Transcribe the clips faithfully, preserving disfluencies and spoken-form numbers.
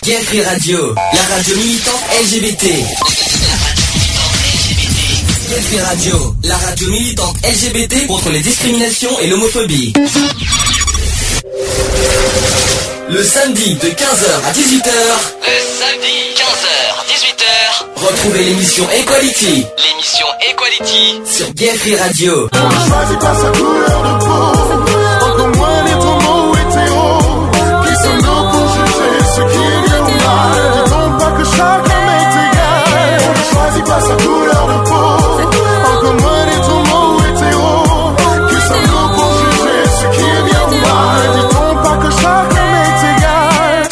Gay Free Radio, la radio militante L G B T. Gay Free Radio, la radio militante L G B T contre les discriminations et l'homophobie. Le samedi de quinze heures à dix-huit heures. Le samedi quinze heures dix-huit heures. Retrouvez l'émission Equality. L'émission Equality sur Gay Free Radio. On ne choisit pas sa couleur de peau, encore moins les homos ou hétéros. Qui sommes-nous pour juger ce qui est bien ou mal? Ne dit-on pas que chaque homme est égal? On ne choisit pas sa couleur de peau, encore moins les homos ou hétéros. Qui sommes-nous pour juger ce qui est bien ou mal? Ne dit-on pas que chaque homme est égal?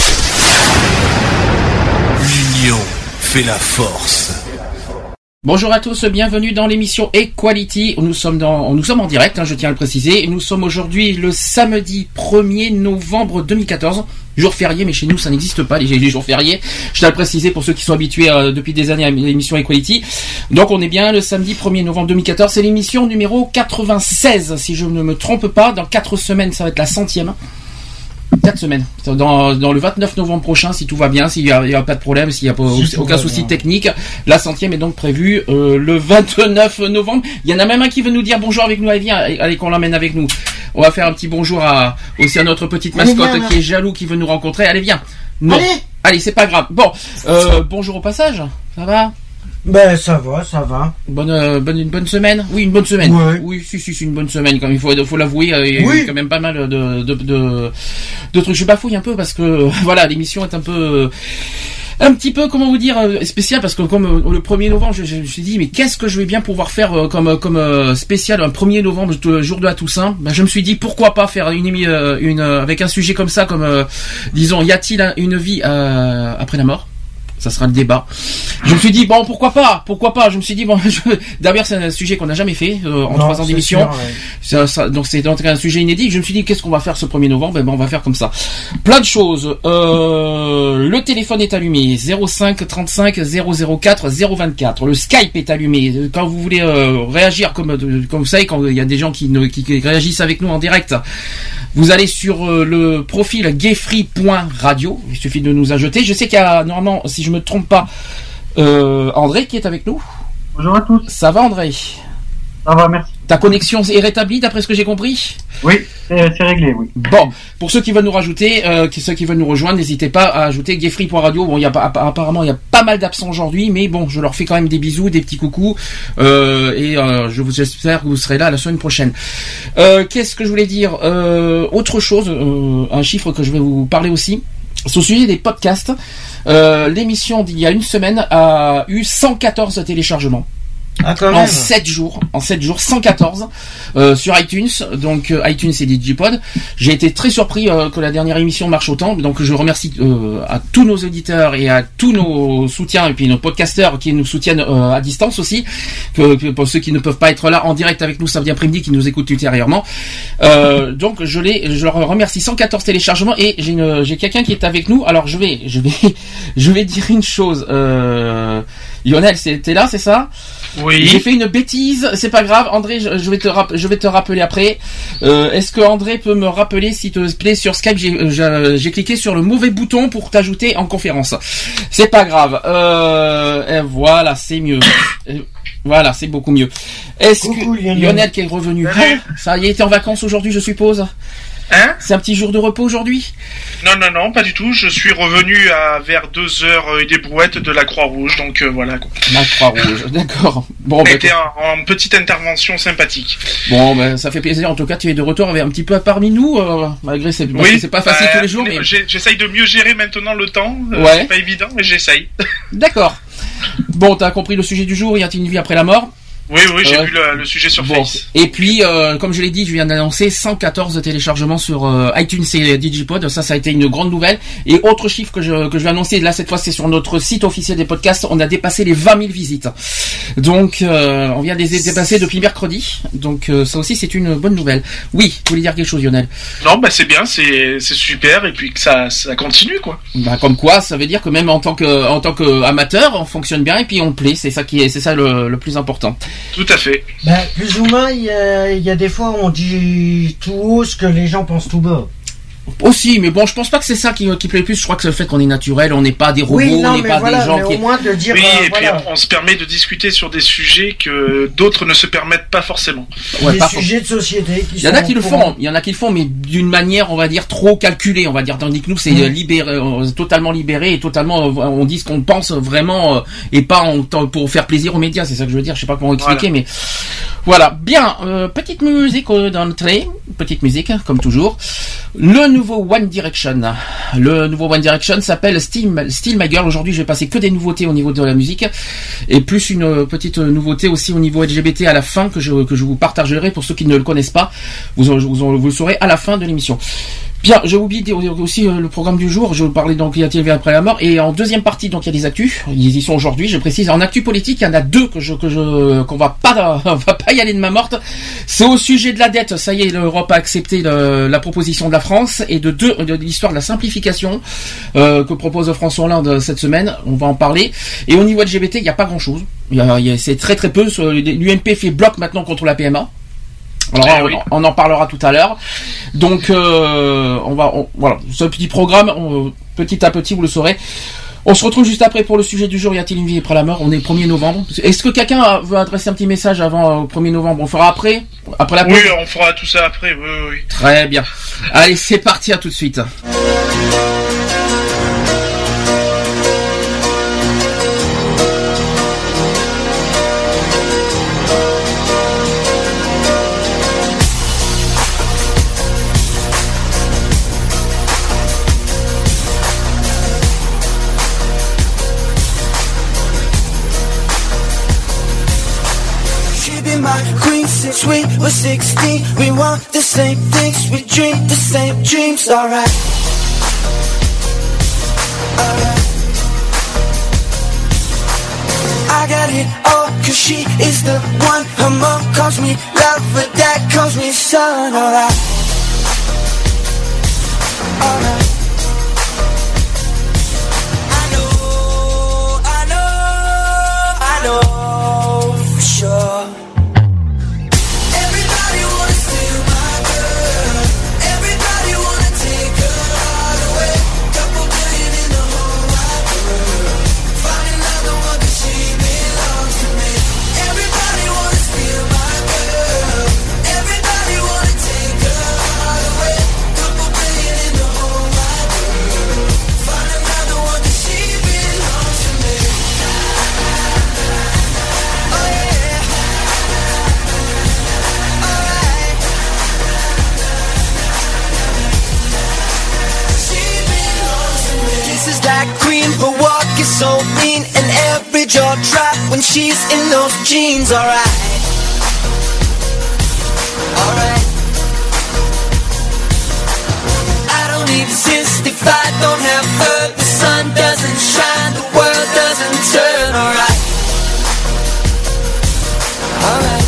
L'union fait la force. Bonjour à tous, bienvenue dans l'émission Equality. Nous sommes dans, nous sommes en direct, hein, je tiens à le préciser. Nous sommes aujourd'hui le samedi premier novembre deux mille quatorze. Jour férié, mais chez nous ça n'existe pas, les, les jours fériés. Je tiens à le préciser pour ceux qui sont habitués euh, depuis des années à l'émission Equality. Donc on est bien le samedi premier novembre deux mille quatorze. C'est l'émission numéro quatre-vingt-seize, si je ne me trompe pas. Dans quatre semaines, ça va être la centième. quatre semaines. Dans, dans le vingt-neuf novembre prochain, si tout va bien, s'il n'y a, a pas de problème, s'il n'y a pas, si aucun souci bien. technique. La centième est donc prévue euh, le vingt-neuf novembre. Il y en a même un qui veut nous dire bonjour avec nous. Allez, viens, allez qu'on l'emmène avec nous. On va faire un petit bonjour à, aussi à notre petite mascotte allez, viens, qui est jaloux, qui veut nous rencontrer. Allez, viens. Non. Allez, allez c'est pas grave. Bon, euh, bonjour au passage. Ça va ? Ben ça va, ça va. Bonne, euh, bonne, une bonne semaine. Oui, une bonne semaine. Ouais. Oui, si, si, c'est une bonne semaine. Quand il faut, faut l'avouer, euh, il y a oui. quand même pas mal de, de, de, de trucs. Je bafouille un peu parce que voilà, l'émission est un peu, un petit peu, comment vous dire, spécial parce que comme euh, le premier novembre, je, je, je me suis dit mais qu'est-ce que je vais bien pouvoir faire euh, comme, comme euh, spécial un premier novembre, le jour de la Toussaint. Ben, je me suis dit pourquoi pas faire une, une, une avec un sujet comme ça, comme euh, disons, y a-t-il une vie euh, après la mort? Ça sera le débat. Je me suis dit bon pourquoi pas, pourquoi pas. Je me suis dit bon, je... d'ailleurs c'est un sujet qu'on n'a jamais fait euh, en trois ans d'émission. Sûr, ouais. ça, ça, donc c'est donc un sujet inédit. Je me suis dit qu'est-ce qu'on va faire ce premier novembre. Ben, ben on va faire comme ça. Plein de choses. Euh, le téléphone est allumé zéro cinq trente-cinq zéro zéro quatre zéro vingt-quatre. Le Skype est allumé. Quand vous voulez euh, réagir comme comme vous savez quand il y a des gens qui, ne, qui, qui réagissent avec nous en direct. Vous allez sur euh, le profil gayfree point radio. Il suffit de nous ajouter. Je sais qu'il y a normalement, si je me trompe pas, euh, André qui est avec nous. Bonjour à tous. Ça va André ? Ça va, merci. Ta connexion est rétablie d'après ce que j'ai compris ? Oui, c'est, c'est réglé, oui. Bon, pour ceux qui veulent nous rajouter, euh, ceux qui veulent nous rejoindre, n'hésitez pas à ajouter gayfree point radio. Bon, il y a apparemment il y a pas mal d'absents aujourd'hui, mais bon, je leur fais quand même des bisous, des petits coucous, euh, et euh, je vous espère que vous serez là la semaine prochaine. Euh, qu'est-ce que je voulais dire ? euh, Autre chose, euh, un chiffre que je vais vous parler aussi. Au sujet des podcasts, euh, l'émission d'il y a une semaine a eu cent quatorze téléchargements. Ah, quand même. En sept jours, en sept jours, cent quatorze euh, sur iTunes, donc euh, iTunes et Digipod. J'ai été très surpris euh, que la dernière émission marche autant, donc je remercie euh, à tous nos auditeurs et à tous nos soutiens et puis nos podcasteurs qui nous soutiennent euh, à distance aussi, que, que pour ceux qui ne peuvent pas être là en direct avec nous samedi après-midi, qui nous écoutent ultérieurement. Euh, donc je les, je leur remercie. cent quatorze téléchargements et j'ai une, j'ai quelqu'un qui est avec nous. Alors je vais, je vais, je vais dire une chose. Euh, Lionel, t'es là, c'est ça? Oui. J'ai fait une bêtise, c'est pas grave. André, je, je vais te rapp- je vais te rappeler après. Euh, est-ce que André peut me rappeler, s'il te plaît, sur Skype, j'ai, j'ai, j'ai cliqué sur le mauvais bouton pour t'ajouter en conférence. C'est pas grave. Euh, et voilà, c'est mieux. Voilà, c'est beaucoup mieux. Est-ce Coucou, que Lionel. Lionel qui est revenu, hein, ça y est, t'es en vacances aujourd'hui, je suppose. Hein ? C'est un petit jour de repos aujourd'hui ? Non, non, non, pas du tout. Je suis revenu à vers deux heures et des brouettes de la Croix-Rouge, donc euh, voilà. Quoi. La Croix-Rouge, d'accord. Bon, C'était bah, en, en petite intervention sympathique. Bon, ben bah, ça fait plaisir. En tout cas, tu es de retour avec un petit peu parmi nous, euh, malgré c'est, oui, c'est pas facile bah, tous les jours. Mais j'essaye de mieux gérer maintenant le temps. Euh, ouais. C'est pas évident, mais j'essaye. D'accord. Bon, t'as compris le sujet du jour. Y a-t-il une vie après la mort ? Oui, oui, j'ai euh, vu le, le sujet sur bon. Face. Et puis, euh, comme je l'ai dit, je viens d'annoncer cent quatorze téléchargements sur euh, iTunes et Digipod. Ça, ça a été une grande nouvelle. Et autre chiffre que je que je vais annoncer, là cette fois, c'est sur notre site officiel des podcasts. On a dépassé les vingt mille visites. Donc, euh, on vient de les dépasser depuis mercredi. Donc, euh, ça aussi, c'est une bonne nouvelle. Oui, tu voulais dire quelque chose, Lionel ? Non, bah c'est bien, c'est c'est super, et puis que ça ça continue, quoi. Bah comme quoi, ça veut dire que même en tant que en tant qu'amateur, on fonctionne bien et puis on plaît. C'est ça qui est c'est ça le, le plus important. Tout à fait. Ben, plus ou moins, il y a, il y a des fois où on dit tout haut ce que les gens pensent tout bas. Aussi, mais bon, je pense pas que c'est ça qui, qui plaît le plus. Je crois que c'est le fait qu'on est naturel, on n'est pas des robots, Oui, non, on n'est mais pas voilà, des gens mais qui. au moins de dire. Oui, euh, et puis voilà. on se permet de discuter sur des sujets que d'autres ne se permettent pas forcément. Ouais, Des pas sujets de société qui Il y en a sont qui le courants. font, il y en a qui le font, mais d'une manière, on va dire, trop calculée, on va dire. Tandis que nous, c'est Mmh. euh, libéré, euh, totalement libéré et totalement, euh, on dit ce qu'on pense vraiment euh, et pas en, pour faire plaisir aux médias. C'est ça que je veux dire. Je sais pas comment expliquer, Voilà. mais voilà. Bien, euh, petite musique euh, d'entrée, petite musique comme toujours. Le nouveau One Direction. Le nouveau One Direction s'appelle Still, Still My Girl. Aujourd'hui, je vais passer que des nouveautés au niveau de la musique et plus une euh, petite nouveauté aussi au niveau L G B T à la fin que je que je vous partagerai pour ceux qui ne le connaissent pas. Vous vous, vous le saurez à la fin de l'émission. Bien, j'ai oublié de dire aussi euh, le programme du jour. Je vous parlais donc il y a T V après la mort et en deuxième partie donc il y a des actus. Ils y sont aujourd'hui. Je précise en actu politique, il y en a deux que je que je qu'on va pas on va pas y aller de main morte. C'est au sujet de la dette. Ça y est, l'Europe a accepté le, la proposition de la France et de deux de l'histoire de la simplification euh, que propose François Hollande cette semaine. On va en parler. Et au niveau L G B T, il y a pas grand chose. Il y a, il y a c'est très très peu. L'U M P fait bloc maintenant contre la P M A. Alors Eh on, oui. on en parlera tout à l'heure. Donc euh, on va on, voilà, ce petit programme, on, petit à petit vous le saurez. On se retrouve juste après pour le sujet du jour. Y a-t-il une vie après la mort? On est le premier novembre. Est-ce que quelqu'un a- veut adresser un petit message avant euh, le premier novembre? On fera après après la pause. Oui, on fera tout ça après. Oui, oui, oui. Très bien. Allez, c'est parti, à tout de suite. She be my queen since we were sixteen. We want the same things, we dream the same dreams. Alright, alright. I got it all, cause she is the one. Her mom calls me love, but dad calls me son. Alright, alright. I know, I know, I know for sure. Everybody wanna steal my girl. Everybody wanna take her heart away. Couple billion in the whole wide world. Find another one 'cause she belongs to me. Everybody wanna steal my girl. Everybody wanna take her heart away. Couple billion in the whole wide world. Find another one 'cause she belongs to me. Oh yeah. Alright. She belongs to me. This is that queen, her walk is so mean, and every jaw drop when she's in those jeans. Alright, alright. I don't exist if I don't have her. The sun doesn't shine, the world doesn't turn. Alright, alright.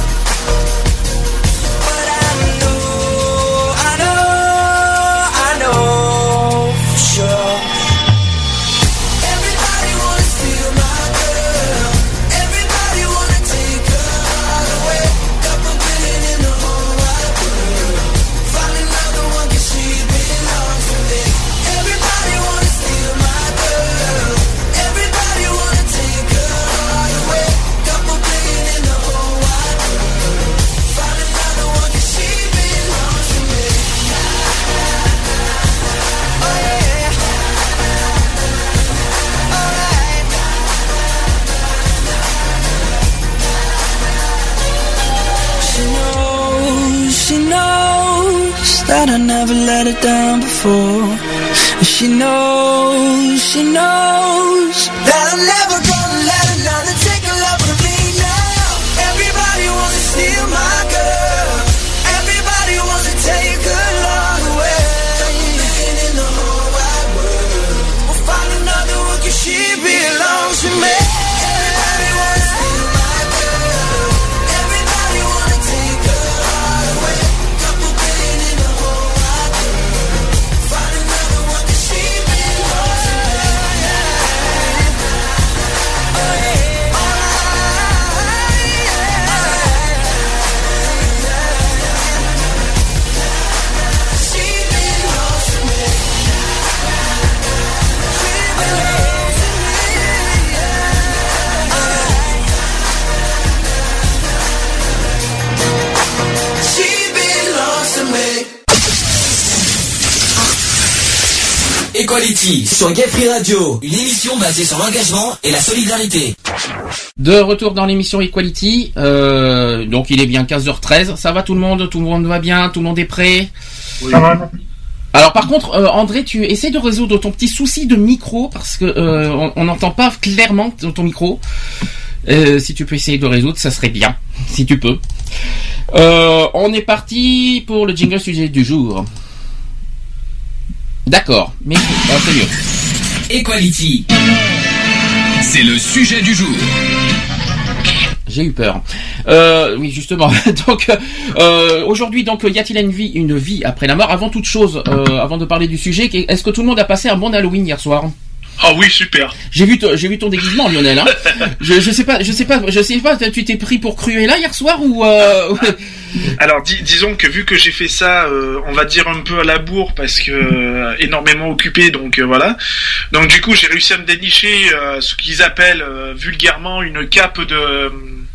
But I know, I know, I know for sure. Everybody wanna steal my girl. Everybody wanna take her heart away. Couple billion in the whole wide world. Find another one 'cause she belongs to me. Everybody wanna steal my girl. Everybody wanna take her heart away. Couple billion in the whole wide world. Find another one 'cause she belongs to me. Oh yeah. Alright. She knows, she knows that I never let her down before. And she knows, she knows that I'm never gonna let another take a love from me now. Everybody wants to steal my girl. Everybody wants to take her love away. Couple billion in the whole wide world. We'll find another one 'cause she belongs to me. Everybody wants to steal my girl. Everybody wanna take her heart away. Couple billion in the whole wide world. Find another one 'cause she belongs to me. Equality sur Gay Free Radio, une émission basée sur l'engagement et la solidarité. De retour dans l'émission Equality, euh, donc il est bien quinze heures treize, ça va tout le monde, tout le monde va bien, tout le monde est prêt? Oui. Ça va. Alors par contre, euh, André, tu essaies de résoudre ton petit souci de micro, parce que euh, on n'entend pas clairement ton micro. Euh, si tu peux essayer de résoudre, ça serait bien, si tu peux. Euh, on est parti pour le jingle sujet du jour. D'accord, mais oh, c'est mieux. Equality. C'est le sujet du jour. J'ai eu peur. Euh, oui, justement. donc, euh, aujourd'hui, donc, y a-t-il une vie, une vie après la mort? Avant toute chose, euh, avant de parler du sujet, est-ce que tout le monde a passé un bon Halloween hier soir? Ah oui, super. J'ai vu, t- j'ai vu ton déguisement, Lionel. Hein. je, je sais pas, je sais pas, je sais pas. Tu t'es pris pour Cruella hier soir ou euh... Alors, dis, disons que vu que j'ai fait ça, euh, on va dire un peu à la bourre parce que euh, énormément occupé, donc euh, voilà. Donc du coup, j'ai réussi à me dénicher euh, ce qu'ils appellent euh, vulgairement une cape de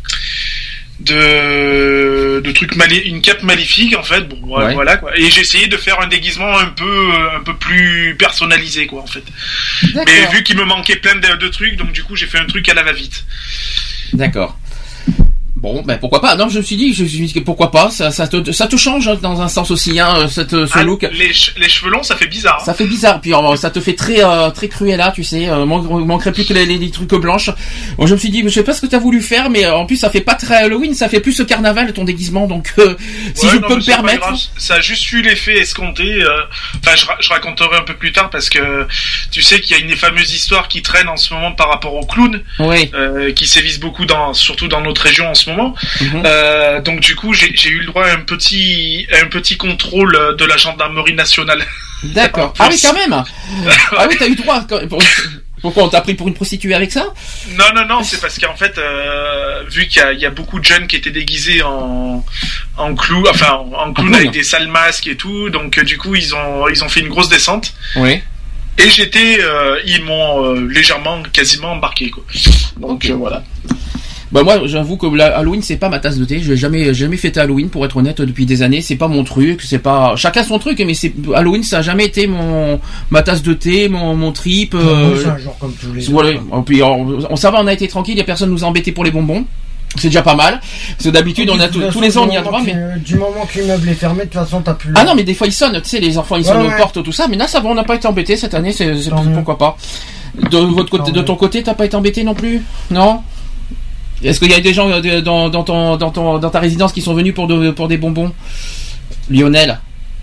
de de trucs mali- une cape maléfique en fait. Bon, ouais. Voilà quoi. Et j'ai essayé de faire un déguisement un peu un peu plus personnalisé quoi en fait. D'accord. Mais vu qu'il me manquait plein de, de trucs, donc du coup, j'ai fait un truc à la va-vite. D'accord. Bon, ben pourquoi pas. Non, je me suis dit, je me suis dit pourquoi pas. Ça, ça te, ça te change hein, dans un sens aussi, hein, cette, ce ah, look. Les, les cheveux longs, ça fait bizarre. Hein. Ça fait bizarre. Puis alors, ça te fait très, euh, très Cruella, tu sais. Euh, man- manquerait plus que les, les, les trucs blanches. Bon, je me suis dit, je sais pas ce que t'as voulu faire, mais euh, en plus, ça fait pas très Halloween, ça fait plus ce carnaval ton déguisement. Donc, euh, si ouais, je non, peux me permettre. Ça a juste eu l'effet escompté. Euh, enfin, je, je raconterai un peu plus tard parce que tu sais qu'il y a une fameuse histoire qui traîne en ce moment par rapport aux clowns, oui. euh, qui sévissent beaucoup dans, surtout dans notre région en ce moment. Mm-hmm. Euh, donc du coup j'ai, j'ai eu le droit à un petit un petit contrôle de la gendarmerie nationale. D'accord. Ah oui quand même. Ah oui t'as eu droit. Pourquoi on t'a pris pour une prostituée avec ça? Non non non c'est parce qu'en fait euh, vu qu'il y a, il y a beaucoup de jeunes qui étaient déguisés en en clou enfin en, en clown avec des sales masques et tout donc euh, du coup ils ont ils ont fait une grosse descente. Oui. Et j'étais euh, ils m'ont euh, légèrement quasiment embarqué quoi. Donc okay. euh, voilà. Bah moi j'avoue que la Halloween c'est pas ma tasse de thé, je n'ai jamais jamais fêté Halloween pour être honnête depuis des années, c'est pas mon truc, c'est pas chacun son truc mais c'est Halloween ça a jamais été mon ma tasse de thé, mon mon trip euh... oui, c'est un jour comme tous les voilà. autres. Et puis on, on ça va, on a été tranquille, il y a personne nous a embêté pour les bonbons. C'est déjà pas mal. Parce que d'habitude, on a t- tous les ans, on y a droit, mais. Du moment que l'immeuble est fermé, de toute façon, t'as plus. Ah non, mais des fois, ils sonnent, tu sais, les enfants, ils ouais, sonnent ouais. aux portes, tout ça. Mais là, ça va, on n'a pas été embêtés cette année, c'est, c'est pourquoi pas. De votre côté, de ton côté, t'as pas été embêté non plus? Non? Est-ce qu'il y a des gens dans, dans ton, dans ton, dans ta résidence qui sont venus pour de, pour des bonbons? Lionel?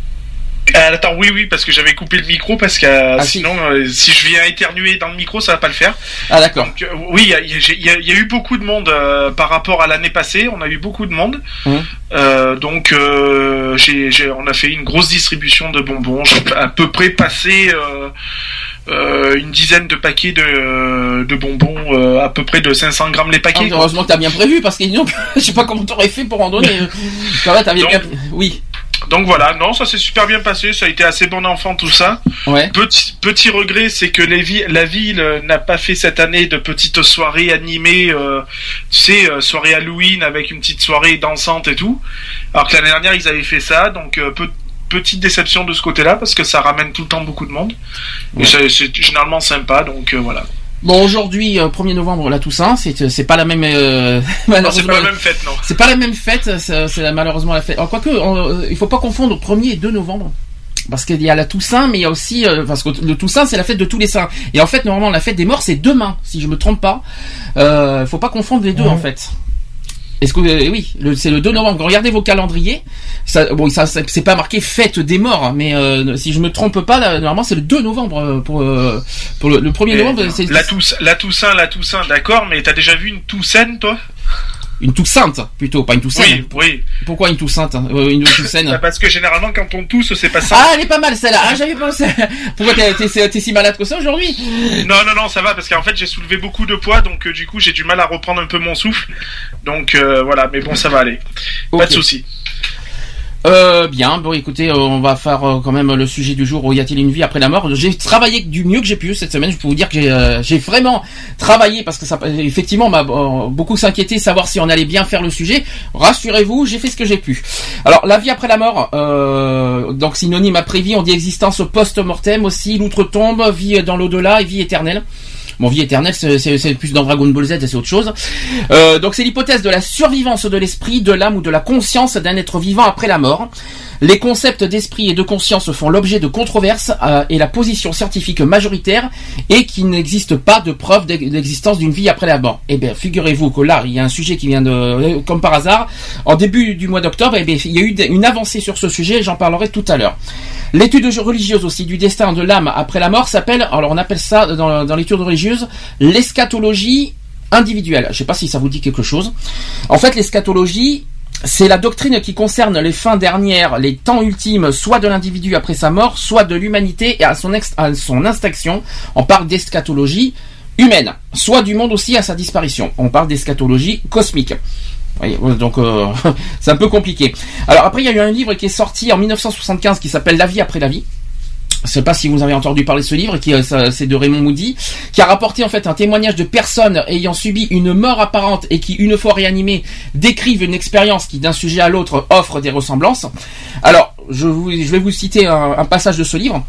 Euh, attends, oui, oui, parce que j'avais coupé le micro, parce que euh, ah, sinon, si. Euh, si je viens éternuer dans le micro, ça va pas le faire. Ah, d'accord. Donc, euh, oui, il y a, y, a, y a eu beaucoup de monde euh, par rapport à l'année passée, on a eu beaucoup de monde. Mmh. Euh, donc, euh, j'ai, j'ai, on a fait une grosse distribution de bonbons. J'ai à peu près passé euh, euh, une dizaine de paquets de, de bonbons, euh, à peu près de cinq cents grammes les paquets. Ah, heureusement que t'as bien prévu, parce que sinon, je sais pas comment t'aurais fait pour en donner. Quand même, t'avais donc, bien... Oui. Donc voilà, non, ça s'est super bien passé, ça a été assez bon enfant tout ça. Ouais. Petit, petit regret, c'est que les vi- la ville euh, n'a pas fait cette année de petites soirées animées, euh, tu sais, euh, soirée Halloween avec une petite soirée dansante et tout. Alors que l'année dernière, ils avaient fait ça, donc euh, pe- petite déception de ce côté-là, parce que ça ramène tout le temps beaucoup de monde. Ouais. Et c'est, c'est généralement sympa, donc euh, voilà. Bon, aujourd'hui, euh, premier novembre, la Toussaint, c'est c'est pas la même. Euh, non, c'est pas la même fête, non. C'est pas la même fête, c'est, c'est malheureusement la fête. Alors, quoique, on, il faut pas confondre premier et deux novembre, parce qu'il y a la Toussaint, mais il y a aussi euh, parce que le Toussaint, c'est la fête de tous les saints. Et en fait, normalement, la fête des morts, c'est demain, si je me trompe pas. Euh, faut pas confondre les deux, ouais. En fait. Est-ce que euh, oui, le, c'est le deux novembre. Regardez vos calendriers. Ça, bon, ça, ça c'est pas marqué fête des morts, mais euh, si je me trompe pas, là, normalement c'est le deux novembre pour euh, pour le, le premier novembre. C'est la Toussaint, la Toussaint, la Toussaint, d'accord. Mais t'as déjà vu une Toussaint, toi? Une Toussaint, plutôt, pas une Toussaint. Oui, oui. Pourquoi une Toussaint euh, Une Toussaint bah Parce que généralement, quand on tousse, c'est pas ça. Ah, elle est pas mal celle-là. Ah, j'avais pensé. Pourquoi t'es, t'es, t'es si malade que ça aujourd'hui? Non, non, non, ça va, parce qu'en fait, j'ai soulevé beaucoup de poids, donc euh, du coup, j'ai du mal à reprendre un peu mon souffle. Donc euh, voilà, mais bon, ça va aller. Okay. Pas de souci. Euh, bien, bon écoutez, euh, on va faire euh, quand même le sujet du jour où y a-t-il une vie après la mort. J'ai travaillé du mieux que j'ai pu cette semaine, je peux vous dire que j'ai, euh, j'ai vraiment travaillé parce que ça, effectivement, m'a euh, beaucoup s'inquiété savoir si on allait bien faire le sujet. Rassurez-vous, j'ai fait ce que j'ai pu. Alors, la vie après la mort, euh, donc synonyme après vie, on dit existence post-mortem aussi, l'outre-tombe, vie dans l'au-delà et vie éternelle. Bon, vie éternelle, c'est, c'est, c'est plus dans Dragon Ball Z, c'est autre chose. Euh, donc c'est l'hypothèse de la survivance de l'esprit, de l'âme ou de la conscience d'un être vivant après la mort. Les concepts d'esprit et de conscience font l'objet de controverses euh, et la position scientifique majoritaire est qu'il n'existe pas de preuve de l'existence d'une vie après la mort. Eh bien, figurez-vous que là, il y a un sujet qui vient de, euh, comme par hasard, en début du mois d'octobre, eh bien, il y a eu une avancée sur ce sujet, j'en parlerai tout à l'heure. L'étude religieuse aussi du destin de l'âme après la mort s'appelle, alors on appelle ça dans, dans l'étude religieuse, l'eschatologie individuelle. Je ne sais pas si ça vous dit quelque chose. En fait, l'eschatologie, c'est la doctrine qui concerne les fins dernières, les temps ultimes, soit de l'individu après sa mort, soit de l'humanité et à son, ex- à son extinction. On parle d'eschatologie humaine, soit du monde aussi à sa disparition. On parle d'eschatologie cosmique. Oui, donc euh, c'est un peu compliqué. Alors après, il y a eu un livre qui est sorti en dix-neuf cent soixante-quinze qui s'appelle La vie après la vie. Je ne sais pas si vous avez entendu parler de ce livre, qui c'est de Raymond Moody, qui a rapporté en fait un témoignage de personnes ayant subi une mort apparente et qui, une fois réanimées, décrivent une expérience qui, d'un sujet à l'autre, offre des ressemblances. Alors, je, vous, je vais vous citer un, un passage de ce livre,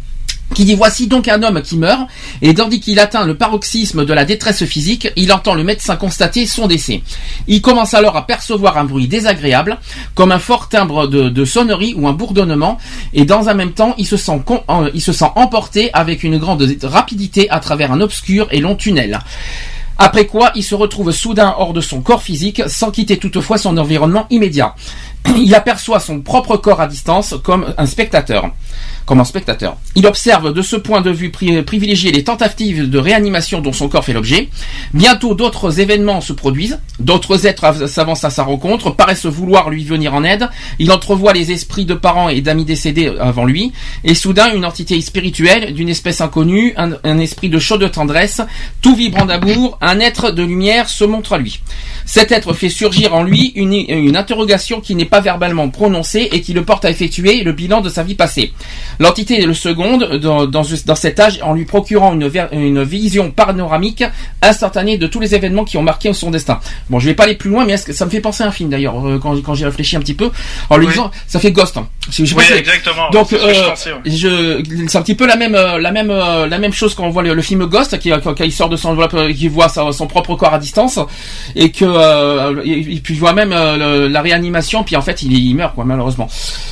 qui dit: voici donc un homme qui meurt, et tandis qu'il atteint le paroxysme de la détresse physique, il entend le médecin constater son décès. Il commence alors à percevoir un bruit désagréable, comme un fort timbre de, de sonnerie ou un bourdonnement, et dans un même temps, il se sent, con, euh, il se sent emporté avec une grande rapidité à travers un obscur et long tunnel. Après quoi, il se retrouve soudain hors de son corps physique, sans quitter toutefois son environnement immédiat. Il aperçoit son propre corps à distance comme un spectateur. Comme un spectateur. Il observe de ce point de vue pri- privilégié les tentatives de réanimation dont son corps fait l'objet. Bientôt d'autres événements se produisent, d'autres êtres s'avancent à sa rencontre, paraissent vouloir lui venir en aide. Il entrevoit les esprits de parents et d'amis décédés avant lui, et soudain une entité spirituelle d'une espèce inconnue, un, un esprit de chaude tendresse, tout vibrant d'amour, un être de lumière se montre à lui. Cet être fait surgir en lui une, une interrogation qui n'est pas verbalement prononcée et qui le porte à effectuer le bilan de sa vie passée. L'entité est le seconde dans, dans, dans cet âge en lui procurant une, une vision panoramique instantanée de tous les événements qui ont marqué son destin. Bon, je vais pas aller plus loin, mais est-ce que ça me fait penser à un film d'ailleurs quand, quand j'ai réfléchi un petit peu en lui oui. disant, ça fait Ghost. Hein. Je, je oui, pensais, exactement. Donc, c'est, euh, je pensais, ouais. je, c'est un petit peu la même, la même, la même chose quand on voit le, le film Ghost, qui, quand il sort de son enveloppe, qui voit sa, son propre corps à distance, et que euh, et puis il voit même euh, la réanimation, puis en fait il, il meurt quoi, malheureusement.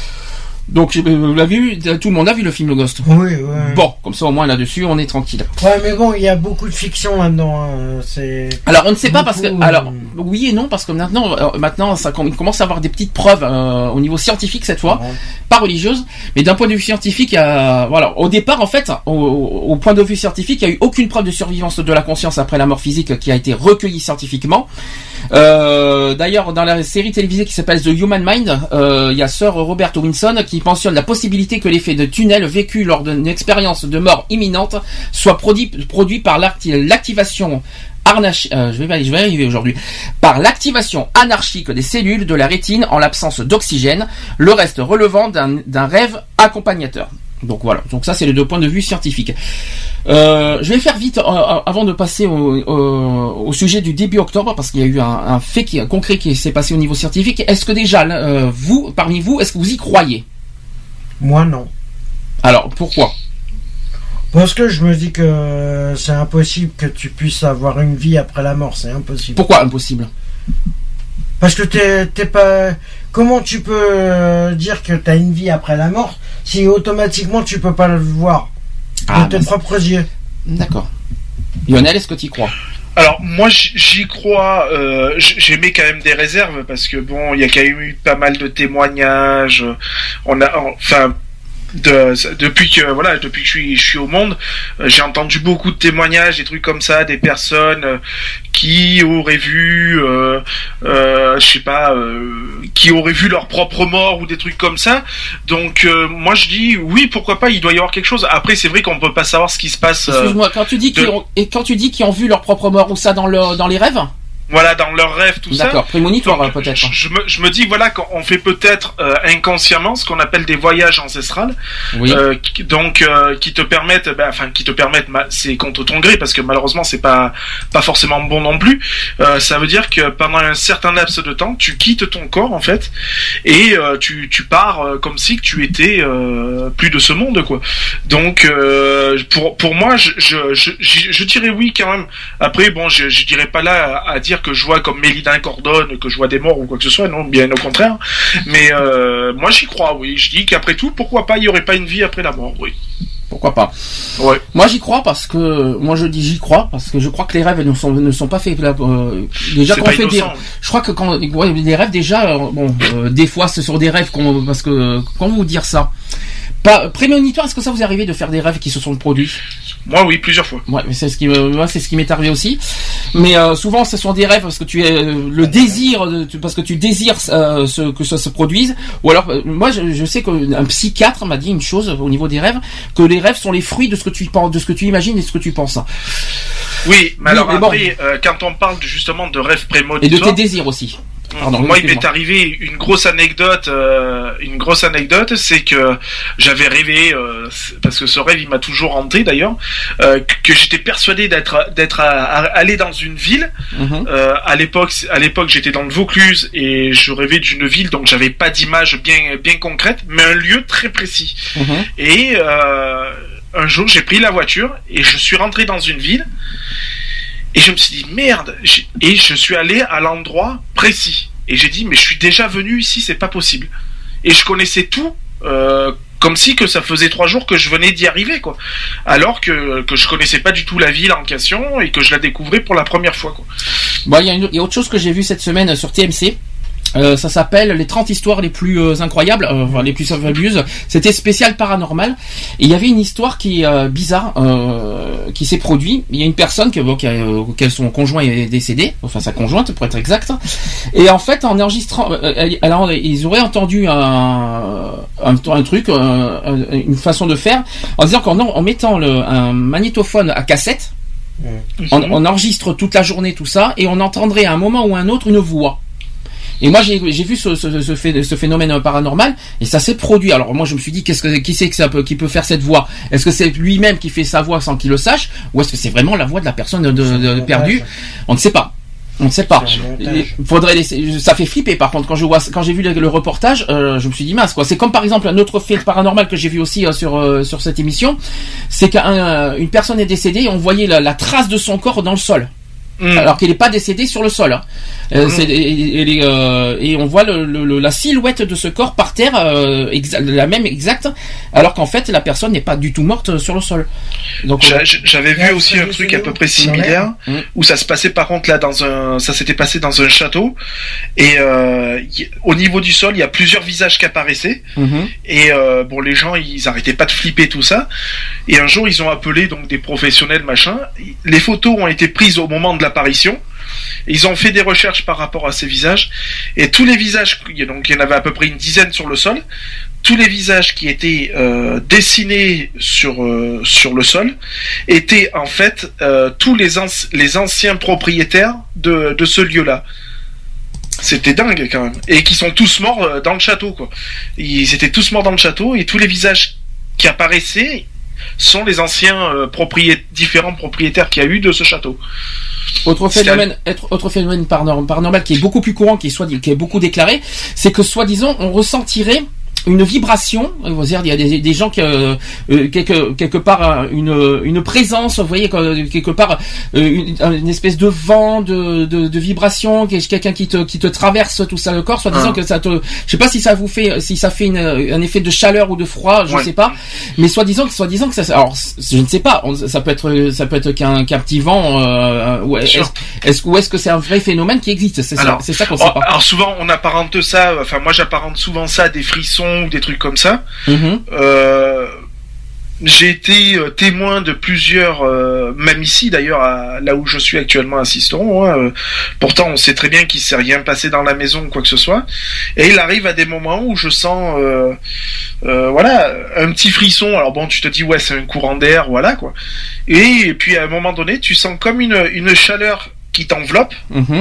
Donc vous l'avez vu, tout le monde a vu le film Ghost. Oui, ouais. Bon, comme ça au moins là-dessus on est tranquille. Ouais, mais bon, il y a beaucoup de fiction là-dedans. Hein. C'est. Alors on ne sait beaucoup, pas parce que, alors oui et non parce que maintenant, euh, maintenant ça commence à avoir des petites preuves euh, au niveau scientifique cette fois, ouais. Pas religieuse, mais d'un point de vue scientifique, il y a, voilà, au départ en fait, au, au point de vue scientifique, il n'y a eu aucune preuve de survivance de la conscience après la mort physique qui a été recueillie scientifiquement. Euh, d'ailleurs, dans la série télévisée qui s'appelle The Human Mind, euh, il y a Sir Robert Wilson qui mentionne la possibilité que l'effet de tunnel vécu lors d'une expérience de mort imminente soit produit, produit par l'activation Arnachi- euh, je, vais, je vais arriver aujourd'hui. Par l'activation anarchique des cellules de la rétine en l'absence d'oxygène, le reste relevant d'un, d'un rêve accompagnateur. Donc voilà, donc ça c'est les deux points de vue scientifiques. Euh, je vais faire vite euh, avant de passer au, au, au sujet du début octobre parce qu'il y a eu un, un fait qui, un concret qui s'est passé au niveau scientifique. Est-ce que déjà, euh, vous, parmi vous, est-ce que vous y croyez ? Moi non. Alors pourquoi ? Parce que je me dis que c'est impossible que tu puisses avoir une vie après la mort, c'est impossible. Pourquoi impossible ? Parce que t'es, t'es pas. Comment tu peux dire que t'as une vie après la mort si automatiquement tu peux pas le voir ah, de tes bah propres yeux ? D'accord. Lionel, est-ce que tu y crois ? Alors moi j'y crois, euh, j'émets quand même des réserves parce que bon, il y a quand même eu pas mal de témoignages. On a, enfin. De, depuis que voilà depuis que je suis je suis au monde, euh, j'ai entendu beaucoup de témoignages, des trucs comme ça, des personnes euh, qui auraient vu euh, euh, je sais pas euh, qui auraient vu leur propre mort ou des trucs comme ça. Donc euh, moi je dis oui, pourquoi pas, il doit y avoir quelque chose. Après c'est vrai qu'on peut pas savoir ce qui se passe. Euh, Excuse-moi, quand tu dis de... qu'ils ont, et quand tu dis qu'ils ont vu leur propre mort, ou ça dans le dans les rêves ? Voilà, dans leurs rêves, tout ça. D'accord, prémonitoire donc, peut-être. Je, je, me, je me dis, voilà, qu'on fait peut-être euh, inconsciemment ce qu'on appelle des voyages ancestrales, oui. euh, qui, donc euh, qui te permettent, ben, enfin qui te permettent, c'est contre ton gré, parce que malheureusement c'est pas pas forcément bon non plus. Euh, ça veut dire que pendant un certain laps de temps, tu quittes ton corps en fait, et euh, tu tu pars euh, comme si que tu étais euh, plus de ce monde, quoi. Donc euh, pour pour moi, je je, je je je dirais oui quand même. Après bon, je je dirais pas là à, à dire que je vois comme Mélida Cordone, que je vois des morts ou quoi que ce soit, non, bien au contraire. Mais euh, moi j'y crois, oui. Je dis qu'après tout, pourquoi pas, il y aurait pas une vie après la mort, oui. Pourquoi pas. Ouais. Moi j'y crois parce que moi je dis j'y crois parce que je crois que les rêves ne sont ne sont pas faits euh, déjà quand on fait des, je crois que quand ouais, les rêves déjà euh, bon euh, des fois ce sont des rêves qu'on, parce que comment vous dire ça, pas prémonitoire. Est-ce que ça vous est arrivé de faire des rêves qui se sont produits? Moi oui, plusieurs fois. Ouais, mais c'est ce qui me, moi c'est ce qui m'est arrivé aussi. Mais euh, souvent ce sont des rêves parce que tu es euh, le désir de, parce que tu désires euh, ce, que ça se produise. Ou alors euh, moi je, je sais qu'un psychiatre m'a dit une chose au niveau des rêves, que les rêves sont les fruits de ce que tu penses, de ce que tu imagines et de ce que tu penses. Oui, mais alors oui, mais après bon. euh, quand on parle justement de rêves prémonitoires et de tes désirs aussi. Pardon, moi, il m'est arrivé une grosse anecdote. Euh, une grosse anecdote, c'est que j'avais rêvé, euh, parce que ce rêve, il m'a toujours hanté d'ailleurs, euh, que j'étais persuadé d'être d'être à, à, allé dans une ville. Mm-hmm. Euh, à l'époque, à l'époque, j'étais dans le Vaucluse et je rêvais d'une ville, donc j'avais pas d'image bien bien concrète, mais un lieu très précis. Mm-hmm. Et euh, un jour, j'ai pris la voiture et je suis rentré dans une ville. Et je me suis dit merde, et je suis allé à l'endroit précis. Et j'ai dit mais je suis déjà venu ici, c'est pas possible. Et je connaissais tout, euh, comme si que ça faisait trois jours que je venais d'y arriver, quoi. Alors que que je connaissais pas du tout la ville en question et que je la découvrais pour la première fois, quoi. Bon, il y a une, il y a autre chose que j'ai vu cette semaine sur T M C. Euh, ça s'appelle les trente histoires les plus euh, incroyables, euh, enfin, les plus fabuleuses. C'était spécial paranormal. Et il y avait une histoire qui est euh, bizarre, euh, qui s'est produite. Il y a une personne qui, bon, qui a, euh, auquel son conjoint est décédé, enfin sa conjointe pour être exact. Et en fait, en enregistrant, euh, alors ils auraient entendu un, un, un truc, un, une façon de faire, en disant qu'en en mettant le, un magnétophone à cassette, mmh. on, on enregistre toute la journée tout ça, et on entendrait à un moment ou à un autre une voix. Et moi j'ai, j'ai vu ce, ce, ce, ce phénomène paranormal et ça s'est produit. Alors moi je me suis dit qu'est-ce que qui c'est que ça peut, qui peut faire cette voix? Est-ce que c'est lui-même qui fait sa voix sans qu'il le sache, ou est-ce que c'est vraiment la voix de la personne de, de, de perdue? On ne sait pas. On ne sait pas. Il faudrait laisser. Ça fait flipper. Par contre, quand je vois, quand j'ai vu le, le reportage, euh, je me suis dit mince quoi. C'est comme par exemple un autre fait paranormal que j'ai vu aussi euh, sur euh, sur cette émission, c'est qu'une personne est décédée et on voyait la, la trace de son corps dans le sol. Mmh. Alors qu'elle n'est pas décédée sur le sol, hein. euh, mmh. c'est, et, et, euh, et on voit le, le, la silhouette de ce corps par terre, euh, exa- la même exacte, alors qu'en fait la personne n'est pas du tout morte sur le sol. Donc J'a, j'avais vu aussi un truc à peu près similaire mmh. où ça se passait par contre là dans un, ça s'était passé dans un château et euh, y, au niveau du sol il y a plusieurs visages qui apparaissaient mmh. et euh, bon les gens ils arrêtaient pas de flipper tout ça et un jour ils ont appelé donc des professionnels machin. Les photos ont été prises au moment de la apparition. Ils ont fait des recherches par rapport à ces visages et tous les visages, donc il y en avait à peu près une dizaine sur le sol, tous les visages qui étaient euh, dessinés sur euh, sur le sol étaient en fait euh, tous les ans, les anciens propriétaires de de ce lieu-là. C'était dingue quand même, et qui sont tous morts euh, dans le château quoi. Ils étaient tous morts dans le château et tous les visages qui apparaissaient sont les anciens euh, propriétaires, différents propriétaires qu'il y a eu de ce château. Autre phénomène, un... autre phénomène paranormal qui est beaucoup plus courant, qui est soit, qui est beaucoup déclaré, c'est que soi-disant on ressentirait une vibration, c'est-à-dire il y a des, des gens qui euh, quelque quelque part une une présence, vous voyez quelque part une, une espèce de vent de de, de vibration, quelqu'un qui te qui te traverse tout ça le corps, soi-disant ah. que ça te, je sais pas si ça vous fait si ça fait une, un effet de chaleur ou de froid, je ouais. sais pas, mais soi-disant que soi-disant que ça, alors je ne sais pas, ça peut être ça peut être qu'un qu'un petit vent, euh, ou est-ce, est-ce ou est-ce que c'est un vrai phénomène qui existe, c'est alors, ça, c'est ça qu'on sait oh, pas. Alors souvent on apparente ça, enfin moi j'apparente souvent ça à des frissons ou des trucs comme ça. Mmh. Euh, j'ai été euh, témoin de plusieurs, euh, même ici d'ailleurs, à, là où je suis actuellement à Sisteron. Hein, euh, pourtant, on sait très bien qu'il ne s'est rien passé dans la maison ou quoi que ce soit. Et il arrive à des moments où je sens, euh, euh, voilà, un petit frisson. Alors bon, tu te dis ouais, c'est un courant d'air, voilà quoi. Et, et puis à un moment donné, tu sens comme une une chaleur qui t'enveloppe. Mmh.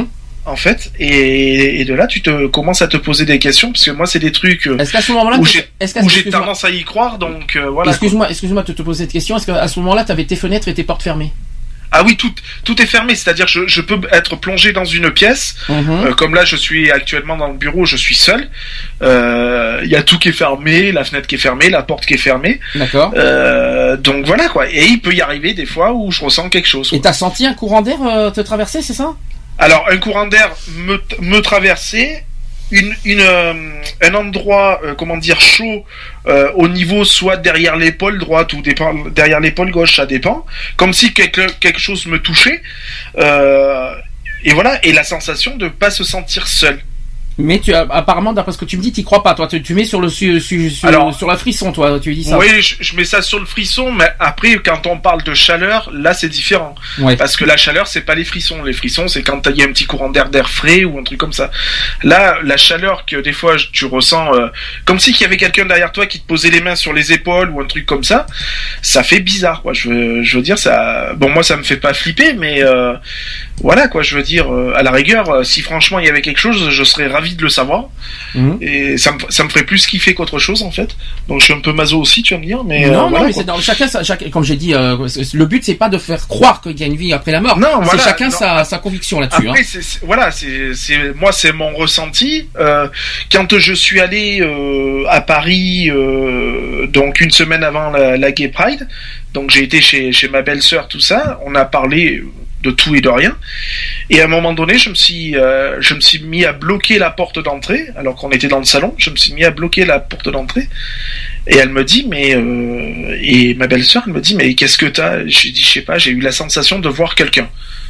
en fait, et, et de là tu te commences à te poser des questions, parce que moi c'est des trucs euh, est-ce qu'à ce moment-là où j'ai, est-ce qu'à, où j'ai tendance à y croire, donc euh, voilà. Excuse-moi, excuse-moi de te poser cette question. Est-ce qu'à ce moment-là, tu avais tes fenêtres et tes portes fermées? Ah oui, tout, tout est fermé, c'est-à-dire je, je peux être plongé dans une pièce, mm-hmm. euh, comme là je suis actuellement dans le bureau, je suis seul, il euh, y a tout qui est fermé, la fenêtre qui est fermée, la porte qui est fermée. D'accord. Euh, donc voilà quoi, et il peut y arriver des fois où je ressens quelque chose. Quoi. Et t'as senti un courant d'air euh, te traverser, c'est ça? Alors un courant d'air me, me traverser, une, une, euh, un endroit, euh, comment dire, chaud euh, au niveau soit derrière l'épaule droite ou dépend, derrière l'épaule gauche, ça dépend, comme si quelque, quelque chose me touchait, euh, et voilà, et la sensation de pas se sentir seul. Mais tu apparemment, d'après ce que tu me dis, t'y crois pas, toi. Tu, tu mets sur le su, su, sur, Alors, sur la frisson, toi. Tu dis ça. Oui, je, je mets ça sur le frisson, mais après, quand on parle de chaleur, là, c'est différent. Ouais. Parce que la chaleur, c'est pas les frissons. Les frissons, c'est quand il y a un petit courant d'air, d'air frais ou un truc comme ça. Là, la chaleur que des fois tu ressens, euh, comme si qu'il y avait quelqu'un derrière toi qui te posait les mains sur les épaules ou un truc comme ça, ça fait bizarre, quoi. Je veux, je veux dire, ça. Bon, moi, ça me fait pas flipper, mais euh, voilà, quoi. Je veux dire, euh, à la rigueur, euh, si franchement il y avait quelque chose, je serais ravi de le savoir, mmh. et ça me, ça me ferait plus kiffer qu'autre chose en fait. Donc je suis un peu maso aussi, tu vas me dire, mais non, euh, non, voilà, mais c'est dans chacun, chacun, comme j'ai dit, euh, le but c'est pas de faire croire qu'il y a une vie après la mort. Non, voilà, c'est chacun non. Sa, sa conviction là-dessus. Après, hein. c'est, c'est, voilà, c'est, c'est, moi c'est mon ressenti. Euh, quand je suis allé euh, à Paris, euh, donc une semaine avant la, la Gay Pride, donc j'ai été chez, chez ma belle-sœur, tout ça, on a parlé de tout et de rien, et à un moment donné je me suis euh, je me suis mis à bloquer la porte d'entrée alors qu'on était dans le salon. Je me suis mis à bloquer la porte d'entrée et elle me dit mais euh, et ma belle-sœur elle me dit mais qu'est-ce que t'as? J'ai dit je sais pas, j'ai eu la sensation de voir quelqu'un,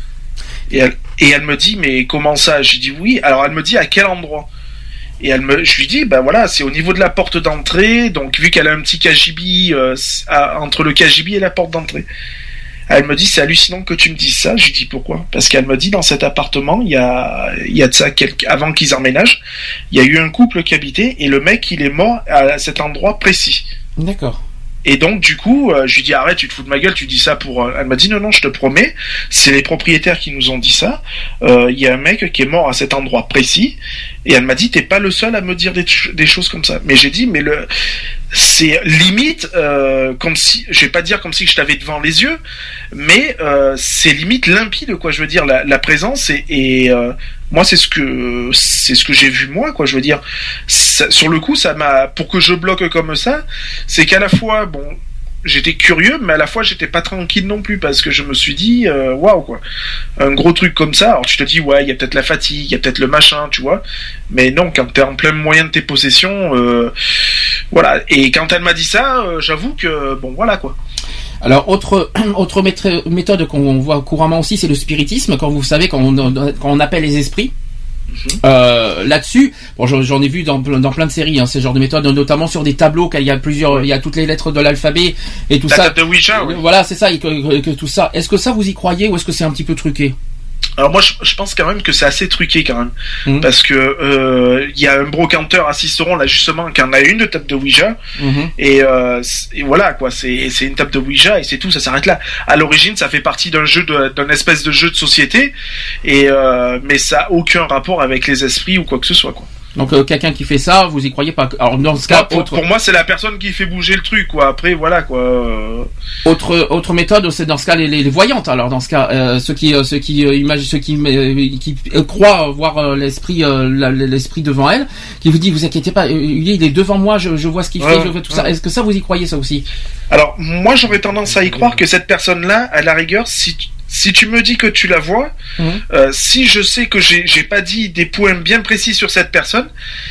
et elle, et elle me dit mais comment ça? J'ai dit oui. Alors elle me dit à quel endroit? Et elle me, je lui dis, ben voilà, c'est au niveau de la porte d'entrée, donc vu qu'elle a un petit cagibi euh, à, entre le cagibi et la porte d'entrée. Elle me dit, c'est hallucinant que tu me dises ça. Je lui dis, pourquoi? Parce qu'elle me dit, dans cet appartement, il y a, il y a de ça, quelques, avant qu'ils emménagent, il y a eu un couple qui habitait, et le mec, il est mort à cet endroit précis. D'accord. Et donc, du coup, euh, je lui dis, arrête, tu te fous de ma gueule, tu dis ça pour... Euh... Elle m'a dit, non, non, je te promets, c'est les propriétaires qui nous ont dit ça. Il euh, y a un mec qui est mort à cet endroit précis. Et elle m'a dit, t'es pas le seul à me dire des, ch- des choses comme ça. Mais j'ai dit, mais le... c'est limite, euh, comme si... Je vais pas dire comme si je t'avais devant les yeux, mais euh, c'est limite limpide, quoi. Je veux dire, la, la présence et... et euh, moi, c'est ce que c'est ce que j'ai vu moi, quoi. Je veux dire, ça, sur le coup, ça m'a, pour que je bloque comme ça, c'est qu'à la fois, bon, j'étais curieux, mais à la fois, j'étais pas tranquille non plus parce que je me suis dit, waouh, wow, quoi, un gros truc comme ça. Alors tu te dis, ouais, il y a peut-être la fatigue, il y a peut-être le machin, tu vois. Mais non, quand t'es en plein moyen de tes possessions, euh, voilà. Et quand elle m'a dit ça, euh, j'avoue que bon, voilà, quoi. Alors, autre, autre méthode qu'on voit couramment aussi, c'est le spiritisme, quand vous savez, quand on, quand on appelle les esprits. Mm-hmm. Euh, là-dessus, bon, j'en ai vu dans, dans plein de séries, hein, ce genre de méthode, notamment sur des tableaux, qu'il y a plusieurs, il y a toutes les lettres de l'alphabet et tout La ça. table de Ouija, oui. Voilà, c'est ça, et que, que, que tout ça. Est-ce que ça vous y croyez ou est-ce que c'est un petit peu truqué? Alors moi je, je pense quand même que c'est assez truqué quand même, mmh. parce que euh, il y a un brocanteur à Sisteron là justement qui en a une de table de Ouija, mmh. et, euh, et voilà quoi, c'est c'est une table de Ouija et c'est tout, ça s'arrête là. À l'origine ça fait partie d'un jeu de, d'un espèce de jeu de société, et euh, mais ça a aucun rapport avec les esprits ou quoi que ce soit, quoi. Donc euh, quelqu'un qui fait ça, vous y croyez pas? Alors dans ce cas, pour, autre... pour moi c'est la personne qui fait bouger le truc, quoi. Après voilà, quoi. Autre autre méthode, c'est dans ce cas les, les voyantes. Alors dans ce cas, euh, ceux qui euh, ceux qui euh, imaginent, ceux qui euh, qui euh, croient voir euh, l'esprit euh, la, l'esprit devant elle, qui vous dit vous inquiétez pas, il est devant moi, je, je vois ce qu'il ouais, fait, je vois tout ouais. ça. Est-ce que ça vous y croyez ça aussi? Alors moi j'aurais tendance à y croire que cette personne-là, à la rigueur, si Si tu me dis que tu la vois, mmh. euh, si je sais que j'ai, j'ai pas dit des points bien précis sur cette personne,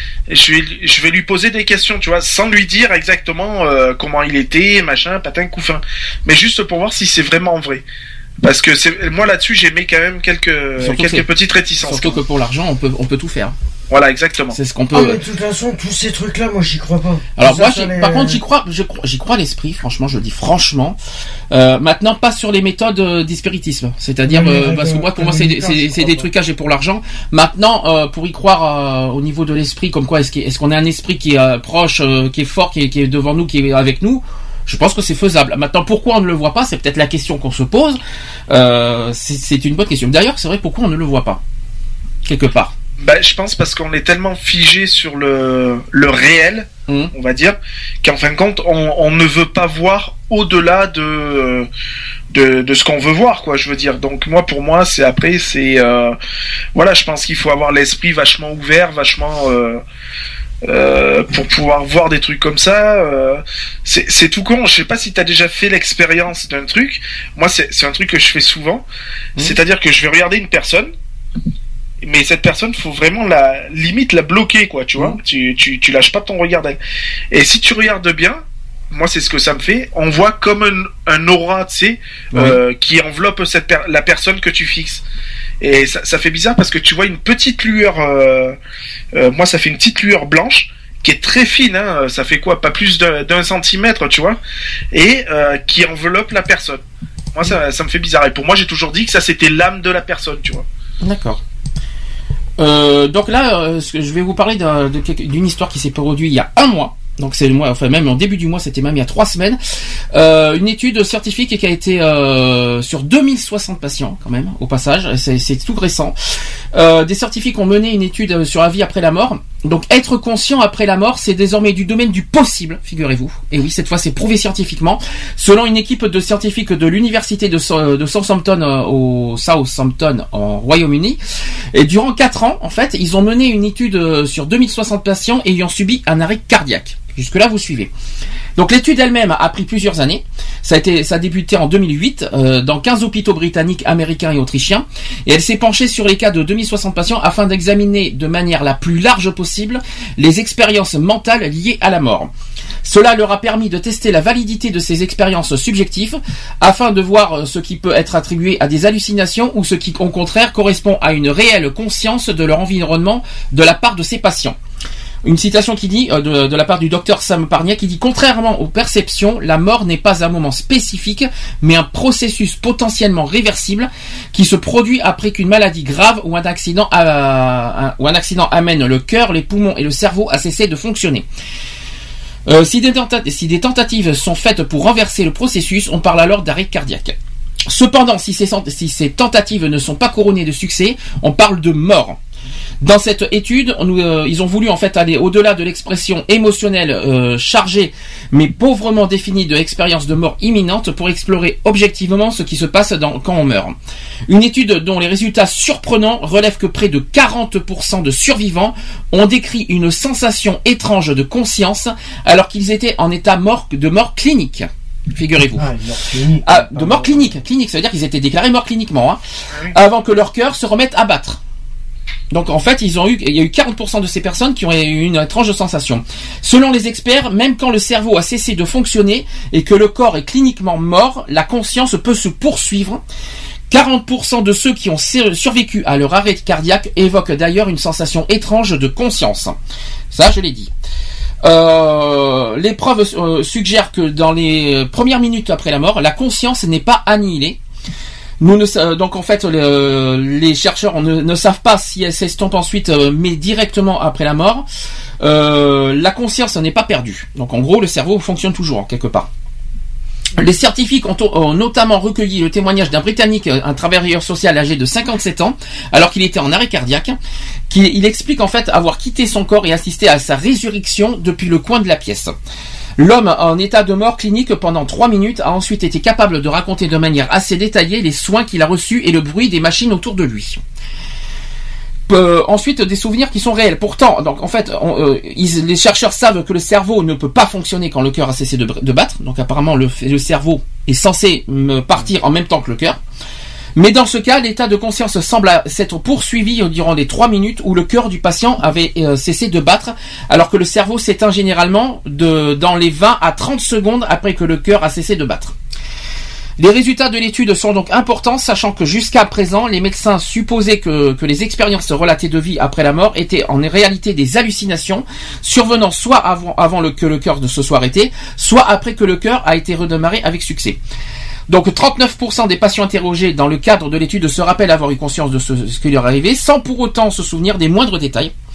je vais, je vais lui poser des questions, tu vois, sans lui dire exactement euh, comment il était, machin, patin, couffin, mais juste pour voir si c'est vraiment vrai. Parce que c'est, moi là-dessus, j'ai mis quand même quelques, quelques petites réticences. Surtout que pour l'argent, on peut, on peut tout faire. Voilà, exactement. C'est ce qu'on peut. Ah, mais de toute façon, tous ces trucs-là, moi, j'y crois pas. Alors moi, ça, les... par contre, j'y crois, je crois, j'y crois à l'esprit. Franchement, je le dis franchement. Euh, maintenant, pas sur les méthodes euh, d'espiritisme. C'est-à-dire, oui, euh, parce que moi, pour moi, c'est, c'est, c'est des trucages et pour l'argent. Maintenant, euh, pour y croire euh, au niveau de l'esprit, comme quoi, est-ce, qu'il, est-ce qu'on a un esprit qui est euh, proche, euh, qui est fort, qui est, qui est devant nous, qui est avec nous? Je pense que c'est faisable. Maintenant, pourquoi on ne le voit pas? C'est peut-être la question qu'on se pose. Euh, c'est, c'est une bonne question. D'ailleurs, c'est vrai, pourquoi on ne le voit pas? quelque part. Bah, je pense parce qu'on est tellement figé sur le, le réel, mmh. on va dire, qu'en fin de compte, on, on ne veut pas voir au-delà de, de, de ce qu'on veut voir, quoi, je veux dire. Donc, moi, pour moi, c'est après, c'est, euh, voilà, je pense qu'il faut avoir l'esprit vachement ouvert, vachement, euh, euh, pour pouvoir voir des trucs comme ça. Euh, c'est, c'est tout con. Je sais pas si t'as déjà fait l'expérience d'un truc. Moi, c'est, c'est un truc que je fais souvent. Mmh. C'est-à-dire que je vais regarder une personne, mais cette personne, faut vraiment la limite la bloquer, quoi, tu vois. Mmh. Tu, tu, tu lâches pas ton regard d'elle. Et si tu regardes bien, moi c'est ce que ça me fait. On voit comme un, un aura, tu sais, oui. euh, qui enveloppe cette per- la personne que tu fixes. Et ça, ça fait bizarre parce que tu vois une petite lueur. Euh, euh, moi, ça fait une petite lueur blanche qui est très fine. Hein, ça fait quoi, pas plus d'un, d'un centimètre, tu vois, et euh, qui enveloppe la personne. Moi, ça, ça me fait bizarre. Et pour moi, j'ai toujours dit que ça c'était l'âme de la personne, tu vois. D'accord. Euh, donc là, euh, je vais vous parler d'un, de, d'une histoire qui s'est produite il y a un mois. Donc c'est le mois, enfin même en début du mois, c'était même il y a trois semaines. Euh, une étude scientifique qui a été euh, sur deux mille soixante patients quand même, au passage. C'est, c'est tout récent. Euh, des scientifiques ont mené une étude sur la vie après la mort. Donc être conscient après la mort, c'est désormais du domaine du possible, figurez-vous. Et oui, cette fois c'est prouvé scientifiquement. Selon une équipe de scientifiques de l'université de, de Southampton euh, au Southampton en Royaume-Uni. Et durant quatre ans, en fait, ils ont mené une étude sur deux mille soixante patients ayant subi un arrêt cardiaque. Jusque-là, vous suivez. Donc l'étude elle-même a pris plusieurs années. Ça a été, ça a débuté en deux mille huit euh, dans quinze hôpitaux britanniques, américains et autrichiens. Et elle s'est penchée sur les cas de deux mille soixante patients afin d'examiner de manière la plus large possible les expériences mentales liées à la mort. Cela leur a permis de tester la validité de ces expériences subjectives afin de voir ce qui peut être attribué à des hallucinations ou ce qui, au contraire, correspond à une réelle conscience de leur environnement de la part de ces patients. Une citation qui dit, euh, de, de la part du docteur Sam Parnia, qui dit « Contrairement aux perceptions, la mort n'est pas un moment spécifique, mais un processus potentiellement réversible qui se produit après qu'une maladie grave ou un accident, a, un, ou un accident amène le cœur, les poumons et le cerveau à cesser de fonctionner. » Euh, si, des tenta- si des tentatives sont faites pour renverser le processus, on parle alors d'arrêt cardiaque. Cependant, si ces, si ces tentatives ne sont pas couronnées de succès, on parle de mort. Dans cette étude, on, euh, ils ont voulu en fait aller au-delà de l'expression émotionnelle euh, chargée mais pauvrement définie de l'expérience de mort imminente pour explorer objectivement ce qui se passe dans, quand on meurt. Une étude dont les résultats surprenants relèvent que près de quarante pour cent de survivants ont décrit une sensation étrange de conscience alors qu'ils étaient en état mort, de mort clinique. Figurez-vous. Ah, clinique, ah, de mort clinique. Clinique, ça veut dire qu'ils étaient déclarés morts cliniquement, hein, oui. Avant que leur cœur se remette à battre. Donc en fait, ils ont eu, il y a eu quarante pour cent de ces personnes qui ont eu une étrange sensation. Selon les experts, même quand le cerveau a cessé de fonctionner et que le corps est cliniquement mort, la conscience peut se poursuivre. quarante pour cent de ceux qui ont survécu à leur arrêt cardiaque évoquent d'ailleurs une sensation étrange de conscience. Ça, je l'ai dit. Euh, les preuves euh, suggèrent que dans les premières minutes après la mort, la conscience n'est pas annihilée. Nous ne, donc en fait, le, les chercheurs ne, ne savent pas si elle s'estompe ensuite, mais directement après la mort. Euh, la conscience n'est pas perdue. Donc en gros, le cerveau fonctionne toujours quelque part. Les scientifiques ont, ont notamment recueilli le témoignage d'un Britannique, un travailleur social âgé de cinquante-sept ans, alors qu'il était en arrêt cardiaque. Qui, il explique en fait avoir quitté son corps et assisté à sa résurrection depuis le coin de la pièce. L'homme en état de mort clinique pendant trois minutes a ensuite été capable de raconter de manière assez détaillée les soins qu'il a reçus et le bruit des machines autour de lui. Euh, ensuite, des souvenirs qui sont réels. Pourtant, donc en fait, on, euh, ils, les chercheurs savent que le cerveau ne peut pas fonctionner quand le cœur a cessé de, de battre. Donc apparemment, le, le cerveau est censé partir en même temps que le cœur. Mais dans ce cas, l'état de conscience semble s'être poursuivi durant les trois minutes où le cœur du patient avait euh, cessé de battre, alors que le cerveau s'éteint généralement de, dans les vingt à trente secondes après que le cœur a cessé de battre. Les résultats de l'étude sont donc importants, sachant que jusqu'à présent, les médecins supposaient que, que les expériences relatées de vie après la mort étaient en réalité des hallucinations, survenant soit avant, avant le, que le cœur ne se soit arrêté, soit après que le cœur a été redémarré avec succès. Donc trente-neuf pour cent des patients interrogés dans le cadre de l'étude se rappellent avoir eu conscience de ce, ce qui leur est arrivé, sans pour autant se souvenir des moindres détails.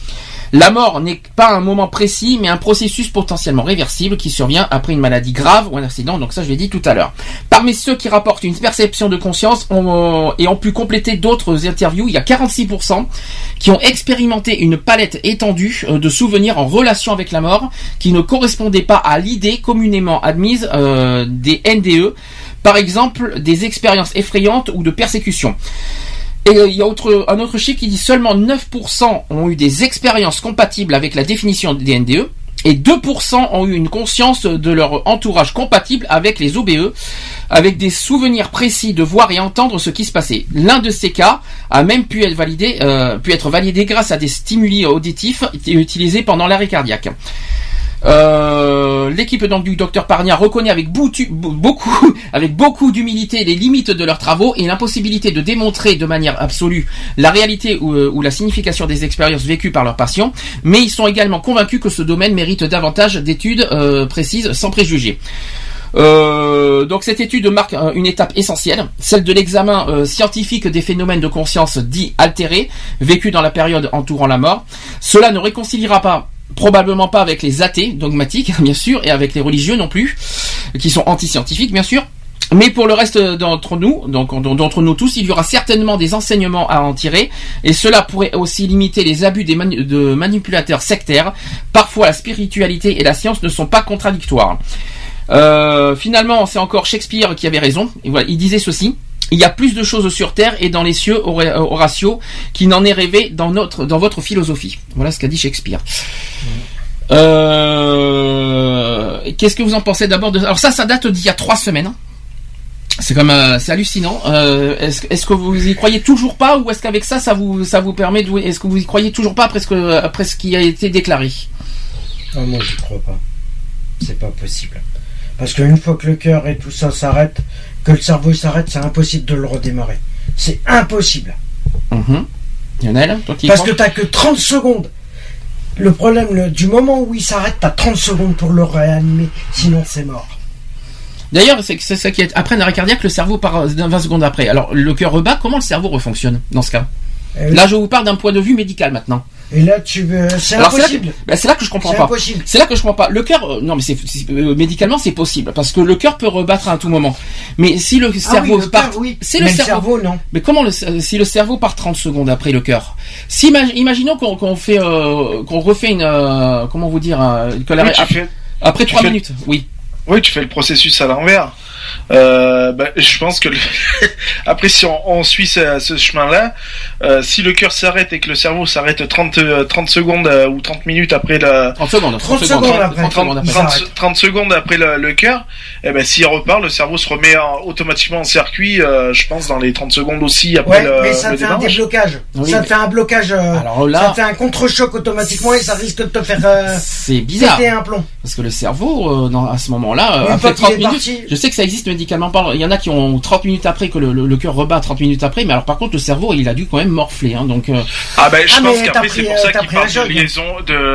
La mort n'est pas un moment précis, mais un processus potentiellement réversible qui survient après une maladie grave ou un accident. Donc ça, je l'ai dit tout à l'heure. Parmi ceux qui rapportent une perception de conscience ont, et ont pu compléter d'autres interviews, il y a quarante-six pour cent qui ont expérimenté une palette étendue de souvenirs en relation avec la mort qui ne correspondait pas à l'idée communément admise euh, des N D E. Par exemple, des expériences effrayantes ou de persécution. Et il y a autre, un autre chiffre qui dit seulement neuf pour cent ont eu des expériences compatibles avec la définition des N D E et deux pour cent ont eu une conscience de leur entourage compatible avec les O B E, avec des souvenirs précis de voir et entendre ce qui se passait. L'un de ces cas a même pu être validé, euh, pu être validé grâce à des stimuli auditifs utilisés pendant l'arrêt cardiaque. Euh, l'équipe donc du docteur Parnia reconnaît avec boutu, beaucoup, avec beaucoup d'humilité les limites de leurs travaux et l'impossibilité de démontrer de manière absolue la réalité ou, ou la signification des expériences vécues par leurs patients, mais ils sont également convaincus que ce domaine mérite davantage d'études euh, précises sans préjugés. Euh, donc cette étude marque euh, une étape essentielle, celle de l'examen euh, scientifique des phénomènes de conscience dits altérés, vécus dans la période entourant la mort. Cela ne réconciliera pas probablement pas avec les athées dogmatiques, bien sûr, et avec les religieux non plus, qui sont anti-scientifiques, bien sûr. Mais pour le reste d'entre nous, donc d'entre nous tous, il y aura certainement des enseignements à en tirer, et cela pourrait aussi limiter les abus des manu- de manipulateurs sectaires. Parfois, la spiritualité et la science ne sont pas contradictoires. Euh, finalement, c'est encore Shakespeare qui avait raison. Et voilà, il disait ceci. Il y a plus de choses sur terre et dans les cieux, Horatio, qui n'en est rêvé dans notre, dans votre philosophie. Voilà ce qu'a dit Shakespeare. Mmh. Euh, qu'est-ce que vous en pensez d'abord de... Alors ça, ça date d'il y a trois semaines. C'est comme, euh, c'est hallucinant. Euh, est-ce, est-ce que vous y croyez toujours pas, ou est-ce qu'avec ça, ça vous, ça vous permet de, est-ce que vous y croyez toujours pas après ce que, après ce qui a été déclaré? Ah, moi, j'y crois pas. C'est pas possible. Parce qu'une fois que le cœur et tout ça s'arrête, que le cerveau s'arrête, c'est impossible de le redémarrer. C'est impossible. Mmh. Lionel, toi qui Parce crois? que t'as que trente secondes. Le problème, le, du moment où il s'arrête, t'as trente secondes pour le réanimer, sinon c'est mort. D'ailleurs, c'est, c'est ça qui est. Après un arrêt cardiaque, le cerveau part vingt secondes après. Alors, le cœur rebat, comment le cerveau refonctionne dans ce cas? Et là, oui. Je vous parle d'un point de vue médical maintenant. Et là, tu veux. C'est Alors, impossible. C'est là, que, ben, c'est là que je comprends c'est pas. Impossible. C'est là que je comprends pas. Le cœur, euh, non, mais c'est, c'est euh, médicalement, c'est possible parce que le cœur peut rebattre à tout moment. Mais si le cerveau ah oui, le part, cœur, oui. c'est mais le cerveau. cerveau, non. Mais comment le, si le cerveau part trente secondes après le cœur? Si imaginons qu'on, qu'on fait, euh, qu'on refait une, euh, comment vous dire, euh, que la, oui, après, fais, après trois minutes, oui. Oui, tu fais le processus à l'envers. Euh, bah, je pense que le... après si on, on suit ce, ce chemin-là, euh, si le cœur s'arrête et que le cerveau s'arrête trente, trente secondes euh, ou trente minutes après le trente secondes, trente secondes après, trente, trente, trente, trente secondes après le, le cœur, et ben s'il repart, le cerveau se remet en, automatiquement en circuit. Euh, je pense dans les trente secondes aussi après ouais, le. Mais ça le te fait un déblocage. Oui, ça mais... te fait un blocage. Euh, Alors là, ça te fait un contre-choc automatiquement et ça risque de te faire. Euh, c'est bizarre. Péter un plomb. Parce que le cerveau, euh, dans, à ce moment-là, Une après trente minutes, parti... je sais que ça existe médicalement parlant. Il y en a qui ont trente minutes après que le, le, le cœur rebat trente minutes après, mais alors par contre le cerveau il a dû quand même morfler, hein, donc. Euh... Ah ben je ah, pense qu'après pris, c'est pour ça qu'il parle de liaison,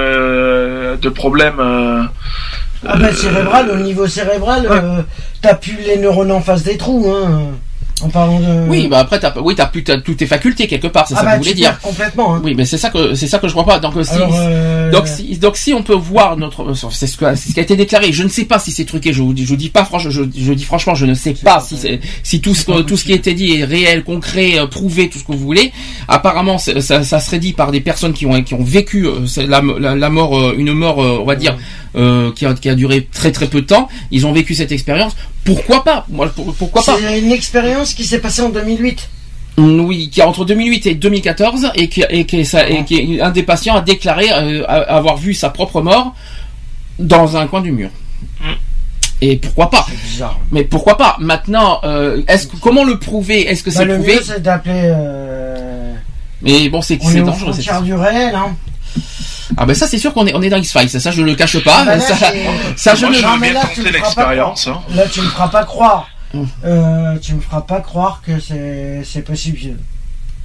de de problèmes. Euh, ah ben cérébral, au niveau cérébral, ouais. euh, t'as plus les neurones en face des trous, hein. En parlant de. Oui, bah après t'as, oui, t'as plus t'as toutes tes facultés quelque part, c'est ah ça bah, que vous voulez dire. Complètement. Hein. Oui, mais c'est ça que c'est ça que je crois pas. Donc si, Alors, euh... donc si, donc si on peut voir notre, c'est ce, que, c'est ce qui a été déclaré. Je ne sais pas si c'est truqué. Je vous dis, je vous dis pas franchement, je, je dis franchement, je ne sais c'est pas si c'est, si tout ce que, tout ce qui a été dit est réel, concret, prouvé, tout ce que vous voulez. Apparemment, ça, ça serait dit par des personnes qui ont qui ont vécu la, la, la mort, une mort, on va dire. Euh, qui, a, qui a duré très très peu de temps. Ils ont vécu cette expérience. Pourquoi pas? Moi, pour, pourquoi c'est pas? C'est une expérience qui s'est passée en deux mille huit. Oui, qui a entre deux mille huit et deux mille quatorze et qui, et qui, ça, et qui un des patients a déclaré euh, avoir vu sa propre mort dans un coin du mur. Mm. Et pourquoi pas? C'est bizarre. Mais pourquoi pas? Maintenant, euh, est-ce que, comment le prouver? Est-ce que bah, c'est le prouvé? mieux, c'est d'appeler. Euh... Mais bon, c'est, on c'est est dangereux. C'est du réel, hein. Ah ben ça c'est sûr qu'on est on est dans X-Files, ça je ne le cache pas. Ah bah là, ça, ça je Moi, ne je veux bien tenter l'expérience. Hein. Là tu me feras pas croire. Mmh. Euh, tu me feras pas croire que c'est c'est possible.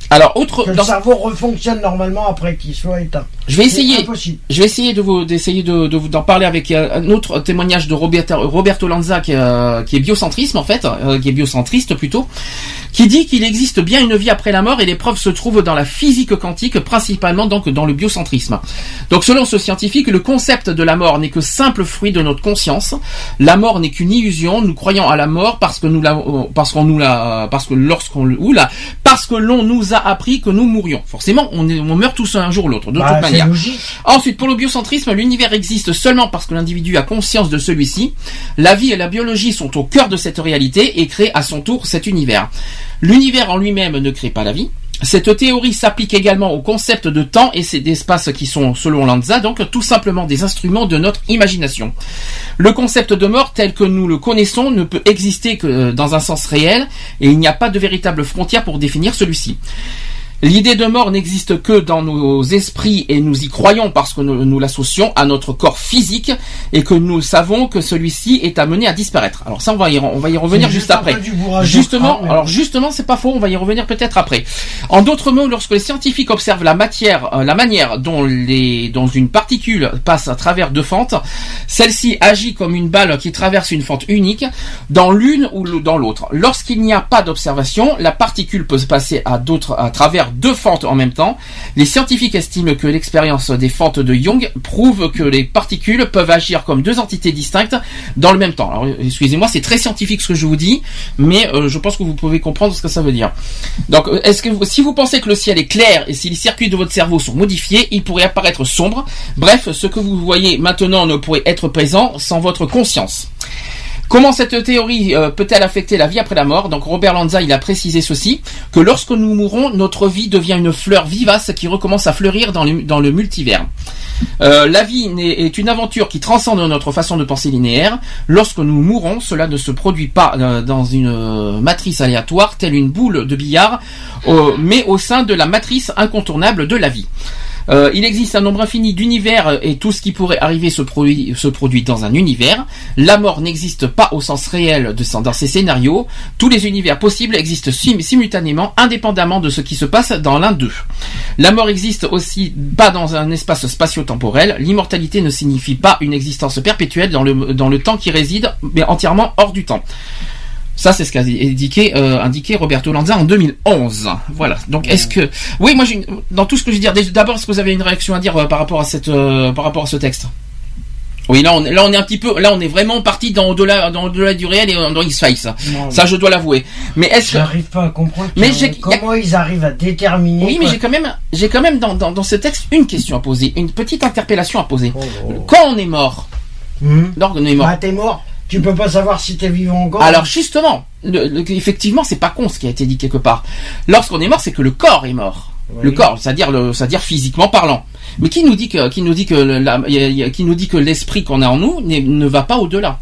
Alors, autre, que le dans... cerveau refonctionne normalement après qu'il soit éteint. Je vais essayer. C'est impossible. Je vais essayer de vous d'essayer de, de vous d'en parler avec un autre témoignage de Roberto, Roberto Lanza qui, euh, qui est biocentrisme en fait, euh, qui est biocentriste plutôt, qui dit qu'il existe bien une vie après la mort et les preuves se trouvent dans la physique quantique, principalement donc dans le biocentrisme. Donc selon ce scientifique, le concept de la mort n'est que simple fruit de notre conscience. La mort n'est qu'une illusion. Nous croyons à la mort parce que nous la, parce qu'on nous la, parce que lorsqu'on oula, parce que l'on nous a appris que nous mourions. Forcément, on, est, on meurt tous un jour ou l'autre, de bah, toute manière. Logique. Ensuite, pour le biocentrisme, l'univers existe seulement parce que l'individu a conscience de celui-ci. La vie et la biologie sont au cœur de cette réalité et créent à son tour cet univers. L'univers en lui-même ne crée pas la vie. Cette théorie s'applique également au concept de temps et d'espace qui sont, selon Lanza, donc tout simplement des instruments de notre imagination. Le concept de mort tel que nous le connaissons ne peut exister que dans un sens réel et il n'y a pas de véritable frontière pour définir celui-ci. L'idée de mort n'existe que dans nos esprits et nous y croyons parce que nous, nous l'associons à notre corps physique et que nous savons que celui-ci est amené à disparaître. Alors ça, on va y, on va y revenir juste, juste après. Justement, crâne, alors justement, c'est pas faux, on va y revenir peut-être après. En d'autres mots, lorsque les scientifiques observent la matière, euh, la manière dont les, dont une particule passe à travers deux fentes, celle-ci agit comme une balle qui traverse une fente unique dans l'une ou dans l'autre. Lorsqu'il n'y a pas d'observation, la particule peut se passer à d'autres, à travers deux fentes en même temps. Les scientifiques estiment que l'expérience des fentes de Young prouve que les particules peuvent agir comme deux entités distinctes dans le même temps. Alors, excusez-moi, c'est très scientifique ce que je vous dis, mais euh, je pense que vous pouvez comprendre ce que ça veut dire. Donc, est-ce que vous, si vous pensez que le ciel est clair et si les circuits de votre cerveau sont modifiés, il pourrait apparaître sombre. Bref, ce que vous voyez maintenant ne pourrait être présent sans votre conscience. Comment cette théorie euh, peut-elle affecter la vie après la mort? Donc Robert Lanza, il a précisé ceci, que lorsque nous mourons, notre vie devient une fleur vivace qui recommence à fleurir dans le, dans le multivers. Euh, la vie est une aventure qui transcende notre façon de penser linéaire. Lorsque nous mourons, cela ne se produit pas euh, dans une euh, matrice aléatoire, telle une boule de billard, euh, mais au sein de la matrice incontournable de la vie. Euh, il existe un nombre infini d'univers et tout ce qui pourrait arriver se produit, se produit dans un univers. La mort n'existe pas au sens réel de, dans ces scénarios. Tous les univers possibles existent sim, simultanément, indépendamment de ce qui se passe dans l'un d'eux. La mort existe aussi pas dans un espace spatio-temporel. L'immortalité ne signifie pas une existence perpétuelle dans le, dans le temps qui réside, mais entièrement hors du temps. Ça, c'est ce qu'a indiqué, euh, indiqué Roberto Lanza en deux mille onze. Voilà. Donc, est-ce que, oui, moi, j'ai une... dans tout ce que je veux dire, d'abord, est-ce que vous avez une réaction à dire euh, par rapport à cette, euh, par rapport à ce texte? Oui, là, on, là, on est un petit peu, là, on est vraiment parti dans au-delà, dans au-delà du réel et dans X-Files. Ça, je dois l'avouer. Mais est-ce que j'arrive pas à comprendre mais j'ai... comment a... ils arrivent à déterminer. Oui, quoi. Mais j'ai quand même, j'ai quand même dans, dans, dans ce texte une question à poser, une petite interpellation à poser. Oh, oh. Quand on est mort, mmh. donc on est mort. Bah, t'es mort. Tu peux pas savoir si t'es vivant encore. Alors justement, le, le, effectivement, c'est pas con ce qui a été dit quelque part. Lorsqu'on est mort, c'est que le corps est mort. Oui. Le corps, c'est-à-dire le, c'est-à-dire physiquement parlant. Mais qui nous dit que, qui nous dit que, la, y a, y a, qui nous dit que l'esprit qu'on a en nous ne va pas au-delà?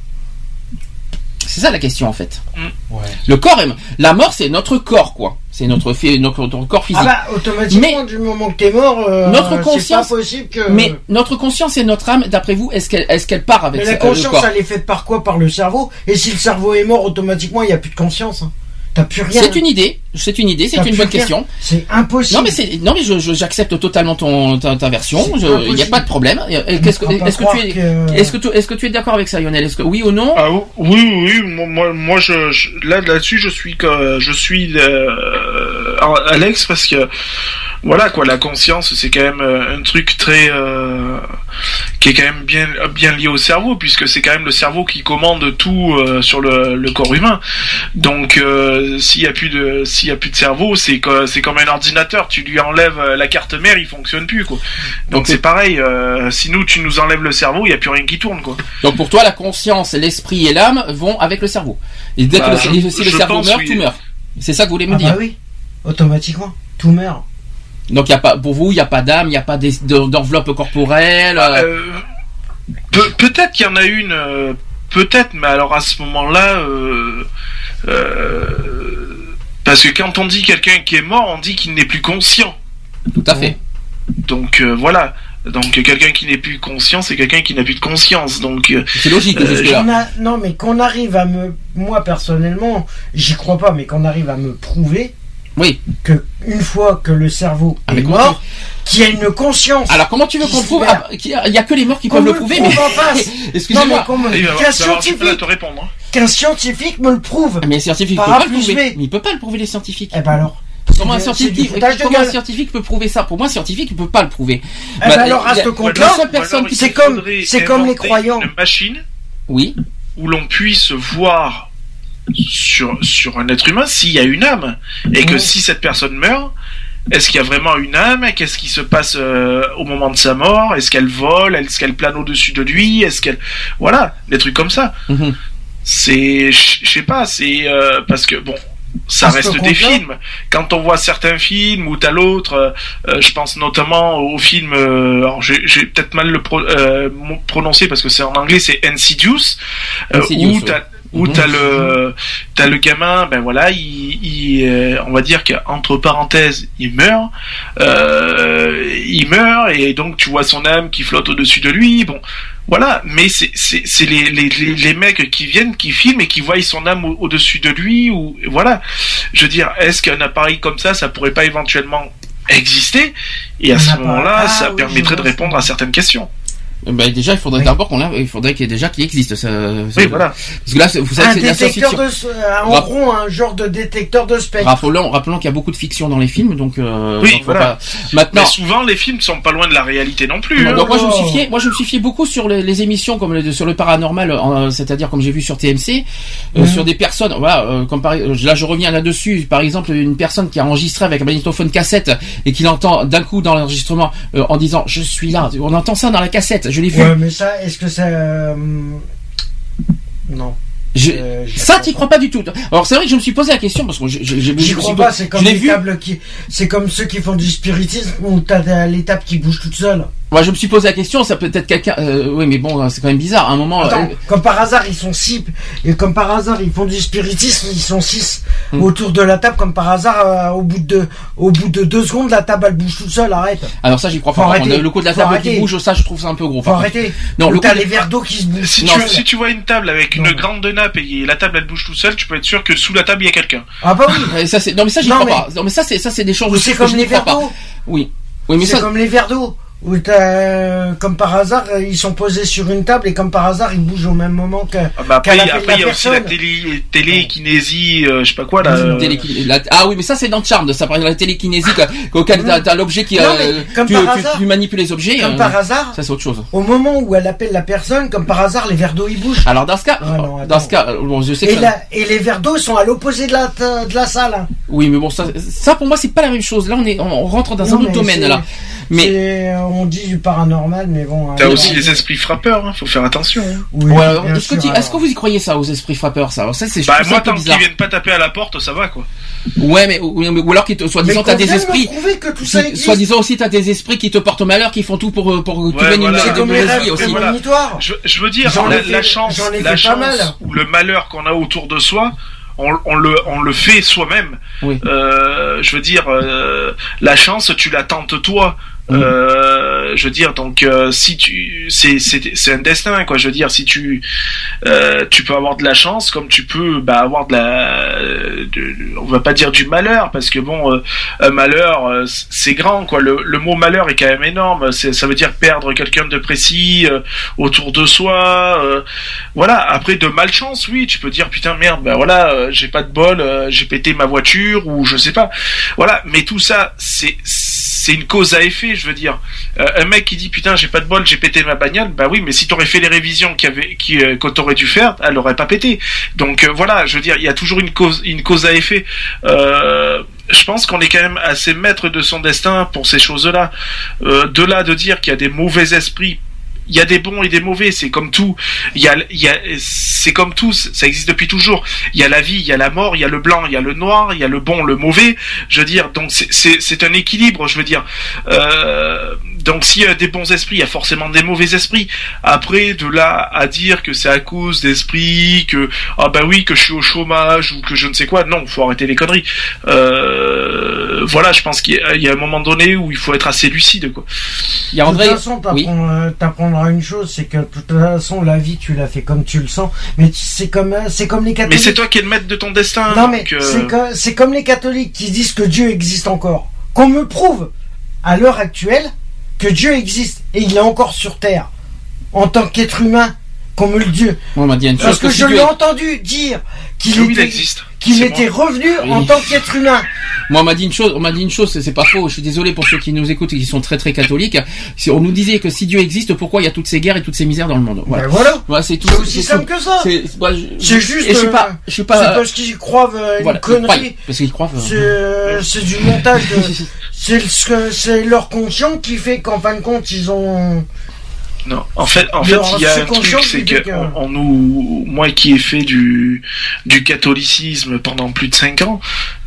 C'est ça la question en fait. Ouais. Le corps est, la mort, c'est notre corps quoi. C'est notre, notre, notre corps physique. Ah bah automatiquement mais, du moment que t'es mort, euh, notre conscience, c'est pas possible que. Mais notre conscience et notre âme, d'après vous, est-ce qu'elle, est-ce qu'elle part avec mais la conscience, elle est faite par quoi? Par le cerveau. Et si le cerveau est mort, automatiquement, il y a plus de conscience. Hein. T'as plus rien. C'est une idée. C'est une idée. C'est T'as une bonne rien. question. C'est impossible. Non mais c'est non mais je, je j'accepte totalement ton ta, ta version. Il n'y a pas de problème. Qu'est-ce que est-ce que tu es que... est-ce que tu est-ce que tu es d'accord avec ça, Lionel? Est-ce que oui ou non? Ah oui oui oui. Moi moi je, je là là-dessus je suis que je suis euh, Alex parce que voilà quoi, la conscience c'est quand même un truc très euh, qui est quand même bien bien lié au cerveau puisque c'est quand même le cerveau qui commande tout euh, sur le, le corps humain. Donc euh, s'il y a plus de s'il y a plus de cerveau, c'est que c'est comme un ordinateur, tu lui enlèves la carte mère, il fonctionne plus quoi. Donc, Donc c'est pareil, euh, si nous tu nous enlèves le cerveau, il y a plus rien qui tourne quoi. Donc pour toi la conscience, l'esprit et l'âme vont avec le cerveau. Et dès bah, que le, je, si le cerveau pense, meurt, oui. tout meurt. C'est ça que vous voulez me ah dire? Bah oui, automatiquement, tout meurt. Donc y a pas, pour vous, il n'y a pas d'âme, il n'y a pas des, de, d'enveloppe corporelle. Euh, pe- peut-être qu'il y en a une, euh, peut-être, mais alors à ce moment-là, euh, euh, parce que quand on dit quelqu'un qui est mort, on dit qu'il n'est plus conscient. Tout à fait. Donc euh, voilà. Donc quelqu'un qui n'est plus conscient, c'est quelqu'un qui n'a plus de conscience. Donc euh, c'est logique. Euh, a, non, mais qu'on arrive à me, moi personnellement, j'y crois pas, mais qu'on arrive à me prouver Oui. Que une fois que le cerveau ah, est mort, qu'il y a une conscience. Alors comment tu veux qu'on le prouve? ah, Il y a que les morts qui peuvent le prouver. Mais excusez-moi. Qu'un scientifique, te répondre. Qu'un scientifique me le prouve. Mais les scientifiques ne peuvent pas le prouver. Mais il peut pas le prouver, les scientifiques. Eh ben alors. Comment un scientifique, comment un scientifique peut prouver ça? Pour moi, un scientifique ne peut pas le prouver. Eh bah, ben alors, à ce compte-là, c'est comme, c'est comme les croyants. Une machine. Oui. Où l'on puisse voir sur sur un être humain s'il y a une âme et que mmh. si cette personne meurt, est-ce qu'il y a vraiment une âme? Qu'est-ce qui se passe euh, au moment de sa mort? Est-ce qu'elle vole? Est-ce qu'elle plane au-dessus de lui? Est-ce qu'elle, voilà, des trucs comme ça. Mmh. C'est, je sais pas, c'est euh, parce que bon. Ça Parce reste des films. Quand on voit certains films ou t'as l'autre, euh, je pense notamment au film. Euh, alors j'ai, j'ai peut-être mal le pro, euh, prononcé parce que c'est en anglais, c'est Insidious, euh, Insidious où t'as, ouais. où mmh. t'as le, t'as le gamin. Ben voilà, il, il euh, on va dire qu'entre parenthèses, il meurt, euh, il meurt et donc tu vois son âme qui flotte au-dessus de lui. Bon. Voilà, mais c'est c'est c'est les les les mecs qui viennent, qui filment et qui voient son âme au, au-dessus de lui ou voilà. Je veux dire, est-ce qu'un appareil comme ça, ça pourrait pas éventuellement exister? Et à ce moment-là, ah, ça oui, permettrait de répondre à certaines questions. Ben déjà, il faudrait oui. d'abord qu'on l'a, il faudrait qu'il y ait déjà qu'il existe. Ça, oui, voilà. Parce que là, vous savez, un c'est détecteur de, en Rap- gros, un genre de détecteur de spectre. Rappelons, rappelons qu'il y a beaucoup de fiction dans les films, donc. Euh, oui, donc voilà. Pas... Maintenant, mais souvent, les films sont pas loin de la réalité non plus. Non, hein. Donc moi, je me suis fié, moi, je me suis fié beaucoup sur les, les émissions comme le, sur le paranormal, euh, c'est-à-dire comme j'ai vu sur T M C, euh, mmh. sur des personnes. Voilà, euh, comme par, là, je reviens là-dessus. Par exemple, une personne qui a enregistré avec un magnétophone cassette et qui l'entend d'un coup dans l'enregistrement euh, en disant "Je suis là". On entend ça dans la cassette. Je l'ai vu. Ouais, mais ça. Est-ce que ça... Euh... Non. Je... Euh, ça, t'y crois pas du tout. Alors c'est vrai que je me suis posé la question parce que je, je, je, j'y je crois pas. C'est comme les tables qui, c'est comme ceux qui font du spiritisme où t'as les tables qui bougent toutes seules. Moi, je me suis posé la question. Ça peut être quelqu'un. Euh, oui, mais bon, c'est quand même bizarre. À un moment. Attends, euh... comme par hasard, ils sont six. Et comme par hasard, ils font du spiritisme. Ils sont six hum. autour de la table. Comme par hasard, euh, au bout de, au bout de deux secondes, la table elle bouge toute seule. Arrête. Alors ça, j'y crois pas. Le coup de la table qui bouge, ça, je trouve ça un peu gros. Faut arrêter. Non, le t'as les verres d'eau qui se bougent. Si, non, tu, si tu vois une table avec une non. grande nappe et la table elle bouge tout seul, tu peux être sûr que sous la table il y a quelqu'un. Ah bah oui. ça c'est. Non mais ça j'y crois pas. Non mais ça c'est ça c'est des choses. C'est comme les verres d'eau. Oui. Oui mais c'est ça. comme les verres d'eau. Où t'as, comme par hasard, ils sont posés sur une table et comme par hasard, ils bougent au même moment que. Ah bah après, après il y a aussi la télé, télékinésie, euh, je sais pas quoi là. Euh... Télékin... La... Ah oui, mais ça c'est dans Charmed, ça parle de la télékinésie, auquel t'as, t'as l'objet qui, non, euh, comme tu, par tu, hasard, tu manipules les objets. Comme euh, par hasard. Ça c'est autre chose. Au moment où elle appelle la personne, comme par hasard, les verres d'eau ils bougent. Alors dans ce cas, ah, non, dans ce cas, bon, je sais que. Et, la, et les verres d'eau sont à l'opposé de la de la salle. Hein. Oui, mais bon, ça, ça pour moi c'est pas la même chose. Là on est, on rentre dans non, un autre domaine là. Mais c'est, on dit du paranormal, mais bon. T'as aussi les esprits frappeurs, hein, faut faire attention. Hein. Oui, ouais, alors, est-ce, que tu, est-ce que vous y croyez ça aux esprits frappeurs, ça, alors, ça c'est bah moi tant qu'ils viennent pas taper à la porte, ça va quoi. Ouais, mais ou, ou alors qu'ils soit disant t'as des esprits. Que tout ça soit disant aussi t'as des esprits qui te portent malheur, qui font tout pour pour ouais, que tu viennes voilà. une maladie aussi. Voilà. Je, je veux dire la, fait, la chance, la chance ou le malheur qu'on a autour de soi. On, on le on le fait soi-même. Oui. Euh, je veux dire, euh, la chance, tu la tentes toi. Mmh. Euh, je veux dire, donc euh, si tu, c'est c'est c'est un destin quoi. Je veux dire, si tu euh, tu peux avoir de la chance, comme tu peux bah avoir de la, de, on va pas dire du malheur parce que bon, euh, un malheur euh, c'est grand quoi. Le, le mot malheur est quand même énorme. C'est, ça veut dire perdre quelqu'un de précis euh, autour de soi. Euh, voilà. Après de malchance, oui, tu peux dire putain merde, ben voilà, euh, j'ai pas de bol, euh, j'ai pété ma voiture ou je sais pas. Voilà. Mais tout ça, c'est c'est une cause à effet. Je veux dire, euh, un mec qui dit putain j'ai pas de bol, j'ai pété ma bagnole, bah oui, mais si t'aurais fait les révisions qu'il y avait, qui, euh, que t'aurais dû faire, elle aurait pas pété. Donc euh, voilà, je veux dire, il y a toujours une cause, une cause à effet. Euh, je pense qu'on est quand même assez maître de son destin pour ces choses-là. Euh, de là de dire qu'il y a des mauvais esprits. Il y a des bons et des mauvais, c'est comme tout. Il y a, il y a, c'est comme tout, ça existe depuis toujours. Il y a la vie, il y a la mort, il y a le blanc, il y a le noir, il y a le bon, le mauvais. Je veux dire, donc c'est, c'est, c'est un équilibre. Je veux dire, euh, donc s'il y a des bons esprits, il y a forcément des mauvais esprits. Après, de là à dire que c'est à cause d'esprits, que ah ben oui, que je suis au chômage ou que je ne sais quoi, non, faut arrêter les conneries. Euh, euh, voilà, je pense qu'il y a, il y a un moment donné où il faut être assez lucide, quoi. Il y a André. De toute façon, t'apprendras, oui. t'apprendras une chose, c'est que de toute façon, la vie, tu la fais comme tu le sens. Mais c'est comme, c'est comme les catholiques. Mais c'est toi qui es le maître de ton destin. Non, mais donc, euh... c'est, comme, c'est comme les catholiques qui disent que Dieu existe encore. Qu'on me prouve, à l'heure actuelle, que Dieu existe et il est encore sur terre en tant qu'être humain, qu'on me le dise. Bon, on m'a dit une chose parce que, que si je Dieu l'ai est... entendu dire qu'il oui, était, qu'il était revenu oui. en tant qu'être humain. Moi, on m'a dit une chose, on m'a dit une chose, c'est pas faux. Je suis désolé pour ceux qui nous écoutent et qui sont très très catholiques. On nous disait que si Dieu existe, pourquoi il y a toutes ces guerres et toutes ces misères dans le monde. Voilà. Ben voilà. Voilà, c'est tout. C'est aussi simple que ça. C'est, c'est, bah, je, c'est juste. Et je suis pas, je suis pas. C'est parce qu'ils croient euh, une voilà, connerie. Parce qu'ils croient. C'est, euh, c'est du montage. De, c'est ce que c'est leur conscient qui fait qu'en fin de compte ils ont. Non, en fait, en fait, il y a un truc, c'est que on, on nous, moi qui ai fait du du catholicisme pendant plus de cinq ans,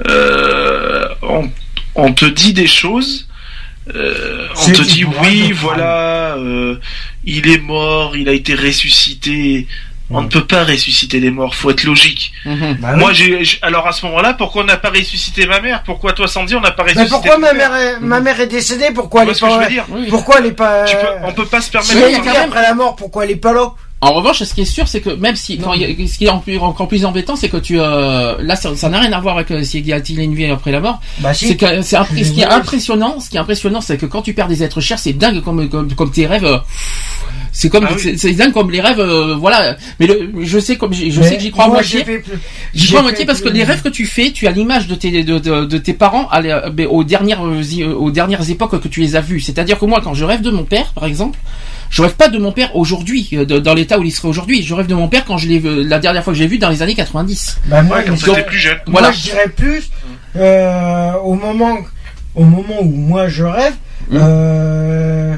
euh, on, on te dit des choses, euh, on te dit oui, voilà, euh, il est mort, il a été ressuscité. On mmh. ne peut pas ressusciter les morts, faut être logique. Mmh. Bah Moi, j'ai, j'ai, alors à ce moment-là, pourquoi on n'a pas ressuscité ma mère? Pourquoi toi, Sandy, on n'a pas ressuscité? Mais pourquoi ma mère, est, mmh. ma mère est décédée? Pourquoi elle est pas? Je veux dire. Pourquoi elle est pas? Tu peux, on peut pas se permettre. Si elle est après la mort, pourquoi elle est pas là? En revanche, ce qui est sûr, c'est que même si, quand il, ce qui est encore plus embêtant, c'est que tu, euh, là, ça, ça n'a rien à voir avec euh, s'il y a-t-il une vie après la mort. Bah, si. C'est que, c'est, ce qui est impressionnant, ce qui est impressionnant, c'est que quand tu perds des êtres chers, c'est dingue comme, comme, comme tes rêves. Euh, c'est comme, ah oui. c'est, c'est dingue comme les rêves, euh, voilà. Mais le, je sais comme, je sais que j'y crois à moitié. J'y crois à moitié parce que les rêves que tu fais, tu as l'image de tes, de, de, de tes parents à les, aux dernières, aux dernières époques que tu les as vus. C'est-à-dire que moi, quand je rêve de mon père, par exemple, je rêve pas de mon père aujourd'hui, de, dans l'état où il serait aujourd'hui. Je rêve de mon père quand je l'ai, la dernière fois que j'ai vu dans les années quatre-vingt-dix. Bah moi, ouais, quand j'étais plus jeune. Voilà. Moi, je dirais plus euh, au moment, au moment où moi je rêve. Mmh. Euh,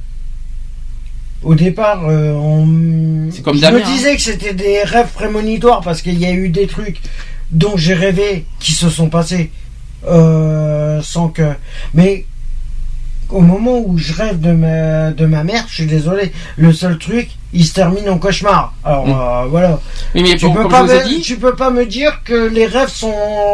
au départ, euh, on, c'est comme je Damien, me disais hein. que c'était des rêves prémonitoires parce qu'il y a eu des trucs dont j'ai rêvé qui se sont passés euh, sans que, mais au moment où je rêve de ma, de ma mère, je suis désolé, le seul truc, il se termine en cauchemar. Alors mmh. euh, voilà. Oui, mais tu, bon, peux pas me, tu peux pas me dire que les rêves sont...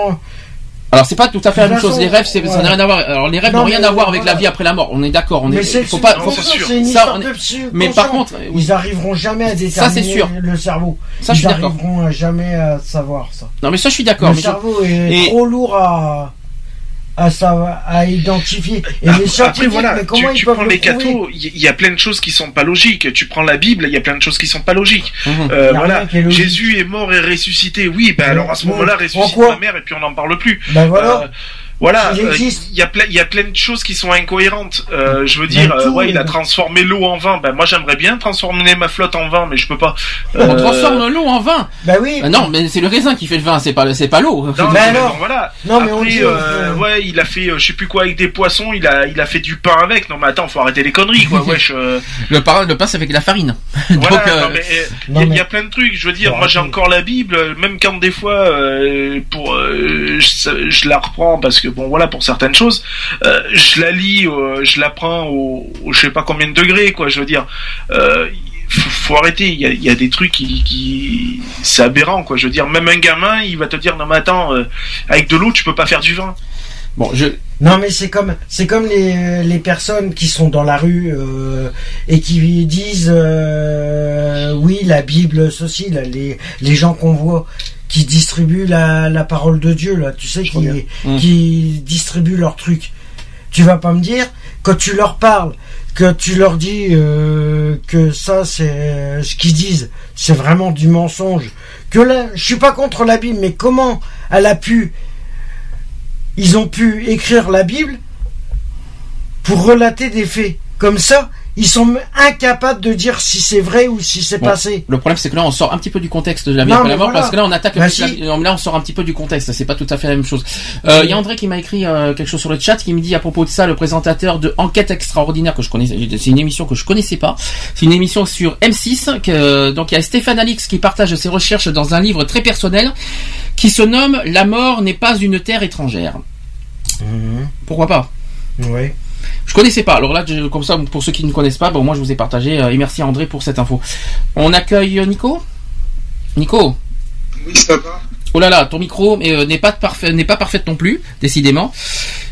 Alors c'est pas tout à fait la même chose. Les rêves, c'est, ouais. ça n'a rien à voir. Alors les rêves non, n'ont rien à voir avec voilà. la vie après la mort. On est d'accord. On mais est. C'est, faut pas. faut, c'est sûr. C'est une ça, on est, mais par contre, ils arriveront jamais à déterminer ça, c'est sûr. le cerveau. Ça, ils je suis d'accord. arriveront jamais à savoir ça. Non, mais ça, je suis d'accord. Le mais cerveau je... est et... trop lourd à. À, ça, à identifier. Et après, les scientifiques, voilà, mais comment tu, ils tu peuvent prends le les cathos, il y a plein de choses qui sont pas logiques. Tu prends la Bible, il y a plein de choses qui sont pas logiques. Mmh. Euh, voilà, est Jésus est mort et ressuscité. Oui, ben mmh. alors à ce moment-là, ressuscite ma mère et puis on n'en parle plus. Ben voilà. Euh, Voilà, il euh, y a plein, il y a plein de choses qui sont incohérentes. Euh, je veux dire, euh, ouais, il a transformé l'eau en vin. Ben moi, j'aimerais bien transformer ma flotte en vin, mais je peux pas. Euh... On transforme l'eau en vin. Ben oui. Euh, non, mais c'est le raisin qui fait le vin, c'est pas, c'est pas l'eau. Non, mais alors, bon, voilà. Non, mais après, on dit, euh, ouais, il a fait, euh, je sais plus quoi avec des poissons. Il a, il a fait du pain avec. Non, mais attends, faut arrêter les conneries, quoi. Wesh. Euh... Le pain, le pain, c'est avec de la farine. Voilà. Donc, euh... non, mais il y, mais... y a plein de trucs. Je veux dire, bon, moi, j'ai encore la Bible, même quand des fois, euh, pour, euh, je, je la reprends parce que bon, voilà, pour certaines choses, euh, je la lis, euh, je la prends au, au je sais pas combien de degrés, quoi, je veux dire, euh, faut, faut arrêter, il y a, y a des trucs qui, qui, c'est aberrant, quoi, je veux dire, même un gamin, il va te dire, non mais attends, euh, avec de l'eau, tu peux pas faire du vin. Bon, je... Non mais c'est comme c'est comme les les personnes qui sont dans la rue euh, et qui disent euh, oui la Bible ceci là, les les gens qu'on voit qui distribuent la la parole de Dieu là, tu sais, qui mmh. qui distribuent leurs trucs. Tu vas pas me dire quand tu leur parles, que tu leur dis euh, que ça c'est ce qu'ils disent, c'est vraiment du mensonge. Que là, je suis pas contre la Bible, mais comment elle a pu Ils ont pu écrire la Bible pour relater des faits. Comme ça, ils sont incapables de dire si c'est vrai ou si c'est bon, passé. Le problème, c'est que là, on sort un petit peu du contexte de la vie après la mort, voilà. Parce que là, on attaque. Bah, si. la... Là, on sort un petit peu du contexte. C'est pas tout à fait la même chose. Euh, il y a André qui m'a écrit euh, quelque chose sur le chat, qui me dit à propos de ça, le présentateur de Enquête extraordinaire que je connaissais, c'est une émission que je connaissais pas. C'est une émission sur M six. Que, donc, il y a Stéphane Alix qui partage ses recherches dans un livre très personnel qui se nomme La mort n'est pas une terre étrangère. Mmh. Pourquoi pas? Oui. Je connaissais pas. Alors là, je, comme ça, pour ceux qui ne connaissent pas, bon, moi je vous ai partagé. Euh, et merci à André pour cette info. On accueille Nico. Nico. Oui, ça va. Oh là là, ton micro euh, n'est pas parfait, n'est pas parfaite non plus, décidément.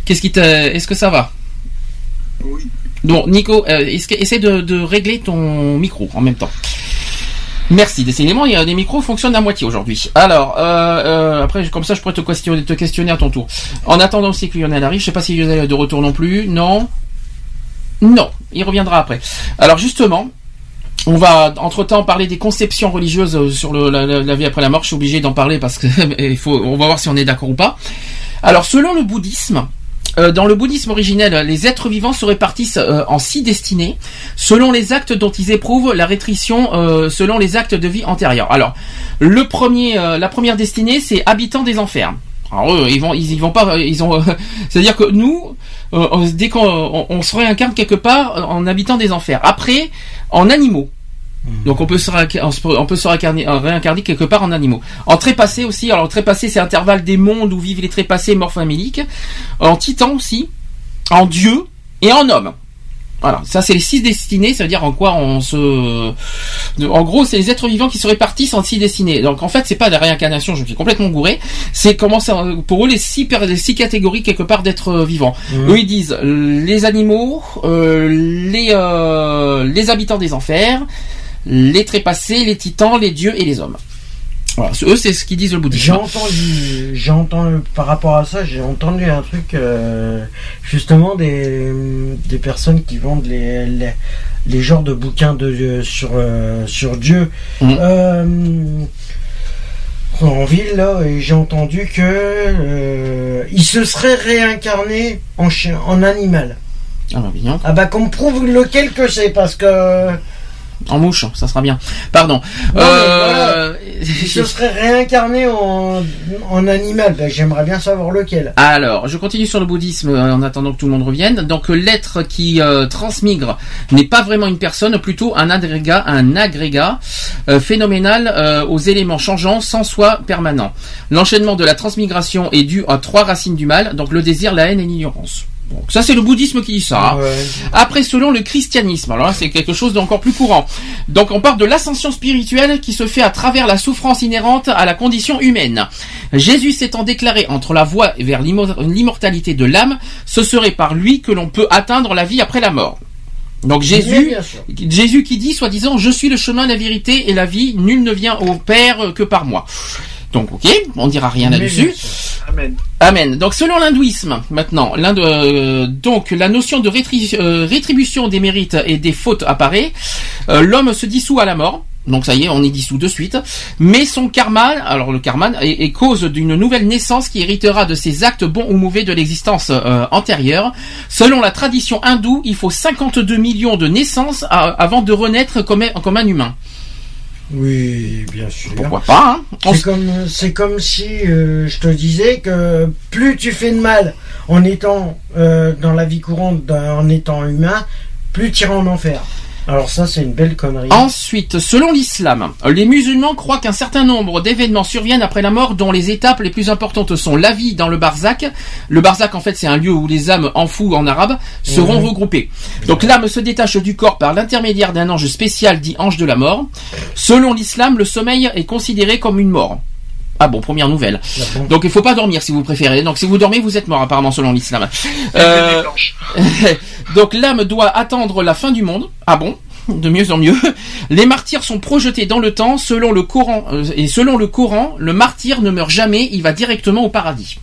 Qu'est-ce qui t'a... Est-ce que ça va? Oui. Bon, Nico, euh, essaie de, de régler ton micro en même temps. Merci. Décidément, il y a des micros fonctionnent à moitié aujourd'hui. Alors, euh, euh, après, comme ça, je pourrais te questionner, te questionner à ton tour. En attendant aussi que Lionel arrive, je sais pas si Lionel est de retour non plus. Non. Non. Il reviendra après. Alors, justement, on va, entre-temps, parler des conceptions religieuses sur le, la, la, la vie après la mort. Je suis obligé d'en parler parce que il faut, on va voir si on est d'accord ou pas. Alors, selon le bouddhisme, Euh, dans le bouddhisme originel, les êtres vivants se répartissent euh, en six destinées, selon les actes dont ils éprouvent la rétrition, euh, selon les actes de vie antérieurs. Alors, le premier, euh, la première destinée, c'est habitants des enfers. Alors eux, ils vont, ils, ils vont pas, ils ont, euh, c'est-à-dire que nous, euh, dès qu'on on, on se réincarne quelque part en habitant des enfers. Après, en animaux. Donc on peut se réincarner, on peut se réincarner, réincarner quelque part en animaux. En trépassé aussi, alors trépassé c'est l'intervalle des mondes où vivent les trépassés morts faméliques. En titan aussi, en dieu et en homme. Voilà, ça c'est les six destinées, ça veut dire en quoi on se... En gros, c'est les êtres vivants qui se répartissent en six destinées. Donc en fait, c'est pas la réincarnation, je me suis complètement gouré, c'est comment ça... Pour eux, les six, les six catégories quelque part d'êtres vivants. Mmh. Eux, ils disent les animaux, euh, les, euh, les habitants des enfers, les trépassés, les titans, les dieux et les hommes. Voilà, eux c'est ce qu'ils disent le bouddhisme. J'ai entendu, j'ai entendu par rapport à ça, j'ai entendu un truc euh, justement des des personnes qui vendent les les, les genres de bouquins de sur euh, sur Dieu mmh. euh, en ville là, et j'ai entendu que euh, il se serait réincarné en chien, en animal. Ah bah bien. Ah bah qu'on me prouve lequel que c'est parce que. En mouche, ça sera bien. Pardon. Non, euh... voilà, il se serait réincarné en, en animal. Ben, j'aimerais bien savoir lequel. Alors, je continue sur le bouddhisme euh, en attendant que tout le monde revienne. Donc, l'être qui euh, transmigre n'est pas vraiment une personne, plutôt un agrégat, un agrégat euh, phénoménal euh, aux éléments changeants sans soi permanent. L'enchaînement de la transmigration est dû à trois racines du mal, donc le désir, la haine et l'ignorance. Donc ça c'est le bouddhisme qui dit ça. Ouais. Après selon le christianisme, alors là c'est quelque chose d'encore plus courant. Donc on parle de l'ascension spirituelle qui se fait à travers la souffrance inhérente à la condition humaine. Jésus s'étant déclaré entre la voie vers l'immortalité de l'âme, ce serait par lui que l'on peut atteindre la vie après la mort. Donc Jésus, Jésus qui dit soi-disant je suis le chemin, la vérité et la vie, nul ne vient au Père que par moi. Donc ok, on dira rien là-dessus. Amen. Amen. Donc selon l'hindouisme, maintenant, l'Inde, euh, donc la notion de rétri- euh, rétribution des mérites et des fautes apparaît. Euh, l'homme se dissout à la mort. Donc ça y est, on est dissous de suite. Mais son karma, alors le karma, est, est cause d'une nouvelle naissance qui héritera de ses actes bons ou mauvais de l'existence euh, antérieure. Selon la tradition hindoue, il faut cinquante-deux millions de naissances à, avant de renaître comme, comme un humain. Oui, bien sûr. Pourquoi pas, hein. C'est s... comme, c'est comme si euh, je te disais que plus tu fais de mal en étant euh, dans la vie courante, en étant humain, plus tu iras en enfer. Alors ça, c'est une belle connerie. Ensuite, selon l'islam, les musulmans croient qu'un certain nombre d'événements surviennent après la mort, dont les étapes les plus importantes sont la vie dans le barzakh. Le barzakh, en fait, c'est un lieu où les âmes en fou en arabe seront mmh. regroupées. Donc l'âme se détache du corps par l'intermédiaire d'un ange spécial dit ange de la mort. Selon l'islam, le sommeil est considéré comme une mort. Ah bon, première nouvelle. Bon. Donc il faut pas dormir si vous préférez. Donc si vous dormez, vous êtes mort apparemment selon l'islam. Euh... Donc l'âme doit attendre la fin du monde. Ah bon, de mieux en mieux. Les martyrs sont projetés dans le temps selon le Coran euh, et selon le Coran, le martyr ne meurt jamais, il va directement au paradis.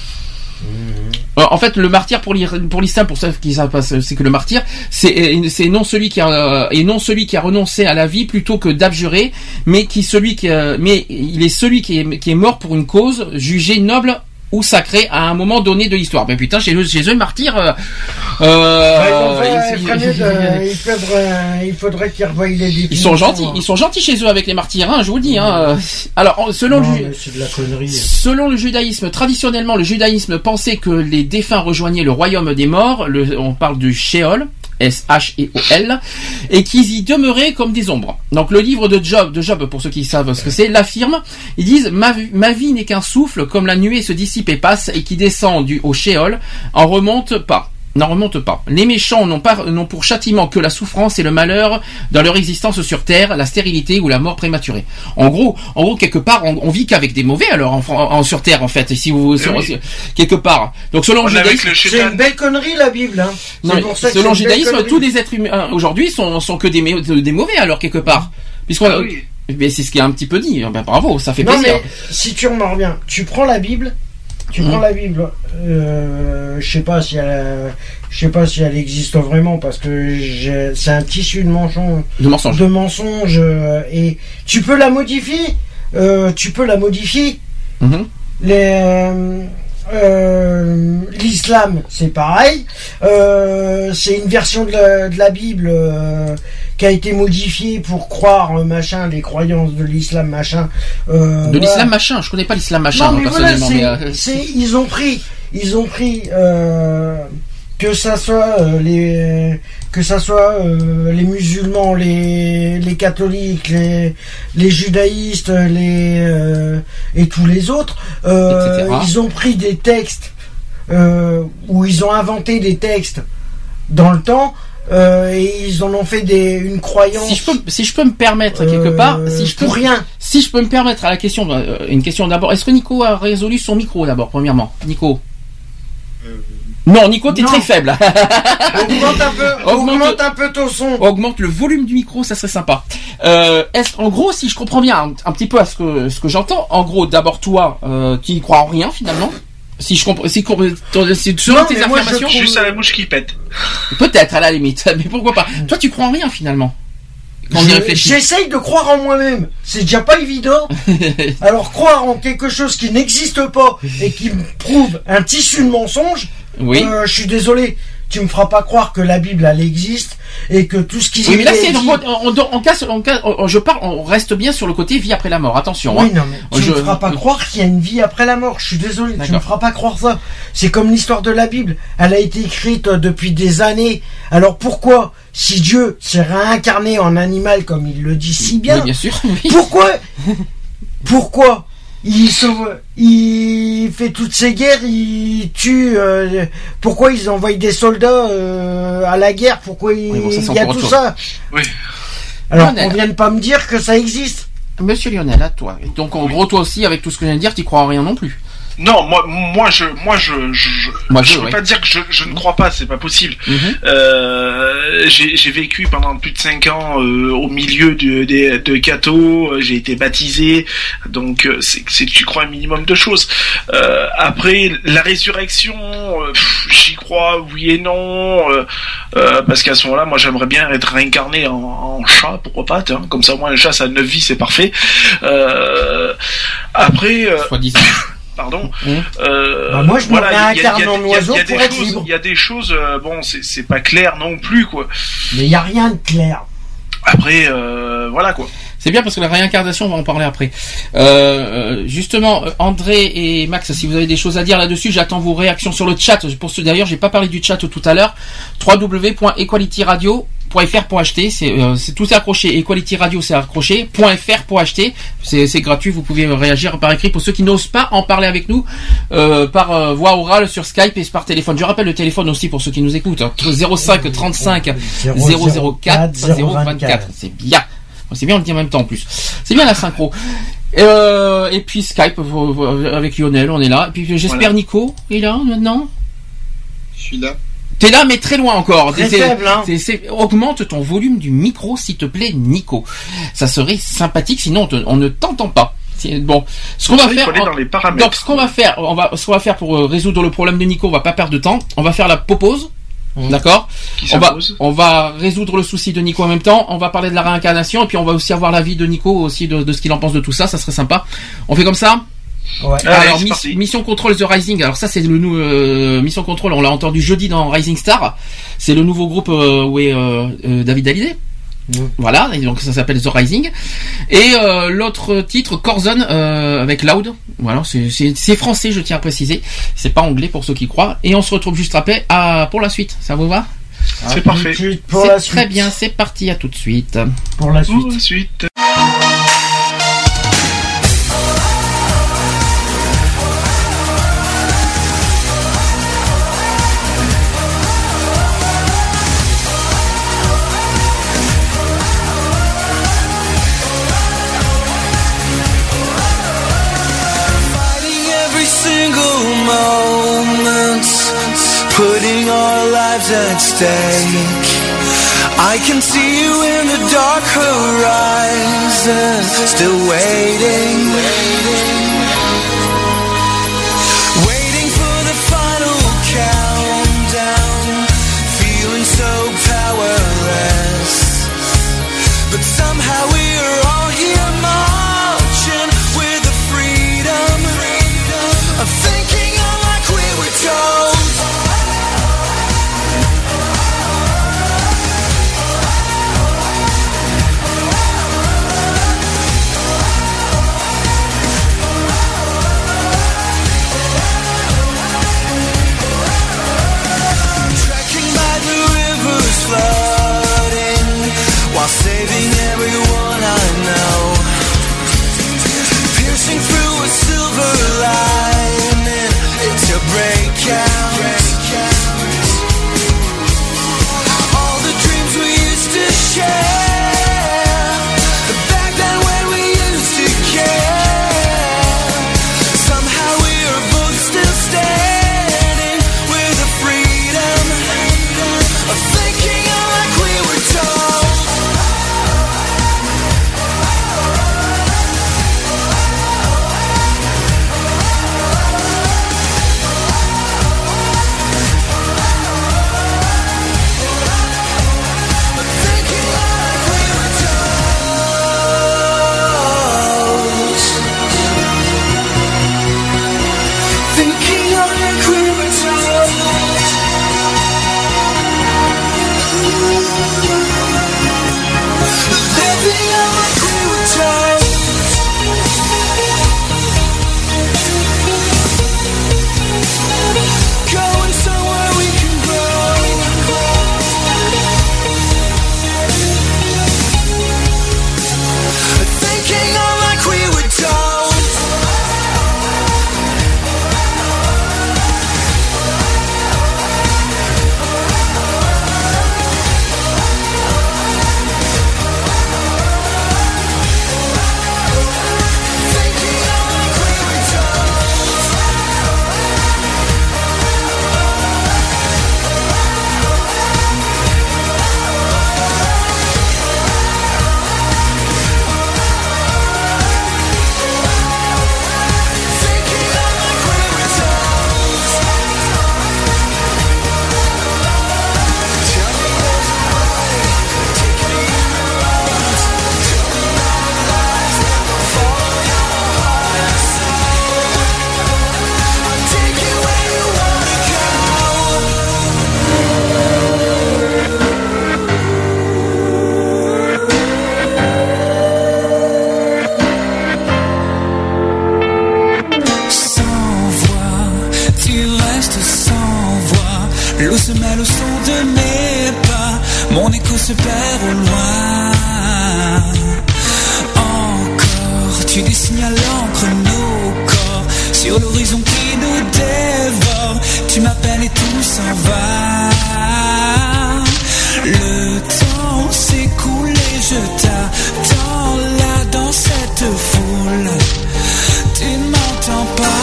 Mmh. En fait, le martyr pour l'islam, pour ceux qui savent pas, c'est que le martyr, c'est, c'est non celui qui a, et non celui qui a renoncé à la vie plutôt que d'abjurer, mais qui celui qui, a, mais il est celui qui est, qui est mort pour une cause jugée noble ou sacré à un moment donné de l'histoire. Ben putain, chez eux, chez eux, le martyr, euh, euh, il, faudrait, il faudrait qu'ils revoient les définitions. Ils sont gentils, ils sont gentils chez eux avec les martyrs, hein, je vous le dis, hein. Alors, selon non, le, c'est de la connerie. Selon le judaïsme, traditionnellement, le judaïsme pensait que les défunts rejoignaient le royaume des morts, le, on parle du Sheol, S H E O L, et qu'ils y demeuraient comme des ombres. Donc le livre de Job, de Job pour ceux qui savent ce que c'est, l'affirme. Ils disent ma, ma vie n'est qu'un souffle, comme la nuée se dissipe et passe, et qui descend du au Sheol, en remonte pas. n'en remonte pas. Les méchants n'ont pas n'ont pour châtiment que la souffrance et le malheur dans leur existence sur Terre, la stérilité ou la mort prématurée. En gros, en gros quelque part, on, on vit qu'avec des mauvais alors en, en, sur Terre en fait. Si vous sur, oui. quelque part. Donc selon le judaïsme, c'est une belle connerie la Bible. Hein. Non, pour ça selon le judaïsme, tous les êtres humains aujourd'hui sont sont que des, des mauvais alors quelque part. Puisqu'on ah, oui. Mais c'est ce qui est un petit peu dit. Ben bravo, ça fait non, plaisir. Mais si tu remarques bien, tu prends la Bible. Tu mmh. prends la Bible, euh, je sais pas si elle, je sais pas si elle existe vraiment parce que j'ai, c'est un tissu de mensonges, de mensonges, de mensonges euh, et tu peux la modifier, euh, tu peux la modifier. Mmh. Les, euh, l'islam, c'est pareil, euh, c'est une version de la, de la Bible. Euh, qui a été modifié pour croire machin les croyances de l'islam machin euh, de voilà. L'islam machin je connais pas l'islam machin non, mais personnellement voilà, c'est, mais, euh... c'est, ils ont pris ils ont pris euh, que ça soit euh, les que ça soit euh, les musulmans les les catholiques les les judaïstes les euh, et tous les autres euh, ils ont pris des textes euh, où ils ont inventé des textes dans le temps. Euh, et ils en ont fait des, une croyance. Si je peux, si je peux me permettre quelque part, euh, si je peux, pour rien. Si je peux me permettre à la question, euh, une question d'abord. Est-ce que Nico a résolu son micro d'abord, premièrement, Nico? Euh... Non, Nico, t'es non. très faible. augmente un peu, augmente, augmente un peu ton son. Augmente le volume du micro, ça serait sympa. Euh, est-ce, en gros, si je comprends bien un, un petit peu à ce que ce que j'entends, en gros, d'abord toi, euh, qui n'y crois en rien finalement. Si je comprends, si, si selon tes affirmations, je, juste à la mouche qui pète. Peut-être à la limite, mais pourquoi pas. Toi, tu crois en rien finalement. Quand on y réfléchit. J'essaye de croire en moi-même. C'est déjà pas évident. Alors croire en quelque chose qui n'existe pas et qui me prouve un tissu de mensonges. Oui. Euh, je suis désolé. Tu me feras pas croire que la Bible elle existe et que tout ce qui oui, mais là c'est dit... on, on, on casse on casse on, je parle on reste bien sur le côté vie après la mort, attention. Oui, hein. non mais tu je... me feras pas croire qu'il y a une vie après la mort. Je suis désolé, D'accord. Tu me feras pas croire ça. C'est comme l'histoire de la Bible, elle a été écrite depuis des années. Alors pourquoi, si Dieu s'est réincarné en animal comme il le dit si bien, oui, bien sûr. Oui. Pourquoi pourquoi il sauve, il fait toutes ces guerres, il tue. Euh, pourquoi ils envoient des soldats euh, à la guerre? Pourquoi il, oui, bon, ça, il y a tout ça? Oui. Alors Lionel, on vient de pas me dire que ça existe. Monsieur Lionel, à toi. Donc en oui. gros, toi aussi, avec tout ce que je viens de dire, tu crois en rien non plus. Non, moi, moi, je, moi, je, je, moi, je, je peux ouais. pas dire que je, je ne crois pas, c'est pas possible. Mm-hmm. Euh, j'ai, j'ai vécu pendant plus de cinq ans euh, au milieu de, de, de cathos, j'ai été baptisé, donc euh, c'est, c'est que tu crois un minimum de choses. Euh, après, la résurrection, euh, pff, j'y crois, oui et non, euh, euh, parce qu'à ce moment-là, moi, j'aimerais bien être réincarné en, en chat, pourquoi pas, hein, comme ça, moi, un chat, ça a neuf vies, c'est parfait. Euh, après. Euh, Soi-disant. Pardon. Mmh. Euh, bah moi je me voilà, réincarne en oiseau pour être libre. Il y a des choses, euh, bon, c'est, c'est pas clair non plus, quoi. Mais il y a rien de clair. Après, euh, voilà, quoi. C'est bien parce que la réincarnation, on va en parler après. Euh, justement, André et Max, si vous avez des choses à dire là-dessus, j'attends vos réactions sur le chat. Pour ceux, d'ailleurs, j'ai pas parlé du chat tout à l'heure. w w w point equality radio point f r point h t, c'est, euh, c'est tout est accroché. Equality Radio, c'est accroché. .fr pour acheter. C'est, c'est gratuit. Vous pouvez réagir par écrit pour ceux qui n'osent pas en parler avec nous, euh, par euh, voix orale sur Skype et par téléphone. Je rappelle le téléphone aussi pour ceux qui nous écoutent. Hein. zéro cinq trente-cinq zéro zéro quatre zéro vingt-quatre. C'est bien. C'est bien, on le dit en même temps en plus. C'est bien la synchro. Euh, et puis Skype avec Lionel, on est là. Et puis j'espère voilà. Nico est là maintenant. Je suis là. T'es là, mais très loin encore. Très c'est, faible, hein. c'est, c'est, augmente ton volume du micro, s'il te plaît, Nico. Ça serait sympathique, sinon on, te, on ne t'entend pas. C'est, bon, ce qu'on va faire. Dans les paramètres. Donc, ce qu'on va faire, on va, ce qu'on va faire pour résoudre le problème de Nico, on va pas perdre de temps. On va faire la pause. Mmh. D'accord. On va, on va résoudre le souci de Nico en même temps. On va parler de la réincarnation et puis on va aussi avoir l'avis de Nico aussi de, de ce qu'il en pense de tout ça. Ça serait sympa. On fait comme ça. Ouais. Alors, Allez, miss, Mission Control The Rising. Alors ça c'est le nou- euh, Mission Control. On l'a entendu jeudi dans Rising Star. C'est le nouveau groupe euh, où est euh, euh, David Hallyday. Mmh. Voilà, et donc ça s'appelle The Rising. Et euh, l'autre titre, Corzon, euh, avec Loud. Voilà, c'est, c'est, c'est français, je tiens à préciser. C'est pas anglais pour ceux qui croient. Et on se retrouve juste après à, pour la suite. Ça vous va? C'est ah, parfait. Pour c'est la suite. Très bien, c'est parti, à tout de suite. Pour la suite. Pour la suite. putting our lives at stake. I can see you in the dark horizon, still waiting, waiting for the final countdown, feeling so powerless, but somehow we are all here marching with the freedom of thinking unlike we were told. Flooding while saving everyone I know, piercing through a silver lining, it's a breakout. All the dreams we used to share, back then when we used to care, somehow we are both still standing with the freedom of thinking like we were told. Thinking like we were told. Thinking like we were told. Living like we were told. Going somewhere we can grow. Thinking like we were told. L'eau se mêle au son de mes pas, mon écho se perd au loin. Encore, tu dessines à l'encre nos corps sur l'horizon qui nous dévore. Tu m'appelles et tout s'en va. Le temps s'écoule et je t'attends là dans cette foule. Tu ne m'entends pas.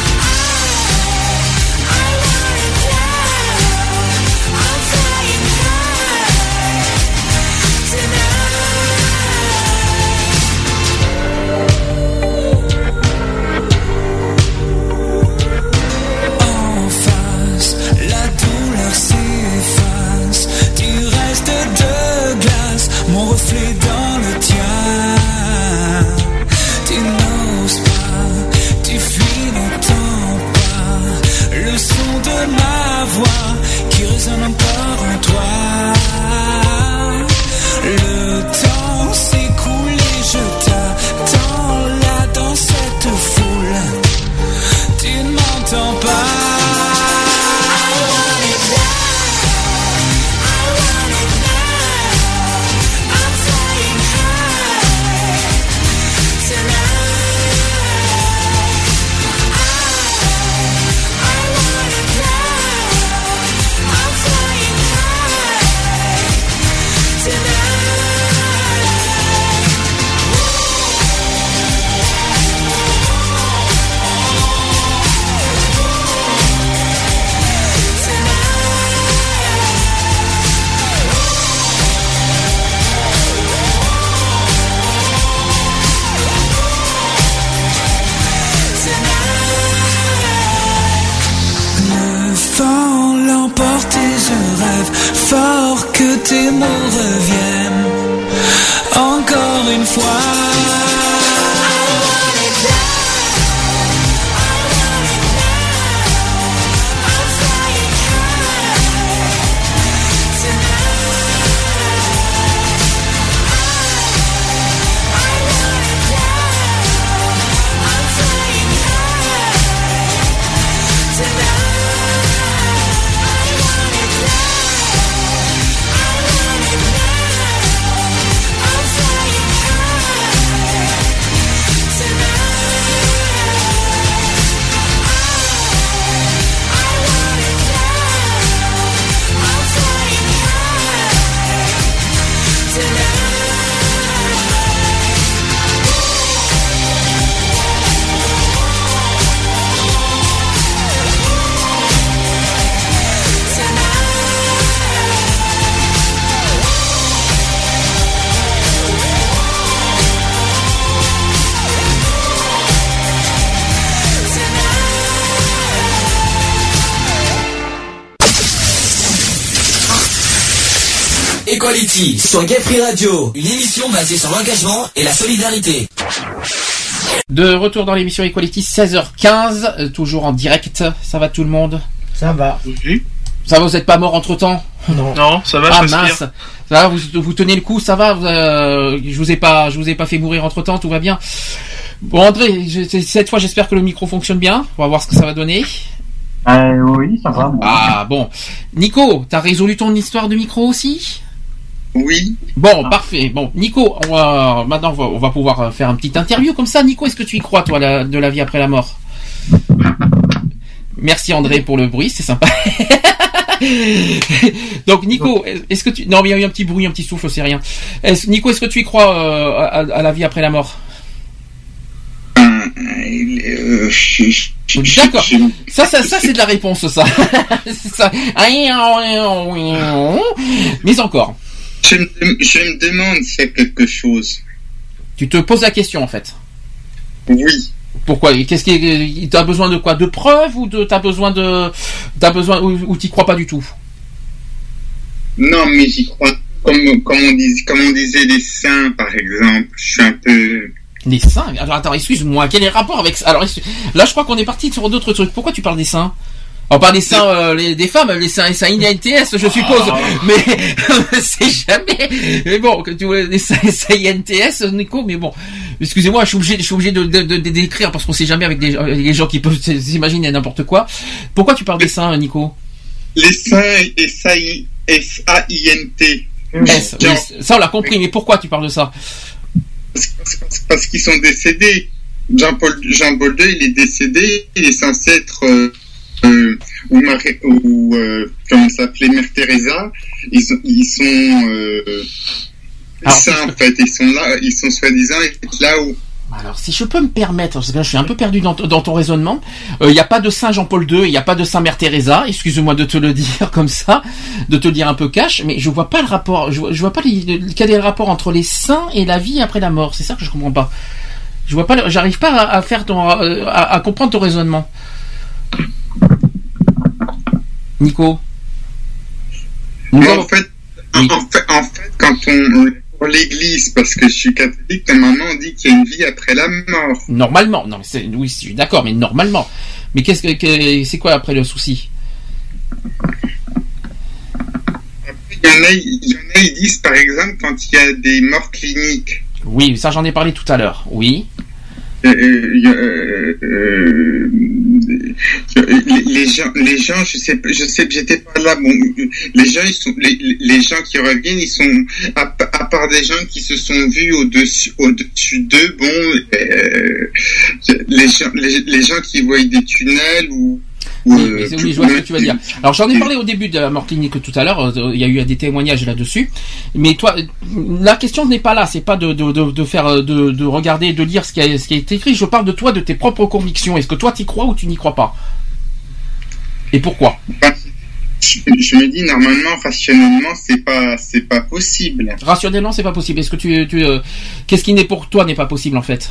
I'm flying high. tes mots reviennent encore une fois. Equality sur Gay Free Radio, une émission basée sur l'engagement et la solidarité. De retour dans l'émission Equality, seize heures quinze, euh, toujours en direct. Ça va tout le monde? Ça va. Oui. Ça va, vous êtes pas mort entre temps? Non. Non, ça va. Ah je mince. Ça va, vous, vous tenez le coup, ça va, vous, euh, je vous ai pas, je vous ai pas fait mourir entre temps, tout va bien. Bon André, je, cette fois j'espère que le micro fonctionne bien. On va voir ce que ça va donner. Euh, oui, ça va. Ah bon. Nico, t'as résolu ton histoire de micro aussi? Oui. Bon, ah. Parfait. Bon, Nico, on va, maintenant on va, on va pouvoir faire une petite interview comme ça. Nico, est-ce que tu y crois, toi, la, de la vie après la mort? Merci André pour le bruit, c'est sympa. Donc Nico, est-ce que tu... Non, mais il y a eu un petit bruit, un petit souffle, c'est rien. Est-ce... Nico, est-ce que tu y crois euh, à, à la vie après la mort? Euh, D'accord. Ça, ça, ça, c'est de la réponse, ça. C'est ça. Mais encore. Je me, je me demande s'il y a quelque chose. Tu te poses la question, en fait. Oui. Pourquoi? Qu'est-ce qui, t'as besoin de quoi? De preuves ou de, t'as besoin de, t'as besoin, ou, ou t'y crois pas du tout? Non, mais j'y crois. Comme, comme on disait, comme on disait les saints, par exemple. Je suis un peu. Les saints? Alors, attends, excuse-moi, quel est le rapport avec ça? Alors, là, je crois qu'on est parti sur d'autres trucs. Pourquoi tu parles des saints? On parle des saints, euh, les, des femmes, les saints, les saints I N T S, je suppose. Oh. Mais, c'est jamais, mais bon, que tu vois, les saints, les saints I N T S, Nico, mais bon. Excusez-moi, je suis obligé, je suis obligé de, de, de, de décrire parce qu'on sait jamais avec des, les gens qui peuvent s'imaginer n'importe quoi. Pourquoi tu parles des saints, Nico? Les saints, S A I N T. S, oui, ça on l'a compris, mais pourquoi tu parles de ça? Parce, parce, parce qu'ils sont décédés. Jean-Paul, Jean-Paul deux, il est décédé, il est censé être, euh, euh, ou, Marie, ou euh, comment ça s'appelait, Mère Teresa, ils sont, ils sont, euh, Alors, saints, en fait, ils sont là, ils sont soi-disant là-haut. Alors, si je peux me permettre, parce que là, je suis un peu perdu dans, dans ton raisonnement, il euh, n'y a pas de Saint Jean-Paul deux, il n'y a pas de Saint Mère Teresa, excuse-moi de te le dire comme ça, de te le dire un peu cash, mais je vois pas le rapport, je vois, je vois pas les, quel est le rapport entre les saints et la vie après la mort, c'est ça que je comprends pas. Je vois pas, j'arrive pas à, à faire ton, à, à comprendre ton raisonnement. Nico. Moi, en fait, oui. en fait, en fait, quand on, pour l'église, parce que je suis catholique, normalement on dit qu'il y a une vie après la mort. Normalement, non, mais c'est, oui, je suis d'accord, mais normalement. Mais qu'est-ce que, que c'est quoi après le souci? Il y en a, il y en a, ils disent par exemple quand il y a des morts cliniques. Oui, ça j'en ai parlé tout à l'heure. Oui. Euh, euh, euh, les, les gens, les gens, je sais, je sais, j'étais pas là. Bon, les gens, ils sont, les, les gens qui reviennent, ils sont, à, à part des gens qui se sont vus au-dessus, au-dessus d'eux. Bon, euh, les gens, les, les gens qui voient des tunnels ou Oui, mais, oui, je vois ce que tu vas dire. Alors j'en ai parlé au début de la mort clinique tout à l'heure. Il y a eu des témoignages là-dessus. Mais toi, la question n'est pas là. C'est pas de, de, de, de faire, de, de regarder, de lire ce qui a, ce qui a été écrit. Je parle de toi, de tes propres convictions. Est-ce que toi t'y crois ou tu n'y crois pas? Et pourquoi? Je, je me dis normalement, rationnellement, c'est pas, c'est pas possible. Rationnellement, c'est pas possible. Est-ce que tu, tu euh, qu'est-ce qui n'est pour toi n'est pas possible en fait?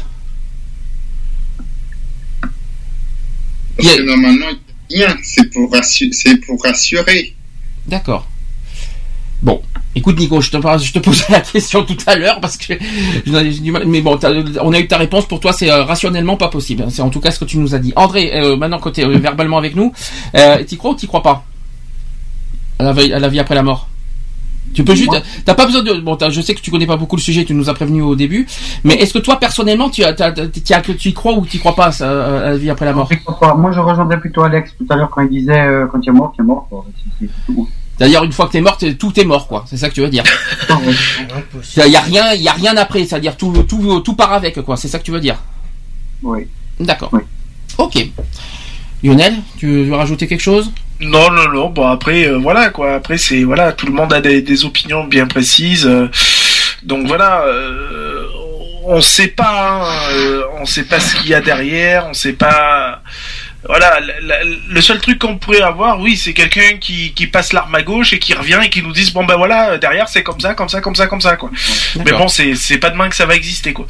Parce que normalement. Bien, c'est pour rassurer, c'est pour rassurer. D'accord. Bon, Écoute Nico, je te, je te posais la question tout à l'heure parce que j'ai du mal, mais bon, on a eu ta réponse. Pour toi, c'est euh, rationnellement pas possible. C'est en tout cas ce que tu nous as dit. André, euh, maintenant que tu es euh, verbalement avec nous, euh, t'y crois ou t'y crois pas à la, vie, à la vie après la mort? Tu peux juste, t'as pas besoin de, bon, je sais que tu connais pas beaucoup le sujet, tu nous as prévenu au début, mais est-ce que toi personnellement, tu as, t'as, t'as, tu y crois ou tu y crois pas à, à la vie après la mort? Je crois pas. Moi, je rejoindrais plutôt Alex tout à l'heure quand il disait euh, quand il est mort, il est mort. Quoi. C'est, c'est tout. C'est-à-dire une fois que t'es mort, tout est mort, quoi. C'est ça que tu veux dire. Il y a rien, il y a rien après. C'est-à-dire tout, tout, tout part avec, quoi. C'est ça que tu veux dire. Oui. D'accord. Oui. Ok. Lionel, tu veux rajouter quelque chose? Non, non, non. Bon, après, euh, voilà, quoi. Après, c'est voilà, tout le monde a des, des opinions bien précises. Euh, donc voilà. Euh, on sait pas. Hein, euh, on sait pas ce qu'il y a derrière. On sait pas. Voilà, la, la, le seul truc qu'on pourrait avoir, oui, c'est quelqu'un qui, qui passe l'arme à gauche et qui revient et qui nous dise bon ben voilà, derrière c'est comme ça, comme ça, comme ça, comme ça, quoi. D'accord. Mais bon, c'est c'est pas demain que ça va exister, quoi.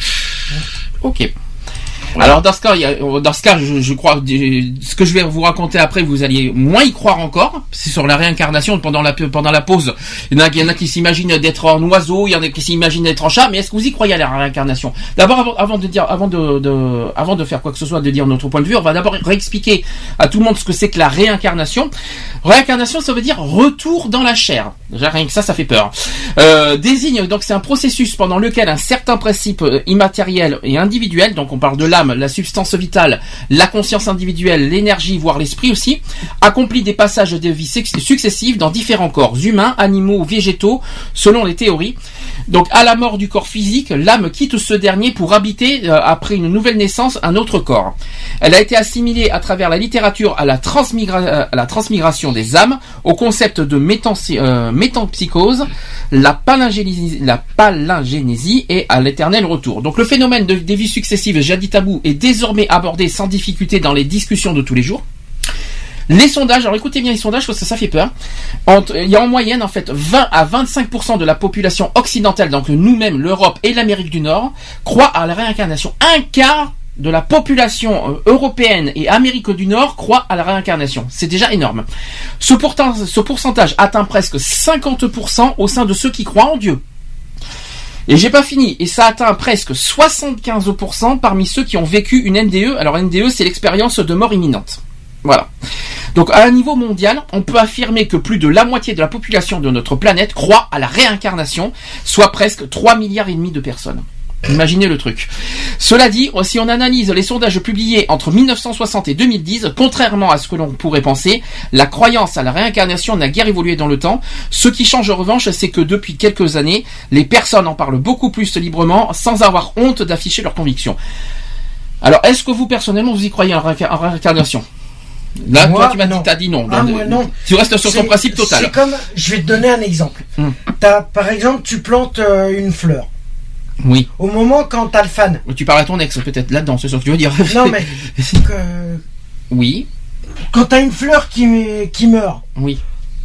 Ok. Alors dans ce cas, il y a, dans ce cas, je, je crois ce que je vais vous raconter après, vous alliez moins y croire encore. C'est sur la réincarnation pendant la pendant la pause. Il y en a, il y en a qui s'imaginent d'être en oiseau, il y en a qui s'imaginent d'être en chat. Mais est-ce que vous y croyez à la réincarnation? D'abord, avant, avant de dire, avant de, de, avant de faire quoi que ce soit, de dire notre point de vue, on va d'abord réexpliquer à tout le monde ce que c'est que la réincarnation. Réincarnation, ça veut dire retour dans la chair. Déjà rien que ça, ça fait peur. Euh, désigne donc c'est un processus pendant lequel un certain principe immatériel et individuel, donc on parle de l'âme, la substance vitale, la conscience individuelle, l'énergie, voire l'esprit aussi, accomplit des passages de vie successifs dans différents corps, humains, animaux ou végétaux, selon les théories. Donc, à la mort du corps physique, l'âme quitte ce dernier pour habiter, euh, après une nouvelle naissance, un autre corps. Elle a été assimilée à travers la littérature à la, transmigra- à la transmigration des âmes, au concept de métanci- euh, métampsychose, la palingénésie, la palingénésie et à l'éternel retour. Donc, le phénomène de, des vies successives jadis tabou est désormais abordé sans difficulté dans les discussions de tous les jours. Les sondages, alors écoutez bien les sondages parce que ça fait peur. Entre, il y a en moyenne en fait vingt à vingt-cinq pour cent de la population occidentale, donc nous-mêmes, l'Europe et l'Amérique du Nord, croient à la réincarnation. Un quart de la population européenne et Amérique du Nord croit à la réincarnation. C'est déjà énorme. Ce, pourtant, ce pourcentage atteint presque cinquante pour cent au sein de ceux qui croient en Dieu. Et j'ai pas fini, et ça atteint presque soixante-quinze pour cent parmi ceux qui ont vécu une N D E. Alors N D E, c'est l'expérience de mort imminente. Voilà. Donc à un niveau mondial, on peut affirmer que plus de la moitié de la population de notre planète croit à la réincarnation, soit presque trois milliards et demi de personnes. Imaginez le truc. Cela dit, si on analyse les sondages publiés entre mille neuf cent soixante et deux mille dix, contrairement à ce que l'on pourrait penser, la croyance à la réincarnation n'a guère évolué dans le temps. Ce qui change en revanche, c'est que depuis quelques années, les personnes en parlent beaucoup plus librement, sans avoir honte d'afficher leurs convictions. Alors, est-ce que vous, personnellement, vous y croyez en, réinca- en réincarnation ? Là, moi, toi, tu m'as dit, t'as dit non. Ah, moi, non. Tu restes sur ton principe total. C'est comme, je vais te donner un exemple. Hum. T'as, par exemple, tu plantes euh, une fleur. Oui. Au moment quand t'as le fan. Tu parles à ton ex peut-être là-dedans, c'est ce que tu veux dire. Non mais. que... Oui. Quand t'as une fleur qui qui meurt. Oui.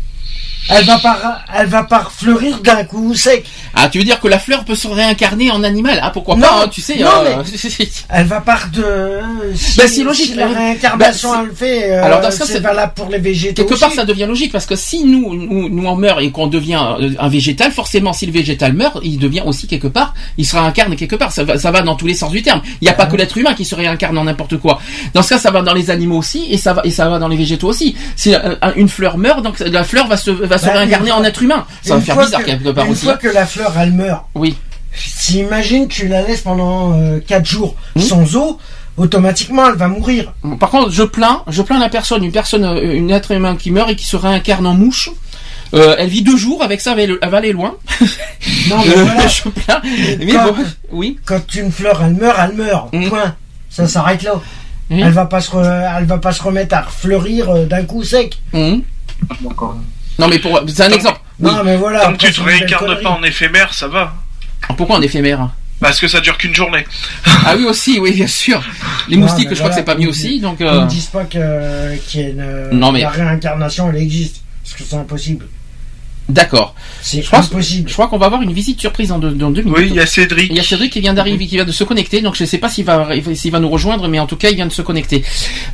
Elle va pas, elle va pas fleurir d'un coup sec. Ah, tu veux dire que la fleur peut se réincarner en animal? Ah, pourquoi non, pas, hein, tu sais. Non, euh... mais elle va pas de. Si, bah, c'est logique. Si la réincarnation, bah, elle fait. Euh, alors, dans ce cas, c'est, c'est valable pour les végétaux. Quelque aussi. part, ça devient logique parce que si nous, nous, nous on meurt et qu'on devient un végétal, forcément, si le végétal meurt, il devient aussi quelque part, il se réincarne quelque part. Ça va, ça va dans tous les sens du terme. Il n'y a ah, pas que l'être humain qui se réincarne en n'importe quoi. Dans ce cas, ça va dans les animaux aussi et ça va, et ça va dans les végétaux aussi. Si euh, une fleur meurt, donc la fleur va se, va bah, se réincarner en être humain. Ça va faire bizarre quelque part une aussi. Une fois que la fleur elle meurt. Oui. Si imagine tu la laisses pendant euh, quatre jours mmh. sans eau, automatiquement elle va mourir. Par contre, je plains, je plains la personne, une personne, une être humain qui meurt et qui se réincarne en mouche. Euh, elle vit deux jours avec ça, elle va aller loin. Non mais euh, voilà. Je plains. Mais quand, bon, oui. Quand une fleur elle meurt, elle meurt. Mmh. Point. Ça s'arrête là. Mmh. Elle va pas se, re, elle va pas se remettre à fleurir d'un coup sec. Mmh. D'accord. Non mais pour, c'est un tant, exemple. Non oui. mais voilà. Tant que tu te réincarnes pas en éphémère, ça va. Pourquoi en éphémère? Parce que ça dure qu'une journée. Ah oui aussi, oui bien sûr. Les non, moustiques, je voilà, crois que c'est pas mis aussi, donc. Ils euh... ne disent pas que qu'il y a une non, mais... la réincarnation, elle existe, parce que c'est impossible. D'accord. C'est je crois, impossible. Je crois qu'on va avoir une visite surprise dans deux, dans deux minutes. Oui, il y a Cédric. Il y a Cédric qui vient d'arriver, qui vient de se connecter. Donc je ne sais pas s'il va, s'il va nous rejoindre, mais en tout cas il vient de se connecter.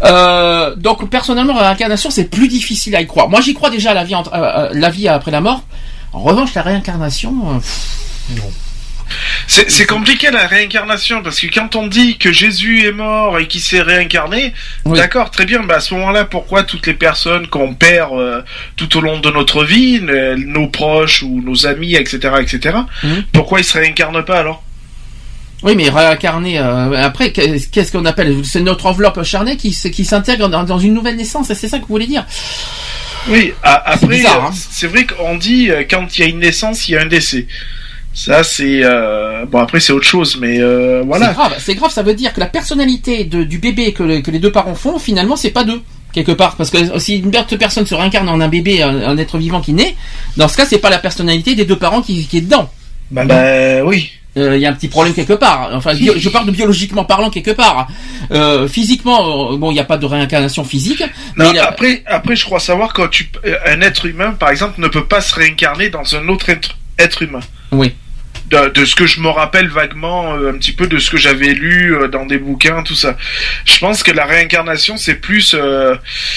Euh, donc personnellement, la réincarnation c'est plus difficile à y croire. Moi j'y crois déjà à la vie, entre, euh, la vie après la mort. En revanche, la réincarnation, euh, pff, non. C'est, c'est compliqué la réincarnation parce que quand on dit que Jésus est mort et qu'il s'est réincarné, oui. D'accord, très bien, bah à ce moment-là, pourquoi toutes les personnes qu'on perd euh, tout au long de notre vie, euh, nos proches ou nos amis, et cetera, et cetera, mmh. Pourquoi ils se réincarnent pas alors? Oui, mais réincarner, euh, après, qu'est-ce qu'on appelle? C'est notre enveloppe charnée qui, qui s'intègre dans, dans une nouvelle naissance, c'est ça que vous voulez dire? Oui, à, après, c'est, bizarre, hein. C'est vrai qu'on dit quand il y a une naissance, il y a un décès. Ça c'est euh... bon après c'est autre chose mais euh, voilà. C'est grave, c'est grave, ça veut dire que la personnalité de, du bébé que, le, que les deux parents font finalement c'est pas d'eux quelque part parce que si une personne se réincarne en un bébé, un, un être vivant qui naît, dans ce cas c'est pas la personnalité des deux parents qui, qui est dedans. Bah, bah oui. Il euh, y a un petit problème quelque part. Enfin, bio, je parle de biologiquement parlant quelque part. Euh, physiquement, euh, bon, il n'y a pas de réincarnation physique. Non, mais après, a... après, je crois savoir quand tu, un être humain, par exemple, ne peut pas se réincarner dans un autre être, être humain. Oui. De, de ce que je me rappelle vaguement euh, un petit peu de ce que j'avais lu euh, dans des bouquins, tout ça. Je pense que la réincarnation c'est plus euh,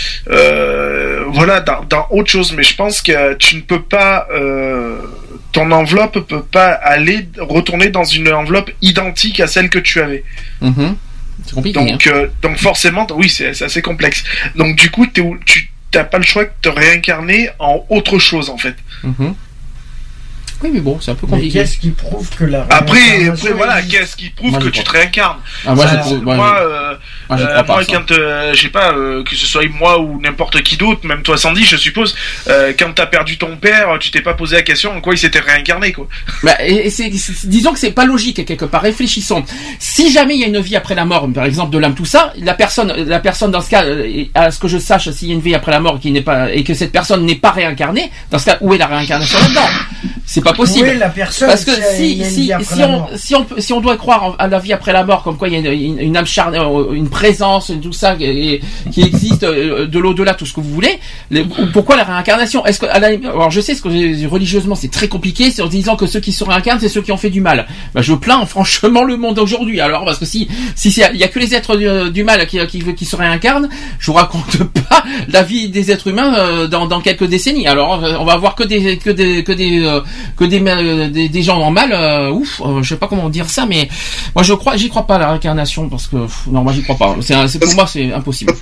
euh, voilà dans, dans autre chose, mais je pense que tu ne peux pas euh, ton enveloppe peut pas aller retourner dans une enveloppe identique à celle que tu avais. Mmh. C'est compliqué. Donc hein. euh, donc forcément oui c'est, c'est assez complexe. Donc du coup t'es, tu t'as pas le choix de te réincarner en autre chose en fait. Mmh. Oui, mais bon, c'est un peu compliqué. Mais qu'est-ce qui prouve que la Après, après voilà, existe. Qu'est-ce qui prouve moi, que tu te réincarnes? Ah, moi, ça, je moi, moi, euh, moi, je euh, pas moi quand, euh, je sais pas, euh, que ce soit moi ou n'importe qui d'autre, même toi Sandy, je suppose, euh, quand t'as perdu ton père, tu t'es pas posé la question en quoi il s'était réincarné, quoi. Bah, et c'est, c'est, disons que c'est pas logique quelque part. Réfléchissons. Si jamais il y a une vie après la mort, par exemple de l'âme, tout ça, la personne, la personne dans ce cas, à ce que je sache, s'il y a une vie après la mort qui n'est pas et que cette personne n'est pas réincarnée, dans ce cas, où est la réincarnation là-dedans? C'est pas possible. Où est la personne? Parce que si si si on si on si on doit croire à la vie après la mort, comme quoi il y a une, une, une âme charnelle, une présence, tout ça qui, qui existe de l'au-delà, tout ce que vous voulez, les, pourquoi la réincarnation? Est-ce que à la, alors je sais ce que religieusement c'est très compliqué, c'est en disant que ceux qui se réincarnent c'est ceux qui ont fait du mal. Ben, je plains franchement le monde aujourd'hui. Alors parce que si si il y a que les êtres du, du mal qui, qui qui se réincarnent, je vous raconte pas la vie des êtres humains dans dans quelques décennies. Alors on va avoir que des que des que des que des, des, des gens en mal, euh, ouf, euh, je sais pas comment dire ça, mais moi je crois, j'y crois pas à la réincarnation parce que pff, non, moi j'y crois pas. C'est, c'est pour moi c'est impossible.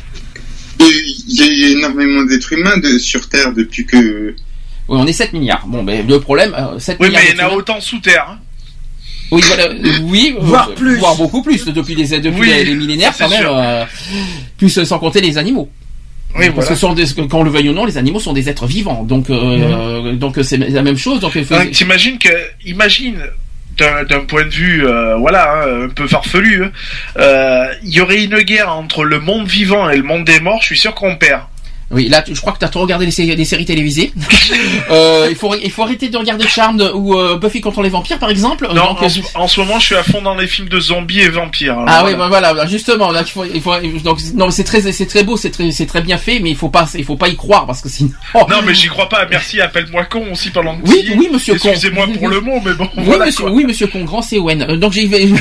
Il y a énormément d'êtres humains de, sur Terre depuis que. Oui, on est sept milliards. Bon, ben le problème, euh, sept oui, milliards. Oui, mais il y en a autant sous terre. Hein. Oui, voilà, oui, voire euh, plus, voire beaucoup plus depuis les depuis oui, les, les millénaires quand même. Euh, plus sans compter les animaux. Oui, parce voilà. que sont des, quand on le veuille ou non, les animaux sont des êtres vivants, donc euh, mmh. donc c'est la même chose. Donc, faut... donc t'imagines que, imagine d'un, d'un point de vue, euh, voilà, hein, un peu farfelu, il hein, euh, y aurait une guerre entre le monde vivant et le monde des morts. Je suis sûr qu'on perd. Oui, là, je crois que t'as trop regardé les séries, les séries télévisées. euh, il faut, il faut arrêter de regarder Charmed ou euh, Buffy contre les vampires, par exemple. Non, donc, en, euh, en ce moment, je suis à fond dans les films de zombies et vampires. Alors, ah voilà. oui, ben voilà, justement, là, il faut, il faut, donc, non, c'est très, c'est très beau, c'est très, c'est très bien fait, mais il faut pas, il faut pas y croire parce que sinon. Non, mais j'y crois pas. Merci, appelle-moi con aussi pendant que oui, oui, monsieur Excusez-moi con. Excusez-moi pour le mot, mais bon. Oui, voilà, monsieur, quoi. oui, monsieur con, grand C O N. Donc j'y vais.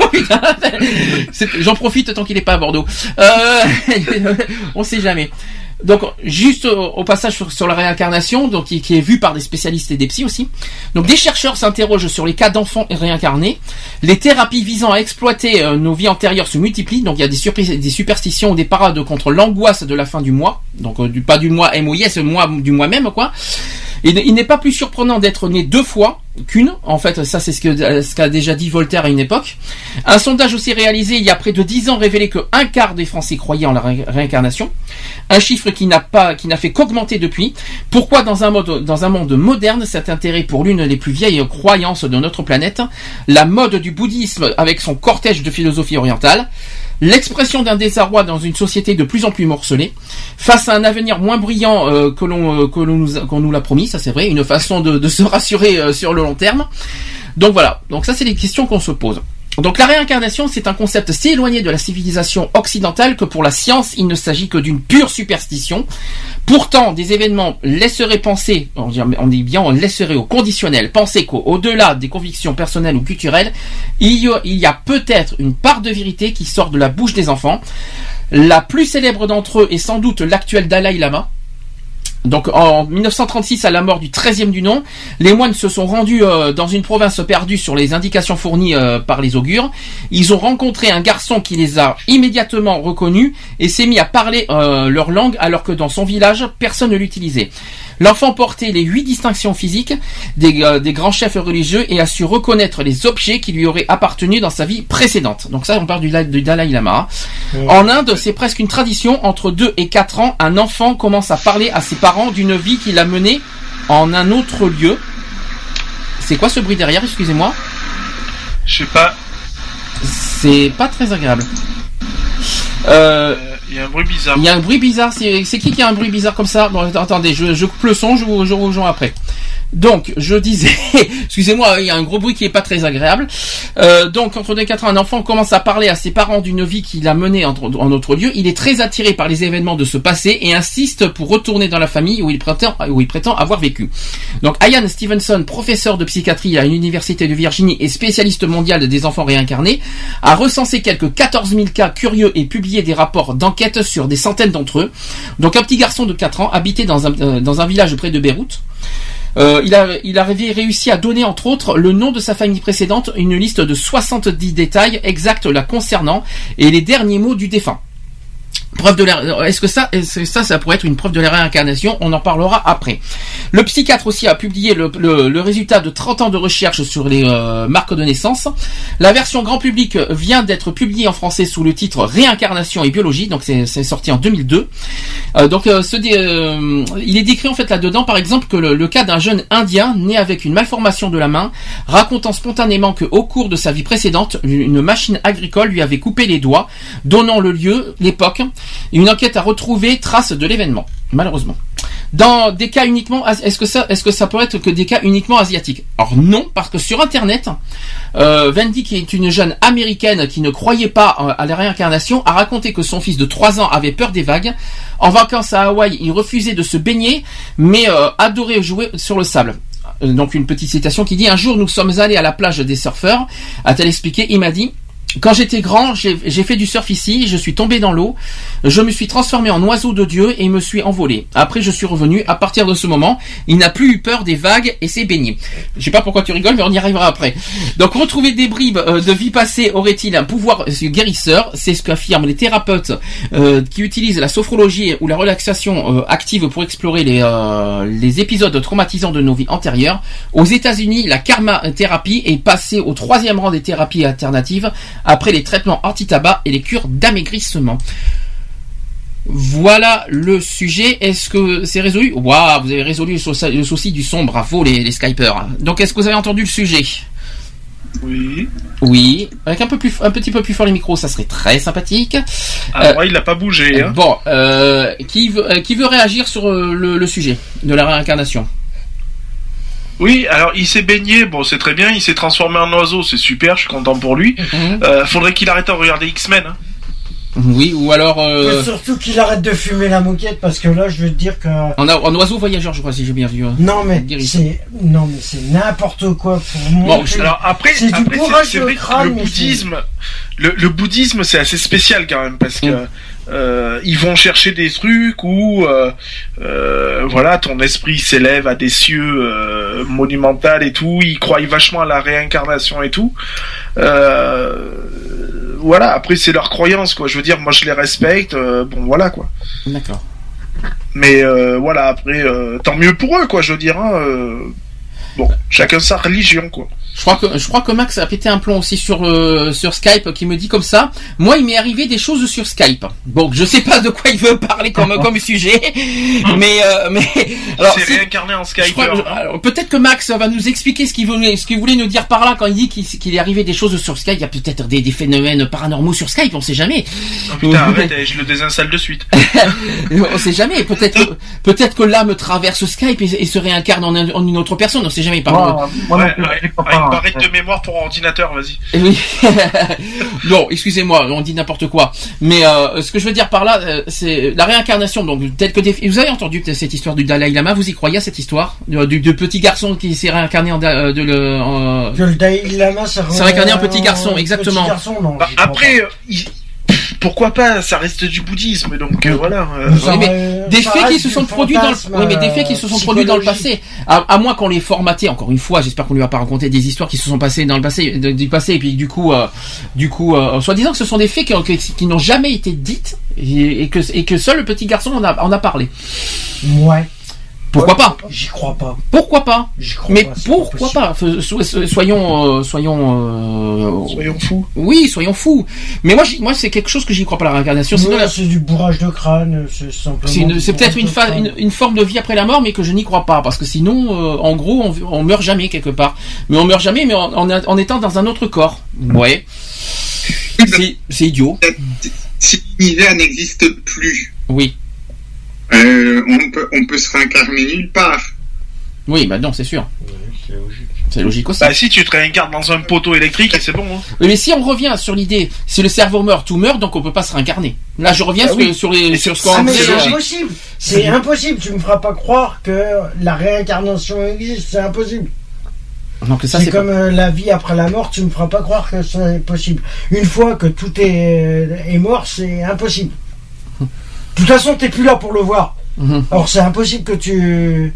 J'en profite tant qu'il est pas à Bordeaux. Euh, on sait jamais. Donc juste au, au passage sur, sur la réincarnation, donc qui, qui est vue par des spécialistes et des psys aussi. Donc des chercheurs s'interrogent sur les cas d'enfants réincarnés. Les thérapies visant à exploiter euh, nos vies antérieures se multiplient. Donc il y a des, surpri- des superstitions ou des parades contre l'angoisse de la fin du mois. Donc euh, du pas du mois M O I S, mois du mois même quoi. Et il n'est pas plus surprenant d'être né deux fois qu'une. En fait, ça c'est ce, que, ce qu'a déjà dit Voltaire à une époque. Un sondage aussi réalisé il y a près de dix ans révélait que un quart des Français croyaient en la ré- réincarnation. Un chiffre qui n'a pas, qui n'a fait qu'augmenter depuis. Pourquoi dans un mode, dans un monde moderne, cet intérêt pour l'une des plus vieilles croyances de notre planète, la mode du bouddhisme avec son cortège de philosophie orientale, l'expression d'un désarroi dans une société de plus en plus morcelée, face à un avenir moins brillant euh, que l'on euh, que l'on nous, qu'on nous l'a promis, ça c'est vrai, une façon de, de se rassurer euh, sur le long terme. Donc voilà, donc ça c'est les questions qu'on se pose. Donc la réincarnation, c'est un concept si éloigné de la civilisation occidentale que pour la science, il ne s'agit que d'une pure superstition. Pourtant, des événements laisseraient penser, on dit, on dit bien, on laisserait au conditionnel penser qu'au-delà des convictions personnelles ou culturelles, il y a, il y a peut-être une part de vérité qui sort de la bouche des enfants. La plus célèbre d'entre eux est sans doute l'actuel Dalai Lama. Donc en mille neuf cent trente-six, à la mort du treizième du nom, les moines se sont rendus euh, dans une province perdue sur les indications fournies euh, par les augures. Ils ont rencontré un garçon qui les a immédiatement reconnus et s'est mis à parler euh, leur langue alors que dans son village, personne ne l'utilisait. L'enfant portait les huit distinctions physiques des, euh, des grands chefs religieux et a su reconnaître les objets qui lui auraient appartenu dans sa vie précédente. Donc ça, on parle du, du Dalai Lama. Mmh. En Inde, c'est presque une tradition. Entre deux et quatre ans, un enfant commence à parler à ses parents d'une vie qu'il a menée en un autre lieu. C'est quoi ce bruit derrière, excusez-moi? Je sais pas. C'est pas très agréable. Euh... Il y a un bruit bizarre. Il y a un bruit bizarre. C'est, c'est qui qui a un bruit bizarre comme ça? Bon, attendez, je, je coupe le son, je vous, je vous rejoins après. Donc, je disais, excusez-moi, il y a un gros bruit qui est pas très agréable. Euh, donc, entre deux et quatre ans, un enfant commence à parler à ses parents d'une vie qu'il a menée en, en autre lieu. Il est très attiré par les événements de ce passé et insiste pour retourner dans la famille où il prétend, où il prétend avoir vécu. Donc, Ian Stevenson, professeur de psychiatrie à l'université de Virginie et spécialiste mondial des enfants réincarnés, a recensé quelques quatorze mille cas curieux et publié des rapports d'enquête sur des centaines d'entre eux. Donc, un petit garçon de quatre ans habitait dans un, euh, dans un village près de Beyrouth. Euh, il, a, il avait réussi à donner entre autres le nom de sa famille précédente, une liste de soixante-dix détails exacts la concernant et les derniers mots du défunt. Preuve de la... Est-ce que ça, est-ce que ça, ça pourrait être une preuve de la réincarnation? On en parlera après. Le psychiatre aussi a publié le, le, le résultat de trente ans de recherche sur les euh, marques de naissance. La version grand public vient d'être publiée en français sous le titre Réincarnation et biologie, donc c'est, c'est sorti en deux mille deux. Euh, donc euh, ce, euh, il est décrit en fait là-dedans, par exemple, que le, le cas d'un jeune Indien né avec une malformation de la main, racontant spontanément que au cours de sa vie précédente, une machine agricole lui avait coupé les doigts, donnant le lieu, l'époque. Une enquête a retrouvé trace de l'événement, malheureusement. Dans des cas uniquement, est-ce que ça, est-ce que ça pourrait être que des cas uniquement asiatiques? Alors non, parce que sur Internet, euh, Wendy, qui est une jeune américaine qui ne croyait pas à la réincarnation, a raconté que son fils de trois ans avait peur des vagues. En vacances à Hawaï, il refusait de se baigner, mais euh, adorait jouer sur le sable. Donc une petite citation qui dit: un jour nous sommes allés à la plage des surfeurs, a-t-elle expliqué. Il m'a dit: quand j'étais grand, j'ai, j'ai fait du surf ici, je suis tombé dans l'eau, je me suis transformé en oiseau de Dieu et me suis envolé. Après, je suis revenu. À partir de ce moment, il n'a plus eu peur des vagues et s'est baigné. Je sais pas pourquoi tu rigoles, mais on y arrivera après. Donc, retrouver des bribes euh, de vie passée aurait-il un pouvoir guérisseur? C'est ce qu'affirment les thérapeutes euh, qui utilisent la sophrologie ou la relaxation euh, active pour explorer les, euh, les épisodes traumatisants de nos vies antérieures. Aux États-Unis, la karma thérapie est passée au troisième rang des thérapies alternatives, après les traitements anti-tabac et les cures d'amaigrissement. Voilà le sujet. Est-ce que c'est résolu? Waouh, vous avez résolu le souci, le souci du son. Bravo les, les Skypers. Donc, est-ce que vous avez entendu le sujet? Oui. Oui. Avec un peu plus, un petit peu plus fort les micros, ça serait très sympathique. Ah, euh, moi, il n'a pas bougé. Hein. Bon, euh, qui veut, euh, qui veut réagir sur euh, le, le sujet de la réincarnation? Oui, alors il s'est baigné, bon c'est très bien, il s'est transformé en oiseau, c'est super, je suis content pour lui. Mm-hmm. Euh, faudrait qu'il arrête de regarder X-Men. Hein. Oui, ou alors... Euh... Surtout qu'il arrête de fumer la moquette, parce que là je veux te dire que... En, en oiseau voyageur, je crois, si j'ai bien vu. Hein. Non mais c'est, non, mais c'est n'importe quoi pour moi. Bon, alors après, c'est, après, c'est, c'est vrai que le bouddhisme, le, le bouddhisme c'est assez spécial quand même, parce que... Mm. Euh, ils vont chercher des trucs où euh, euh, voilà, ton esprit s'élève à des cieux euh, monumentaux et tout, ils croient vachement à la réincarnation et tout. Euh, voilà, après c'est leur croyance quoi, je veux dire, moi je les respecte, euh, bon voilà quoi. D'accord. Mais euh, voilà, après euh, tant mieux pour eux quoi, je veux dire hein, euh, bon, chacun sa religion quoi. Je crois que je crois que Max a pété un plomb aussi sur euh, sur Skype qui me dit comme ça. Moi, il m'est arrivé des choses sur Skype. Bon, je sais pas de quoi il veut parler comme comme sujet, mais euh, mais alors c'est réincarné en Skype. Crois, alors, peut-être que Max va nous expliquer ce qu'il voulait ce qu'il voulait nous dire par là quand il dit qu'il, qu'il est arrivé des choses sur Skype. Il y a peut-être des, des phénomènes paranormaux sur Skype, on sait jamais. Oh putain, arrête, je le désinstalle de suite. On sait jamais. Peut-être peut-être que l'âme traverse Skype et, et se réincarne en, un, en une autre personne. On sait jamais. Par ouais, moi, ouais, ouais, ouais. Barrette de mémoire pour ordinateur, vas-y. Oui. Bon, excusez-moi, on dit n'importe quoi. Mais euh, ce que je veux dire par là, euh, c'est la réincarnation. Donc, tel que des... vous avez entendu cette histoire du Dalai Lama, vous y croyez à cette histoire du, du, du petit garçon qui s'est réincarné en, de, de le. En... Que le Dalai Lama s'est réincarné en petit garçon, exactement. Petit garçon, non, bah, après, euh, il... pourquoi pas, ça reste du bouddhisme, donc euh, voilà. Euh, oui, mais des faits qui se sont produits dans le, oui, mais des faits qui se sont produits dans le passé. À, à moins qu'on les formaté, encore une fois, j'espère qu'on lui a pas raconté des histoires qui se sont passées dans le passé, de, du passé, et puis du coup, euh, du coup, euh, soi-disant que ce sont des faits qui, qui, qui n'ont jamais été dites et, et que et que seul le petit garçon en a, en a parlé. Ouais. Pourquoi pas? J'y crois pas. Pourquoi pas? Crois Mais pas, pourquoi pas? So, so, soyons, euh, soyons, euh, soyons fous. Oui, soyons fous. Mais moi, moi, c'est quelque chose que j'y crois pas, la réincarnation. Ouais, la... c'est du bourrage de crâne. C'est simplement. C'est, une, c'est peut-être une, fa- une, une forme de vie après la mort, mais que je n'y crois pas, parce que sinon, euh, en gros, on, on meurt jamais quelque part. Mais on meurt jamais, mais en, en, en étant dans un autre corps. Ouais. C'est, c'est idiot. Si l'univers n'existe plus. Oui. Euh, on peut, on peut se réincarner nulle part. Oui, bah non, c'est sûr. Oui, c'est logique. C'est logique aussi. Bah si tu te réincarnes dans un poteau électrique, et c'est bon. Hein. Oui, mais si on revient sur l'idée, si le cerveau meurt, tout meurt, donc on peut pas se réincarner. Là, je reviens ah, sur, oui. sur, les, sur ce qu'on ah, mais dit. C'est impossible. C'est impossible. Tu me feras pas croire que la réincarnation existe. C'est impossible. Donc ça, c'est, c'est comme pas... euh, la vie après la mort. Tu me feras pas croire que c'est possible. Une fois que tout est, est mort, c'est impossible. De toute façon, t'es plus là pour le voir. Mmh. Alors c'est impossible que tu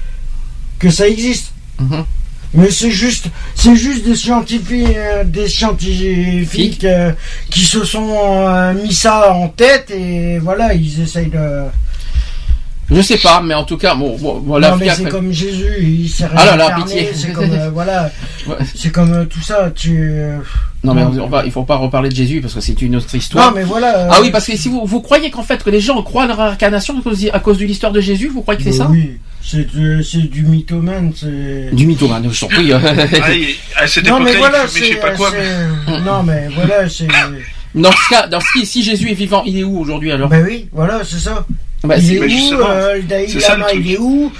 que ça existe. Mmh. Mais c'est juste c'est juste des scientifiques euh, des scientifiques euh, qui se sont euh, mis ça en tête et voilà, ils essayent de. Je sais pas, mais en tout cas, bon, bon voilà. Non, mais c'est après... comme Jésus, il s'est réincarné. Ah là là, pitié. C'est comme euh, voilà, ouais. C'est comme euh, tout ça. Tu. Euh... Non mais on va, il faut pas reparler de Jésus parce que c'est une autre histoire. Non mais voilà. Euh... Ah oui, parce que si vous, vous croyez qu'en fait que les gens croient à la réincarnation à cause, à cause de l'histoire de Jésus, vous croyez que c'est bah, ça? Oui, c'est, c'est du mythomane, c'est. Du mythomane, je surpris. Ah, à cette non mais voilà, il fumait, je sais pas quoi. Mais... Non mais voilà, c'est. Dans ce cas, dans ce cas, si Jésus est vivant, il est où aujourd'hui alors? Ben oui, voilà, c'est ça. Bah, il c'est, est où euh, le Dalai Lama, il est où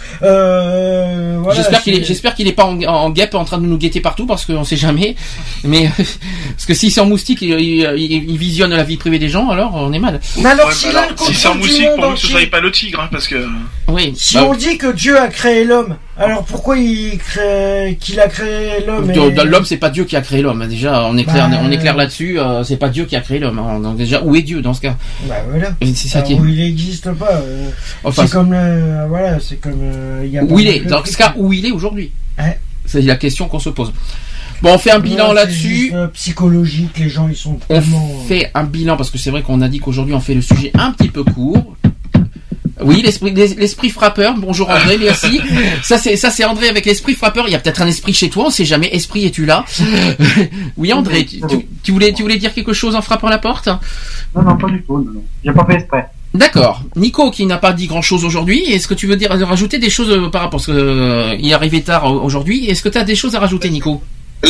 euh, voilà, j'espère c'est... qu'il est, j'espère qu'il est pas en, en guêpe en train de nous guetter partout parce qu'on sait jamais. Mais parce que si c'est en moustique, il, il, il visionne la vie privée des gens, alors on est mal. Mais alors, ouais, si, mais alors si c'est en moustique, pour nous ce serait pas le tigre, hein, parce que. Oui. Si bah, on dit que Dieu a créé l'homme, alors pourquoi il crée, qu'il a créé l'homme? Et... L'homme, c'est pas Dieu qui a créé l'homme. Déjà, on est clair, bah, on est clair là-dessus. Euh, c'est pas Dieu qui a créé l'homme. Hein. Donc déjà, où est Dieu dans ce cas? Bah voilà. C'est ça alors, qui est. Où il n'existe pas. Euh, enfin, c'est comme le, voilà, c'est comme. Euh, y a où il est. Dans ce cas, où il est aujourd'hui. Ouais. C'est la question qu'on se pose. Bon, on fait un bilan voilà, là-dessus. Juste, euh, psychologique, les gens ils sont. Tellement... On fait un bilan parce que c'est vrai qu'on a dit qu'aujourd'hui on fait le sujet un petit peu court. Oui, l'esprit, l'esprit frappeur. Bonjour André, merci. Ça c'est, ça c'est André avec l'esprit frappeur. Il y a peut-être un esprit chez toi, on sait jamais. Esprit, es-tu là? Oui, André, tu, tu voulais, tu voulais dire quelque chose en frappant la porte? Non, non, pas du tout. Non, non. J'ai pas fait exprès. D'accord. Nico, qui n'a pas dit grand-chose aujourd'hui, est-ce que tu veux dire rajouter des choses par rapport parce que euh, il est arrivé tard aujourd'hui? Est-ce que tu as des choses à rajouter, Nico?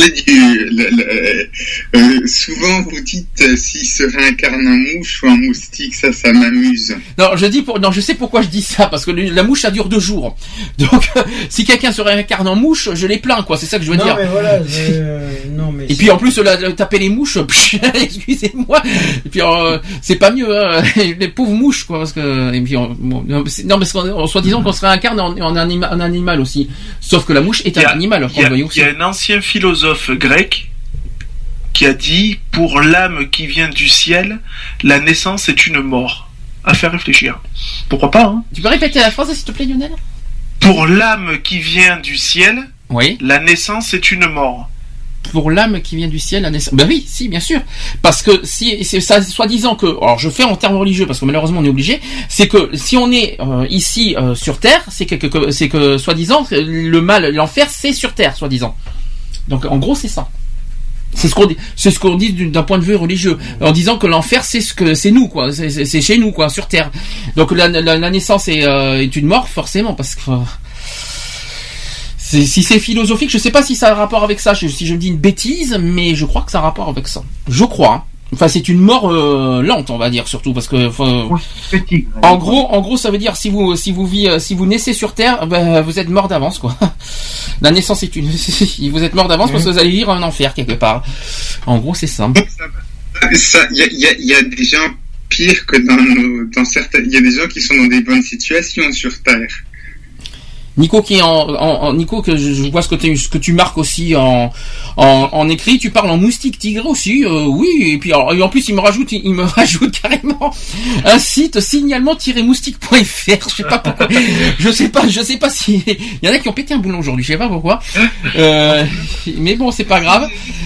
Du, le, le, euh, souvent vous dites euh, s'il se réincarne en mouche ou en moustique, ça, ça m'amuse. Non, je dis pour, non, je sais pourquoi je dis ça parce que le, la mouche ça dure deux jours. Donc, si quelqu'un se réincarne en mouche, je les plains quoi. C'est ça que je veux non, dire. Mais voilà, euh, non mais. Et puis en plus la, la, taper les mouches, excusez-moi. Et puis euh, c'est pas mieux, hein, les pauvres mouches quoi parce que et puis on, bon, non mais soit disant qu'on se réincarne en, en, anima, en animal aussi. Sauf que la mouche est un a, animal. Il y, y a un ancien philosophe grec qui a dit pour l'âme qui vient du ciel, la naissance est une mort. À faire réfléchir. Pourquoi pas hein? Tu peux répéter la phrase s'il te plaît Lionel? Pour l'âme qui vient du ciel, oui. La naissance est une mort. Pour l'âme qui vient du ciel, la naissance. Ben oui, si, bien sûr. Parce que si c'est ça, soi-disant que, alors je fais en termes religieux parce que malheureusement on est obligé, c'est que si on est euh, ici euh, sur terre, c'est que, que c'est que soi-disant le mal, l'enfer, c'est sur terre, soi-disant. Donc en gros c'est ça. C'est ce qu'on dit, c'est ce qu'on dit d'un point de vue religieux, en disant que l'enfer c'est ce que c'est nous quoi, c'est, c'est, c'est chez nous quoi, sur terre. Donc la, la, la naissance est, euh, est une mort forcément parce que c'est, si c'est philosophique, je sais pas si ça a un rapport avec ça, si je me dis une bêtise, mais je crois que ça a un rapport avec ça. Je crois. Hein. Enfin, c'est une mort euh, lente, on va dire surtout parce que. Enfin, petit, en gros, en gros, ça veut dire si vous, si vous vivez, si vous naissez sur Terre, ben, vous êtes mort d'avance, quoi. La naissance est une. Vous êtes mort d'avance mmh. parce que vous allez vivre un enfer quelque part. En gros, c'est ça. Ça, il y a, y a, y a des gens pires que dans nos, dans certains. Il y a des gens qui sont dans des bonnes situations sur Terre. Nico qui est en, en, en Nico que je, je vois ce que, ce que tu marques aussi en, en, en écrit, tu parles en moustique tigre aussi, euh, oui, et puis alors, et en plus il me rajoute, il me rajoute carrément un site signalement-moustique point f r, je sais pas pourquoi, je sais pas, je sais pas si, il y en a qui ont pété un boulon aujourd'hui, je sais pas pourquoi, euh, mais bon c'est pas grave.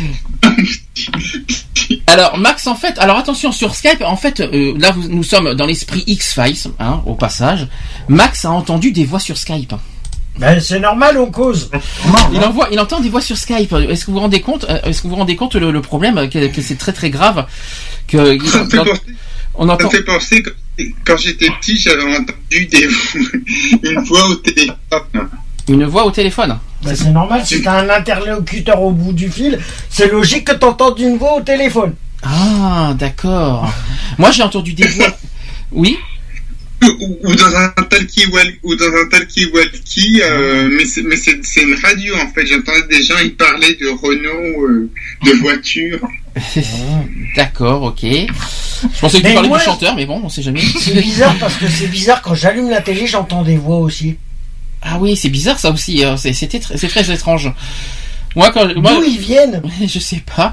Alors Max en fait, alors attention sur Skype, en fait euh, là vous, nous sommes dans l'esprit X-Files, hein, au passage. Max a entendu des voix sur Skype. Ben c'est normal, on cause. Il envoie, il entend des voix sur Skype. Est-ce que vous vous rendez compte, est-ce que vous vous rendez compte le, le problème que, que c'est très très grave que ça me fait penser, on entend. Ça me fait penser que quand j'étais petit, j'avais entendu des une voix au téléphone. Une voix au téléphone. Ben c'est normal, si t'as un interlocuteur au bout du fil, c'est logique que t'entendes une voix au téléphone. Ah, d'accord. Moi, j'ai entendu des voix. Oui. Ou, ou dans un talkie ou dans un talkie walkie, euh, mais c'est mais c'est, c'est une radio en fait. J'entendais des gens ils parlaient de Renault, euh, de voitures. D'accord, ok. Je pensais que tu parlais du chanteur, mais bon, on sait jamais. C'est bizarre parce que c'est bizarre quand j'allume la télé, j'entends des voix aussi. Ah oui, c'est bizarre ça aussi. C'est, c'était, c'est très étrange. Moi, quand moi, d'où ils viennent? Je sais pas.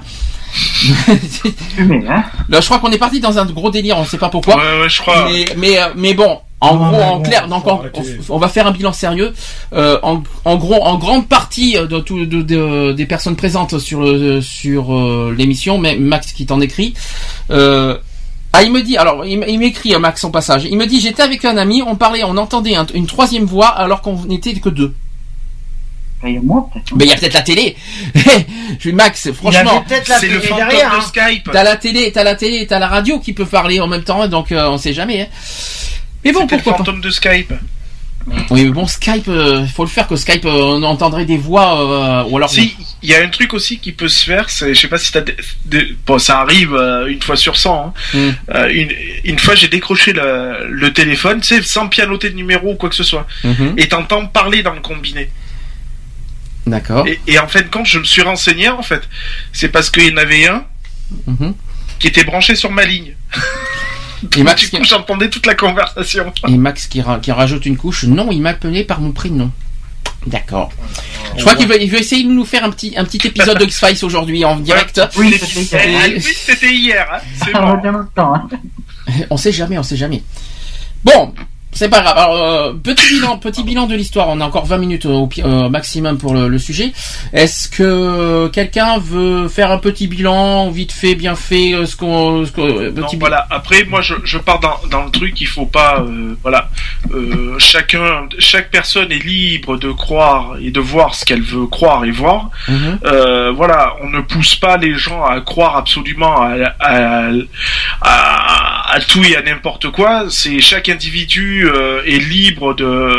Là, je crois qu'on est parti dans un gros délire, on ne sait pas pourquoi. Ouais, ouais, je crois. Mais, mais, mais bon, en non, gros, en bon, clair, donc on, on va faire un bilan sérieux. Euh, en, en gros, en grande partie de, tout, de, de des personnes présentes sur le, sur euh, l'émission, mais Max qui t'en écrit. Euh, ah, il me dit, alors, il, il m'écrit Max en passage. Il me dit, j'étais avec un ami, on parlait, on entendait un, une troisième voix alors qu'on n'était que deux. Il y a moi, peut-être. Mais il y a peut-être la télé. Max, franchement, la c'est télé le fantôme derrière, de hein. Skype. T'as la télé, t'as la télé, t'as la radio qui peut parler en même temps, donc euh, on sait jamais. Hein. Mais bon, C'était pourquoi le fantôme pas. de Skype. Oui, mais bon, Skype, euh, faut le faire que Skype, euh, on entendrait des voix, euh, ou alors. Si, il y a un truc aussi qui peut se faire, c'est, je sais pas si t'as, des, des, bon, ça arrive euh, une fois sur cent. Hein. Mm. Euh, une, une fois, j'ai décroché le, le téléphone, tu sais, sans pianoter de numéro ou quoi que ce soit, mm-hmm. et t'entends parler dans le combiné. D'accord. Et, et en fait, quand je me suis renseigné, en fait, c'est parce qu'il y en avait un mm-hmm. qui était branché sur ma ligne. Et Max du coup, qui... j'entendais toute la conversation. Et Max qui, ra- qui rajoute une couche. Non, il m'appelait par mon prénom. D'accord. Je crois qu'il veut, il veut essayer de nous faire un petit, un petit épisode de X-Files aujourd'hui en direct. Oui, c'était, c'était hier. Hein. C'est bon. Bien longtemps, hein. On sait jamais, on sait jamais. Bon. C'est pas grave. Alors, euh, petit bilan, petit bilan de l'histoire. On a encore vingt minutes au euh, maximum pour le, le sujet. Est-ce que quelqu'un veut faire un petit bilan, vite fait, bien fait, euh, ce qu'on, ce qu'on euh, non, voilà. Après, moi, je, je pars dans, dans le truc. Il faut pas, euh, voilà. Euh, chacun, chaque personne est libre de croire et de voir ce qu'elle veut croire et voir. Mm-hmm. Euh, voilà. On ne pousse pas les gens à croire absolument à, à, à, à tout et à n'importe quoi. C'est chaque individu Euh, est libre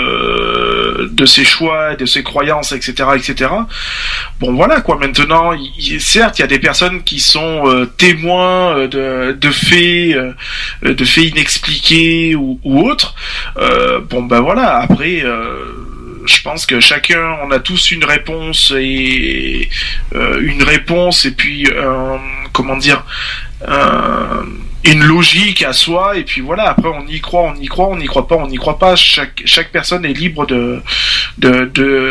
de de ses choix, de ses croyances, et cetera, et cetera. Bon, voilà quoi. Maintenant, il, certes, il y a des personnes qui sont euh, témoins euh, de de faits, euh, de faits inexpliqués ou, ou autres. Euh, bon, ben voilà. Après. Euh, Je pense que chacun, on a tous une réponse et euh, une réponse et puis euh, comment dire, euh, une logique à soi et puis voilà. Après, on y croit, on y croit, on n'y croit pas, on n'y croit pas. Chaque chaque personne est libre de de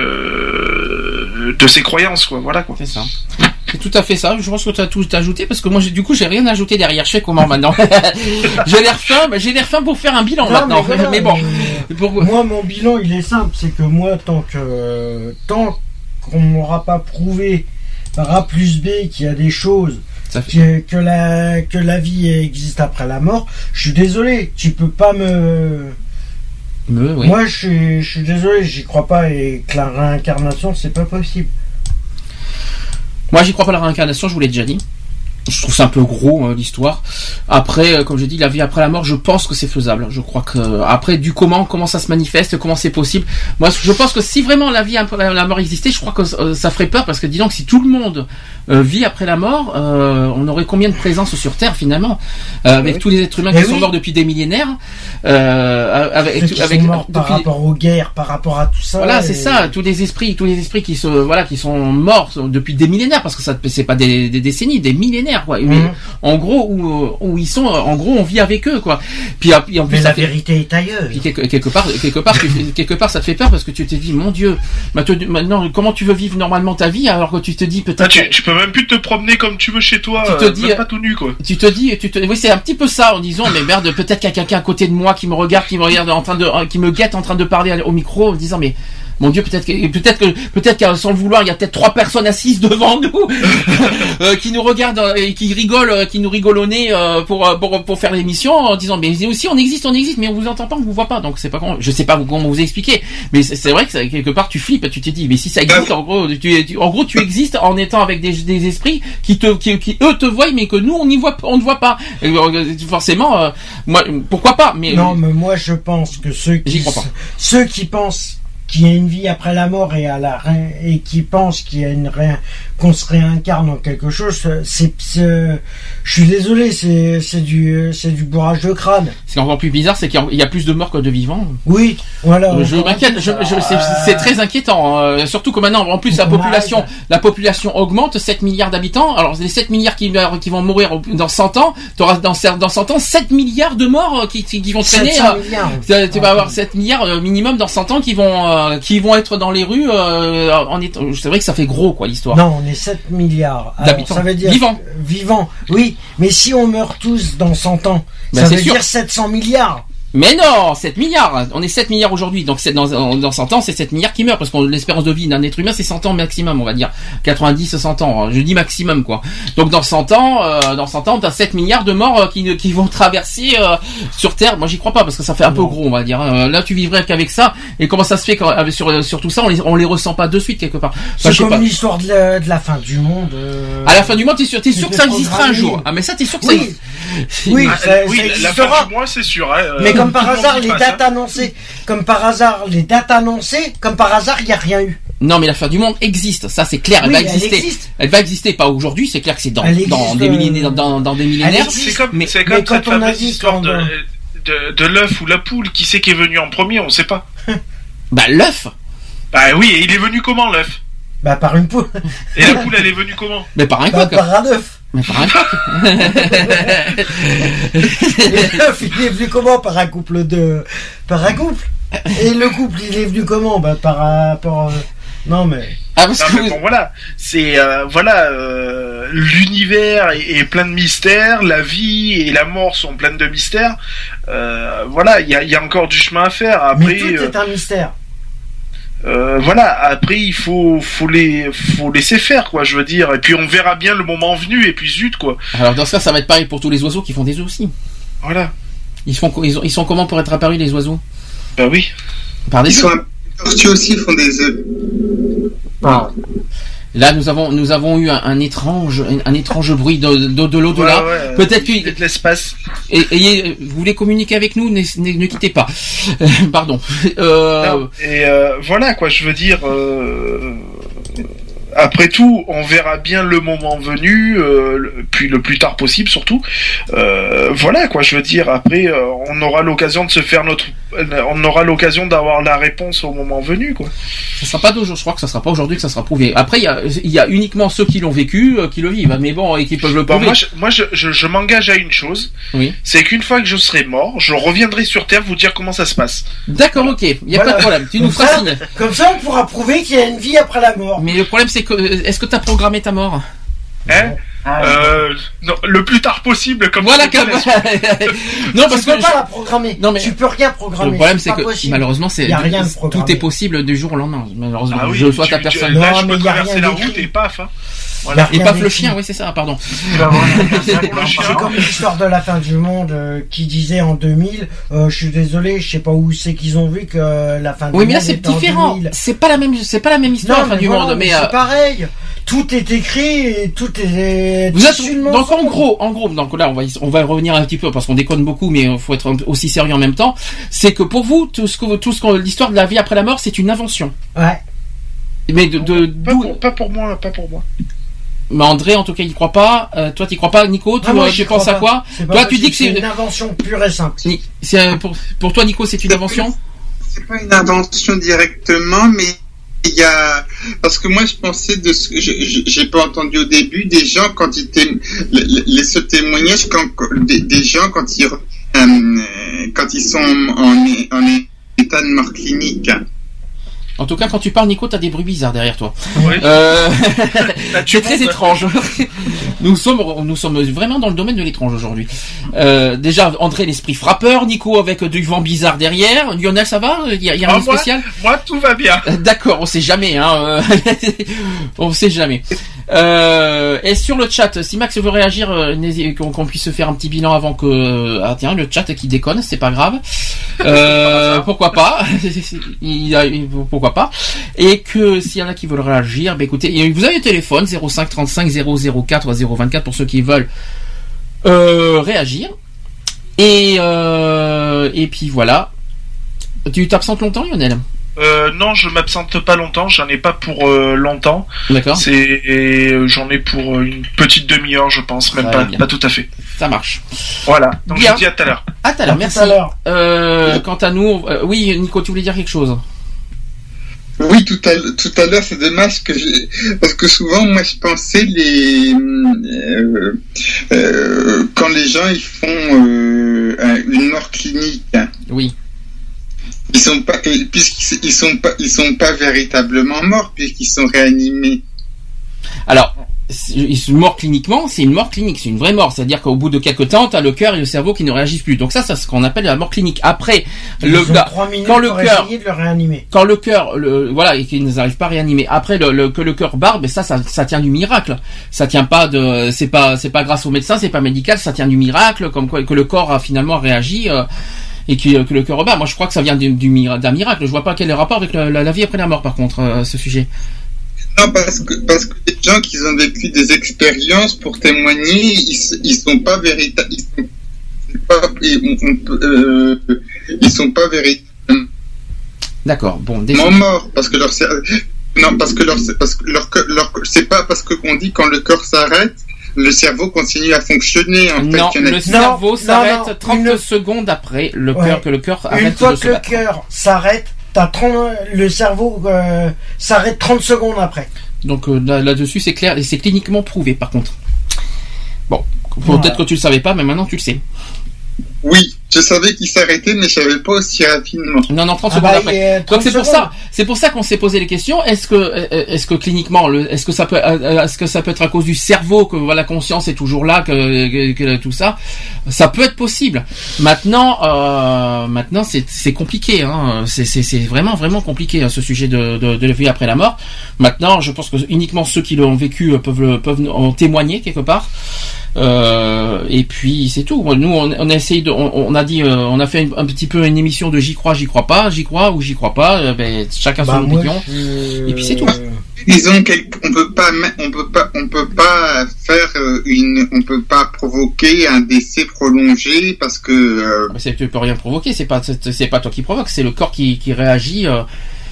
de de ses croyances, quoi. Voilà quoi. C'est ça. C'est tout à fait ça. Je pense que tu as tout ajouté parce que moi, j'ai, du coup, j'ai rien ajouté derrière. Je fais comment maintenant? J'ai l'air fin, mais j'ai l'air fin pour faire un bilan non, maintenant. Mais, voilà, mais bon. Mais pour... Moi, mon bilan, il est simple. C'est que moi, tant que, tant qu'on m'aura pas prouvé par A plus B qu'il y a des choses, fait... que, que la, que la vie existe après la mort, je suis désolé. Tu peux pas me, me oui. Moi, je suis, je suis désolé. J'y crois pas et que la réincarnation, c'est pas possible. Moi, j'y crois pas à la réincarnation, je vous l'ai déjà dit. Je trouve ça un peu gros, hein, l'histoire. Après, euh, comme je dis, la vie après la mort, je pense que c'est faisable. Je crois que après, du comment, comment ça se manifeste, comment c'est possible. Moi, je pense que si vraiment la vie après la mort existait, je crois que euh, ça ferait peur parce que dis donc, si tout le monde euh, vit après la mort, euh, on aurait combien de présence sur Terre finalement, euh, avec oui. tous les êtres humains qui Et sont oui. morts depuis des millénaires, euh, avec, Ceux qui avec sont morts depuis... par rapport aux guerres, par rapport à tout ça. Voilà, et... c'est ça. Tous les esprits, tous les esprits qui se, voilà, qui sont morts depuis des millénaires parce que ça, c'est pas des, des décennies, des millénaires. l'enfer, quoi. Mais, mmh. En gros, où, où ils sont, en gros, on vit avec eux, quoi. Puis, puis en plus, mais ça la fait, vérité est ailleurs. Puis quelque, quelque part, quelque part, tu, quelque part, ça te fait peur parce que tu te dis, mon Dieu, maintenant, comment tu veux vivre normalement ta vie alors que tu te dis peut-être. Ah, tu, tu peux même plus te promener comme tu veux chez toi, tu te euh, dis, même pas tout nu, quoi. Tu te dis, tu te, oui, c'est un petit peu ça en disant, mais merde, peut-être qu'il y a quelqu'un à côté de moi qui me regarde, qui me regarde en train de, qui me guette en train de parler au micro, en disant, mais mon Dieu, peut-être que, peut-être que, peut-être que sans le vouloir, il y a peut-être trois personnes assises devant nous euh, qui nous regardent et qui rigolent, qui nous rigolent au nez euh, pour, pour pour faire l'émission en disant mais aussi on existe, on existe, mais on vous entend pas, on vous voit pas. Donc c'est pas comment, je sais pas comment vous expliquer, mais c'est, c'est vrai que ça, quelque part tu flippes, tu t'es dit mais si ça existe, en gros, tu, tu, en gros tu existes en étant avec des, des esprits qui te, qui, qui eux te voient, mais que nous on y voit, on ne voit pas. Et, forcément, euh, moi pourquoi pas, mais non, mais moi je pense que ceux qui, j'y crois pas. Ceux qui pensent qu'il y a une vie après la mort et à la ré... et qui pense qu'il y a une ré... qu'on se réincarne en quelque chose, c'est, c'est... je suis désolé, c'est c'est du c'est du bourrage de crâne. Ce qui est encore plus bizarre, c'est qu'il y a plus de morts que de vivants. Oui, voilà. Je m'inquiète, je, je, c'est, c'est très inquiétant, euh, surtout que maintenant, en plus, la population, la population augmente, sept milliards d'habitants. Alors les sept milliards qui qui vont mourir dans cent ans, tu auras dans dans cent ans sept milliards de morts qui qui, qui vont traîner. Euh, tu vas avoir sept milliards minimum dans cent ans qui vont euh, qui vont être dans les rues euh, en étant, c'est vrai que ça fait gros quoi l'histoire. Non, on est sept milliards. Alors, d'habitants. Ça veut dire vivants. Vivants. Oui, mais si on meurt tous dans cent ans, ben, ça veut sûr. dire sept cents milliards. Mais non, sept milliards. On est sept milliards aujourd'hui. Donc c'est dans, dans cent ans, c'est sept milliards qui meurent parce que l'espérance de vie d'un être humain c'est cent ans maximum, on va dire. quatre-vingt-dix cent ans. Je dis maximum quoi. Donc dans cent ans, euh, dans cent ans, t'as sept milliards de morts euh, qui qui vont traverser euh, sur Terre. Moi j'y crois pas parce que ça fait un non. peu gros, on va dire. Euh, là tu vivrais qu'avec ça. Et comment ça se fait quand, avec, sur sur tout ça, on les on les ressent pas de suite quelque part. Enfin, c'est comme pas. L'histoire de la, de la fin du monde. Euh... À la fin du monde, t'es sûr, t'es sûr que ça existera un jour. Ah mais ça t'es sûr que oui. ça existe. Oui, ah, ça, oui ça existera. La fin du mois c'est sûr. Hein, euh... Mais comme par hasard les dates annoncées, comme par hasard les dates annoncées, comme par hasard il y a rien eu. Non mais la fin du monde existe, ça c'est clair, elle oui, va exister. Elle, existe. Elle va exister, pas aujourd'hui, c'est clair que c'est dans, dans des millénaires, dans, dans des millénaires. C'est comme, mais, c'est comme mais cette fameuse histoire de, de, de l'œuf ou la poule, qui c'est qui est venu en premier, on sait pas. Bah l'œuf. Bah oui, et il est venu comment l'œuf? Bah par une poule. Et la poule elle est venue comment? Mais par un bah, coq. Par un œuf. Mais par un coq. Et l'œuf il est venu comment? Par un couple de, par un couple. Et le couple il est venu comment? Bah par un, par un... non mais. Ah, parce non, que mais bon, voilà, c'est euh, voilà, euh, l'univers est, est plein de mystères, la vie et la mort sont pleines de mystères. Euh, voilà, il y a, y a encore du chemin à faire. Après, mais tout euh, est un mystère. Euh, voilà, après il faut faut les faut laisser faire quoi, je veux dire, et puis on verra bien le moment venu et puis zut quoi. Alors dans ce cas ça va être pareil pour tous les oiseaux qui font des œufs aussi. Voilà. Ils font ils, ont, ils sont comment pour être apparus les oiseaux? Bah oui. Par des ils œufs. Sont les tortues aussi font des œufs. Ah. Là, nous avons nous avons eu un, un étrange un, un étrange bruit de de, de l'au-delà. Ouais, ouais, peut-être que de l'espace. Et, et vous voulez communiquer avec nous, ne, ne, ne quittez pas. Pardon. Euh... Non, et euh, voilà quoi, je veux dire. Euh... Après tout, on verra bien le moment venu, euh, le, puis le plus tard possible surtout. Euh, voilà quoi, je veux dire. Après, euh, on aura l'occasion de se faire notre, on aura l'occasion d'avoir la réponse au moment venu quoi. Ça sera pas d'aujourd'hui, je crois que ça sera pas aujourd'hui que ça sera prouvé. Après, il y a, il y a uniquement ceux qui l'ont vécu, euh, qui le vivent, mais bon, et qui peuvent le prouver. Bon, moi, je, moi, je, je, je m'engage à une chose. Oui. C'est qu'une fois que je serai mort, je reviendrai sur Terre vous dire comment ça se passe. D'accord, ok. Il y a voilà. Pas de problème. Tu nous feras signe. Comme ça, on pourra prouver qu'il y a une vie après la mort. Mais le problème, c'est que, est-ce que t'as programmé ta mort? Hein? Ah, euh, non, le plus tard possible, comme voilà, comme non, parce tu que peux je... pas la programmer. Non, mais tu peux rien programmer. Le problème, c'est, c'est que possible. Malheureusement, c'est y a rien tout est possible du jour au lendemain. Malheureusement, ah oui, je sois ta personne. Tu, là, non, je peux traverser la route et paf. Hein. Voilà. Et paf le chien, oui, c'est ça. Pardon. Ben voilà, c'est comme l'histoire de la fin du monde euh, qui disait en deux mille. Euh, je suis désolé, je sais pas où c'est qu'ils ont vu que euh, la fin du oui, monde. Oui, mais là, c'est différent. C'est pas la même, c'est pas la même histoire, non, la fin du voilà, monde. Mais, mais euh... c'est pareil. Tout est écrit et tout est. Vous êtes donc en gros, en gros, donc là on va on va revenir un petit peu parce qu'on déconne beaucoup, mais il faut être aussi sérieux en même temps. C'est que pour vous, tout ce que tout ce que l'histoire de la vie après la mort, c'est une invention. Ouais. Mais de, de pas, pour, pas pour moi, pas pour moi. Mais André, en tout cas, il croit pas. Euh, toi, tu crois pas, Nico? Tu, ah, moi, euh, tu penses à quoi? Toi, tu dis que c'est une invention pure et simple. C'est pour pour toi, Nico, c'est une invention? C'est pas une invention directement, mais il y a, parce que moi je pensais de ce que je, je, j'ai pas entendu au début des gens quand ils témo... les, les ce témoignage quand des, des gens quand ils euh, quand ils sont en, en état de mort clinique. En tout cas, quand tu parles, Nico, t'as des bruits bizarres derrière toi. Oui. Euh... C'est très étrange. Nous sommes, nous sommes vraiment dans le domaine de l'étrange aujourd'hui. Euh, déjà, André, l'esprit frappeur. Nico, avec du vent bizarre derrière. Lionel, ça va? Il y a, il y a ah, rien de moi, spécial? Moi, tout va bien. D'accord, on sait jamais, hein. On sait jamais. Euh, et sur le chat, si Max veut réagir, qu'on, qu'on puisse faire un petit bilan avant que, ah tiens, le chat qui déconne, c'est pas grave. Euh, pourquoi pas? Il a, pourquoi pas? Et que s'il y en a qui veulent réagir, bah écoutez, vous avez le téléphone zéro cinq trente-cinq zéro zéro quatre zéro vingt-quatre pour ceux qui veulent euh, réagir. Et euh, et puis voilà. Tu t'absentes longtemps, Lionel? Euh, non, je m'absente pas longtemps. J'en ai pas pour euh, longtemps. D'accord. C'est et, euh, j'en ai pour une petite demi-heure, je pense, même pas, pas tout à fait. Ça marche. Voilà. Donc bien. je dis à tout à l'heure. À tout à l'heure. Merci. À tout à l'heure. Euh, quant à nous, euh, oui, Nico, tu voulais dire quelque chose? Oui, tout à, tout à l'heure, c'est dommage que j'ai, parce que souvent, moi, je pensais les, euh, euh, quand les gens, ils font, euh, une mort clinique. Oui. Ils sont pas, puisqu'ils sont pas, ils sont pas véritablement morts, puisqu'ils sont réanimés. Alors, une mort cliniquement, c'est une mort clinique, c'est une vraie mort. C'est-à-dire qu'au bout de quelques temps, t'as le cœur et le cerveau qui ne réagissent plus. Donc ça, c'est ce qu'on appelle la mort clinique. Après, ils le ont gars, trois minutes quand le pour cœur, essayer de le réanimer. Quand le cœur, le, voilà, et qu'ils n'arrivent pas à réanimer. Après, le, le, que le cœur barre, ben ça, ça, ça tient du miracle. Ça tient pas de, c'est pas, c'est pas grâce au médecin, c'est pas médical, ça tient du miracle, comme quoi que le corps a finalement réagi. Euh, et que, que le cœur bat. Moi, je crois que ça vient du, du, d'un miracle. Je vois pas quel est le rapport avec la, la, la vie après la mort, par contre, euh, ce sujet. Non, parce que, parce que les gens qui ont vécu des expériences pour témoigner, ils, ils sont pas véritables, ils sont pas, ils, on, euh, ils sont pas véritablement. D'accord, bon, désolé. morts, parce que leur, non, parce que leur, parce que leur, leur, c'est pas parce que qu'on dit quand le corps s'arrête, le cerveau continue à fonctionner. En non, fait, le cerveau non, s'arrête non, non, trente une... secondes après le ouais. cœur, que le cœur arrête une fois de que se le battre. cœur s'arrête, t'as trente, le cerveau euh, s'arrête trente secondes après. Donc euh, là, là-dessus, c'est clair et c'est cliniquement prouvé, par contre. Bon, peut-être ouais. que tu le savais pas, mais maintenant tu le sais. Oui, je savais qu'il s'arrêtait, mais je savais pas aussi rapidement. Non, non, trente ah secondes bah, après. Donc c'est pour ça, c'est pour ça qu'on s'est posé les questions. Est-ce que, est-ce que cliniquement, le, est-ce que ça peut, est-ce que ça peut être à cause du cerveau que voilà, la conscience est toujours là, que, que, que tout ça, ça peut être possible. Maintenant, euh, maintenant c'est, c'est compliqué, hein. C'est, c'est, c'est vraiment, vraiment compliqué hein, ce sujet de, de, de la vie après la mort. Maintenant, je pense que uniquement ceux qui l'ont vécu peuvent, peuvent en témoigner quelque part. Euh, et puis c'est tout. Nous, on, on a essayé de, on, on a dit, euh, on a fait un, un petit peu une émission de j'y crois, j'y crois pas, j'y crois ou j'y crois pas. Euh, ben, chacun bah, son moi, opinion. Je... Et puis c'est tout. Disons qu'on peut pas, on peut pas, on peut pas faire une, on peut pas provoquer un décès prolongé parce que. Euh... Ah, c'est, tu peux rien provoquer. C'est pas, c'est, c'est pas toi qui provoque. C'est le corps qui, qui réagit. Euh,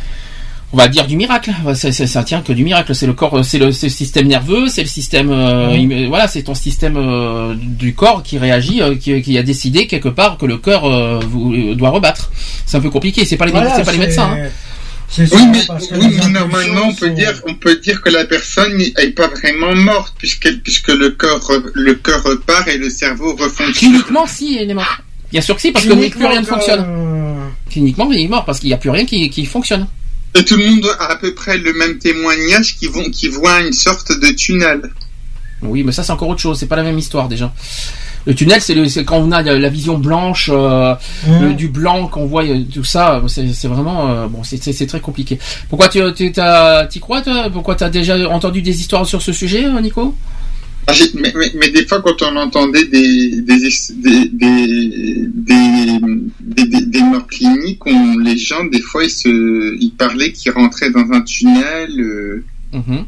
On va dire du miracle. C'est, c'est, ça tient que du miracle. C'est le corps, c'est le, c'est le système nerveux, c'est le système, euh, mmh. voilà, c'est ton système euh, du corps qui réagit, euh, qui, qui a décidé quelque part que le cœur euh, vous, doit rebattre. C'est un peu compliqué. C'est pas les, voilà, c'est pas les médecins. Hein. C'est oui, mais, oui, mais normalement, on peut sont... dire, on peut dire que la personne n'est pas vraiment morte puisque puisque le corps, le cœur repart et le cerveau refonctionne. Cliniquement, si, elle est morte. Bien sûr que si, parce que plus rien ne fonctionne. Euh... Cliniquement, il est mort parce qu'il n'y a plus rien qui, qui fonctionne. Et tout le monde a à peu près le même témoignage qui vont, qui voit une sorte de tunnel. Oui, mais ça c'est encore autre chose. C'est pas la même histoire déjà. Le tunnel, c'est, le, c'est quand on a la vision blanche, euh, mmh. le, du blanc, qu'on voit tout ça. C'est, c'est vraiment euh, bon. C'est, c'est, c'est très compliqué. Pourquoi tu, tu t'as, t'y crois toi? Pourquoi t'as déjà entendu des histoires sur ce sujet, Nico? Ah, mais, mais, mais des fois, quand on entendait des des des des, des, des, des, des morts cliniques, on, les gens, des fois, ils se, ils parlaient qu'ils rentraient dans un tunnel. Euh... Mm-hmm.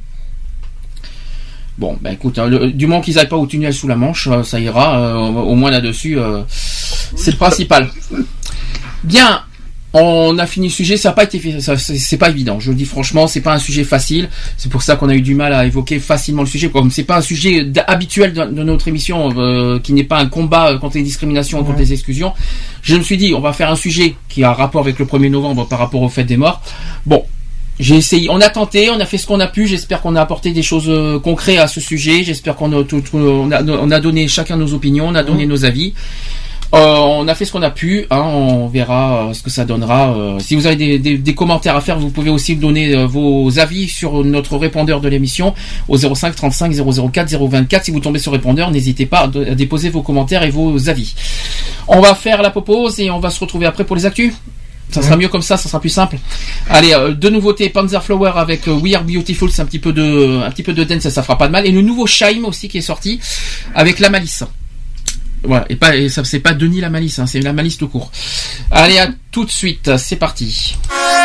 Bon, ben écoute, hein, le, du moment qu'ils n'aillent pas au tunnel sous la Manche, ça ira. Euh, au moins là-dessus, euh, c'est le principal. Bien. On a fini le sujet, ça n'a pas été, ça, c'est, c'est pas évident. Je le dis franchement, c'est pas un sujet facile. C'est pour ça qu'on a eu du mal à évoquer facilement le sujet. Comme c'est pas un sujet habituel de, de notre émission, euh, qui n'est pas un combat contre les discriminations, ouais. contre les exclusions. Je me suis dit, on va faire un sujet qui a un rapport avec le premier novembre par rapport aux fêtes des morts. Bon, J'ai essayé, on a tenté, on a fait ce qu'on a pu. J'espère qu'on a apporté des choses euh, concrètes à ce sujet. J'espère qu'on a, tout, tout, on a, on a donné chacun nos opinions, on a donné mmh. nos avis. Euh, on a fait ce qu'on a pu, hein, on verra euh, ce que ça donnera. Euh, si vous avez des, des, des commentaires à faire, vous pouvez aussi donner euh, vos avis sur notre répondeur de l'émission au zéro cinq trente-cinq zéro zéro quatre zéro vingt-quatre. Si vous tombez sur répondeur, n'hésitez pas à, de, à déposer vos commentaires et vos avis. On va faire la pause et on va se retrouver après pour les actus. Ça sera mieux comme ça, ça sera plus simple. Allez, euh, deux nouveautés, Panzerflower avec euh, We Are Beautiful, c'est un petit peu de, un petit peu de dance, ça, ça fera pas de mal. Et le nouveau Shaim aussi qui est sorti avec La Malice. Voilà, et pas, et ça, c'est pas Denis La Malice, hein, c'est La Malice tout court. Allez, à tout de suite, c'est parti.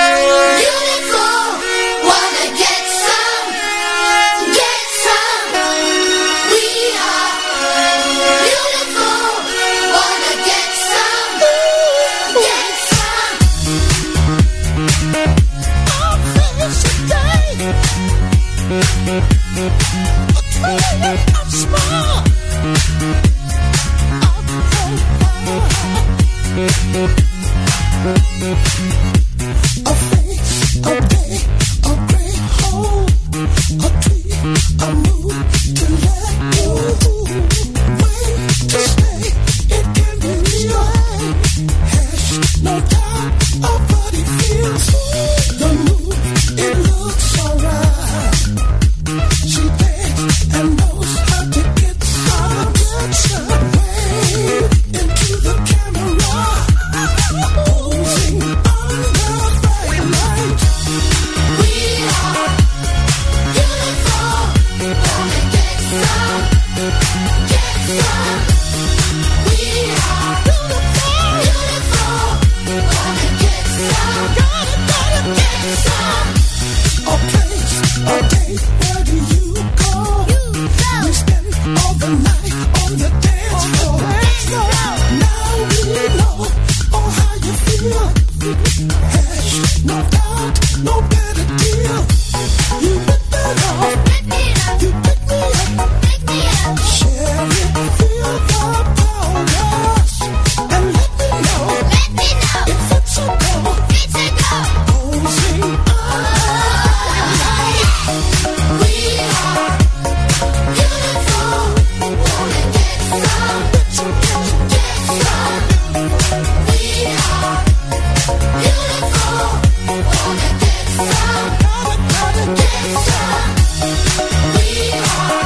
A face, a day, a great hole, a tree, a mood to let go. Way to stay, it can be right. Has no doubt, our body feels the move, it looks alright. She danced and knows how to get some attention. Wave into the camera. Posing under bright light. We are beautiful. Wanna get some, get some. We are beautiful, beautiful. Wanna get some, gotta, gotta get some. A place, a date, where do you go? You go. We spend all the night on the dance floor. Now we know. Oh, how you feel? Hash, no doubt, no better deal. You rip it off, you pick me up, share it, feel the progress, and let me know if it's a go. Posing all night. We are beautiful. Wanna get some, get some. We are beautiful. Wanna get some, gotta, gotta get some. We are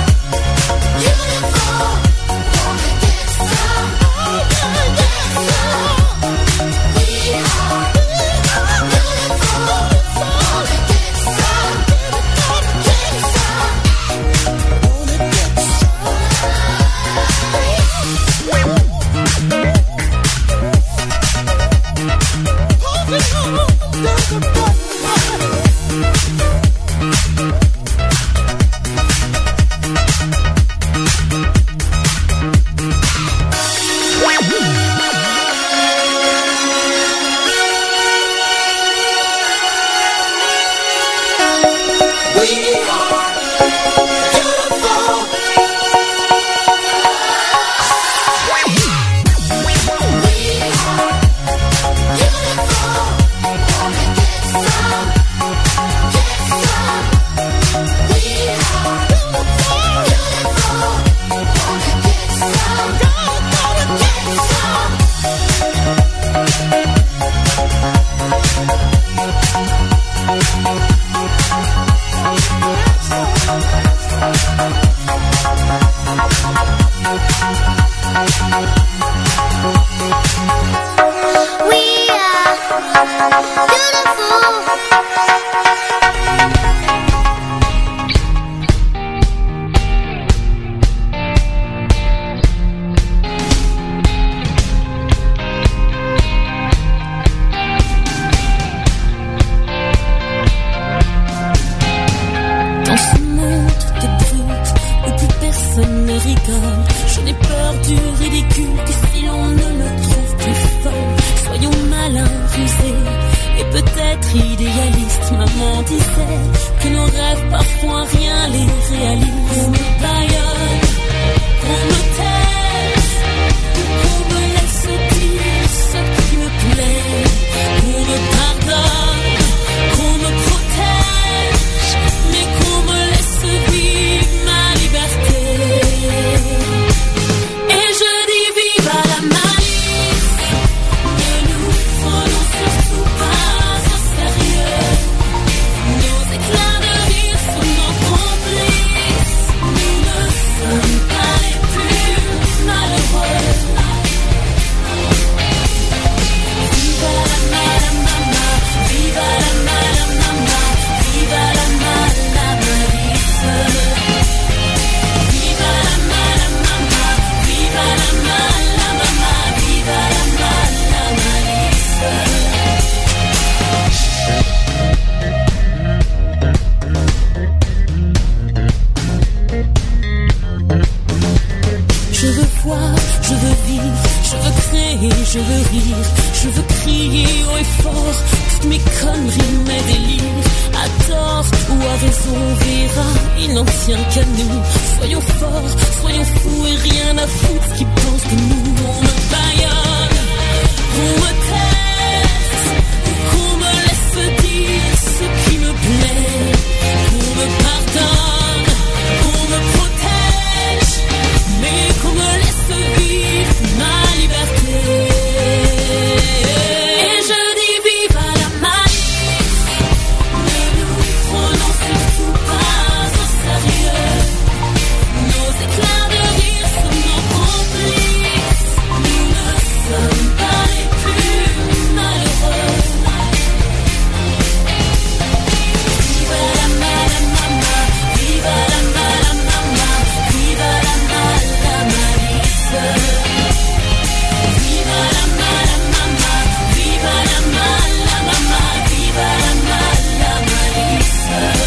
beautiful. Wanna get some, oh yeah, get some. We are beautiful. Wanna get some, gotta, gotta get some. Wanna get peut-être pleurer, je veux rire, je veux crier haut et fort, toutes mes conneries, mes délires, à tort ou à raison, on verra, il n'en tient qu'à nous. Soyons forts, soyons fous et rien à foutre ce qu'ils pensent de nous. On me baillonne, on me teste, qu'on me laisse dire ce qui me plaît, qu'on me pardonne, qu'on me protège, mais qu'on me laisse vivre ma liberté. Et je dis vive à la manif, ne nous prenons surtout pas au sérieux. Nos éclats de rire sont nos complices, nous ne sommes pas les plus malheureux. Vive à la mala mama, vive à la mala mama, vive à la mala malice. Vive à la mala mama, vive à la mala mama, vive à la mala malice.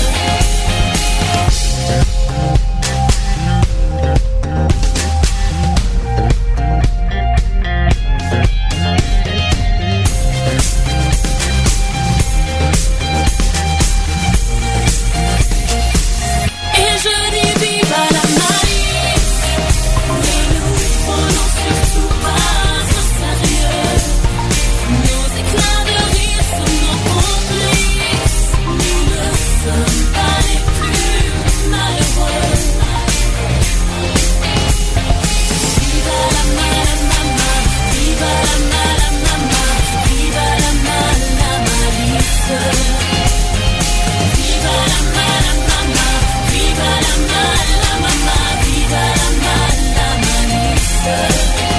Et je dis vive à la malice, ne nous prenons surtout pas au sérieux. Nos éclats de rire sont nos complices, nous ne sommes pas les plus malheureux. Vive à la mala mama, vive à la mala mama, vive à la mala malice. Vive à la mala mama, vive à la mala mama, vive à la mala malice.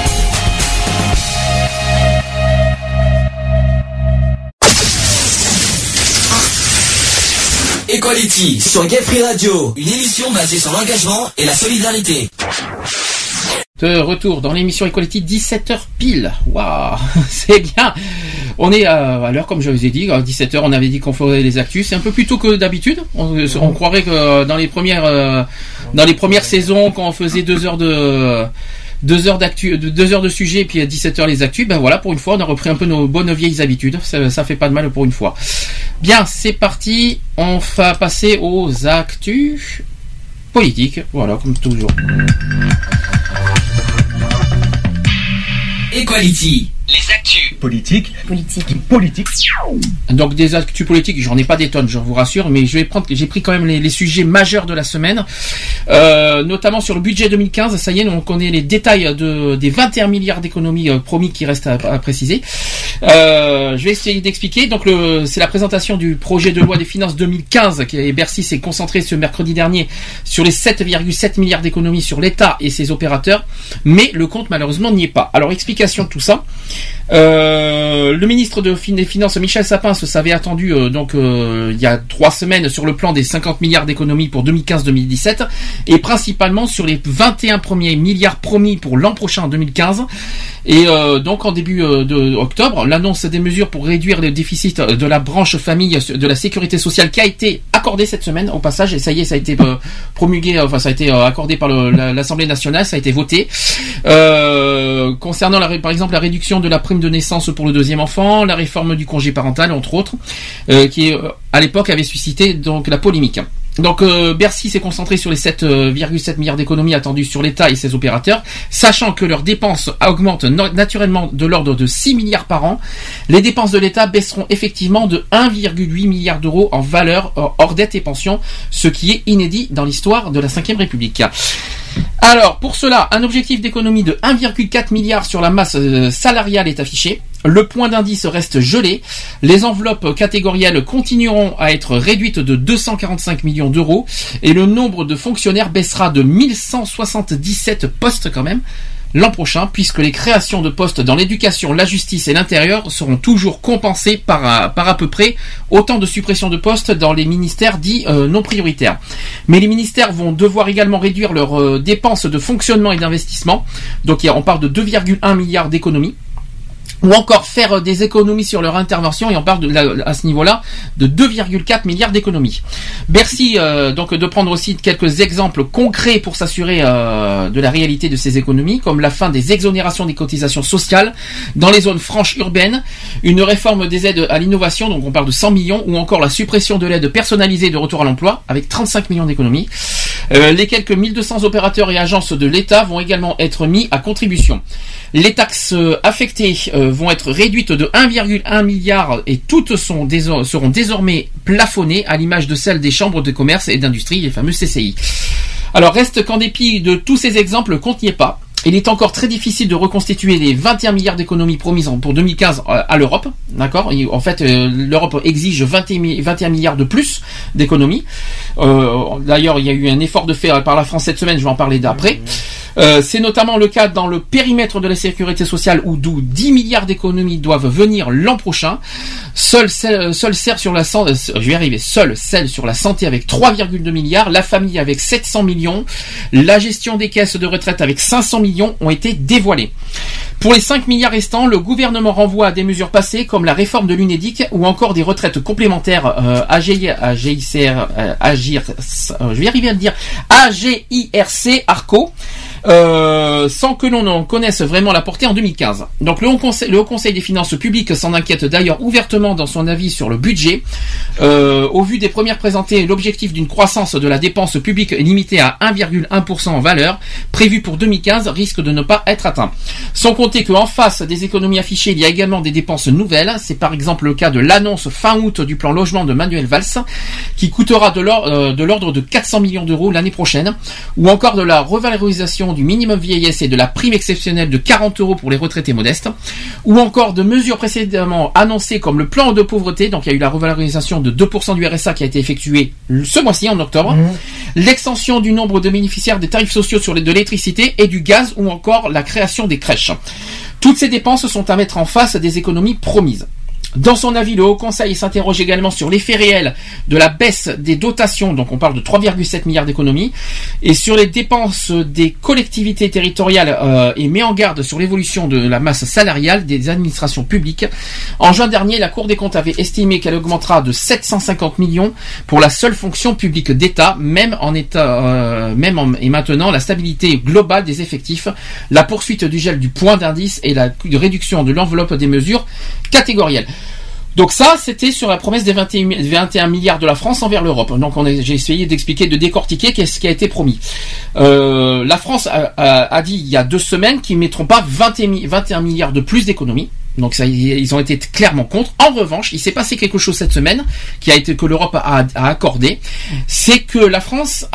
Equality sur Gay Free Radio, une émission basée sur l'engagement et la solidarité. De retour dans l'émission Equality, dix-sept heures pile. Waouh, c'est bien. On est à, à l'heure, comme je vous ai dit, à dix-sept heures, on avait dit qu'on ferait les actus. C'est un peu plus tôt que d'habitude. On, on croirait que dans les premières, euh, dans les premières saisons, quand on faisait deux heures de, deux heures d'actu, de deux heures de sujet, et puis à dix-sept heures les actus, ben voilà, pour une fois, on a repris un peu nos bonnes vieilles habitudes. Ça, ça fait pas de mal pour une fois. Bien, c'est parti. On va passer aux actus politiques. Voilà, comme toujours. Equality, les actus Politique. Politique. Politique. Donc des actus politiques, j'en ai pas des tonnes, je vous rassure, mais je vais prendre, j'ai pris quand même les, les sujets majeurs de la semaine, euh, notamment sur le budget deux mille quinze. Ça y est, on connaît les détails de, des vingt et un milliards d'économies euh, promis qui restent à, à préciser. Euh, je vais essayer d'expliquer. Donc le, c'est la présentation du projet de loi des finances deux mille quinze qui et Bercy s'est concentré ce mercredi dernier sur les sept virgule sept milliards d'économies sur l'État et ses opérateurs, mais le compte malheureusement n'y est pas. Alors explication de tout ça. Euh, le ministre de, des Finances Michel Sapin se savait attendu euh, donc euh, il y a trois semaines sur le plan des cinquante milliards d'économies pour deux mille quinze deux mille dix-sept et principalement sur les vingt et un premiers milliards promis pour l'an prochain en deux mille quinze. Et euh, donc en début euh, de octobre, l'annonce des mesures pour réduire le déficit de la branche famille de la sécurité sociale qui a été accordée cette semaine au passage, et ça y est, ça a été euh, promulgué, enfin ça a été euh, accordé par le, la, l'Assemblée nationale, ça a été voté. Euh, concernant la, par exemple la réduction de la prime de naissance pour le deuxième enfant, la réforme du congé parental entre autres, euh, qui euh, à l'époque avait suscité donc la polémique. Donc euh, Bercy s'est concentré sur les sept virgule sept milliards d'économies attendues sur l'État et ses opérateurs, sachant que leurs dépenses augmentent no- naturellement de l'ordre de six milliards par an. Les dépenses de l'État baisseront effectivement de un virgule huit milliard d'euros en valeur hors dette et pensions, ce qui est inédit dans l'histoire de la cinquième République. Alors, pour cela, un objectif d'économie de un virgule quatre milliard sur la masse euh, salariale est affiché. Le point d'indice reste gelé. Les enveloppes catégorielles continueront à être réduites de deux cent quarante-cinq millions d'euros et le nombre de fonctionnaires baissera de mille cent soixante-dix-sept postes quand même l'an prochain, puisque les créations de postes dans l'éducation, la justice et l'intérieur seront toujours compensées par, par à peu près autant de suppressions de postes dans les ministères dits euh, non prioritaires. Mais les ministères vont devoir également réduire leurs euh, dépenses de fonctionnement et d'investissement. Donc on parle de deux virgule un milliards d'économies. ou encore faire des économies sur leur intervention, et on parle de la, à ce niveau-là de deux virgule quatre milliards d'économies. Bercy euh, donc de prendre aussi quelques exemples concrets pour s'assurer euh, de la réalité de ces économies, comme la fin des exonérations des cotisations sociales dans les zones franches urbaines, une réforme des aides à l'innovation, donc on parle de cent millions, ou encore la suppression de l'aide personnalisée de retour à l'emploi avec trente-cinq millions d'économies. Euh, les quelques mille deux cents opérateurs et agences de l'État vont également être mis à contribution. Les taxes euh, affectées euh, vont être réduites de un virgule un milliard et toutes sont désor- seront désormais plafonnées à l'image de celles des chambres de commerce et d'industrie, les fameuses C C I. Alors reste qu'en dépit de tous ces exemples, le compte n'y est pas. Il est encore très difficile de reconstituer les vingt et un milliards d'économies promises pour deux mille quinze à l'Europe, d'accord ? En fait, euh, l'Europe exige vingt et un milliards de plus d'économies. Euh, d'ailleurs, il y a eu un effort de fait par la France cette semaine, je vais en parler d'après. Euh, c'est notamment le cas dans le périmètre de la sécurité sociale où d'où dix milliards d'économies doivent venir l'an prochain. Seul celle, seul celle sur la santé, je vais y arriver, seule celle sur la santé avec trois virgule deux milliards, la famille avec sept cents millions, la gestion des caisses de retraite avec cinq cents millions ont été dévoilées. Pour les cinq milliards restants, le gouvernement renvoie à des mesures passées comme la réforme de l'UNEDIC ou encore des retraites complémentaires euh, A G I C R, euh, Agir, euh, je vais y arriver à le dire, A G I R C, ARCO, euh, sans que l'on en connaisse vraiment la portée en deux mille quinze. Donc le Haut Conseil, le Haut Conseil des finances publiques s'en inquiète d'ailleurs ouvertement dans son avis sur le budget. Euh, au vu des premières présentées, l'objectif d'une croissance de la dépense publique limitée à un virgule un pour cent en valeur, prévu pour deux mille quinze, risque de ne pas être atteint. Sans compter qu'en face des économies affichées, il y a également des dépenses nouvelles. C'est par exemple le cas de l'annonce fin août du plan logement de Manuel Valls, qui coûtera de l'ordre de quatre cents millions d'euros l'année prochaine, ou encore de la revalorisation du minimum vieillesse et de la prime exceptionnelle de quarante euros pour les retraités modestes, ou encore de mesures précédemment annoncées comme le plan de pauvreté, donc il y a eu la revalorisation de deux pour cent du R S A qui a été effectuée ce mois-ci en octobre, mmh. l'extension du nombre de bénéficiaires des tarifs sociaux sur les, de l'électricité et du gaz, ou encore la création des crèches. Toutes ces dépenses sont à mettre en face des économies promises. Dans son avis, le Haut Conseil s'interroge également sur l'effet réel de la baisse des dotations, donc on parle de trois virgule sept milliards d'économies, et sur les dépenses des collectivités territoriales euh, et met en garde sur l'évolution de la masse salariale des administrations publiques. En juin dernier, la Cour des comptes avait estimé qu'elle augmentera de sept cent cinquante millions pour la seule fonction publique d'État, même en état, euh, même en, et maintenant la stabilité globale des effectifs, la poursuite du gel du point d'indice et la réduction de l'enveloppe des mesures catégorielles. Donc ça, c'était sur la promesse des vingt et un milliards de la France envers l'Europe. Donc on a, j'ai essayé d'expliquer, de décortiquer qu'est-ce qui a été promis. Euh, la France a, a, a dit il y a deux semaines qu'ils ne mettront pas vingt et un milliards de plus d'économies. Donc ça, ils ont été clairement contre. En revanche, il s'est passé quelque chose cette semaine qui a été que l'Europe a, a accordé, c'est que la France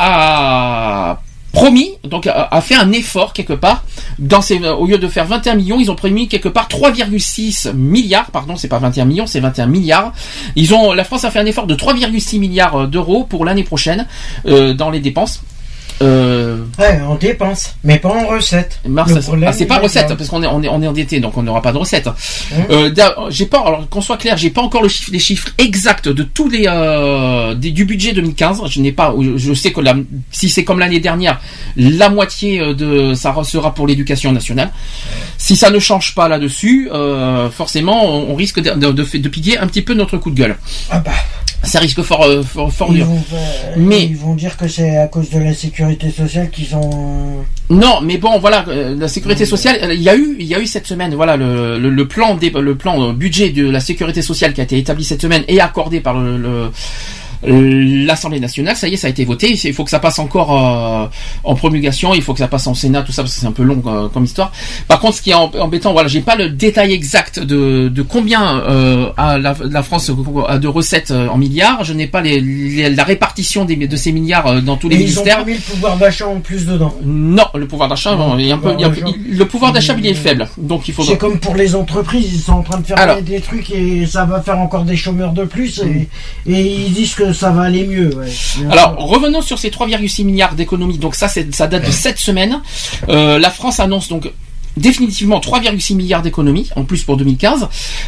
a promis, donc a fait un effort quelque part. Dans ces, au lieu de faire vingt et un millions, ils ont promis quelque part trois virgule six milliards. Pardon, c'est pas vingt et un millions, c'est vingt et un milliards. Ils ont, la France a fait un effort de trois virgule six milliards d'euros pour l'année prochaine euh, dans les dépenses. Euh... Ouais, on dépense, mais pas en recette. Mars, ah, c'est pas recette parce qu'on est on est on est endetté, donc on n'aura pas de recette. Mmh. Euh, j'ai pas, alors qu'on soit clair, j'ai pas encore le chiffre, les chiffres exacts de tous les euh, des, du budget deux mille quinze. Je n'ai pas, je sais que la, si c'est comme l'année dernière, la moitié de ça sera pour l'éducation nationale. Si ça ne change pas là-dessus, euh, forcément, on, on risque de, de, de, de piquer un petit peu notre coup de gueule. Ah bah. Ça risque fort, fort, fort ils dur. Vont, euh, mais ils vont dire que c'est à cause de la sécurité sociale qu'ils ont. Non, mais bon, voilà, la sécurité sociale, il y a eu, il y a eu cette semaine, voilà, le, le, le plan, des, le plan budget de la sécurité sociale qui a été établi cette semaine et accordé par le, le l'Assemblée nationale. Ça y est, ça a été voté. Il faut que ça passe encore euh, en promulgation. Il faut que ça passe en Sénat, tout ça, parce que c'est un peu long euh, comme histoire. Par contre, ce qui est embêtant, voilà, j'ai pas le détail exact de, de combien euh, a la, la France a de recettes euh, en milliards. Je n'ai pas les, les, la répartition des, de ces milliards euh, dans tous les et ministères. Ils ont pas mis le pouvoir d'achat en plus dedans. Non, le pouvoir d'achat, bon, il y a un peu, il y a un peu, le pouvoir d'achat, il est faible. Donc il faut. C'est comme pour les entreprises, ils sont en train de faire Alors, des trucs et ça va faire encore des chômeurs de plus et, et ils disent que ça va aller mieux. Ouais. Alors revenons sur ces trois virgule six milliards d'économies. Donc ça, c'est, ça date de sept semaines. Euh, la France annonce donc définitivement trois virgule six milliards d'économies en plus pour deux mille quinze,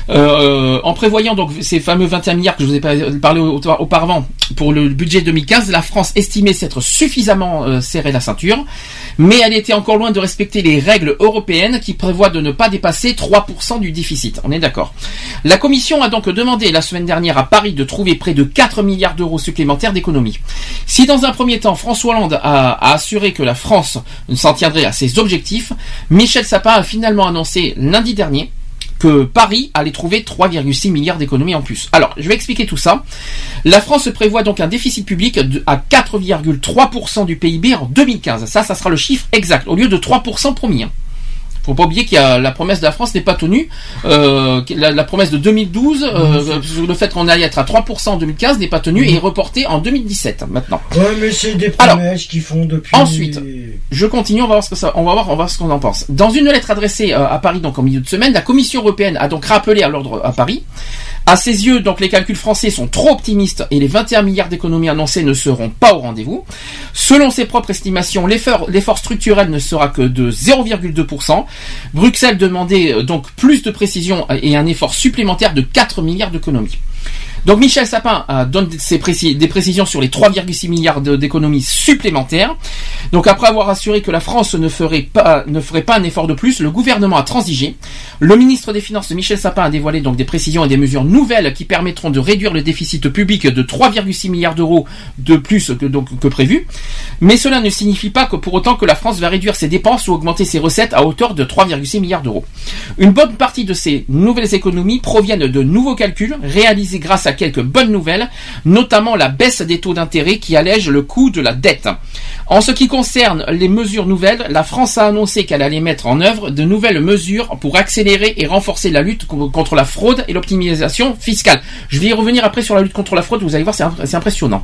euh, en prévoyant donc ces fameux vingt et un milliards que je vous ai parlé auparavant pour le budget deux mille quinze. La France estimait s'être suffisamment euh, serré la ceinture, mais elle était encore loin de respecter les règles européennes qui prévoient de ne pas dépasser trois pour cent du déficit. On est d'accord. La Commission a donc demandé la semaine dernière à Paris de trouver près de quatre milliards d'euros supplémentaires d'économies. Si dans un premier temps François Hollande a, a assuré que la France s'en tiendrait à ses objectifs, Michel Sapin a finalement annoncé lundi dernier que Paris allait trouver trois virgule six milliards d'économies en plus. Alors, je vais expliquer tout ça. La France prévoit donc un déficit public de, à quatre virgule trois pour cent du P I B en deux mille quinze. Ça, ça sera le chiffre exact, au lieu de trois pour cent promis. Hein. Faut pas oublier qu'il y a la promesse de la France n'est pas tenue. Euh, la, la promesse de deux mille douze, euh, le fait qu'on allait être à trois pour cent en deux mille quinze n'est pas tenue et est reporté en deux mille dix-sept maintenant. Ouais, mais c'est des promesses qu'ils font depuis. Ensuite, je continue. On va voir ce que ça. On va voir. On va voir ce qu'on en pense. Dans une lettre adressée euh, à Paris, donc en milieu de semaine, la Commission européenne a donc rappelé à l'ordre à Paris. À ses yeux, donc les calculs français sont trop optimistes et les vingt et un milliards d'économies annoncées ne seront pas au rendez-vous. Selon ses propres estimations, l'effort, l'effort structurel ne sera que de zéro virgule deux pour cent. Bruxelles demandait donc plus de précision et un effort supplémentaire de quatre milliards d'économies. Donc Michel Sapin euh, donne ses précis, des précisions sur les trois virgule six milliards de, d'économies supplémentaires. Donc après avoir assuré que la France ne ferait pas ne ferait pas un effort de plus, le gouvernement a transigé. Le ministre des Finances Michel Sapin a dévoilé donc des précisions et des mesures nouvelles qui permettront de réduire le déficit public de trois virgule six milliards d'euros de plus que donc que prévu. Mais cela ne signifie pas que pour autant que la France va réduire ses dépenses ou augmenter ses recettes à hauteur de trois virgule six milliards d'euros. Une bonne partie de ces nouvelles économies proviennent de nouveaux calculs réalisés grâce à quelques bonnes nouvelles, notamment la baisse des taux d'intérêt qui allège le coût de la dette. En ce qui concerne les mesures nouvelles, la France a annoncé qu'elle allait mettre en œuvre de nouvelles mesures pour accélérer et renforcer la lutte contre la fraude et l'optimisation fiscale. Je vais y revenir après sur la lutte contre la fraude, vous allez voir, c'est impressionnant.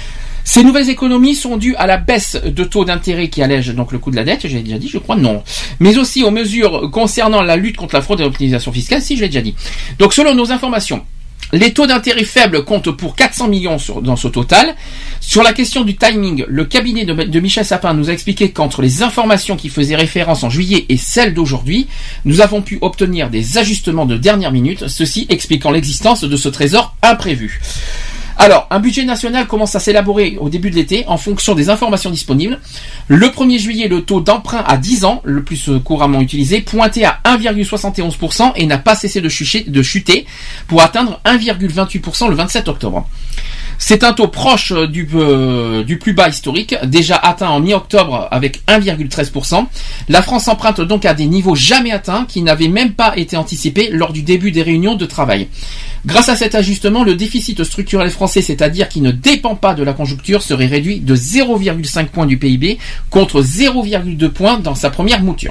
Ces nouvelles économies sont dues à la baisse de taux d'intérêt qui allège donc le coût de la dette, j'ai déjà dit, je crois, non. Mais aussi aux mesures concernant la lutte contre la fraude et l'optimisation fiscale, si, je l'ai déjà dit. Donc selon nos informations, les taux d'intérêt faibles comptent pour quatre cents millions sur, dans ce total. Sur la question du timing, le cabinet de, de Michel Sapin nous a expliqué qu'entre les informations qui faisaient référence en juillet et celles d'aujourd'hui, nous avons pu obtenir des ajustements de dernière minute, ceci expliquant l'existence de ce trésor imprévu. Alors, un budget national commence à s'élaborer au début de l'été en fonction des informations disponibles. Le premier juillet, le taux d'emprunt à dix ans, le plus couramment utilisé, pointait à un virgule soixante et onze pour cent et n'a pas cessé de chuter, de chuter pour atteindre un virgule vingt-huit pour cent le vingt-sept octobre. C'est un taux proche du, euh, du plus bas historique, déjà atteint en mi-octobre avec un virgule treize pour cent. La France emprunte donc à des niveaux jamais atteints qui n'avaient même pas été anticipés lors du début des réunions de travail. Grâce à cet ajustement, le déficit structurel français, c'est-à-dire qui ne dépend pas de la conjoncture, serait réduit de zéro virgule cinq points du P I B contre zéro virgule deux points dans sa première mouture.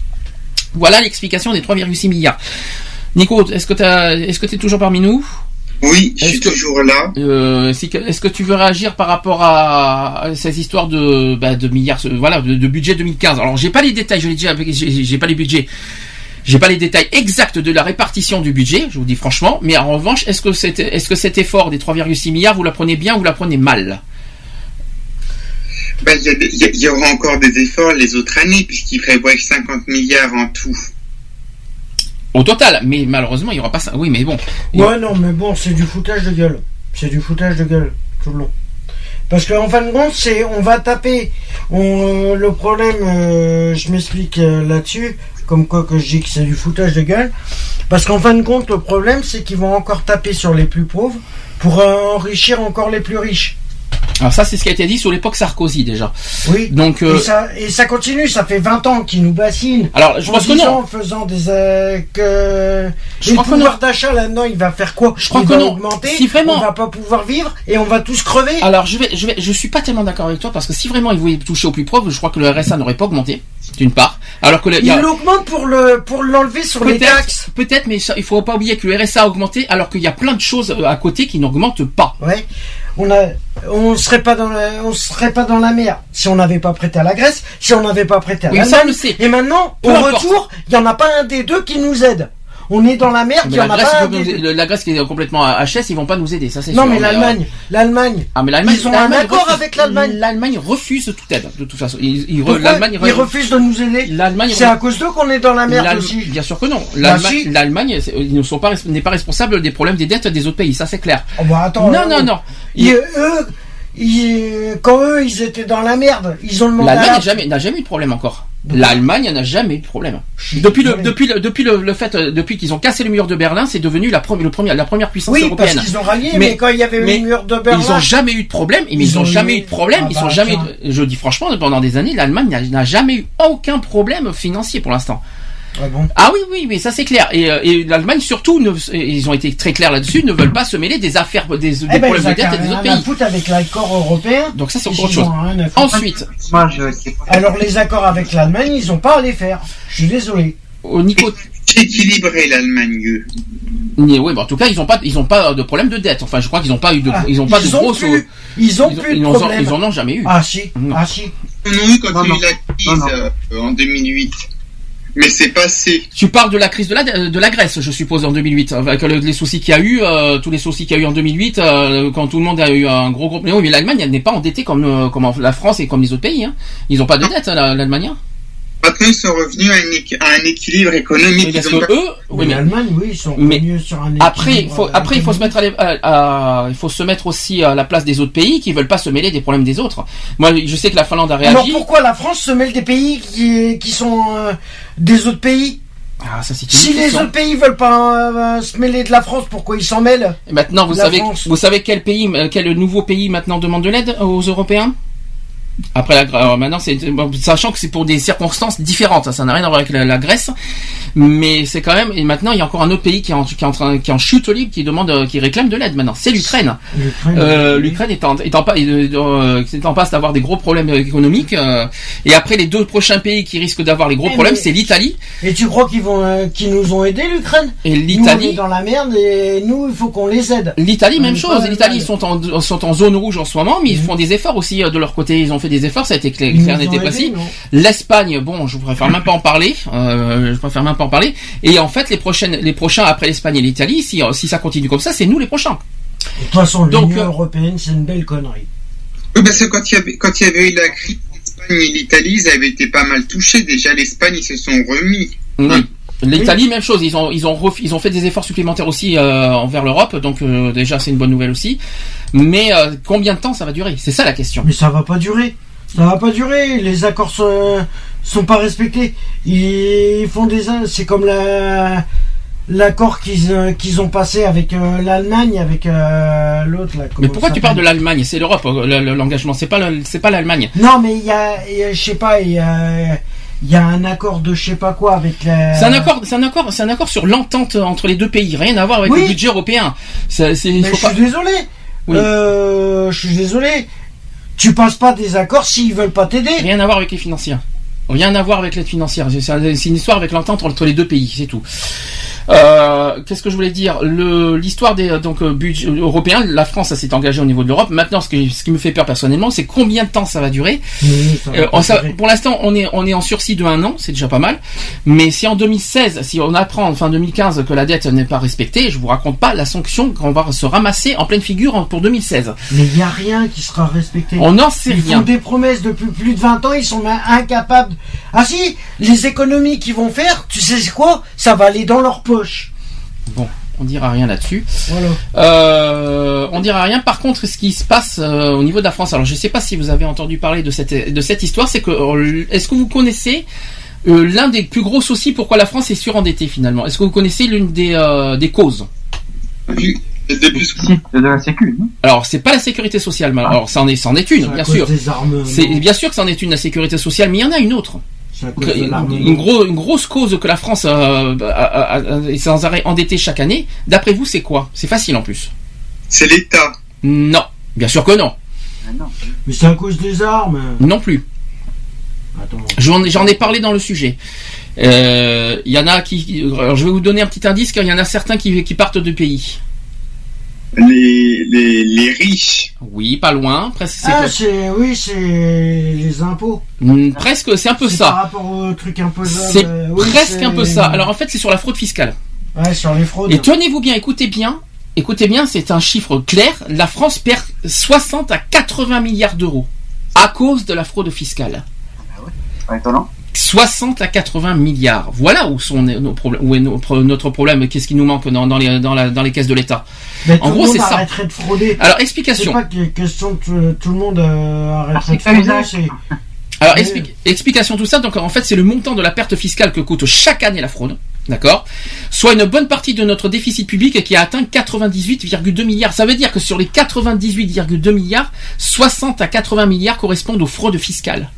Voilà l'explication des trois virgule six milliards. Nico, est-ce que t'as, est-ce que t'es toujours parmi nous ? Oui, je est-ce suis que, toujours là. Euh, est-ce que tu veux réagir par rapport à, à ces histoires de, bah, de milliards, voilà, de, de budget deux mille quinze ? Alors, j'ai pas les détails, je l'ai déjà, j'ai, j'ai pas les budgets, j'ai pas les détails exacts de la répartition du budget, je vous dis franchement. Mais en revanche, est-ce que cet, est-ce que cet effort des trois virgule six milliards, vous la prenez bien ou vous la prenez mal ? Ben, il y, y, y aura encore des efforts les autres années puisqu'ils prévoient cinquante milliards en tout. Au total, mais malheureusement, il n'y aura pas ça. Oui, mais bon. Ouais, non, mais bon, c'est du foutage de gueule. C'est du foutage de gueule, tout le long. Parce qu'en fin de compte, c'est, on va taper. On, euh, le problème, euh, je m'explique euh, là-dessus, comme quoi que je dis que c'est du foutage de gueule. Parce qu'en fin de compte, le problème, c'est qu'ils vont encore taper sur les plus pauvres pour euh, enrichir encore les plus riches. Alors ça, c'est ce qui a été dit sous l'époque Sarkozy déjà. Oui. Donc euh... et, ça, et ça continue. Ça fait vingt ans qu'ils nous bassinent. Alors je pense que non. En faisant des euh, que je le crois pouvoir d'achat là-dedans, il va faire quoi ? Je crois il que va non. augmenter. Si vraiment, on va pas pouvoir vivre et on va tous crever. Alors je vais, je vais, je suis pas tellement d'accord avec toi parce que si vraiment ils voulaient toucher aux plus pauvres, je crois que le R S A n'aurait pas augmenté. D'une part, alors que le, il y a... l'augmente pour le pour l'enlever sur peut-être, les taxes. Peut-être, mais il faut pas oublier que le R S A a augmenté alors qu'il y a plein de choses à côté qui n'augmentent pas. Ouais. On a, on serait pas dans la, on serait pas dans la mer si on n'avait pas prêté à la Grèce, si on n'avait pas prêté à oui, l'Allemagne. Ça, on le sait. Et maintenant, Peu au importe. retour, il y en a pas un des deux qui nous aide. on est dans la merde, il y la en a Grèce, pas. nous, Des... la Grèce qui est complètement à H S, ils vont pas nous aider, ça c'est non, sûr. mais l'Allemagne, euh... l'Allemagne. Ah, mais l'Allemagne, ils ont l'Allemagne un accord refuse, avec l'Allemagne. L'Allemagne refuse toute aide, de toute façon. Ils, ils, Pourquoi L'Allemagne, ils refusent de nous aider. L'Allemagne, c'est à cause d'eux qu'on est dans la merde aussi. Bien sûr que non. Bah, L'Allemagne, si. l'Allemagne, ils ne sont pas, n'est pas responsable des problèmes des dettes des autres pays, ça c'est clair. Oh, bah, attends, non, euh, non, non. Ils, eux, ils, quand eux, ils étaient dans la merde, ils ont demandé. L'Allemagne à... n'a jamais, n'a jamais eu de problème encore. L'Allemagne n'a jamais eu de problème. Depuis le, depuis le, depuis le, le fait, depuis qu'ils ont cassé le mur de Berlin, c'est devenu la première, le premier, la première puissance oui, européenne. Parce qu'ils ont rallié, mais, mais quand il y avait le mur de Berlin, ils ont jamais eu de problème. Mais ils, ils ont, ont jamais eu de problème. Ah ils bah, ont jamais. Eu de, je dis franchement, pendant des années, l'Allemagne n'a, n'a jamais eu aucun problème financier pour l'instant. Ah, bon. Ah oui, oui, oui, ça c'est clair. Et, et l'Allemagne surtout, ne, ils ont été très clairs là-dessus, ne veulent pas se mêler des affaires, des, des eh ben, problèmes de dette des autres pays. Ils foutent avec l'accord européen. Donc ça c'est autre chose. Ensuite, alors les accords avec l'Allemagne, ils ont pas à les faire. Je suis désolé. Au niveau équilibré l'Allemagne. Oui, bon, en tout cas, ils ont pas, ils ont pas de problème de dette. Enfin, je crois qu'ils ont pas eu de, ah, ils ont pas ils de ont grosses. Plus, ils ont ils plus ils de ont, problème. Ils en ont jamais eu. Ah si, non. ah si. Ils en ont eu quand non, il y a eu la crise non, non. Euh, en deux mille huit. Mais c'est passé. Tu parles de la crise de la de la Grèce, je suppose, en deux mille huit, avec le, les soucis qu'il y a eu, euh, tous les soucis qu'il y a eu en deux mille huit, euh, quand tout le monde a eu un gros gros. Mais oui, mais l'Allemagne, elle n'est pas endettée comme euh, comme la France et comme les autres pays. Hein. Ils n'ont pas de dette, hein, l'Allemagne. Maintenant, ils sont revenus à un, à un équilibre économique. Oui, parce que pas... eux, oui, mais l'Allemagne, oui, ils sont revenus sur un équilibre. Après, il faut, après, il faut se mettre à, à, à, il faut se mettre aussi à la place des autres pays qui veulent pas se mêler des problèmes des autres. Moi, je sais que la Finlande a réagi. Alors pourquoi la France se mêle des pays qui, qui sont euh, des autres pays? Ah, ça, c'est si les autres pays veulent pas euh, se mêler de la France, pourquoi ils s'en mêlent? Et maintenant, vous savez, France. vous savez quel pays, quel nouveau pays maintenant demande de l'aide aux Européens? Après la alors maintenant c'est sachant que c'est pour des circonstances différentes, ça n'a rien à voir avec la, la Grèce, mais c'est quand même et maintenant il y a encore un autre pays qui est en, qui est en train qui est en chute libre qui demande qui réclame de l'aide maintenant, c'est l'Ukraine. L'Ukraine, euh, oui. L'Ukraine est en est en, euh, est en passe d'avoir des gros problèmes économiques euh, et après les deux prochains pays qui risquent d'avoir les gros et problèmes mais, c'est l'Italie. Et tu crois qu'ils vont euh, qu'ils nous ont aidés l'Ukraine? Et l'Italie nous, on est dans la merde et nous il faut qu'on les aide. L'Italie on même chose, l'Italie sont en sont en zone rouge en ce moment mais mmh. ils font des efforts aussi de leur côté, ils ont fait des efforts, ça a été clair, clair n'était pas si. L'Espagne, bon, je préfère même pas en parler, euh, je préfère même pas en parler. Et en fait, les prochaines, les prochains après l'Espagne et l'Italie, si si ça continue comme ça, c'est nous les prochains. De toute façon, l'Union européenne, c'est une belle connerie. Oui, parce que quand il y avait, quand il y avait eu la crise, l'Espagne et l'Italie, ils avaient été pas mal touchés. Déjà, l'Espagne, ils se sont remis. Oui. L'Italie, même chose. Ils ont, ils ont, ref, ils ont fait des efforts supplémentaires aussi euh, envers l'Europe. Donc euh, déjà, c'est une bonne nouvelle aussi. Mais euh, combien de temps ça va durer? C'est ça la question. Mais ça va pas durer. Ça va pas durer. Les accords sont, sont pas respectés. Ils font des, c'est comme la, l'accord qu'ils, qu'ils ont passé avec euh, l'Allemagne, avec euh, l'autre là. Mais pourquoi tu parles de l'Allemagne? C'est l'Europe, le, le, l'engagement. C'est pas, le, c'est pas l'Allemagne. Non, mais il y a, y a je sais pas, il y a. Il y a un accord de je sais pas quoi avec la... C'est un accord, c'est un accord, c'est un accord sur l'entente entre les deux pays, rien à voir avec oui. le budget européen. C'est, c'est, mais je pas... suis désolé. Oui. Euh, je suis désolé. Tu passes pas des accords s'ils veulent pas t'aider. Rien à voir avec les financiers. Rien à voir avec l'aide financière. C'est, c'est une histoire avec l'entente entre les deux pays, c'est tout. Euh, qu'est-ce que je voulais dire? Le, l'histoire des donc budget européen, la France, ça s'est engagée au niveau de l'Europe. Maintenant, ce, que, ce qui me fait peur personnellement, c'est combien de temps ça va durer. Oui, ça va euh, on, ça, pour l'instant, on est on est en sursis de un an, c'est déjà pas mal. Mais si en deux mille seize, si on apprend en fin deux mille quinze que la dette n'est pas respectée, je vous raconte pas la sanction qu'on va se ramasser en pleine figure pour deux mille seize. Mais il y a rien qui sera respecté. On n'en sait ils rien. Ils font des promesses depuis plus de vingt ans, ils sont incapables. Ah si, les économies qu'ils vont faire, tu sais quoi? Ça va aller dans leur poche. Bon, on dira rien là-dessus. Voilà. Euh, on dira rien. Par contre, ce qui se passe euh, au niveau de la France, alors je ne sais pas si vous avez entendu parler de cette de cette histoire, c'est que euh, est-ce que vous connaissez euh, l'un des plus gros soucis pourquoi la France est surendettée finalement? Est-ce que vous connaissez l'une des euh, des causes? Oui. De la sécu. Non alors c'est pas la sécurité sociale, mais alors ça en est, ça en est une, c'est bien sûr. Armes, c'est bien sûr que ça en est une, la sécurité sociale, mais il y en a une autre. Une, une, gros, une grosse cause que la France euh, a, a, a, est sans arrêt endettée chaque année. D'après vous, c'est quoi? C'est facile en plus. C'est l'État. Non, bien sûr que non. Ah non. Mais c'est à cause des armes. Non plus. Attends. J'en, j'en ai parlé dans le sujet. Il euh, y en a qui. Alors je vais vous donner un petit indice, car il y en a certains qui, qui partent du pays. Les, les, les riches. Oui, pas loin. Presque. Ah, c'est, c'est oui, c'est les impôts. Mmh, presque, c'est un peu c'est ça. Par rapport au truc imposable. C'est oui, presque c'est... un peu ça. Alors en fait, c'est sur la fraude fiscale. Ouais, sur les fraudes. Et tenez-vous bien, écoutez bien, écoutez bien, c'est un chiffre clair. La France perd soixante à quatre-vingts milliards d'euros à cause de la fraude fiscale. Ah ouais, pas étonnant. soixante à quatre-vingts milliards. Voilà où sont nos problèmes, où est notre problème. Qu'est-ce qui nous manque dans, dans les dans la dans les caisses de l'État. Mais en tout gros, le c'est monde ça. arrêterait de frauder. Alors explication. C'est pas que question que tout, tout le monde euh, arrêterait de frauder. C'est... Alors expli- explication tout ça. Donc en fait, c'est le montant de la perte fiscale que coûte chaque année la fraude. D'accord, soit une bonne partie de notre déficit public qui a atteint quatre-vingt-dix-huit virgule deux milliards. Ça veut dire que sur les quatre-vingt-dix-huit virgule deux milliards, soixante à quatre-vingts milliards correspondent aux fraudes fiscales.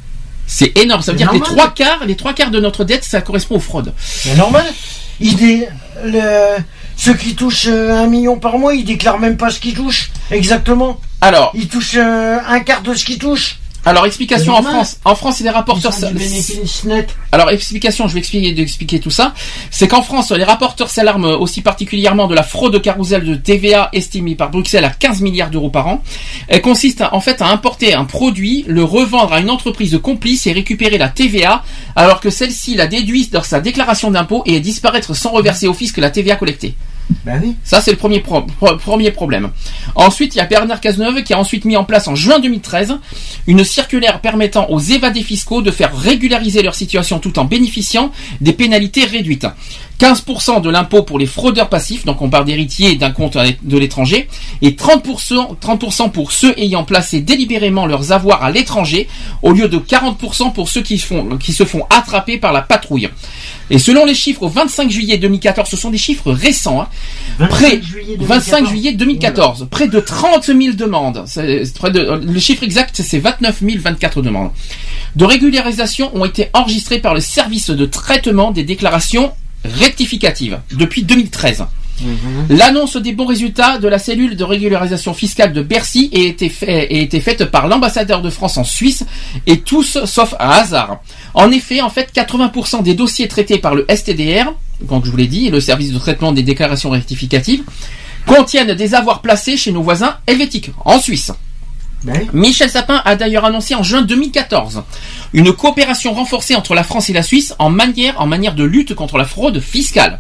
C'est énorme. Ça veut C'est dire normal. que les trois quarts, les trois quarts de notre dette, ça correspond aux fraudes. C'est normal. Ils dé... le... Ceux qui touchent euh, un million par mois, ils déclarent même pas ce qu'ils touchent. Exactement. Alors, ils touchent euh, un quart de ce qu'ils touchent. Alors explication C'est en normal. France. En France, c'est des rapporteurs. Ils ont du bénéfice net. Alors explication, je vais expliquer, expliquer tout ça. C'est qu'en France, les rapporteurs s'alarment aussi particulièrement de la fraude carrousel de T V A estimée par Bruxelles à quinze milliards d'euros par an. Elle consiste en fait à importer un produit, le revendre à une entreprise complice et récupérer la T V A, alors que celle-ci la déduit dans sa déclaration d'impôt et disparaître sans reverser au fisc la T V A collectée. Ben oui. Ça, c'est le premier, pro- pro- premier problème. Ensuite, il y a Bernard Cazeneuve qui a ensuite mis en place en juin deux mille treize une circulaire permettant aux évadés fiscaux de faire régulariser leur situation tout en bénéficiant des pénalités réduites. quinze pour cent de l'impôt pour les fraudeurs passifs, donc on parle d'héritiers d'un compte de l'étranger, et trente pour cent, trente pour cent pour ceux ayant placé délibérément leurs avoirs à l'étranger, au lieu de quarante pour cent pour ceux qui, font, qui se font attraper par la patrouille. Et selon les chiffres au vingt-cinq juillet deux mille quatorze, ce sont des chiffres récents, hein, près, vingt-cinq juillet deux mille quatorze, près de trente mille demandes, c'est, c'est près de, le chiffre exact c'est vingt-neuf mille vingt-quatre demandes, de régularisation ont été enregistrées par le service de traitement des déclarations rectificatives depuis deux mille treize. Mmh. L'annonce des bons résultats de la cellule de régularisation fiscale de Bercy a été, fait, a été faite par l'ambassadeur de France en Suisse, et tous sauf un hasard. En effet, en fait, quatre-vingts pour cent des dossiers traités par le S T D R, comme je vous l'ai dit, le service de traitement des déclarations rectificatives, contiennent des avoirs placés chez nos voisins helvétiques, en Suisse. Oui. Michel Sapin a d'ailleurs annoncé en juin deux mille quatorze une coopération renforcée entre la France et la Suisse en manière, en manière de lutte contre la fraude fiscale.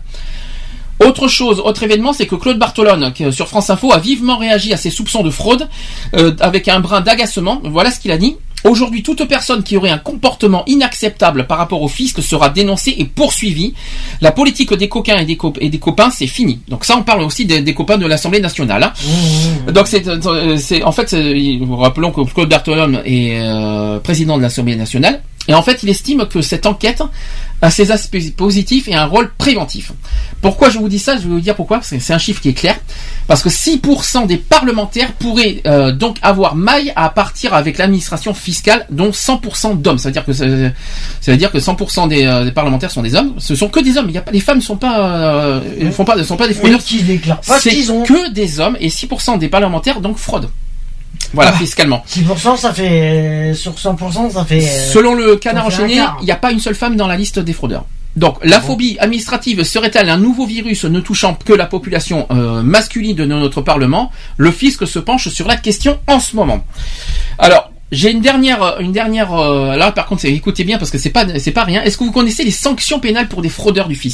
Autre chose, autre événement, c'est que Claude Bartolone, qui, sur France Info, a vivement réagi à ces soupçons de fraude euh, avec un brin d'agacement. Voilà ce qu'il a dit. Aujourd'hui, toute personne qui aurait un comportement inacceptable par rapport au fisc sera dénoncée et poursuivie. La politique des coquins et des, cop- et des copains, c'est fini. Donc ça, on parle aussi des, des copains de l'Assemblée nationale. Hein. Mmh, mmh. Donc c'est, c'est, en fait, c'est, rappelons que Claude Bartolone est euh, président de l'Assemblée nationale. Et en fait, il estime que cette enquête a ses aspects positifs et un rôle préventif. Pourquoi je vous dis ça ? Je vais vous dire pourquoi, parce que c'est un chiffre qui est clair. Parce que six pour cent des parlementaires pourraient euh, donc avoir maille à partir avec l'administration fiscale, dont cent pour cent d'hommes. Ça veut dire que ça, ça veut dire que cent pour cent des, euh, des parlementaires sont des hommes. Ce sont que des hommes. Il y a pas, les femmes ne sont pas, euh, ne font pas, ne sont pas des fraudeurs. Qui déclarent pas c'est qu'ils ont. Que des hommes, et six pour cent des parlementaires donc fraudent. Voilà, ah, fiscalement. six pour cent, ça fait, sur cent pour cent, ça fait... Selon le Canard enchaîné, il n'y a pas une seule femme dans la liste des fraudeurs. Donc, la phobie administrative serait-elle un nouveau virus ne touchant que la population euh, masculine de notre Parlement ? Le fisc se penche sur la question en ce moment. Alors, j'ai une dernière, une dernière. Euh, là, par contre, c'est, écoutez bien parce que c'est pas, c'est pas rien. Est-ce que vous connaissez les sanctions pénales pour des fraudeurs du fisc ?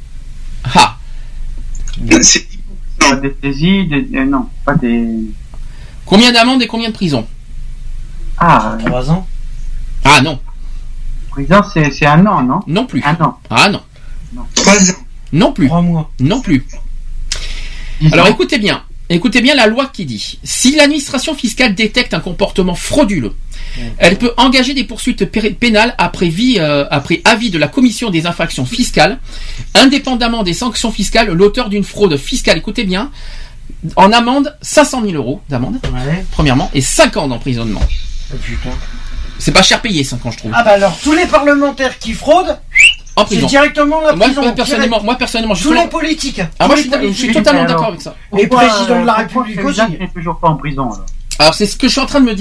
Ah. C'est pas des saisies, des, euh, non, pas des. Combien d'amendes et combien de prison ? Ah. Trois ans. Ah non. Prison, c'est, c'est un an, non ? Non plus. Un an. Ah non. non. Trois ans. Non plus. Trois mois. Non plus. Alors écoutez bien. Écoutez bien la loi qui dit, si l'administration fiscale détecte un comportement frauduleux, elle peut engager des poursuites pénales après, vie, euh, après avis de la commission des infractions fiscales, indépendamment des sanctions fiscales, l'auteur d'une fraude fiscale, écoutez bien, en amende cinq cent mille euros d'amende, ouais. Premièrement, et cinq ans d'emprisonnement. Oh, putain. C'est pas cher payé, cinq ans, je trouve. Ah bah alors, tous les parlementaires qui fraudent, en prison. C'est directement la prison. Moi, personnellement, moi, personnellement, tous les politiques. Ah, moi, je suis, je suis totalement alors, d'accord avec ça. Et président de la République aussi. Il n'est toujours pas en prison, alors. Alors c'est ce que je suis en train de me dire. De quoi ?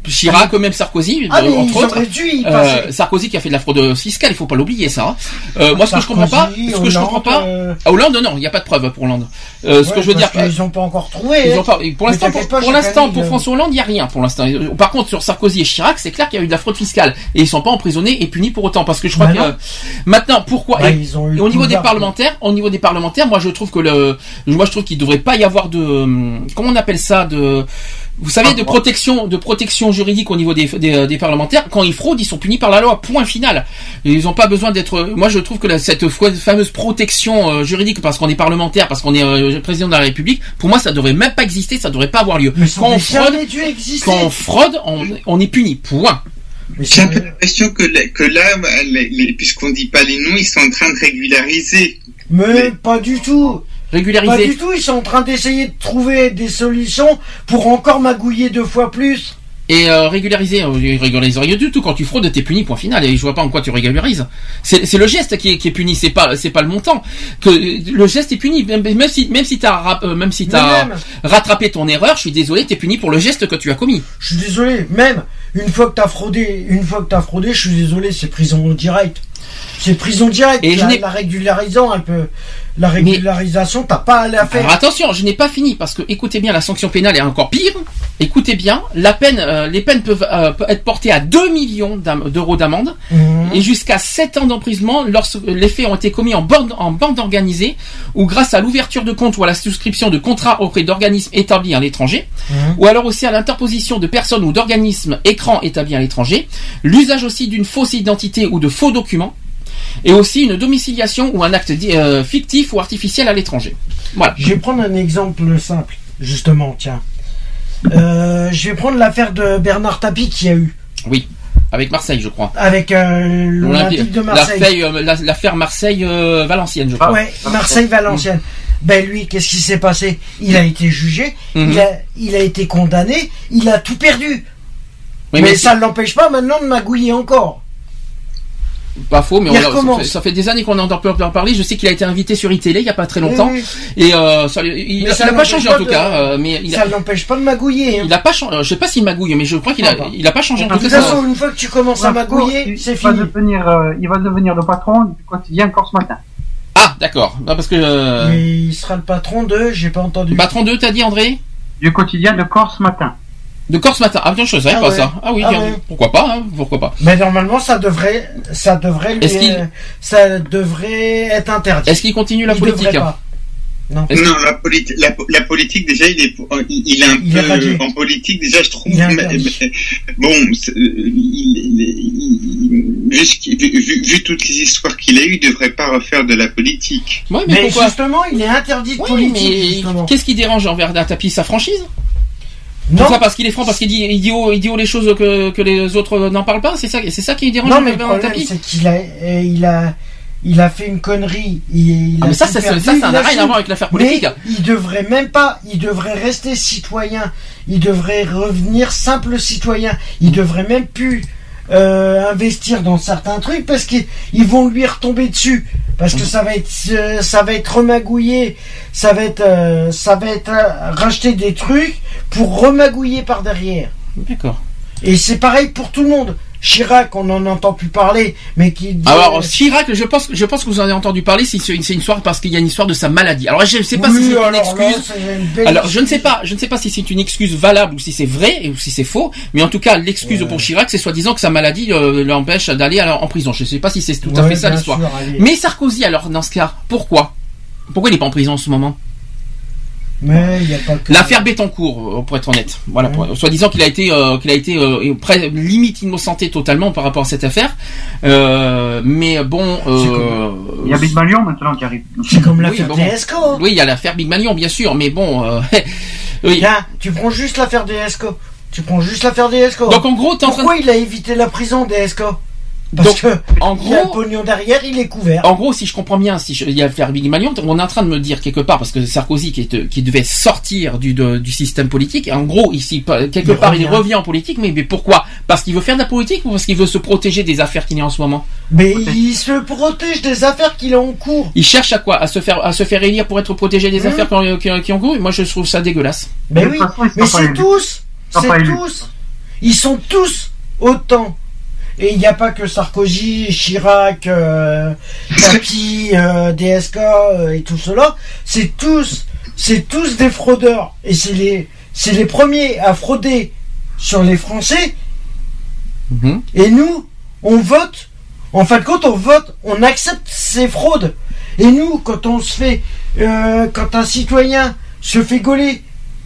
Chirac, même Sarkozy, ah, euh, entre autres. Dû y euh, Sarkozy qui a fait de la fraude fiscale, il faut pas l'oublier ça. Hein. Euh, moi, ce que je comprends pas, ce que Hollande, je comprends pas, euh... à Hollande, non, il n'y a pas de preuve pour Hollande. Euh, ce ouais, que je veux dire, ils ont pas encore trouvé. Ils hein. ont pas, pour l'instant, pour, pas, pour l'instant, pour de... François Hollande, il y a rien pour l'instant. Par contre, sur Sarkozy et Chirac, c'est clair qu'il y a eu de la fraude fiscale et ils sont pas emprisonnés et punis pour autant, parce que je crois bah que euh, maintenant, pourquoi bah, et, ils ont eu et au niveau des d'art, parlementaires, au niveau des parlementaires, moi je trouve que le, moi je trouve qu'il devrait pas y avoir de, comment on appelle ça, de vous savez, de protection, de protection juridique au niveau des, des, des parlementaires. Quand ils fraudent, ils sont punis par la loi. Point final. Ils n'ont pas besoin d'être. Moi, je trouve que la, cette fameuse protection euh, juridique, parce qu'on est parlementaire, parce qu'on est euh, président de la République, pour moi, ça devrait même pas exister. Ça devrait pas avoir lieu. Mais quand on fraude, quand on fraude, on, on est puni. Point. J'ai un peu l'impression que, que là, les, les, puisqu'on dit pas les noms, ils sont en train de régulariser. Mais, Mais... pas du tout. Régulariser. Pas du tout, ils sont en train d'essayer de trouver des solutions pour encore magouiller deux fois plus. Et euh, régulariser, euh, régulariser rien du tout. Quand tu fraudes, t'es puni, point final. Et je vois pas en quoi tu régularises. C'est, c'est le geste qui est, qui est puni, c'est pas, c'est pas le montant. Que le geste est puni, même, même si, même si t'as, euh, même si t'as même. rattrapé ton erreur, je suis désolé, t'es puni pour le geste que tu as commis. Je suis désolé, même une fois que t'as fraudé, une fois que t'as fraudé, je suis désolé, c'est prison directe. C'est prison directe. Et la, la régularisation, un peu. La régularisation, mais, t'as pas à la faire. Alors attention, je n'ai pas fini parce que écoutez bien, la sanction pénale est encore pire. Écoutez bien, la peine, euh, les peines peuvent euh, être portées à deux millions d'euros d'amende mmh. et jusqu'à sept ans d'emprisonnement lorsque les faits ont été commis en bande, en bande organisée ou grâce à l'ouverture de compte ou à la souscription de contrats auprès d'organismes établis à l'étranger, mmh. ou alors aussi à l'interposition de personnes ou d'organismes écrans établis à l'étranger, l'usage aussi d'une fausse identité ou de faux documents, et aussi une domiciliation ou un acte euh, fictif ou artificiel à l'étranger. Voilà. Je vais prendre un exemple simple, justement, tiens. Euh, je vais prendre l'affaire de Bernard Tapie qu'il y a eu. Oui, avec Marseille, je crois. Avec euh, l'Olympique de Marseille. L'affaire, euh, l'affaire Marseille-Valenciennes, euh, je crois. Ouais, Marseille-Valenciennes. Mmh. Ben lui, qu'est-ce qui s'est passé? Il a été jugé, mmh. il, a, il a été condamné, il a tout perdu. Oui, mais mais ça ne l'empêche pas maintenant de magouiller encore. Pas faux, mais on a, ça, fait, ça fait des années qu'on en entend parler. Je sais qu'il a été invité sur iTélé il y a pas très longtemps, oui, oui. et euh, ça, il n'a pas changé pas en tout de, cas. Euh, mais il ça ne l'empêche pas de magouiller. Hein. Il a pas changé. Je sais pas s'il magouille, mais je crois qu'il a, ah, il a pas changé en tout cas. De toute façon, une fois que tu commences à magouiller, c'est fini. Va devenir, euh, il va devenir le patron du quotidien encore ce matin. Ah, d'accord. Non, parce que. Euh... Mais il sera le patron de. J'ai pas entendu. Le patron de, t'as dit André? Du quotidien de Corse Matin. De Corse Matin. Ah bien, je savais ah pas ouais. ça. Ah oui, ah ouais. pourquoi pas, hein, pourquoi pas. Mais normalement, ça devrait, ça devrait, lui, euh, ça devrait être interdit. Est-ce qu'il continue la il politique hein Non. Non, la, politi- la, la politique déjà, il est, il, il est un il peu est en politique déjà, je trouve. Mais, mais, bon, il, il, il, vu, vu, vu toutes les histoires qu'il a eues, il devrait pas refaire de la politique. Ouais, mais, mais justement, il est interdit de oui, politique. Mais qu'est-ce qui dérange envers Tapie, sa franchise? Non. Tout ça parce qu'il est franc, parce qu'il dit, il dit haut, il dit haut les choses que, que les autres n'en parlent pas, c'est ça, c'est ça qui dérange. Non, mais le problème, c'est qu'il a, il a, il a fait une connerie. Il, il ah, mais ça, c'est, perdu, ça, ça n'a rien à voir avec l'affaire politique. Mais il devrait même pas, il devrait rester citoyen. Il devrait revenir simple citoyen. Il devrait même plus, euh, investir dans certains trucs parce qu'ils vont lui retomber dessus. Parce que ça va être, euh, ça va être remagouillé, ça va être, euh, ça va être euh, racheter des trucs pour remagouiller par derrière. D'accord. Et c'est pareil pour tout le monde. Chirac, on n'en entend plus parler, mais qui. Dit, Alors Chirac, je pense, je pense que vous en avez entendu parler. C'est une, c'est une histoire parce qu'il y a une histoire de sa maladie. Alors je ne sais pas oui, si c'est une excuse. Là, une alors je ne sais pas, je ne sais pas si c'est une excuse valable ou si c'est vrai ou si c'est faux. Mais en tout cas, l'excuse ouais. pour Chirac, c'est soi-disant que sa maladie euh, l'empêche d'aller en prison. Je ne sais pas si c'est tout ouais, à fait ça l'histoire. Sûr, mais Sarkozy, alors dans ce cas, pourquoi, pourquoi il n'est pas en prison en ce moment? Mais il y a pas que... L'affaire Bettencourt, pour être honnête, voilà, ouais. pour, soit disant qu'il a été, euh, qu'il a été euh, près, limite innocenté totalement par rapport à cette affaire, euh, mais bon. Euh, il y a Big Malion maintenant qui arrive. C'est comme l'affaire oui, bon, D S C O. Oui, il y a l'affaire Big Malion, bien sûr, mais bon. Euh, oui. Là, tu prends juste l'affaire D S C O. Tu prends juste l'affaire D S C O. Donc en gros, t'es en train de... Pourquoi il a évité la prison D S C O? Parce Donc, que en gros, il y a le pognon derrière, il est couvert. En gros, si je comprends bien, si je, il y a l'affaire Big Malion, on est en train de me dire quelque part, parce que Sarkozy qui, est, qui devait sortir du, de, du système politique, et en gros, ici, quelque il part, revient. il revient en politique, mais, mais pourquoi? Parce qu'il veut faire de la politique ou parce qu'il veut se protéger des affaires qu'il y a en ce moment? Mais Protège. il se protège des affaires qu'il a en cours. Il cherche à quoi? À se faire, à se faire élire pour être protégé des mmh. affaires qui, qui, qui ont en cours? Moi, je trouve ça dégueulasse. Mais oui, mais c'est tous, c'est tous. Ils sont tous autant. Et il n'y a pas que Sarkozy, Chirac, euh, Taki, euh, D S K euh, et tout cela. C'est tous, c'est tous des fraudeurs. Et c'est les, c'est les premiers à frauder sur les Français. Mmh. Et nous, on vote. En fin de compte, on vote, on accepte ces fraudes. Et nous, quand on se fait, euh, quand un citoyen se fait gauler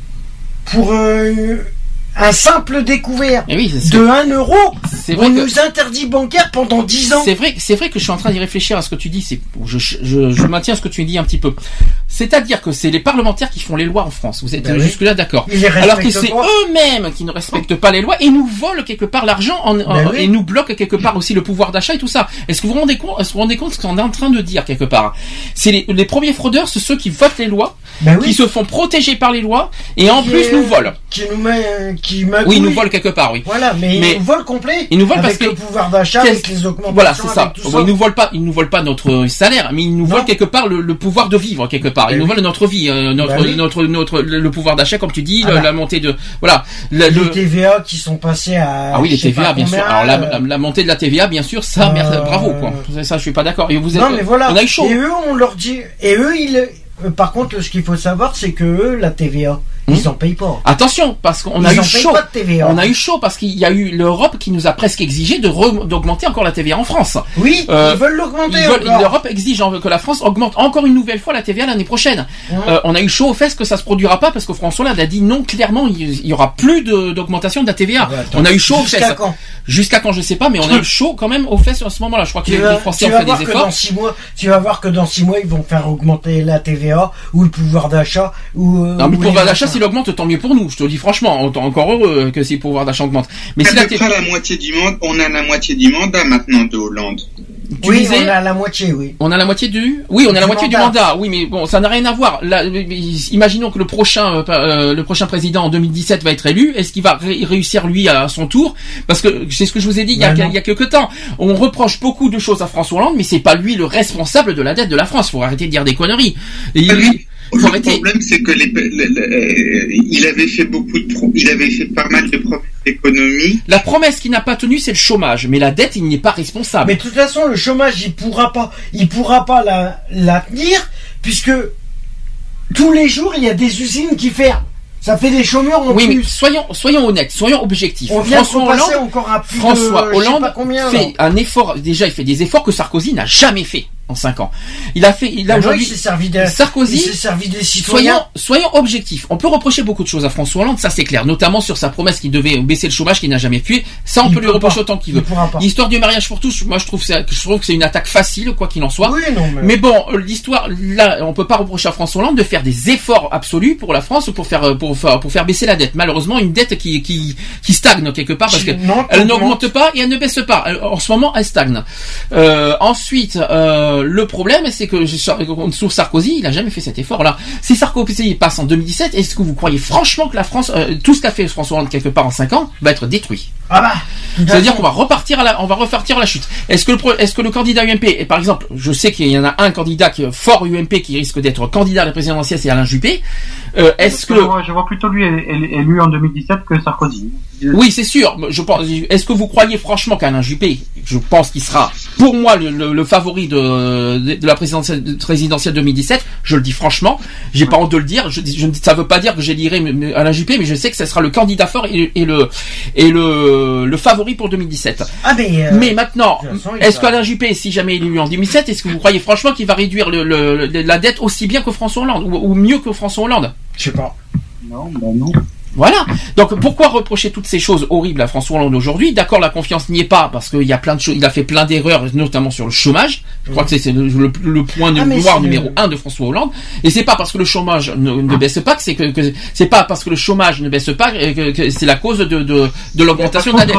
pour euh, un simple découvert oui, de un euro, c'est vrai on que... nous interdit bancaire pendant dix ans. C'est vrai, c'est vrai que je suis en train d'y réfléchir à ce que tu dis. C'est, je, je, je maintiens ce que tu dis un petit peu. C'est-à-dire que c'est les parlementaires qui font les lois en France. Vous êtes ben jusque-là oui. d'accord. Alors que c'est eux-mêmes qui ne respectent pas les lois et nous volent quelque part l'argent en, ben en, oui. et nous bloquent quelque part aussi le pouvoir d'achat et tout ça. Est-ce que vous vous rendez compte, est-ce que vous vous rendez compte ce qu'on est en train de dire quelque part? C'est les, les premiers fraudeurs, c'est ceux qui votent les lois, ben oui. qui se font protéger par les lois et en qui plus est, nous volent. Qui nous met, qui oui, ils nous volent quelque part, oui. Voilà, mais, mais ils nous volent complet. Ils nous volent avec parce le pouvoir d'achat, avec les augmentations. Voilà, c'est ça. Bon, ça. Ils nous volent pas, ils nous volent pas notre salaire, mais ils nous non. volent quelque part le, le pouvoir de vivre quelque part. Ils ben nous oui. volent notre vie, euh, notre, ben oui. notre, notre, le, le pouvoir d'achat, comme tu dis, ah le, bah. la montée de, voilà. Le, les T V A qui sont passés à. Ah oui, les T V A, bien sûr. Alors la, la, la montée de la T V A, bien sûr, ça, euh... merde, bravo, quoi. Ça, je suis pas d'accord. Et vous êtes, non, mais voilà. On a eu chaud. Et eux, on leur dit, et eux, ils, par contre, ce qu'il faut savoir, c'est que eux, la T V A, ils en payent pas. Attention, parce qu'on a eu chaud. On a eu chaud parce qu'il y a eu l'Europe qui nous a presque exigé de re, d'augmenter encore la T V A en France. Oui, euh, ils veulent l'augmenter. Ils veulent, L'Europe exige que la France augmente encore une nouvelle fois la T V A l'année prochaine. Mmh. Euh, on a eu chaud au fait que ça se produira pas parce que François Hollande a dit non clairement, il y aura plus de, d'augmentation de la T V A. Ouais, on a eu chaud au fait. Jusqu'à quand Jusqu'à quand je sais pas, mais on a eu chaud quand même au fait à ce moment-là. Je crois que les, vas, les Français ont fait des efforts. Dans six mois, tu vas voir que dans six mois ils vont faire augmenter la T V A ou le pouvoir d'achat ou. Non, mais le pouvoir d'achat s'il augmente, tant mieux pour nous. Je te le dis franchement, on est encore heureux que si le pouvoir d'achat augmente. Mais à si peu près t- la moitié du monde, on a la moitié du mandat maintenant de Hollande. Tu oui, disais, on a la moitié, oui. On a la moitié du, oui, on a du la moitié mandat. du mandat. Oui, mais bon, ça n'a rien à voir. Là, imaginons que le prochain, euh, le prochain président en deux mille dix-sept va être élu. Est-ce qu'il va ré- réussir lui à son tour? Parce que c'est ce que je vous ai dit il y a, il y a quelques temps. On reproche beaucoup de choses à François Hollande, mais c'est pas lui le responsable de la dette de la France. Faut arrêter de dire des conneries. Et il, oui. Le problème, c'est que les, les, les, il avait fait beaucoup de, pro, il avait fait pas mal de promesses d'économie. La promesse qu'il n'a pas tenue, c'est le chômage, mais la dette, il n'est pas responsable. Mais de toute façon, le chômage, il pourra pas, il pourra pas la, la tenir, puisque tous les jours, il y a des usines qui ferment. Ça fait des chômeurs en oui, plus. Oui, mais soyons, soyons honnêtes, soyons objectifs. On vient François Hollande, encore à plus François de, Hollande combien, fait un effort, déjà, il fait des efforts que Sarkozy n'a jamais fait en cinq ans. Il a fait, il a aujourd'hui, il s'est servi de, Sarkozy, il s'est servi des citoyens. Soyons, soyons objectifs. On peut reprocher beaucoup de choses à François Hollande, ça c'est clair, notamment sur sa promesse qu'il devait baisser le chômage qu'il n'a jamais fait. Ça, on il peut lui reprocher pas. autant qu'il veut. L'histoire du mariage pour tous, moi je trouve, ça, je trouve que c'est une attaque facile, quoi qu'il en soit. Oui, non, mais... mais bon, l'histoire, là, on peut pas reprocher à François Hollande de faire des efforts absolus pour la France ou pour faire, pour faire, pour faire baisser la dette. Malheureusement, une dette qui, qui, qui stagne quelque part parce que non, elle n'augmente pas et elle ne baisse pas. Elle, en ce moment, elle stagne. Euh, ensuite, euh, le problème, c'est que sous Sarkozy, il a jamais fait cet effort-là. Si Sarkozy passe en deux mille dix-sept, est-ce que vous croyez franchement que la France, euh, tout ce qu'a fait François Hollande quelque part en cinq ans, va être détruit? Ah bah, c'est-à-dire qu'on va repartir à la, on va repartir à la chute. Est-ce que le, est-ce que le candidat U M P, et par exemple, je sais qu'il y en a un candidat qui est fort U M P qui risque d'être candidat à la présidentielle, c'est Alain Juppé. Euh, est-ce que, je vois, je vois plutôt lui élu en deux mille dix-sept que Sarkozy. Oui, c'est sûr. Je pense. Est-ce que vous croyez franchement qu'Alain Juppé, je pense qu'il sera, pour moi, le, le, le favori de, de, de la présidentielle, présidentielle deux mille dix-sept. Je le dis franchement. J'ai ouais. pas honte de le dire. Je, je, ça veut pas dire que j'élirai Alain Juppé, mais je sais que ce sera le candidat fort et, et le et le le favori pour deux mille dix-sept. Ah mais. Euh, mais maintenant, est-ce qu'Alain Juppé, si jamais élu en deux mille dix-sept, est-ce que vous croyez franchement qu'il va réduire le, le, le, la dette aussi bien que François Hollande ou, ou mieux que François Hollande? Je sais pas. Non, bah non. Voilà. Donc pourquoi reprocher toutes ces choses horribles à François Hollande aujourd'hui? D'accord, la confiance n'y est pas parce qu'il y a plein de choses, il a fait plein d'erreurs, notamment sur le chômage. Je crois mmh. que c'est, c'est le, le, le point de ah, noir numéro le... un de François Hollande. Et c'est pas parce que le chômage ne, ne baisse pas que c'est que, que c'est pas parce que le chômage ne baisse pas que, que c'est la cause de de, de l'augmentation de la dette.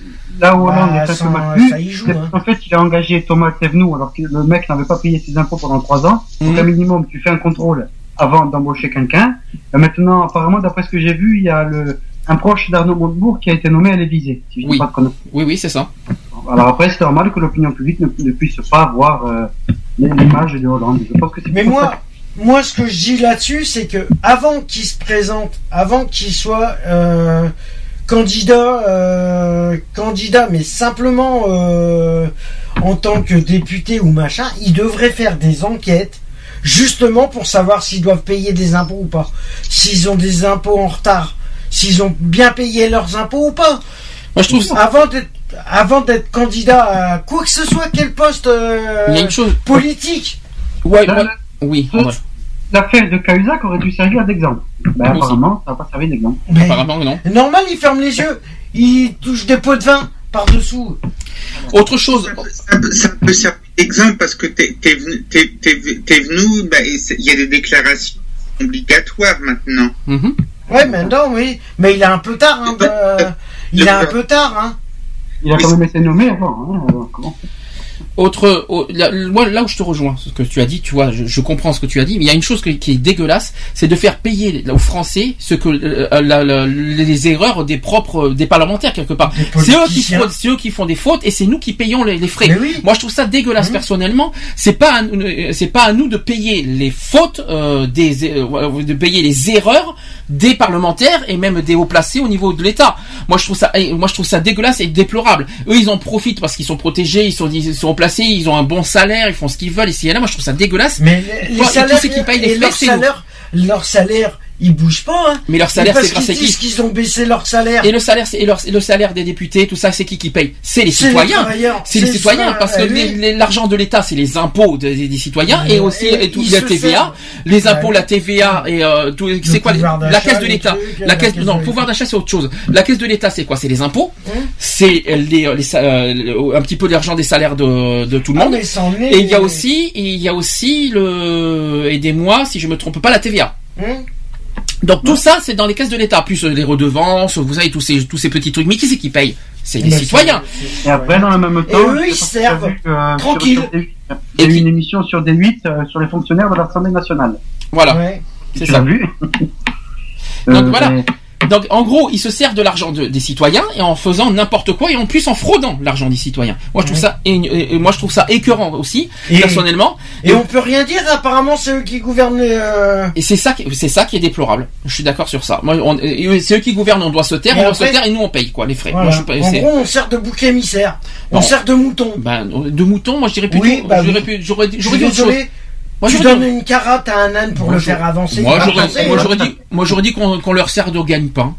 Là où Hollande bah, est presque mal vu, c'est hein. En fait, il a engagé Thomas Thévenoud alors que le mec n'avait pas payé ses impôts pendant trois ans. Mmh. Donc, un minimum, tu fais un contrôle avant d'embaucher quelqu'un. Et maintenant, apparemment, d'après ce que j'ai vu, il y a le, un proche d'Arnaud Montebourg qui a été nommé à l'Élysée. Si je oui. Pas de conneries. oui, oui, c'est ça. Alors après, c'est normal que l'opinion publique ne, ne puisse pas voir euh, l'image de Hollande. Je pense que c'est Mais moi, moi, ce que je dis là-dessus, c'est que avant qu'il se présente, avant qu'il soit, euh, candidat, euh, candidat, mais simplement euh, en tant que député ou machin, ils devraient faire des enquêtes justement pour savoir s'ils doivent payer des impôts ou pas, s'ils ont des impôts en retard, s'ils ont bien payé leurs impôts ou pas. Moi, je trouve ça... Avant d'être, avant d'être candidat à quoi que ce soit, quel poste euh, Il y a une chose politique. Ouais, ouais, oui. Ouais. L'affaire de Cahuzac aurait dû servir d'exemple. Ben, apparemment, ça n'a pas servi d'exemple. Mais apparemment, non. Normal, il ferme les yeux, il touche des pots de vin par-dessous. Autre chose. Ça peut, ça peut servir d'exemple parce que t'es, t'es venu, t'es, t'es, t'es venu, ben, il y a des déclarations obligatoires maintenant. Mm-hmm. Ouais, maintenant, oui. Mais il est un peu tard, hein. De... Il est un peu tard, hein. Il a quand même été nommé avant, hein. Alors, comment Autre, oh, là, là où je te rejoins, ce que tu as dit, tu vois, je, je comprends ce que tu as dit, mais il y a une chose qui, qui est dégueulasse, c'est de faire payer aux Français ce que euh, la, la, les erreurs des propres des parlementaires quelque part. C'est eux qui font, c'est eux qui font des fautes et c'est nous qui payons les, les frais. Oui. Moi, je trouve ça dégueulasse mmh. personnellement. C'est pas, à, c'est pas à nous de payer les fautes, euh, des, euh, de payer les erreurs des parlementaires et même des hauts placés au niveau de l'État. Moi, je trouve ça, moi, je trouve ça dégueulasse et déplorable. Eux, ils en profitent parce qu'ils sont protégés, ils sont, ils sont placés, ils ont un bon salaire, ils font ce qu'ils veulent ici et là. Moi, je trouve ça dégueulasse. Mais les, les salaires, tous ceux qui payent les frais, leur salaire, leur salaire, ils bougent pas. Hein. Mais leur salaire, c'est grâce à qui? Ils disent qu'ils ont baissé leur salaire. Et le salaire, c'est, et, leur, et le salaire des députés, tout ça, c'est qui qui paye? C'est les c'est citoyens. Les c'est, c'est les citoyens, ça, parce que les, les, l'argent de l'État, c'est les impôts des, des citoyens et, et aussi et, et tout la T V A, servent. les impôts, ouais. la T V A et euh, tout. Le c'est quoi la caisse de l'État? Trucs, la caisse, non, le pouvoir d'achat, c'est autre chose. La caisse de l'État, c'est quoi? C'est les impôts. Hum. C'est les, les euh, un petit peu l'argent des salaires de, de tout le monde. Ah, et il y a aussi, il y a aussi le, aidez-moi si je me trompe pas, la T V A. Hum. Donc tout ça, c'est dans les caisses de l'État, plus les redevances, vous savez, tous ces tous ces petits trucs. Mais qui c'est qui paye? C'est les citoyens. Et après, dans le même temps, et eux, ils servent euh, tranquille. Il y a eu une émission sur D huit euh, sur les fonctionnaires de l'Assemblée nationale. Voilà, ouais. c'est tu ça. L'as vu Donc euh, voilà. Mais... Donc en gros, ils se servent de l'argent de, des citoyens et en faisant n'importe quoi et en plus en fraudant l'argent des citoyens. Moi je trouve ouais. ça et, et, et moi je trouve ça écœurant aussi et, personnellement. Et, et on peut rien dire. Apparemment c'est eux qui gouvernent. Euh... Et c'est ça, qui, c'est ça qui est déplorable. Je suis d'accord sur ça. Moi, on, c'est eux qui gouvernent. On doit se taire, et on après, doit se taire et nous on paye quoi les frais. Voilà. Moi, je, en gros, on sert de bouc émissaire. On bon. sert de mouton. Ben de mouton, moi je dirais plutôt. Oui, bah, j'aurais pu, j'aurais, j'aurais dit autre chose. Moi, tu donnes une carotte à un âne pour moi, le faire avancer. Moi j'aurais, avancer, moi, j'aurais dit, moi j'aurais dit qu'on, qu'on leur sert de gagne-pain.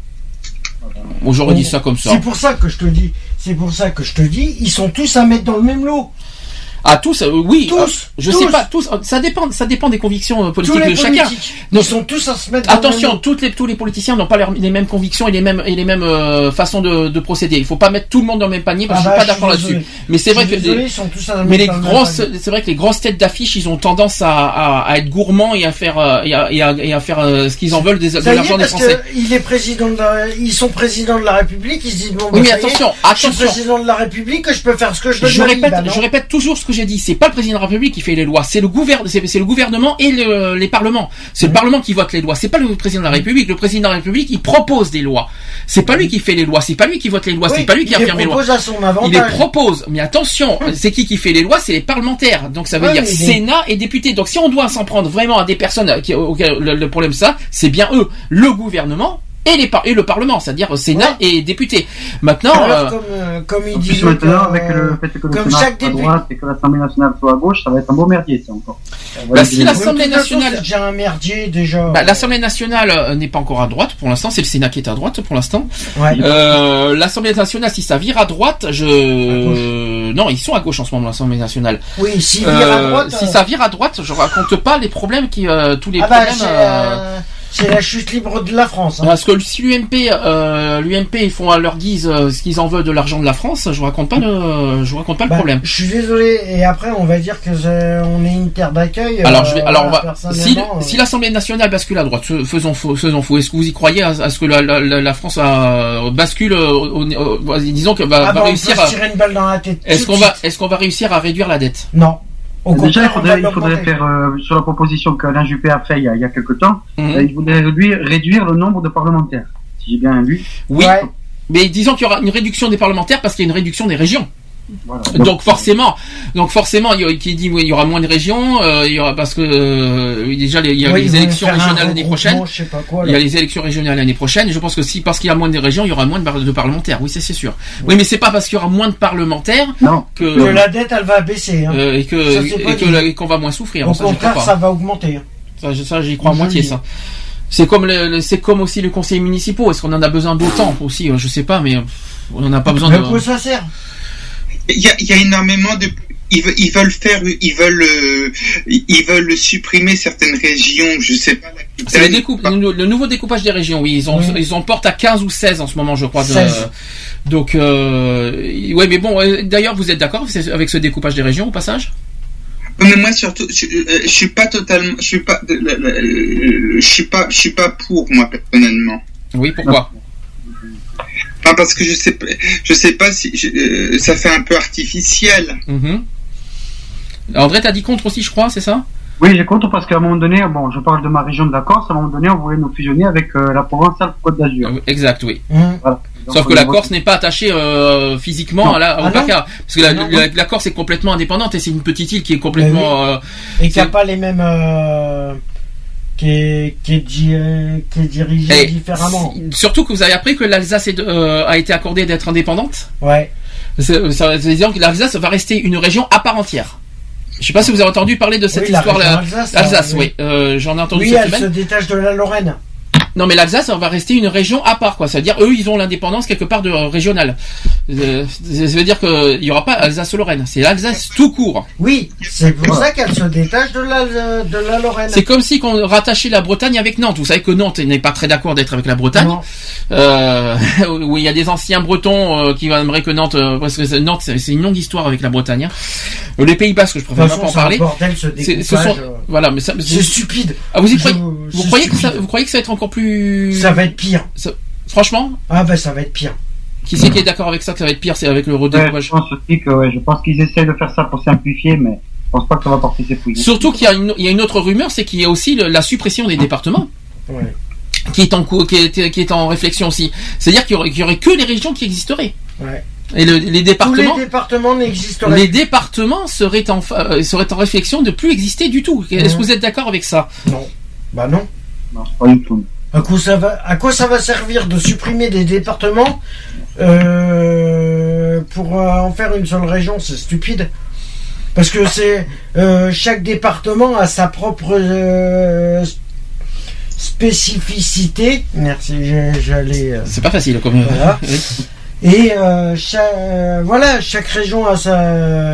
Bon, j'aurais bon, dit ça comme ça. C'est pour ça que je te dis, c'est pour ça que je te dis, ils sont tous à mettre dans le même lot. Ah tous, euh, oui. Tous. Euh, je tous. sais pas, tous. Ça dépend, ça dépend des convictions politiques de politiques. chacun. Ils Donc, sont tous à se mettre. Dans attention, le même toutes les tous les politiciens n'ont pas leur, les mêmes convictions et les mêmes et les mêmes euh, façons de, de procéder. Il faut pas mettre tout le monde dans le même panier parce que ah bah, je suis pas d'accord là-dessus. Mais c'est vrai que désolé, les, ils sont tous à mais les grosses, c'est vrai que les grosses têtes d'affiche, ils ont tendance à, à, à être gourmands et à faire euh, et, à, et, à, et à faire euh, ce qu'ils en veulent des, de l'argent des Français. Il est président de la, ils sont présidents de la République, ils se disent bon. Oui, mais attention, attention. Je suis président de la République, je peux faire ce que je veux. Je répète, je répète toujours ce que j'ai dit. C'est pas le président de la République qui fait les lois, c'est le gouvernement, c'est, c'est le gouvernement et le, les parlements. C'est mmh. le Parlement qui vote les lois. C'est pas le président de la République. Le président de la République, il propose des lois. C'est pas lui qui fait les lois. C'est pas lui qui vote les lois. Oui, c'est pas lui qui affirme les lois. À son avantage. Il les propose. Mais attention, mmh. c'est qui qui fait les lois? C'est les parlementaires. Donc ça veut ouais, dire Sénat et députés. Donc si on doit s'en prendre vraiment à des personnes qui, auxquelles le, le problème ça, c'est bien eux, le gouvernement. Et, les par- et le Parlement, c'est-à-dire Sénat ouais. et députés. Maintenant, alors, euh, comme, euh, comme il dit maintenant, que, avec le fait que le comme Sénat chaque soit à droite et que l'Assemblée nationale soit à gauche, ça va être un beau merdier, ça encore. Bah, si l'Assemblée nationale, c'est déjà un merdier déjà. Bah, l'Assemblée nationale euh, n'est pas encore à droite pour l'instant. C'est le Sénat qui est à droite pour l'instant. Ouais. Euh, L'Assemblée nationale, si ça vire à droite, je euh, non, ils sont à gauche en ce moment. L'Assemblée nationale. Oui, si euh, vire à droite. Si ça vire à droite, je raconte pas les problèmes qui, euh, tous les ah problèmes. Bah, c'est, euh... c'est la chute libre de la France. Hein. Parce que si l'U M P, euh, l'U M P, ils font à leur guise euh, ce qu'ils en veulent de l'argent de la France, je vous raconte pas le, je vous raconte pas bah, le problème. Je suis désolé. Et après, on va dire que on est une terre d'accueil. Alors, euh, je vais, alors, on va, si, euh... si l'Assemblée nationale bascule à droite, faisons faux, faisons faux. Est-ce que vous y croyez à, à ce que la, la, la France a, bascule, au, au, au, disons qu'elle va, ah va bah, réussir à tirer une balle dans la tête. Est-ce qu'on va, est-ce qu'on va réussir à réduire la dette? Non. Au Déjà, il faudrait, il faudrait faire, euh, sur la proposition qu'Alain Juppé a fait il y a, il y a quelque temps, mmh. euh, il voudrait réduire, réduire le nombre de parlementaires. Si j'ai bien lu. Oui. Ouais. Mais disons qu'il y aura une réduction des parlementaires parce qu'il y a une réduction des régions. Voilà. Donc forcément, donc forcément, il y a, qui dit oui, il y aura moins de régions, euh, il y aura parce que euh, déjà les, il y a Oui, les ils vont élections faire un régionales l'année prochaine. regroupement, je sais pas quoi, Il y là. a les élections régionales l'année prochaine. Et je pense que si parce qu'il y a moins de régions, il y aura moins de, bar- de parlementaires. Oui, c'est c'est sûr. Oui, oui mais c'est pas parce qu'il y aura moins de parlementaires non. que, que la dette elle va baisser. Hein. Euh, et que Ça, c'est pas et que dit. la- et qu'on va moins souffrir. Au Ça, j'y crois contraire, pas. ça va augmenter. Ça, je- ça j'y crois à Je moitié dis. ça. C'est comme le, le- c'est comme aussi le conseil municipal. Est-ce qu'on en a besoin d'autant aussi? Je sais pas, mais on n'en a pas besoin Mais de. à quoi ça sert? Il y a, il y a énormément de, ils veulent, ils veulent faire, ils veulent, euh, ils veulent supprimer certaines régions. Je sais pas. C'est le, découpe, le, le nouveau découpage des régions, oui. Ils ont, Oui. ils en portent à quinze ou seize en ce moment, je crois. De, seize. donc, euh, ouais, mais bon, euh, d'ailleurs, vous êtes d'accord avec ce découpage des régions au passage? Mais moi surtout, je, euh, je suis pas totalement, je suis pas, euh, je suis pas, je suis pas pour moi personnellement. Oui, pourquoi? Ah, parce que je sais, je sais pas si je, euh, ça fait un peu artificiel. Mm-hmm. André, t'as dit contre aussi, je crois, c'est ça? Oui, j'ai contre parce qu'à un moment donné, bon, je parle de ma région de la Corse, à un moment donné, on voulait nous fusionner avec euh, la Provence-Alpes-Côte d'Azur. Exact, oui. Mmh. Voilà. Donc, Sauf que au la niveau- Corse n'est pas attachée euh, physiquement Non. à la, au Ah P A C A. non. Parce que la, Non, la, non. la Corse est complètement indépendante et c'est une petite île qui est complètement... euh, Et qui n'a c'est- pas les mêmes. Euh, qui, est, qui, est di- euh, qui est dirigé et différemment. si- surtout que vous avez appris que l'Alsace est de- euh, a été accordée d'être indépendante. Ouais. C'est- Ça veut dire que l'Alsace va rester une région à part entière. Je sais pas si vous avez entendu parler de cette Oui, la histoire région là. Alsace, L'Alsace, ça, oui. Euh, J'en ai entendu Oui, cette elle se semaine. détache de la Lorraine. Non, mais l'Alsace va rester une région à part, quoi. Ça veut dire, eux, ils ont l'indépendance quelque part de euh, régionale. Euh, ça veut dire qu'il n'y aura pas Alsace-Lorraine. C'est l'Alsace tout court. Oui, c'est pour ça qu'elle se détache de la, de la Lorraine. C'est comme si on rattachait la Bretagne avec Nantes. Vous savez que Nantes n'est pas très d'accord d'être avec la Bretagne. Non. Euh, où il y a des anciens Bretons euh, qui aimeraient que Nantes, euh, parce que Nantes, c'est c'est une longue histoire avec la Bretagne. Hein. Les Pays Basques, je De préfère toute même façon, pas en c'est un parler. bordel, ce C'est- découpage. ce sont, euh, voilà, mais ça, C'est stupide. Ah, vous y Je- croyez, vous c'est croyez que ça, stupide. vous croyez que ça va être encore plus, Ça va être pire. ça- franchement, Ah ben ça va être pire. qui c'est qui est d'accord avec ça que ça va être pire, c'est avec le Ouais, redécoupage. je pense aussi que, ouais, je pense qu'ils essaient de faire ça pour simplifier, mais je pense pas que ça va porter ses fruits. Surtout qu'il y a une, il y a une autre rumeur, c'est qu'il y a aussi le- la suppression des départements. Ouais. Qui est en cours, qui est, qui est en réflexion aussi. C'est-à-dire qu'il y aurait, qu'il y aurait que les régions qui existeraient. Ouais. Et le- les Tous départements, les départements n'existeraient les départements seraient en, fa- euh, seraient en réflexion de plus exister du tout. Est-ce que vous êtes d'accord avec ça? Non. Bah non. Non, c'est pas du tout. À quoi ça va, à quoi ça va servir de supprimer des départements euh, pour euh, en faire une seule région? C'est stupide. Parce que c'est euh, chaque département a sa propre euh, spécificité. Merci, j'ai- j'allais. euh, C'est pas facile comme. Voilà. Oui. Et euh, chaque, euh, voilà, chaque région a sa.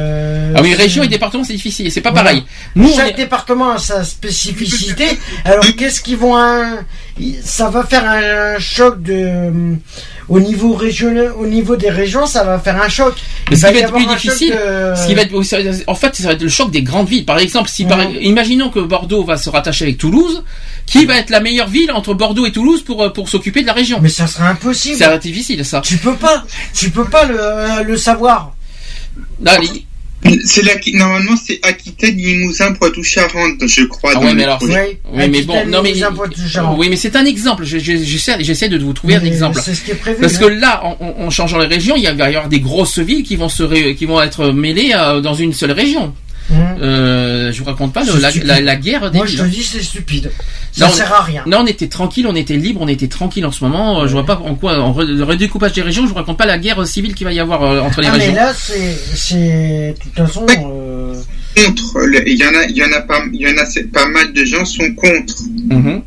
Ah oui, région et département, c'est difficile. C'est pas Voilà. pareil. Nous, on Chaque est- département a sa spécificité. Alors qu'est-ce qu'ils vont un... ça va faire un choc de au niveau régional, au niveau des régions, ça va faire un choc. Mais ce Il qui va y être avoir plus un choc difficile, de- ce qui va être, ça va être- en fait, ça va être le choc des grandes villes. Par exemple, si par, Ouais. imaginons que Bordeaux va se rattacher avec Toulouse, qui va être la meilleure ville entre Bordeaux et Toulouse pour pour s'occuper de la région? Mais ça sera impossible. Ça va être difficile, ça. Tu peux pas, tu peux pas le, le savoir. Allez. C'est là qui, normalement, c'est Aquitaine, Limousin, Poitou-Charentes, je crois. Ah dans ouais, le mais alors, projet. Oui, oui, mais bon, Aquitaine, non, mais, Limousin, Poitou-Charentes. oui, mais c'est un exemple. Je- je- J'essaie, j'essaie de vous trouver un Mais exemple. c'est ce qui est prévu, Parce hein. que là, en, en- en changeant les régions, il y a- il va y avoir des grosses villes qui vont se, ré- qui vont être mêlées euh, dans une seule région. Mmh. Euh, je vous raconte pas le- C'est la, stupide. la, la guerre des Moi, je villes. te dis, c'est stupide. Ça Là, on- sert à rien. Là, on était tranquille, on était libre, on était tranquille en ce moment. Euh, Je vois pas en quoi, en re- le redécoupage des régions, je vous raconte pas la guerre civile qu'il va y avoir euh, entre les Ah, régions. mais là, c'est, c'est, de toute façon, euh, Contre, le- il y en a, il y en a pas, il y en a c'est- pas mal de gens sont contre. Mhm.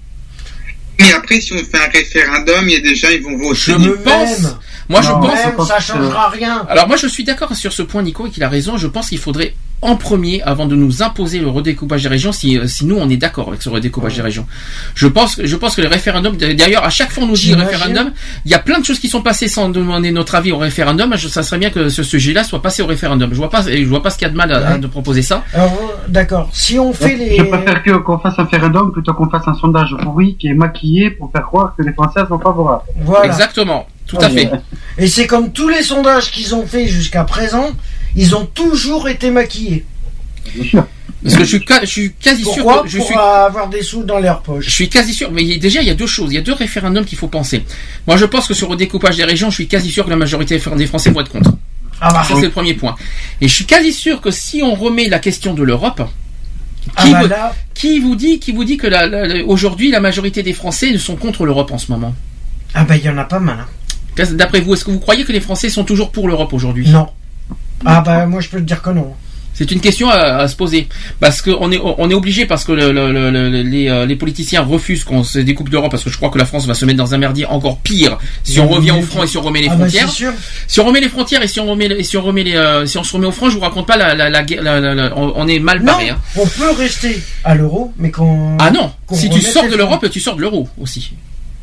Mais après, si on fait un référendum, il y a des gens, ils vont voter. Je le pense. même. Moi, je Non, pense. Même, ça changera rien. Alors moi je suis d'accord sur ce point, Nico, et qu'il a raison. Je pense qu'il faudrait en premier, avant de nous imposer le redécoupage des régions, si, euh, si nous on est d'accord avec ce redécoupage des régions. Je pense, je pense que le référendum, d'ailleurs à chaque fois on nous dit J'imagine. référendum, il y a plein de choses qui sont passées sans demander notre avis au référendum. Je, ça serait bien que ce sujet-là soit passé au référendum. Je vois pas, je vois pas ce qu'il y a de mal à, à de proposer ça. Alors, euh, d'accord. Si on fait les, Je préfère que- qu'on fasse un référendum plutôt qu'on fasse un sondage pourri qui est maquillé pour faire croire que les Français sont favorables. voilà. Exactement, tout à fait. Et c'est comme tous les sondages qu'ils ont fait jusqu'à présent, ils ont toujours été maquillés. Bien sûr. Parce que je suis, ca- je suis quasi sûr Pourquoi que je Pour suis. avoir des sous dans leur poche. Je suis quasi sûr, mais il y a- déjà il y a deux choses, il y a deux référendums qu'il faut penser. Moi je pense que sur le découpage des régions, je suis quasi sûr que la majorité des Français vont être contre. Ah bah, ça oui. c'est le premier point. Et je suis quasi sûr que si on remet la question de l'Europe, Ah qui, bah vous, là- qui vous dit, qui vous dit que la, la, la- aujourd'hui la majorité des Français sont contre l'Europe en ce moment? Ah bah il y en a pas mal. Hein. D'après vous, est-ce que vous croyez que les Français sont toujours pour l'Europe aujourd'hui? Non. Ah bah moi je peux te dire que non. C'est une question à, à se poser parce qu'on est on est obligé parce que le, le, le, le, les, euh, les politiciens refusent qu'on se découpe d'Europe parce que je crois que la France va se mettre dans un merdier encore pire si on revient au franc et si on remet les Ah bah, frontières. c'est sûr. Si on remet les frontières et si on remet et si on remet les euh, si on se remet au franc, je vous raconte pas la la, la, la, la, la on, on est mal Non, barré. Hein. on peut rester à l'euro, mais quand Ah non, qu'on si tu remette sors les de l'Europe, tu sors de l'euro aussi.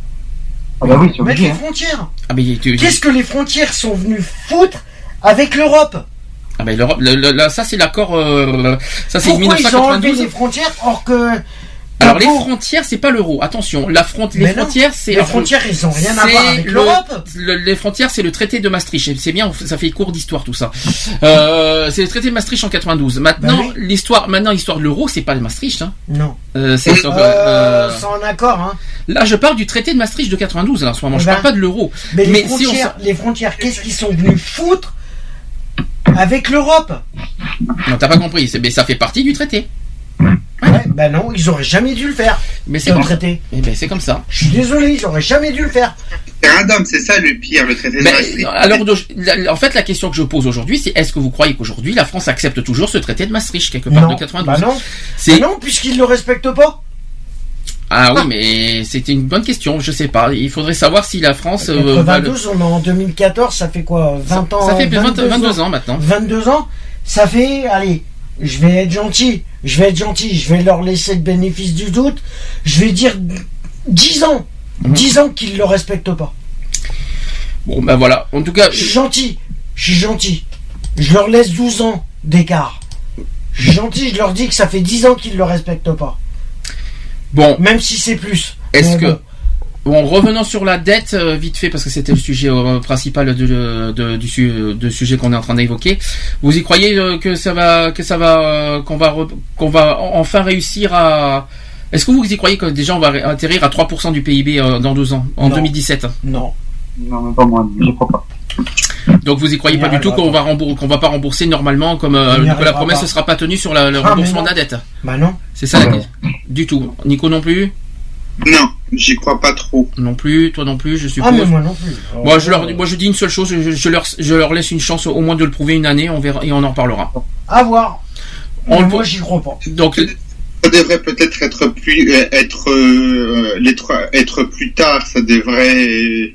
Ah bah oui, c'est Mettre obligé. les Hein. frontières. Ah mais tu, Qu'est-ce que les frontières sont venues foutre avec l'Europe? ah ben l'Europe, le, le, le, ça c'est l'accord euh, ça c'est Pourquoi mille neuf cent ils ont enlevé quatre-vingt-douze. les frontières or que Alors les Pour- frontières, c'est pas l'euro. Attention, la front, les Mais non, frontières, c'est les frontières, ils ont rien à c'est voir avec le- l'Europe. le- les frontières, c'est le traité de Maastricht. Et c'est bien, ça fait cours d'histoire tout ça. Euh, c'est le traité de Maastricht en quatre-vingt-douze. Maintenant, Bah oui. l'histoire, maintenant l'histoire de l'euro, c'est pas le Maastricht. Hein. Non. Euh, c'est Euh, euh, c'est en accord, hein. là, je parle du traité de Maastricht de quatre-vingt-douze. Là, en ce moment, Eh je ben, parle pas de l'euro. Mais, les, Mais si on frontières, les frontières, qu'est-ce qu'ils sont venus foutre avec l'Europe? Non, t'as pas compris. C'est- Mais ça fait partie du traité. Ouais, bah non, ils auraient jamais dû le faire. Mais c'est le comme- traité. Eh ben, c'est comme ça. Je suis désolé, ils auraient jamais dû le faire. Référendum, c'est ça le pire, le traité de Mais, Maastricht. alors, de- la- en fait, la question que je pose aujourd'hui, c'est est-ce que vous croyez qu'aujourd'hui la France accepte toujours ce traité de Maastricht quelque part Non, de quatre-vingt-douze? bah non. C'est Bah non, puisqu'ils le respectent pas. ah oui, mais c'était une bonne question. Je sais pas. Il faudrait savoir si la France. euh, va le- quatre-vingt-douze, on est en deux mille quatorze, ça fait quoi? vingt ans? Ça fait vingt, vingt-deux vingt-deux ans maintenant. vingt-deux ans, ça fait, allez, je vais être gentil, je vais être gentil, je vais leur laisser le bénéfice du doute, je vais dire dix ans, Mhm. dix ans qu'ils le respectent pas. Bon, ben voilà. En tout cas, Je suis gentil, je suis gentil, je leur laisse douze ans d'écart. Je suis gentil, je leur dis que ça fait dix ans qu'ils le respectent pas, bon, même si c'est plus. est-ce Mais que bon. bon, revenons sur la dette euh, vite fait parce que c'était le sujet euh, principal de, de- de- du su- de sujet qu'on est en train d'évoquer. Vous y croyez euh, que ça va, que ça va, euh, qu'on va, re- qu'on va en- enfin réussir à. Est-ce que vous y croyez que déjà on va ré- atterrir à trois pour cent du P I B euh, dans deux ans, en Non. deux mille dix-sept? Non. Non, mais pas moi, j'y crois pas. Donc vous y croyez On y pas du tout arrivera qu'on va rembourser, qu'on va pas rembourser normalement, comme euh, On y que la arrivera promesse pas. ne sera pas tenue sur la- le Ah, mais remboursement non. de la dette. Bah non. C'est ça la question. Du tout. Nico non plus. Non, j'y crois pas trop. Non plus. Toi non plus, je Ah suppose. mais moi non plus. Moi je leur, moi je dis une seule chose. Je, je leur, je leur laisse une chance au moins de le prouver une année. On verra et on en reparlera. À voir. On Mais le- moi j'y crois pas. Donc Ça devrait peut-être être plus, euh, être, euh, les trois- être plus tard, ça devrait.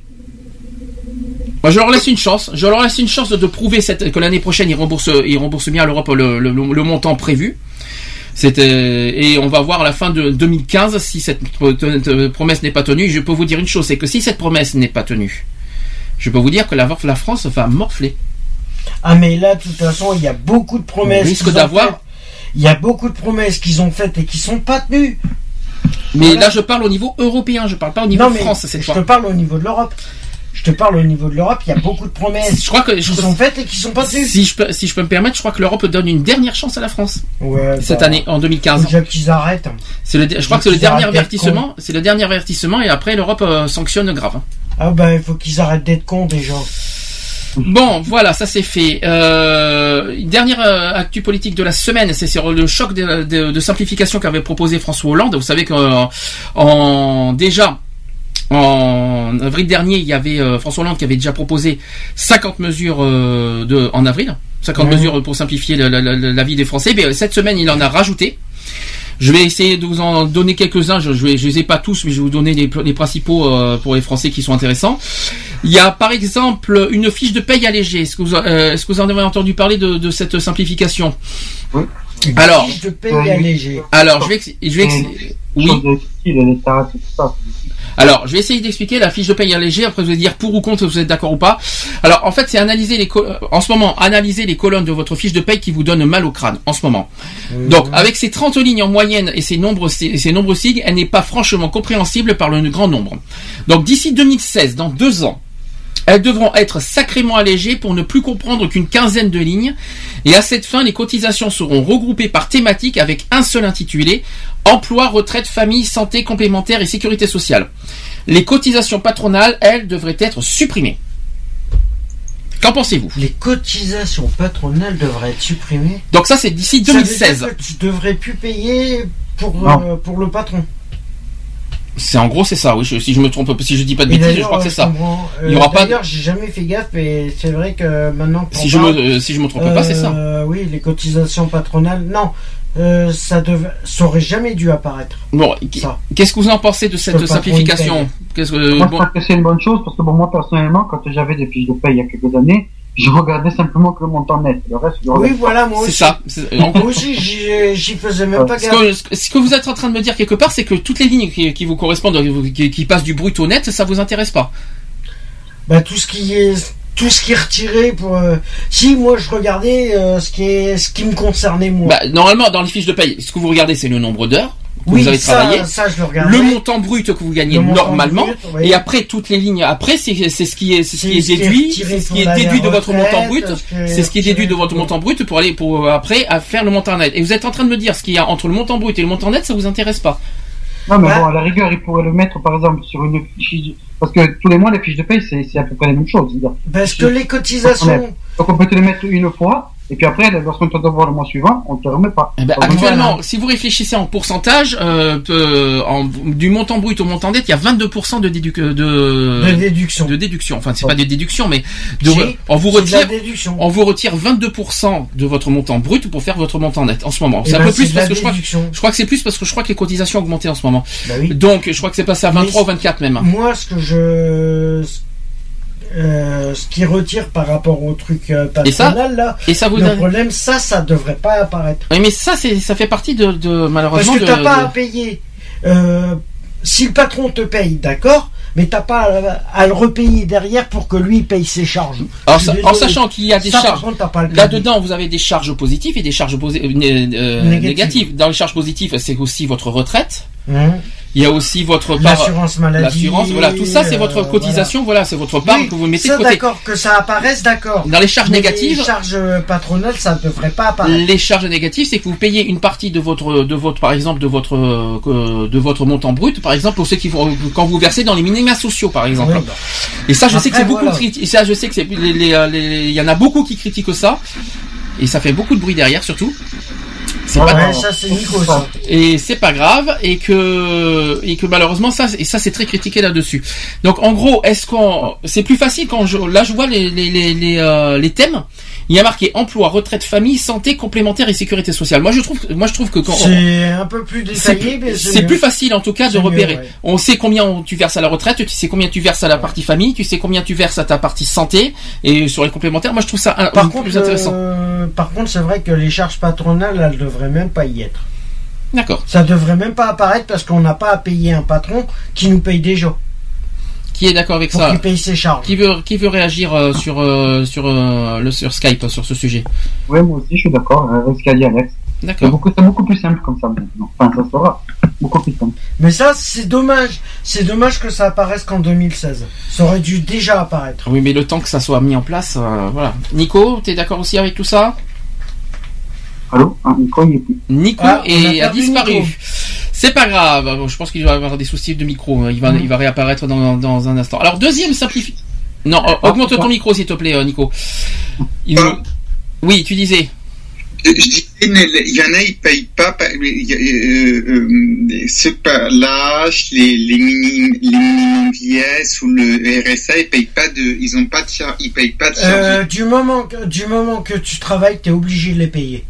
moi je leur laisse une chance. Je leur laisse une chance de, de prouver cette, que l'année prochaine ils remboursent, ils remboursent bien à l'Europe le, le, le montant prévu. C'était et on va voir à la fin de deux mille quinze si cette promesse n'est pas tenue. Je peux vous dire une chose, c'est que si cette promesse n'est pas tenue, je peux vous dire que la, la France va morfler. Ah mais là de toute façon il y a beaucoup de promesses. On risque qu'ils ont d'avoir- faites. Il y a beaucoup de promesses qu'ils ont faites et qui sont pas tenues. Mais Voilà. là je parle au niveau européen, je parle pas au niveau Non mais France cette je fois. te parle au niveau de l'Europe. Je te parle au niveau de l'Europe. Il y a beaucoup de promesses Je crois que je qui sont faites et qui sont pas tenues. si je peux si je peux me permettre, je crois que l'Europe donne une dernière chance à la France Ouais. cette bah, année en deux mille quinze. Déjà qu'ils arrêtent. C'est le, je crois que c'est le Ils dernier arrêtent d'être avertissement, c'est le dernier avertissement et après l'Europe euh, sanctionne grave. Ah bah il faut qu'ils arrêtent d'être cons déjà. Bon, voilà, ça c'est fait. Euh, dernière euh, actu politique de la semaine, c'est sur le choc de, de, de simplification qu'avait proposé François Hollande. Vous savez qu'en en, déjà en avril dernier, il y avait euh, François Hollande qui avait déjà proposé cinquante mesures euh, de, en avril, cinquante Mmh. mesures pour simplifier la, la, la, la vie des Français. Mais cette semaine, il en a rajouté. Je vais essayer de vous en donner quelques-uns. Je, je, vais, je les ai pas tous, mais je vais vous donner les, les principaux euh, pour les Français qui sont intéressants. Il y a par exemple une fiche de paye allégée. Est-ce que vous, euh, est-ce que vous en avez entendu parler de, de cette simplification? Oui. Une Alors, fiche de paye allégée. Alors, je vais, ex- je vais, ex- oui. Chose de style, les tarifs, tout ça. Alors, je vais essayer d'expliquer la fiche de paye allégée. Après, vous allez dire pour ou contre, vous êtes d'accord ou pas. Alors, en fait, c'est analyser les, co- en ce moment, analyser les colonnes de votre fiche de paye qui vous donnent mal au crâne, en ce moment. Donc, avec ces trente lignes en moyenne et ces nombres, et ces nombreux sigles, elle n'est pas franchement compréhensible par le grand nombre. Donc, d'ici deux mille seize, dans deux ans, elles devront être sacrément allégées pour ne plus comprendre qu'une quinzaine de lignes. Et à cette fin, les cotisations seront regroupées par thématique avec un seul intitulé: emploi, retraite, famille, santé, complémentaire et sécurité sociale. Les cotisations patronales, elles, devraient être supprimées. Qu'en pensez-vous? Les cotisations patronales devraient être supprimées. Donc ça, c'est d'ici deux mille seize. Ça veut dire que tu devrais plus payer pour, euh, pour le patron. C'est en gros c'est ça, oui. Je, si je me trompe, si je dis pas de bêtises, je crois que c'est ça. Euh, Il y aura pas. D'ailleurs, j'ai jamais fait gaffe, et c'est vrai que maintenant. Si je me, euh, si je me trompe euh, pas, c'est ça. Oui, les cotisations patronales, non, euh, ça devait, ça aurait jamais dû apparaître. Bon, qu'est-ce que vous en pensez de cette simplification? Qu'est-ce que moi, bon... je pense que c'est une bonne chose parce que bon, moi personnellement, quand j'avais des fiches de paie il y a quelques années, je regardais simplement que le montant net. Le reste, je oui, voilà, moi aussi. C'est ça. Moi aussi, j'y, j'y faisais même pas gaffe. Ce que, ce que vous êtes en train de me dire quelque part, c'est que toutes les lignes qui, qui vous correspondent, qui, qui passent du brut au net, ça vous intéresse pas? Bah, tout ce qui est, tout ce qui est retiré pour, euh... si, moi, je regardais, euh, ce qui est, ce qui me concernait, moi. Bah, normalement, dans les fiches de paye, ce que vous regardez, c'est le nombre d'heures que oui, vous avez ça, travaillé, ça, je le, le montant brut que vous gagnez normalement, brut, oui. Et après toutes les lignes après, c'est, c'est ce qui est, c'est ce qui est, est déduit, c'est ce qui est déduit de votre montant brut, c'est ce qui est déduit de votre montant brut pour aller pour après à faire le montant net. Et vous êtes en train de me dire ce qu'il y a entre le montant brut et le montant net, ça vous intéresse pas? Non, mais bah, bon, à la rigueur, il pourrait le mettre par exemple sur une fiche, parce que tous les mois les fiches de paye c'est, c'est à peu près la même chose. Parce que les cotisations. Donc on peut te les mettre une fois. Et puis après, lorsqu'on te devoir le mois suivant, on ne te remet pas. Eh ben, actuellement, voilà. Si vous réfléchissez en pourcentage, euh, euh, en, du montant brut au montant net, il y a vingt-deux pour cent de, déduc, de, de déduction. De déduction. Enfin, c'est ouais. pas de déduction, mais de, re, on vous retire, on vous retire vingt-deux pour cent de votre montant brut pour faire votre montant net en ce moment. Et c'est ben, un peu plus parce que je crois, je crois que c'est plus parce que je crois que les cotisations ont augmenté en ce moment. Ben oui. Donc, je crois que c'est passé à vingt-trois ou vingt-quatre même. Moi, ce que je, Euh, ce qui retire par rapport au truc euh, patronal là, et ça vous le a... problème, ça, ça devrait pas apparaître. Oui, mais ça, c'est, ça fait partie de, de malheureusement. Parce que t'as de, pas de... à payer. Euh, si le patron te paye, d'accord, mais t'as pas à, à le repayer derrière pour que lui paye ses charges. Alors, ça, en sachant qu'il y a des ça, charges, contre, pas là-dedans, vous avez des charges positives et des charges posi- euh, négatives. négatives. Dans les charges positives, c'est aussi votre retraite. Mmh. Il y a aussi votre part, l'assurance maladie, l'assurance, voilà, tout ça c'est votre cotisation, euh, voilà. voilà, c'est votre part oui, que vous mettez ça, de côté. D'accord, que ça apparaisse, d'accord. Dans les charges mais négatives, les charges patronales, ça ne devrait pas apparaître. Les charges négatives, c'est que vous payez une partie de votre, de votre, par exemple, de votre, euh, de votre montant brut, par exemple, pour ceux qui vont, quand vous versez dans les minima sociaux, par exemple. Oui, bah. Et ça, je Après, sais que c'est beaucoup, voilà. Et ça, je sais que c'est, les, les, les, il y en a beaucoup qui critiquent ça, et ça fait beaucoup de bruit derrière, surtout. C'est ah pas ouais, ça c'est Nico ça. Et c'est pas grave et que et que malheureusement ça et ça c'est très critiqué là-dessus. Donc en gros, est-ce qu'on c'est plus facile quand je là je vois les les les les, euh, les thèmes, il y a marqué emploi, retraite, famille, santé, complémentaire et sécurité sociale. Moi je trouve moi je trouve que quand c'est un peu plus détaillé, c'est, mais c'est, c'est plus facile en tout cas de repérer. Mieux, ouais. On sait combien tu verses à la retraite, tu sais combien tu verses à la partie famille, tu sais combien tu verses à ta partie santé et sur les complémentaires. Moi je trouve ça par un, contre, plus intéressant. Euh, par contre, c'est vrai que les charges patronales, elles devraient même pas y être. D'accord. Ça devrait même pas apparaître parce qu'on n'a pas à payer un patron qui nous paye déjà. Qui est d'accord avec pour ça? Qui paye ses charges. Qui veut, qui veut réagir euh, sur euh, sur euh, le sur Skype sur ce sujet? Oui, moi aussi, je suis d'accord avec ce qu'a dit Alex. D'accord. C'est beaucoup, c'est beaucoup plus simple comme ça maintenant. Enfin, ça sera beaucoup plus simple. Mais ça, c'est dommage. C'est dommage que ça apparaisse qu'en deux mille seize. Ça aurait dû déjà apparaître. Oui, mais le temps que ça soit mis en place, euh, voilà. Nico, t'es d'accord aussi avec tout ça? Allô? Ah, Nico, il est plus. Nico ah, est, a, a disparu. Nico. C'est pas grave. Je pense qu'il va avoir des soucis de micro. Il va, mmh. il va réapparaître dans, dans un instant. Alors, deuxième simplification. Non, ah, augmente ah, ton micro, s'il te plaît, Nico. Il... Ah. Oui, tu disais. Je disais, il y en a, ils payent pas, euh, euh, ceux par l'âge, les, les mini, les minimum vieillesse ou le R S A, ils payent pas de, ils ont pas de charge, ils payent pas de charge. Euh, du moment que, du moment que tu travailles, t'es obligé de les payer.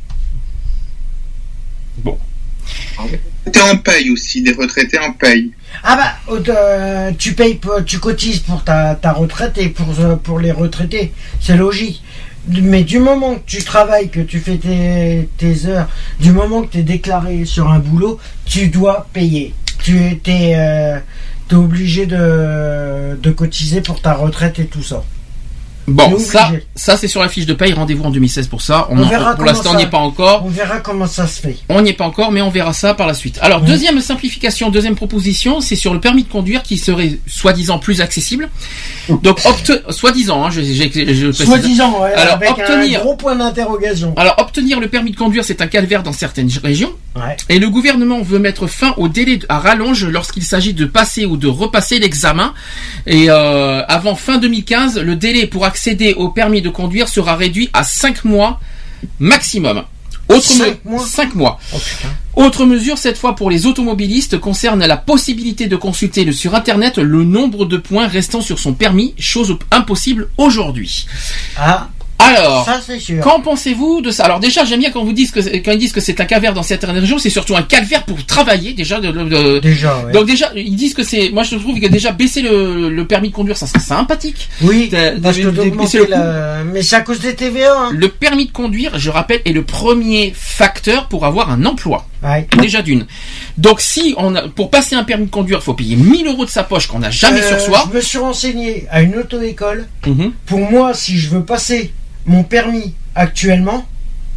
Bon. T'es en paye aussi, des retraités en paye. Ah bah, euh, tu payes, tu cotises pour ta, ta retraite et pour, pour les retraités. C'est logique. Mais du moment que tu travailles, que tu fais tes, tes heures, du moment que tu es déclaré sur un boulot, tu dois payer. Tu es euh, t'es obligé de, de cotiser pour ta retraite et tout ça. Bon, ça, ça c'est sur la fiche de paye. Rendez-vous en deux mille seize pour ça. On, on verra en, pour l'instant, on n'y est pas encore. On verra comment ça se fait. On n'y est pas encore, mais on verra ça par la suite. Alors, mmh. deuxième simplification, deuxième proposition, c'est sur le permis de conduire qui serait soi-disant plus accessible. Donc, obte- soi-disant, hein, je, j'ai, je soi-disant, ouais, alors, avec obtenir, un gros point d'interrogation. Alors, obtenir le permis de conduire, c'est un calvaire dans certaines régions. Ouais. Et le gouvernement veut mettre fin au délai à rallonge lorsqu'il s'agit de passer ou de repasser l'examen. Et euh, avant fin deux mille quinze, le délai pour accéder au permis de conduire sera réduit à cinq mois maximum. Autre cinq me- mois cinq mois. Oh putain. Autre mesure, cette fois pour les automobilistes, concerne la possibilité de consulter sur Internet le nombre de points restant sur son permis, chose impossible aujourd'hui. Ah. Alors, ça, c'est sûr. qu'en pensez-vous de ça? Alors déjà, j'aime bien quand vous dites que quand ils disent que c'est un calvaire dans certaines régions, c'est surtout un calvaire pour travailler déjà. De, de, de... Déjà, ouais. Donc déjà, ils disent que c'est. Moi, je trouve que déjà baisser le, le permis de conduire, ça serait sympathique. Oui, de, parce de, que de, d'augmenter le la... Mais c'est à cause des T V A. Hein. Le permis de conduire, je rappelle, est le premier facteur pour avoir un emploi. Ouais. Déjà d'une. Donc si on a, pour passer un permis de conduire, il faut payer mille euros de sa poche qu'on n'a jamais Euh, sur soi. Je me suis renseigné à une auto-école. Mhm. Pour moi, si je veux passer mon permis actuellement,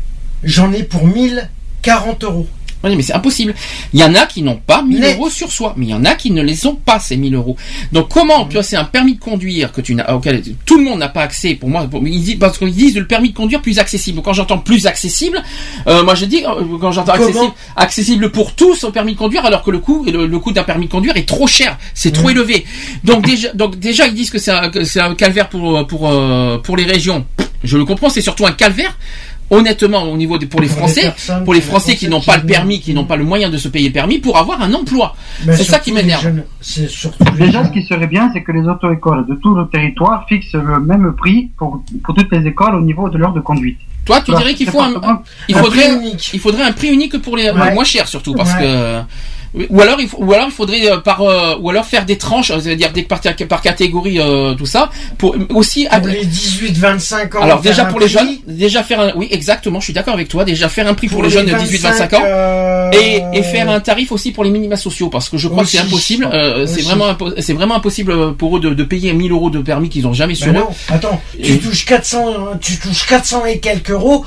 j'en ai pour mille quarante euros. Oui, mais c'est impossible. Il y en a qui n'ont pas mille Net. euros sur soi, mais il y en a qui ne les ont pas, ces mille euros. Donc comment, tu vois, c'est un permis de conduire que tu n'as, auquel tout le monde n'a pas accès. Pour moi, pour, ils disent, parce qu'ils disent le permis de conduire plus accessible. Quand j'entends plus accessible, euh, moi je dis, euh, quand j'entends Comment accessible, accessible pour tous au permis de conduire, alors que le coût, le, le coût d'un permis de conduire est trop cher, c'est trop Mmh. élevé. Donc déjà, donc déjà ils disent que c'est un, que c'est un calvaire pour pour euh, pour les régions. Je le comprends, c'est surtout un calvaire. Honnêtement, au niveau des, pour les Pour les Français, personnes pour les qui- Français qui n'ont pas le qui- permis, qui n'ont pas le moyen de se payer le permis pour avoir un emploi. Mais C'est ça surtout qui les m'énerve. jeunes- C'est surtout les Déjà, jeunes. ce qui serait bien, c'est que les auto-écoles de tout le territoire fixent le même prix pour, pour toutes les écoles au niveau de l'heure de conduite. Toi, tu Alors, dirais qu'il c'est faut un, pas- il Un faudrait, prix unique. il faudrait un prix unique pour les Ouais. moins chers surtout parce Ouais. que ou alors il faut, ou alors il faudrait euh, par euh, ou alors faire des tranches, c'est-à-dire des par, par catégorie euh, tout ça pour aussi Pour les dix-huit vingt-cinq ans. alors faire déjà un pour les prix. jeunes, déjà faire un oui exactement, je suis d'accord avec toi, déjà faire un prix pour, Pour les, les jeunes de dix-huit vingt-cinq ans euh, et, et faire un tarif aussi pour les minima sociaux parce que je crois Aussi. que c'est impossible, euh, c'est Aussi. vraiment impo- c'est vraiment impossible pour eux de, de payer mille euros de permis qu'ils ont jamais sur Ben eux. non, attends, tu Et- touches quatre cents, tu touches quatre cents et quelques euros.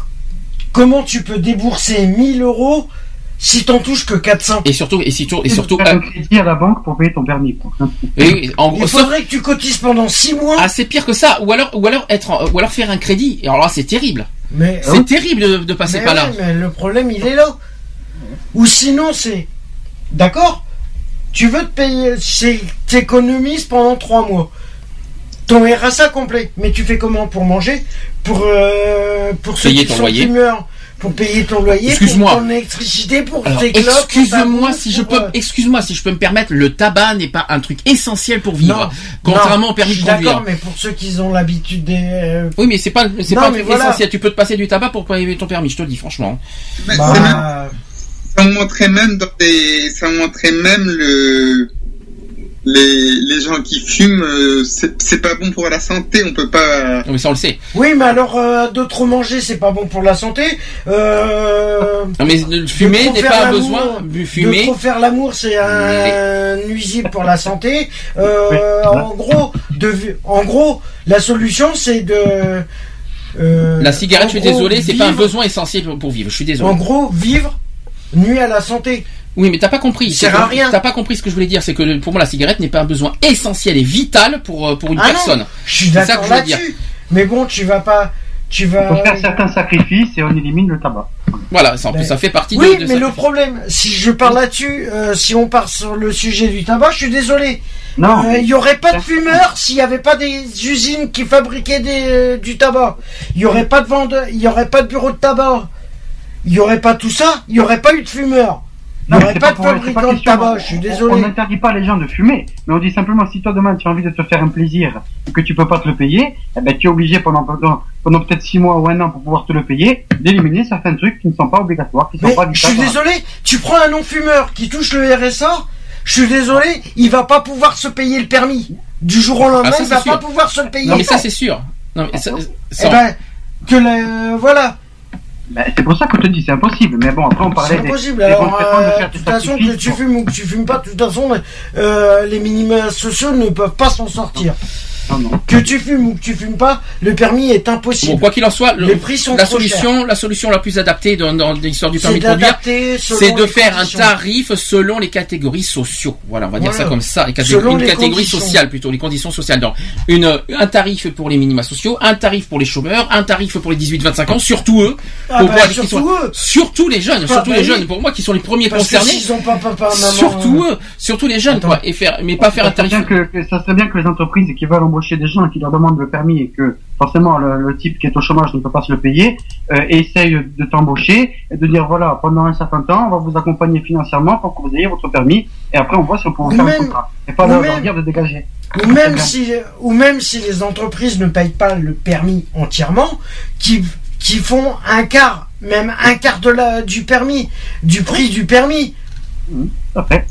Comment tu peux débourser mille euros si t'en touches que quatre cents? Et surtout et surtout et surtout faire euh, un crédit à la banque pour payer ton permis. Quoi. et- en gros, Il sauf- faudrait que tu cotises pendant six mois. ah c'est pire que ça ou alors ou alors être en- ou alors faire un crédit et alors là c'est terrible. Mais, C'est terrible de, de passer mais par là. ouais, mais le problème il est là. Ou sinon c'est, d'accord, tu veux te payer, c'est t'économises pendant trois mois. Ton R S A complet, mais tu fais comment pour manger, pour euh, pour ceux Payer qui ton sont loyer. fumeurs, pour payer ton loyer, Excuse-moi. pour ton électricité, pour Alors, tes clopes, pour ta excuse-moi bouffe, si je pour, peux, euh, excuse-moi si je peux me permettre, le tabac n'est pas un truc essentiel pour vivre, Non, contrairement non, au permis je de suis conduire. d'accord, mais pour ceux qui ont l'habitude des, euh, Oui, mais c'est pas, c'est Non, pas un mais truc voilà. essentiel. Tu peux te passer du tabac pour payer ton permis, je te le dis franchement. Mais bah, c'est même- ça montrait même dans des, ça montrait même le, les, les gens qui fument, euh, c'est, c'est pas bon pour la santé, on peut pas. Non, mais ça on le sait. oui, mais alors euh, de trop manger, c'est pas bon pour la santé. Euh, Non, mais le fumer de trop n'est faire pas un l'amour, besoin. Bu- De Fumer. trop faire l'amour, c'est un nuisible pour la santé. Euh, en gros, de, en gros, la solution, c'est de. euh, La cigarette, en je suis gros, désolé, c'est pas un vivre- besoin essentiel pour- pour vivre. Je suis désolé. En gros, vivre nuit à la santé. Oui, mais t'as pas compris. Ça C'est sert à que- rien. T'as pas compris ce que je voulais dire. C'est que le- pour moi, la cigarette n'est pas un besoin essentiel et vital pour euh, pour une Ah non, personne. je suis C'est ça d'accord que je veux dire. là-dessus. Mais bon, tu vas pas, tu Il vas. faut faire certains sacrifices et on élimine le tabac. Voilà, ça, Ben, ça fait partie Oui, de. de mais ça. le problème, si je parle là-dessus, euh, si on part sur le sujet du tabac, je suis désolé. Non. Euh, Il y aurait pas de fumeurs s'il y avait pas des usines qui fabriquaient des, euh, du tabac. Il y aurait pas de vendeurs, il y aurait pas de bureau de tabac. Il y aurait pas tout ça, il y aurait pas eu de fumeurs. Il Non, n'y mais aurait c'est pas de pour- c'est fabricants pas de question, tabac, on- je suis on- désolé. On n'interdit pas les gens de fumer, mais on dit simplement si toi demain tu as envie de te faire un plaisir et que tu peux pas te le payer, eh ben tu es obligé pendant pendant, pendant peut-être six mois ou un an pour pouvoir te le payer, d'éliminer certains trucs qui ne sont pas obligatoires, qui sont Mais pas du je suis tabac. désolé, tu prends un non-fumeur qui touche le R S A, je suis désolé, il va pas pouvoir se payer le permis. Du jour au lendemain, Ah, ça, il c'est va sûr. pas pouvoir se le payer. Non, mais ça c'est sûr. Non, mais ça, Eh ça- ben, que le, voilà. Ben, c'est pour ça que je te dis c'est impossible, mais bon après on parlait C'est des, impossible. des Alors, conséquences de euh, faire de des toute façon, que sacrifices tu pour- fumes ou que tu fumes pas, de toute façon, euh, les minima sociaux ne peuvent pas s'en sortir. Ah non. Que tu fumes ou que tu fumes pas, le permis est impossible. Bon, quoi qu'il en soit, le, les prix sont la trop solution, chers. la solution la plus adaptée dans, dans l'histoire du permis C'est de conduire, c'est de faire conditions. un tarif selon les catégories sociaux. Voilà, on va dire Voilà. ça comme ça. Les Selon une les catégorie conditions. sociale plutôt, les conditions sociales. Donc, une, un tarif pour les minima sociaux, un tarif pour les chômeurs, un tarif pour les dix-huit vingt-cinq ans, surtout eux. Ah pour bah, voir surtout qui sont, eux. surtout les jeunes, Ah surtout bah les oui. jeunes. Pour moi, qui sont les premiers Parce concernés. que s'ils ont pas papa, maman. Surtout eux, surtout les jeunes, Attends. quoi. Et faire, mais pas faire un Ça serait tarif. bien que, que- ça serait bien que les entreprises qui veulent embaucher des gens et qui leur demandent le permis et que forcément le, le type qui est au chômage ne peut pas se le payer, euh, essayent de t'embaucher et de dire voilà, pendant un certain temps, on va vous accompagner financièrement pour que vous ayez votre permis et après on voit si on peut vous Ou faire même- un contrat. Et pas ou leur, même- leur dire de dégager. Ou même si, ou même si les entreprises ne payent pas le permis entièrement, qui, qui font un quart, même un quart de la, du permis, du prix du permis. Mmh, après.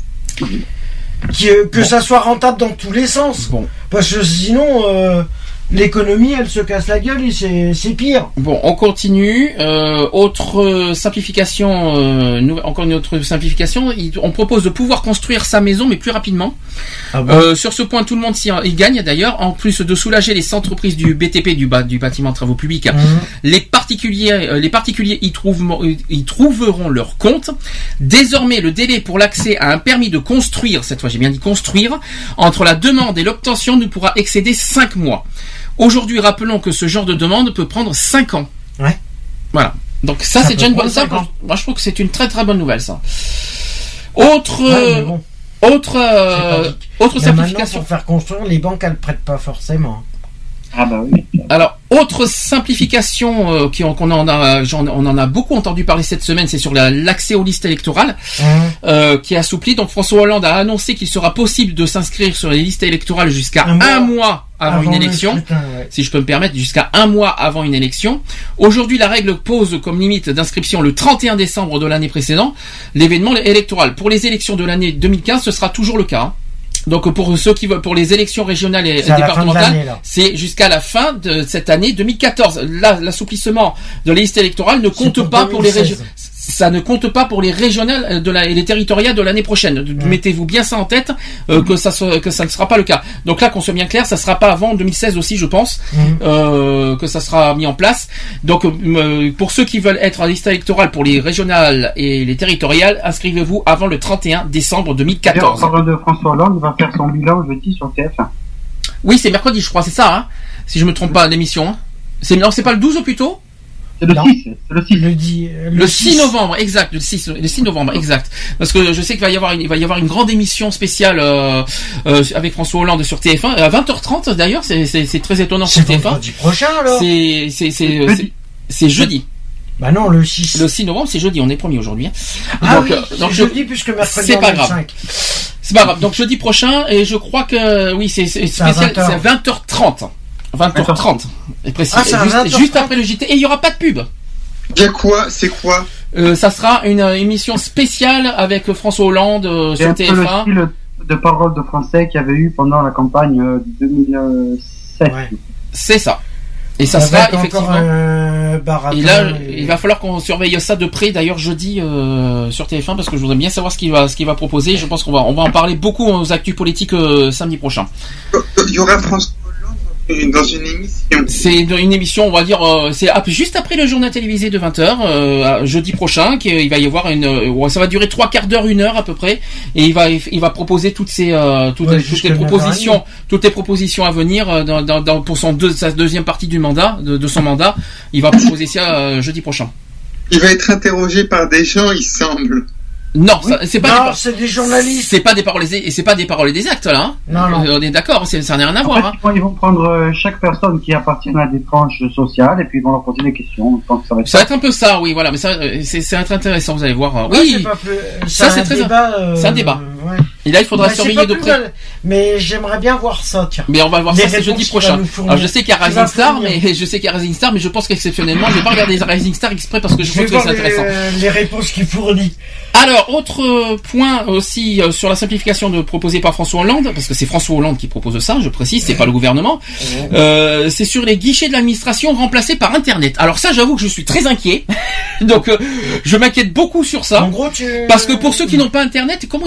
Qui, euh, que ça soit rentable dans tous les sens. Bon. Parce que sinon, euh, l'économie, elle se casse la gueule et c'est, c'est pire. Bon, on continue. Euh, autre simplification, euh, nou- encore une autre simplification. Il- on propose de pouvoir construire sa maison, mais plus rapidement. Ah bon Euh, sur ce point, tout le monde s'y y gagne d'ailleurs. En plus de soulager les entreprises du B T P, du, bas, du bâtiment de travaux publics, Mmh. les particuliers, euh, les particuliers y, trouvent, y trouveront leur compte. Désormais, le délai pour l'accès à un permis de construire, cette fois j'ai bien dit construire, entre la demande et l'obtention ne pourra excéder cinq mois. Aujourd'hui, rappelons que ce genre de demande peut prendre cinq ans. Ouais. Voilà. Donc ça, Ça c'est peut déjà une prendre bonne. Ça, cinq ans. moi, je trouve que c'est une très très bonne nouvelle, ça. Autre, Ouais, mais bon, autre, c'est euh, pas dit. autre Là, maintenant, simplification. pour faire construire, les banques, elles prêtent pas forcément. Ah bah oui. Alors, autre simplification euh, qui, qu'on en a, j'en- on en a beaucoup entendu parler cette semaine, c'est sur la- l'accès aux listes électorales, Mmh. euh, qui est assoupli. Donc, François Hollande a annoncé qu'il sera possible de s'inscrire sur les listes électorales jusqu'à Un un mois mois avant, une le élection. scrutin, ouais. Si je peux me permettre, jusqu'à un mois avant une élection. Aujourd'hui, la règle pose comme limite d'inscription le trente et un décembre de l'année précédente, l'événement électoral. Pour les élections de l'année deux mille quinze, ce sera toujours le cas. hein. Donc pour ceux qui veulent, pour les élections régionales et C'est à la fin de départementales, l'année, là. c'est jusqu'à la fin de cette année deux mille quatorze. Là, l'assouplissement de la liste électorale ne compte pour pas pour les deux mille régions. seize. Ça ne compte pas pour les régionales de la, et les territoriales de l'année prochaine. Mmh. Mettez-vous bien ça en tête, euh, que ça soit, que ça ne sera pas le cas. Donc là, qu'on soit bien clair, ça sera pas avant deux mille seize aussi, je pense, Mmh. euh, que ça sera mis en place. Donc euh, pour ceux qui veulent être en liste électorale pour les régionales et les territoriales, inscrivez-vous avant le trente et un décembre deux mille quatorze. D'ailleurs, en parlant de François Hollande, il va faire son bilan jeudi sur T F un. Oui, c'est mercredi, je crois, c'est ça, hein, si je me trompe pas, l'émission. Hein. C'est non, c'est pas le douze ou plutôt? C'est le Non. six, c'est le six. Le, dix, euh, Le six novembre, exact, le six, le six novembre, exact. Parce que je sais qu'il va y avoir une, il va y avoir une grande émission spéciale euh, euh, avec François Hollande sur T F un à vingt heures trente d'ailleurs, c'est c'est c'est très étonnant sur C'est T F un. vendredi prochain, alors. C'est c'est c'est c'est c'est jeudi. Bah non, le six. Le six novembre, c'est jeudi, on est premier aujourd'hui. hein. Ah donc oui, euh, c'est donc je jeudi puisque mercredi c'est on pas est le grave. cinq. c'est pas grave. Donc jeudi prochain et je crois que oui, c'est c'est C'est à spécial, vingt heures. c'est à vingt heures trente. vingt heures trente. Et précis, Ah, c'est à juste, vingt heures trente. juste après le J T et il y aura pas de pub. Bien quoi? C'est quoi? Euh, ça sera une euh, émission spéciale avec François Hollande euh, C'est sur un peu T F le un. style de parole de français qu'il y avait eu pendant la campagne euh, deux mille sept. Ouais. C'est ça. Et ça, Ça sera va être effectivement. encore un baratin Et là, et- il va falloir qu'on surveille ça de près. D'ailleurs, jeudi euh, sur T F un, parce que je voudrais bien savoir ce qu'il va, ce qu'il va proposer. Je pense qu'on va, on va en parler beaucoup aux actus politiques euh, samedi prochain. Il y aura François Hollande dans une émission. C'est une émission, on va dire, euh, c'est ap- juste après le journal télévisé de vingt heures, euh, jeudi prochain, qu'il va y avoir une, euh, ça va durer trois quarts d'heure, une heure à peu près, et il va, il va proposer toutes ces, euh, toutes, Ouais, toutes jusqu'à les neuf heures propositions, toutes les propositions à venir euh, dans, dans, dans- pour son deux, sa deuxième partie du mandat, de, de son mandat. Il va proposer ça euh, jeudi prochain. Il va être interrogé par des gens, il semble. Non, ça- c'est pas des Non, par- c'est des journalistes. c'est pas des paroles et c'est pas des paroles et des actes là. Hein. Non, non. On est d'accord, c'est- ça n'a rien à En voir. fait, Hein. ils vont- ils vont prendre euh, chaque personne qui appartient à des tranches sociales et puis ils vont leur poser des questions. Je pense que ça va être Ça va être un peu ça, oui, voilà, mais ça, euh, c'est c'est très intéressant, vous allez voir. Ouais, Oui, c'est pas plus- ça, c'est un très- débat. euh, c'est un débat. ouais. et là il faudra Bah, c'est surveiller pas de plus près. mal, mais j'aimerais bien voir ça, tiens. Mais on va voir Les ça c'est réponses jeudi qu'il va prochain. nous fournir. Alors je sais qu'il y a Qu'il Rising va Star, fournir. mais je sais qu'il y a Rising Star, mais je pense qu'exceptionnellement, je vais pas regarder Rising Star exprès parce que je, Je vais pense que voir c'est les, intéressant. les réponses qu'il fournit. Alors autre euh, point aussi euh, sur la simplification de proposée par François Hollande, parce que c'est François Hollande qui propose ça, je précise, c'est pas le gouvernement. Euh, c'est sur les guichets de l'administration remplacés par Internet. Alors ça, j'avoue que je suis très inquiet. Donc euh, je m'inquiète beaucoup sur ça. En gros, tu. Parce que pour ceux qui n'ont pas Internet, comment ils font?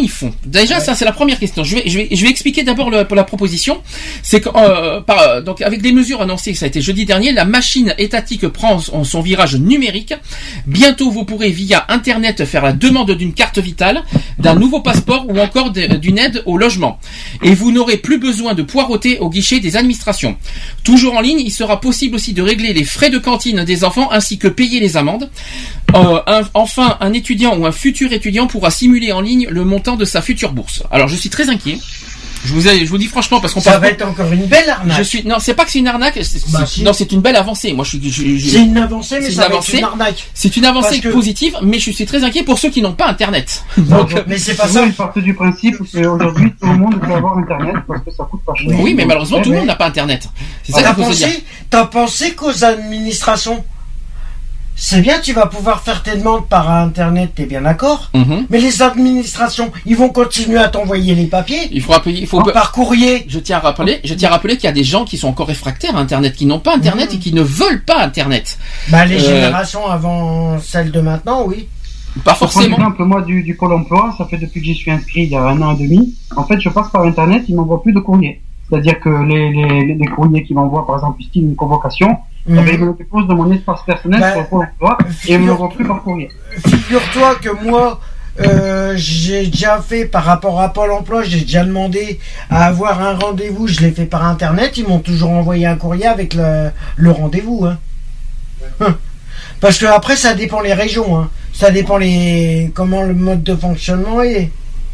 Déjà, ouais. ça c'est la première question. Je vais, je vais, je vais expliquer d'abord le, la proposition. C'est que, euh, par, donc avec les mesures annoncées, ça a été jeudi dernier, la machine étatique prend son, son virage numérique. Bientôt, vous pourrez via Internet faire la demande d'une carte vitale, d'un nouveau passeport ou encore de, d'une aide au logement. Et vous n'aurez plus besoin de poireauter au guichet des administrations. Toujours en ligne, il sera possible aussi de régler les frais de cantine des enfants ainsi que payer les amendes. Euh, un, enfin, un étudiant ou un futur étudiant pourra simuler en ligne le montant de sa future bourse. Alors, je suis très inquiet. Je vous, ai, je vous dis franchement parce qu'on ça parle va être encore une belle arnaque. Je suis non, c'est pas que c'est une arnaque. C'est, bah, c'est, si. Non, c'est une belle avancée. Moi, je suis. Je, je, c'est une avancée, mais c'est ça une avancée. Va être une arnaque. C'est une avancée que... positive, mais je suis très inquiet pour ceux qui n'ont pas Internet. Non, donc, mais c'est pas ça. Ils partent du principe qu'aujourd'hui tout le monde peut avoir Internet parce que ça coûte pas cher. Oui, mais malheureusement tout le monde n'a pas Internet. C'est ça qu'il faut se dire. T'as pensé qu'aux administrations? C'est bien, tu vas pouvoir faire tes demandes par Internet, t'es bien d'accord. Mm-hmm. Mais les administrations, ils vont continuer à t'envoyer les papiers. Il faut rappeler, il faut pe- par courrier. Je tiens à rappeler, je tiens à rappeler qu'il y a des gens qui sont encore réfractaires à Internet, qui n'ont pas Internet mm-hmm. et qui ne veulent pas Internet. Bah les euh... générations avant celles de maintenant, oui. Pas forcément. Par exemple, moi du, du Pôle Emploi, ça fait depuis que j'y suis inscrit il y a un an et demi. En fait, je passe par Internet, ils m'envoient plus de courrier. C'est-à-dire que les, les, les courriers qui m'envoient, par exemple, style une convocation, mmh. ils me le déposent de mon espace personnel bah, sur le Pôle emploi et ils me l'envoient plus par courrier. Figure-toi que moi, euh, j'ai déjà fait par rapport à Pôle emploi, j'ai déjà demandé à avoir un rendez-vous, je l'ai fait par Internet, ils m'ont toujours envoyé un courrier avec le, le rendez-vous. Hein. Parce que après, ça dépend les régions, hein. Ça dépend les comment le mode de fonctionnement est.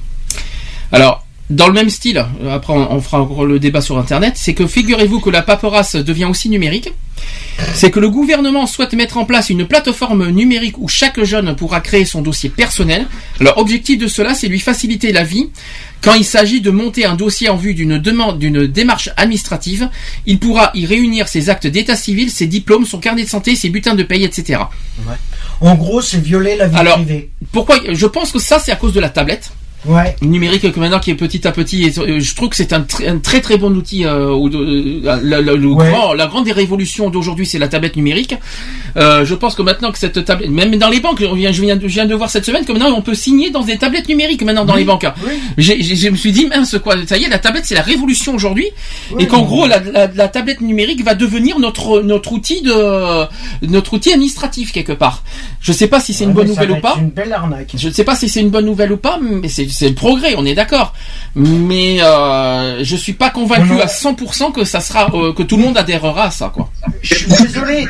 Alors, dans le même style, après on fera encore le débat sur Internet, c'est que figurez-vous que la paperasse devient aussi numérique. C'est que le gouvernement souhaite mettre en place une plateforme numérique où chaque jeune pourra créer son dossier personnel. Alors, objectif de cela, c'est lui faciliter la vie. Quand il s'agit de monter un dossier en vue d'une demande, d'une démarche administrative, il pourra y réunir ses actes d'état civil, ses diplômes, son carnet de santé, ses bulletins de paye, et cetera. Ouais. En gros, c'est violer la vie Alors, privée. Pourquoi ? Je pense que ça, c'est à cause de la tablette. Ouais. Numérique que maintenant qui est petit à petit, et je trouve que c'est un, tr- un très très bon outil. Euh, euh, la, la, le ouais. grand, la grande révolution d'aujourd'hui, c'est la tablette numérique. Euh, je pense que maintenant que cette tablette, même dans les banques, je viens, je viens, de, je viens de voir cette semaine que maintenant on peut signer dans des tablettes numériques maintenant dans oui. les banques. Oui. J'ai, j'ai, je me suis dit mince quoi, ça y est, la tablette c'est la révolution aujourd'hui, oui, et qu'en oui. gros la, la, la tablette numérique va devenir notre notre outil de notre outil administratif quelque part. Je sais pas si c'est ouais, une bonne nouvelle ou pas. Une belle arnaque. Je ne sais pas si c'est une bonne nouvelle ou pas, mais c'est c'est le progrès, on est d'accord. Mais euh, je suis pas convaincu à cent pour cent que ça sera euh, que tout le monde adhérera à ça quoi. Je suis désolé.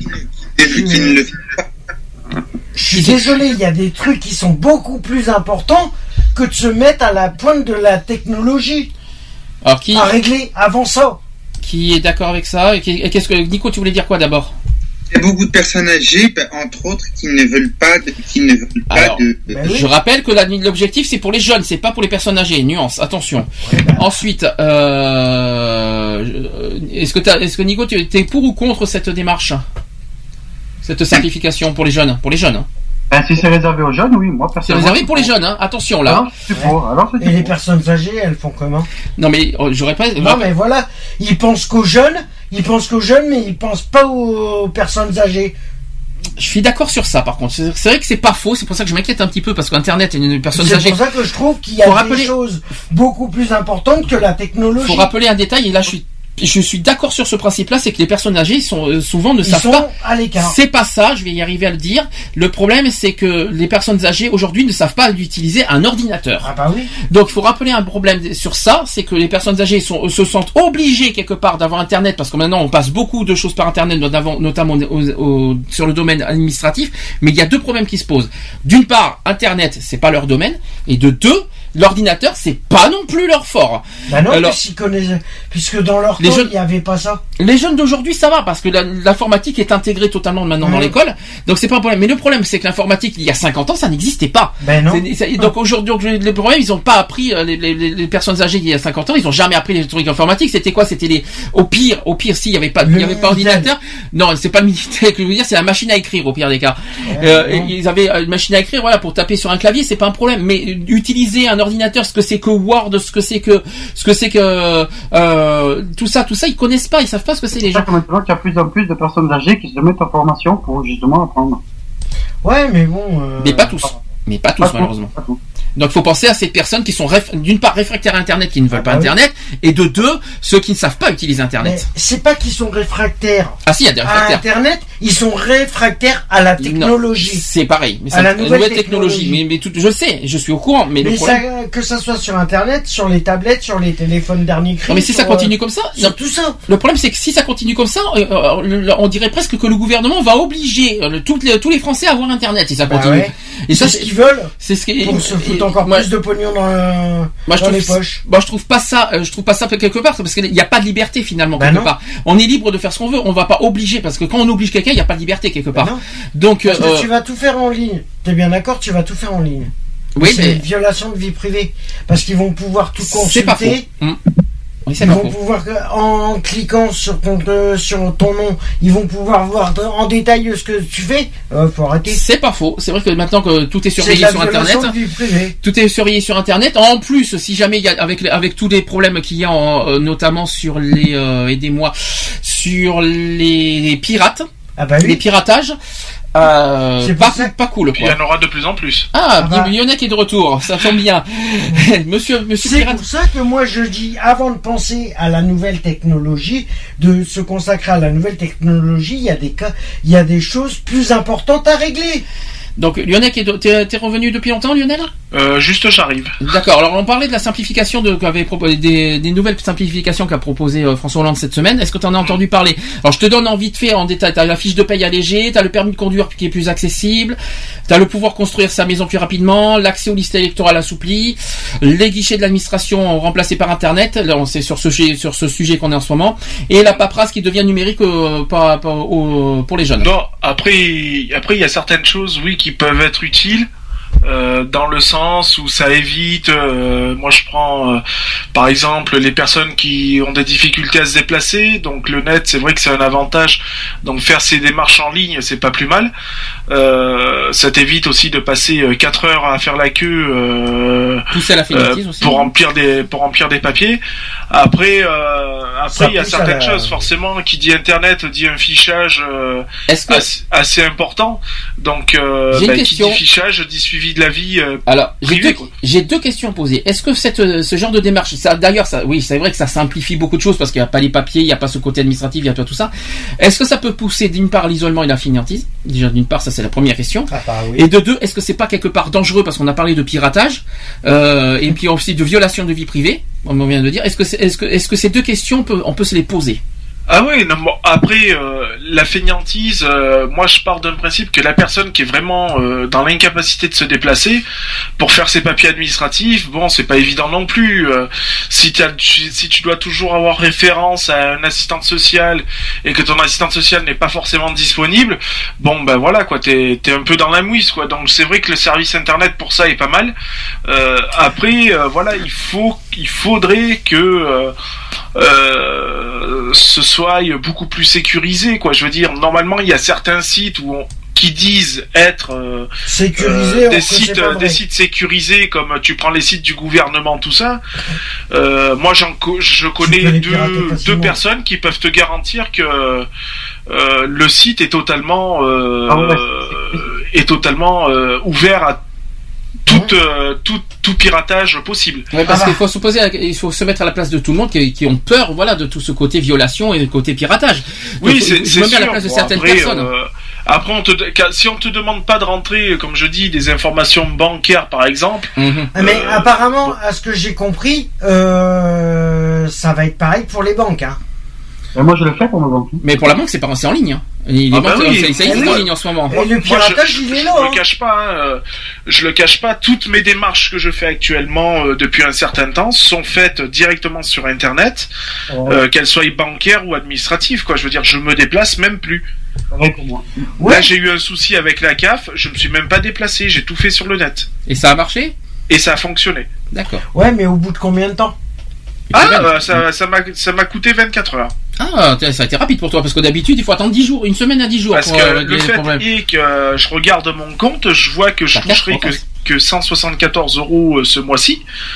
Je suis désolé, il y a des trucs qui sont beaucoup plus importants que de se mettre à la pointe de la technologie. Alors qui à régler avant ça. Qui est d'accord avec ça ? Et qu'est-ce que Nico, tu voulais dire quoi d'abord ? Il y a beaucoup de personnes âgées, entre autres, qui ne veulent pas de, qui ne veulent pas Alors, de. Ben oui. Je rappelle que la, l'objectif c'est pour les jeunes, c'est pas pour les personnes âgées. Nuance, attention. Ouais, ben. Ensuite, euh, est-ce que t'as, est-ce que Nico, tu es pour ou contre cette démarche, cette simplification pour les jeunes, pour les jeunes hein. Ben, si c'est réservé aux jeunes, oui, moi personnellement. C'est réservé pour les jeunes, hein. Attention là. Alors, c'est pour. Alors, c'est Et les personnes âgées, elles font comment ? Non mais j'aurais pas. Non mais voilà, ils pensent qu'aux jeunes, ils pensent qu'aux jeunes, mais ils pensent pas aux personnes âgées. Je suis d'accord sur ça par contre. C'est, c'est vrai que c'est pas faux, c'est pour ça que je m'inquiète un petit peu parce qu'Internet et une personne âgée. C'est pour ça que je trouve qu'il y a des rappeler... choses beaucoup plus importantes que la technologie. Faut rappeler un détail et là je suis. Je suis d'accord sur ce principe-là, c'est que les personnes âgées sont euh, souvent ne Ils savent sont pas. À l'écart. C'est pas ça, je vais y arriver à le dire. Le problème, c'est que les personnes âgées aujourd'hui ne savent pas utiliser un ordinateur. Ah bah oui. Donc, il faut rappeler un problème sur ça, c'est que les personnes âgées sont, se sentent obligées quelque part d'avoir Internet parce que maintenant on passe beaucoup de choses par Internet, notamment, notamment au, au, sur le domaine administratif. Mais il y a deux problèmes qui se posent. D'une part, Internet, c'est pas leur domaine, et de deux, l'ordinateur, c'est pas non plus leur fort. Bah non, alors, connaissent, puisque dans leur temps, il n'y avait pas ça. Les jeunes d'aujourd'hui, ça va, parce que la, l'informatique est intégrée totalement maintenant mmh. dans l'école, donc c'est pas un problème. Mais le problème, c'est que l'informatique, il y a cinquante ans, ça n'existait pas. Ben non. C'est, c'est, donc aujourd'hui, le problème, ils ont pas appris, les, les, les personnes âgées il y a cinquante ans, ils ont jamais appris les trucs informatiques. C'était quoi? C'était les, au pire, au pire, s'il y avait pas, il y avait pas ordinateur. Non, c'est pas le militaire que je veux dire, c'est la machine à écrire, au pire des cas. Ouais, euh, ils avaient une machine à écrire, voilà, pour taper sur un clavier, c'est pas un problème. Mais utiliser un ordinateur, ce que c'est que Word, ce que c'est que, ce que c'est que, euh, tout ça, tout ça, ils connaissent pas, ils savent pas ce que c'est les gens. Maintenant qu'il y a plus en plus de personnes âgées qui se mettent en formation pour justement apprendre. Ouais, mais bon. Euh... Mais pas tous. Mais pas tous, pas malheureusement. Tout, pas tout. Donc il faut penser à ces personnes qui sont réf- d'une part réfractaires à Internet, qui ne veulent Ah, pas bah Internet, oui. Et de deux, ceux qui ne savent pas utiliser Internet. Mais c'est pas qu'ils sont réfractaires. Ah si, il y a des réfractaires. À Internet, ils sont réfractaires à la technologie. Non, c'est pareil. Mais à ça, la nouvelle, nouvelle technologie. technologie. Mais, mais tout, je sais, je suis au courant. Mais, mais le problème... ça, que ça soit sur Internet, sur les tablettes, sur les téléphones dernier cri. Non, mais si sur, ça continue comme ça, sur non, tout ça. Le problème, c'est que si ça continue comme ça, euh, on dirait presque que le gouvernement va obliger euh, toutes les, tous les Français à avoir Internet si ça Bah continue. ouais. Et ça, c'est ce qu'ils veulent. C'est ce qui pour se foutre encore moi, plus de pognon dans, le, moi, je dans trouve, les poches. Moi, je trouve pas ça. Euh, je trouve pas ça quelque part parce qu'il n'y a pas de liberté finalement bah quelque non. part. On est libre de faire ce qu'on veut. On va pas obliger parce que quand on oblige quelqu'un, il n'y a pas de liberté quelque part. Bah non. Donc, parce euh, que tu vas tout faire en ligne. T'es bien d'accord? Tu vas tout faire en ligne. Oui, c'est mais une violation de vie privée parce qu'ils vont pouvoir tout consulter. C'est pas faux. Hum. Oui, ils vont pouvoir, en cliquant sur ton, euh, sur ton nom, ils vont pouvoir voir en détail ce que tu fais. Euh, faut arrêter. C'est pas faux. C'est vrai que maintenant que tout est surveillé sur Internet, tout est surveillé sur Internet. En plus, si jamais il y a avec avec tous les problèmes qu'il y a, en, euh, notamment sur les euh, aidez-moi, sur les, les pirates, ah bah oui. les piratages. Euh, c'est pas, ça. pas cool. Puis il y en aura de plus en plus. Ah, ah Lionel qui est de retour, ça tombe bien. monsieur, monsieur c'est Pirate. pour ça que moi je dis, avant de penser à la nouvelle technologie, de se consacrer à la nouvelle technologie, il y a des cas, il y a des choses plus importantes à régler. Donc Lionel, t'es, t'es revenu depuis longtemps, Lionel? Euh, juste j'arrive. D'accord. Alors on parlait de la simplification de qu'avait proposé des, des nouvelles simplifications qu'a proposé euh, François Hollande cette semaine. Est-ce que tu en as entendu parler? Alors je te donne en vite fait en détail. T'as la fiche de paye allégée, t'as le permis de conduire qui est plus accessible, t'as le pouvoir construire sa maison plus rapidement, l'accès aux listes électorales assoupli, les guichets de l'administration remplacés par Internet. Là c'est sur ce sur ce sujet qu'on est en ce moment, et la paperasse qui devient numérique euh, par, par, euh, pour les jeunes. Non. Après, après il y a certaines choses, oui, qui peuvent être utiles. Euh, dans le sens où ça évite, euh, moi je prends euh, par exemple les personnes qui ont des difficultés à se déplacer, donc le net c'est vrai que c'est un avantage, donc faire ces démarches en ligne c'est pas plus mal. Euh, ça t'évite aussi de passer quatre heures à faire la queue euh, à la euh, aussi, pour remplir des pour remplir des papiers. Après euh, après il y a certaines la... choses forcément qui dit internet dit un fichage euh, que... assez, assez important, donc euh, bah, qui dit fichage dit suivi de la vie euh, alors j'ai privée, deux, j'ai deux questions à poser. Est-ce que cette ce genre de démarche, ça d'ailleurs ça oui c'est vrai que ça simplifie beaucoup de choses parce qu'il n'y a pas les papiers, il n'y a pas ce côté administratif, il n'y a pas tout ça. Est-ce que ça peut pousser d'une part l'isolement et la fainéantise? Déjà d'une part ça c'est la première question. Ah, bah, oui. Et de deux, est-ce que c'est pas quelque part dangereux parce qu'on a parlé de piratage euh, et puis aussi de violation de vie privée, on vient de dire. Est-ce que c'est, est-ce que est-ce que ces deux questions on peut, on peut se les poser? Ah oui, non, bon, après euh, la fainéantise, euh, moi je pars d'un principe que la personne qui est vraiment euh, dans l'incapacité de se déplacer pour faire ses papiers administratifs, bon c'est pas évident non plus. Euh, si, t'as, si tu dois toujours avoir référence à un assistante sociale et que ton assistante sociale n'est pas forcément disponible, bon ben voilà quoi, t'es, t'es un peu dans la mouise quoi. Donc c'est vrai que le service internet pour ça est pas mal. Euh, après euh, voilà, il faut, il faudrait que euh, euh, ce soit beaucoup plus sécurisé quoi. Je veux dire, normalement il y a certains sites où on, qui disent être euh, sécurisés, euh, des sites des sites sécurisés, comme tu prends les sites du gouvernement tout ça. Euh, moi j'en je connais deux deux personnes qui peuvent te garantir que euh, le site est totalement euh, ah ouais. est totalement euh, ouvert à tout, euh, tout, tout piratage possible. Ouais, parce ah bah. qu'il faut se poser, il faut se mettre à la place de tout le monde qui, qui ont peur, voilà, de tout ce côté violation et le côté piratage. Oui, donc, c'est, c'est me mets sûr. à la place de bon, certaines après, personnes. Euh, après, on te, si on te demande pas de rentrer, comme je dis, des informations bancaires, par exemple. Mm-hmm. Euh, Mais apparemment, bon. à ce que j'ai compris, euh, ça va être pareil pour les banques, hein. Et moi, je le fais pour ma banque. Mais pour la banque, c'est pas, c'est en ligne, hein. Les ah banques, bah oui, ça, ça existe en ligne en ce moment. Et le piratage, il est là. Je le cache pas, hein, je le cache pas. Toutes mes démarches que je fais actuellement euh, depuis un certain temps sont faites directement sur Internet, oh. euh, qu'elles soient bancaires ou administratives. Quoi, je veux dire, je me déplace même plus. Ouais, pour moi. Ouais. Là, j'ai eu un souci avec la C A F. Je me suis même pas déplacé. J'ai tout fait sur le net. Et ça a marché? Et ça a fonctionné. D'accord. Ouais, mais au bout de combien de temps? Ah, bah, ça, ça m'a, ça m'a coûté vingt-quatre heures. Ah, ça a été rapide pour toi, parce que d'habitude, il faut attendre dix jours, une semaine à dix jours. Parce pour, que euh, le fait problèmes. est que euh, je regarde mon compte, je vois que je toucherai que, que cent soixante-quatorze euros euh, ce mois-ci.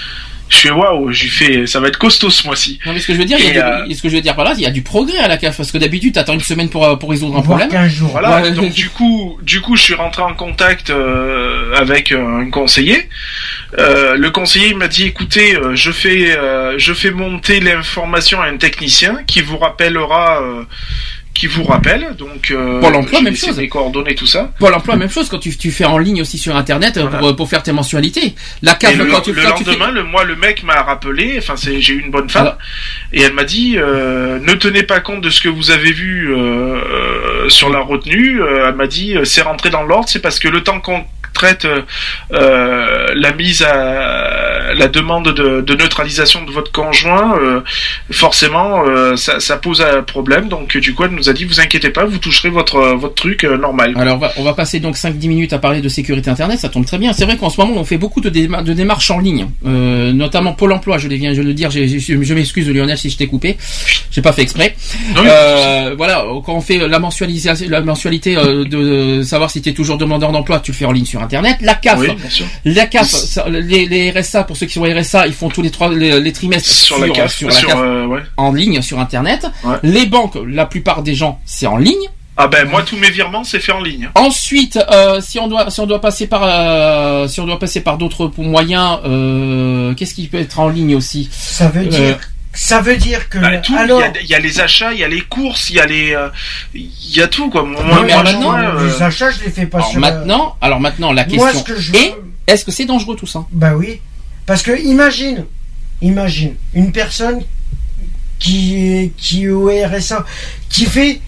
Je fais waouh, j'ai fait, ça va être costaud ce mois-ci. Non mais ce que je veux dire, il y a euh... du, ce que je veux dire par là, il y a du progrès à la C A F parce que d'habitude t'attends une semaine pour pour résoudre un problème. quinze jours. Voilà. Ouais. Donc du coup, du coup, je suis rentré en contact euh, avec un conseiller. Euh, le conseiller m'a dit, écoutez, euh, je fais, euh, je fais monter l'information à un technicien qui vous rappellera. Euh, qui vous rappelle, donc euh, Pôle emploi, même chose. Les coordonnées, tout ça. Pôle emploi, même chose. Quand tu, tu fais en ligne aussi sur Internet voilà. pour, pour faire tes mensualités. La C A F, le, quand tu, le quand lendemain, tu fais... le moi, le mec m'a rappelé. Enfin, c'est, j'ai eu une bonne femme Alors... et elle m'a dit, euh, ne tenez pas compte de ce que vous avez vu euh, sur la retenue. Euh, elle m'a dit, c'est rentré dans l'ordre, c'est parce que le temps qu'on traite euh, la mise à la demande de, de neutralisation de votre conjoint, euh, forcément, euh, ça, ça pose un problème. Donc, du coup, elle nous a dit, vous inquiétez pas, vous toucherez votre votre truc euh, normal. Alors, on va, on va passer donc cinq dix minutes à parler de sécurité Internet. Ça tombe très bien. C'est vrai qu'en ce moment, on fait beaucoup de, déma- de démarches en ligne, euh, notamment Pôle Emploi. Je viens de le dire. J'ai, j'ai, je m'excuse, Lionel, si je t'ai coupé. J'ai pas fait exprès. Oui, euh, voilà, quand on fait la mensualisation, la mensualité euh, de, de savoir si tu es toujours demandeur d'emploi, tu le fais en ligne sur Internet. La C A F, oui, bien sûr. la C A F, ça, les, les R S A, pour ceux qui sont R S A, ils font tous les trois les, les trimestres sur, sur la C A F, sur la sur, C A F euh, ouais. en ligne sur Internet. Ouais. Les banques, la plupart des gens, c'est en ligne. Ah ben moi tous mes virements c'est fait en ligne. Ensuite, euh, si on doit si on doit passer par euh, si on doit passer par d'autres moyens, euh, qu'est-ce qui peut être en ligne aussi? Ça veut dire. Euh, Ça veut dire que bah, tout, alors il y, y a les achats, il y a les courses, il y a les il euh, y a tout quoi. Moi, non, mais moi, maintenant euh... les achats je les fais pas alors sur maintenant, euh... alors maintenant la question moi, ce que je veux... est est-ce que c'est dangereux tout ça? Bah oui, parce que imagine imagine une personne qui qui est au R S A qui fait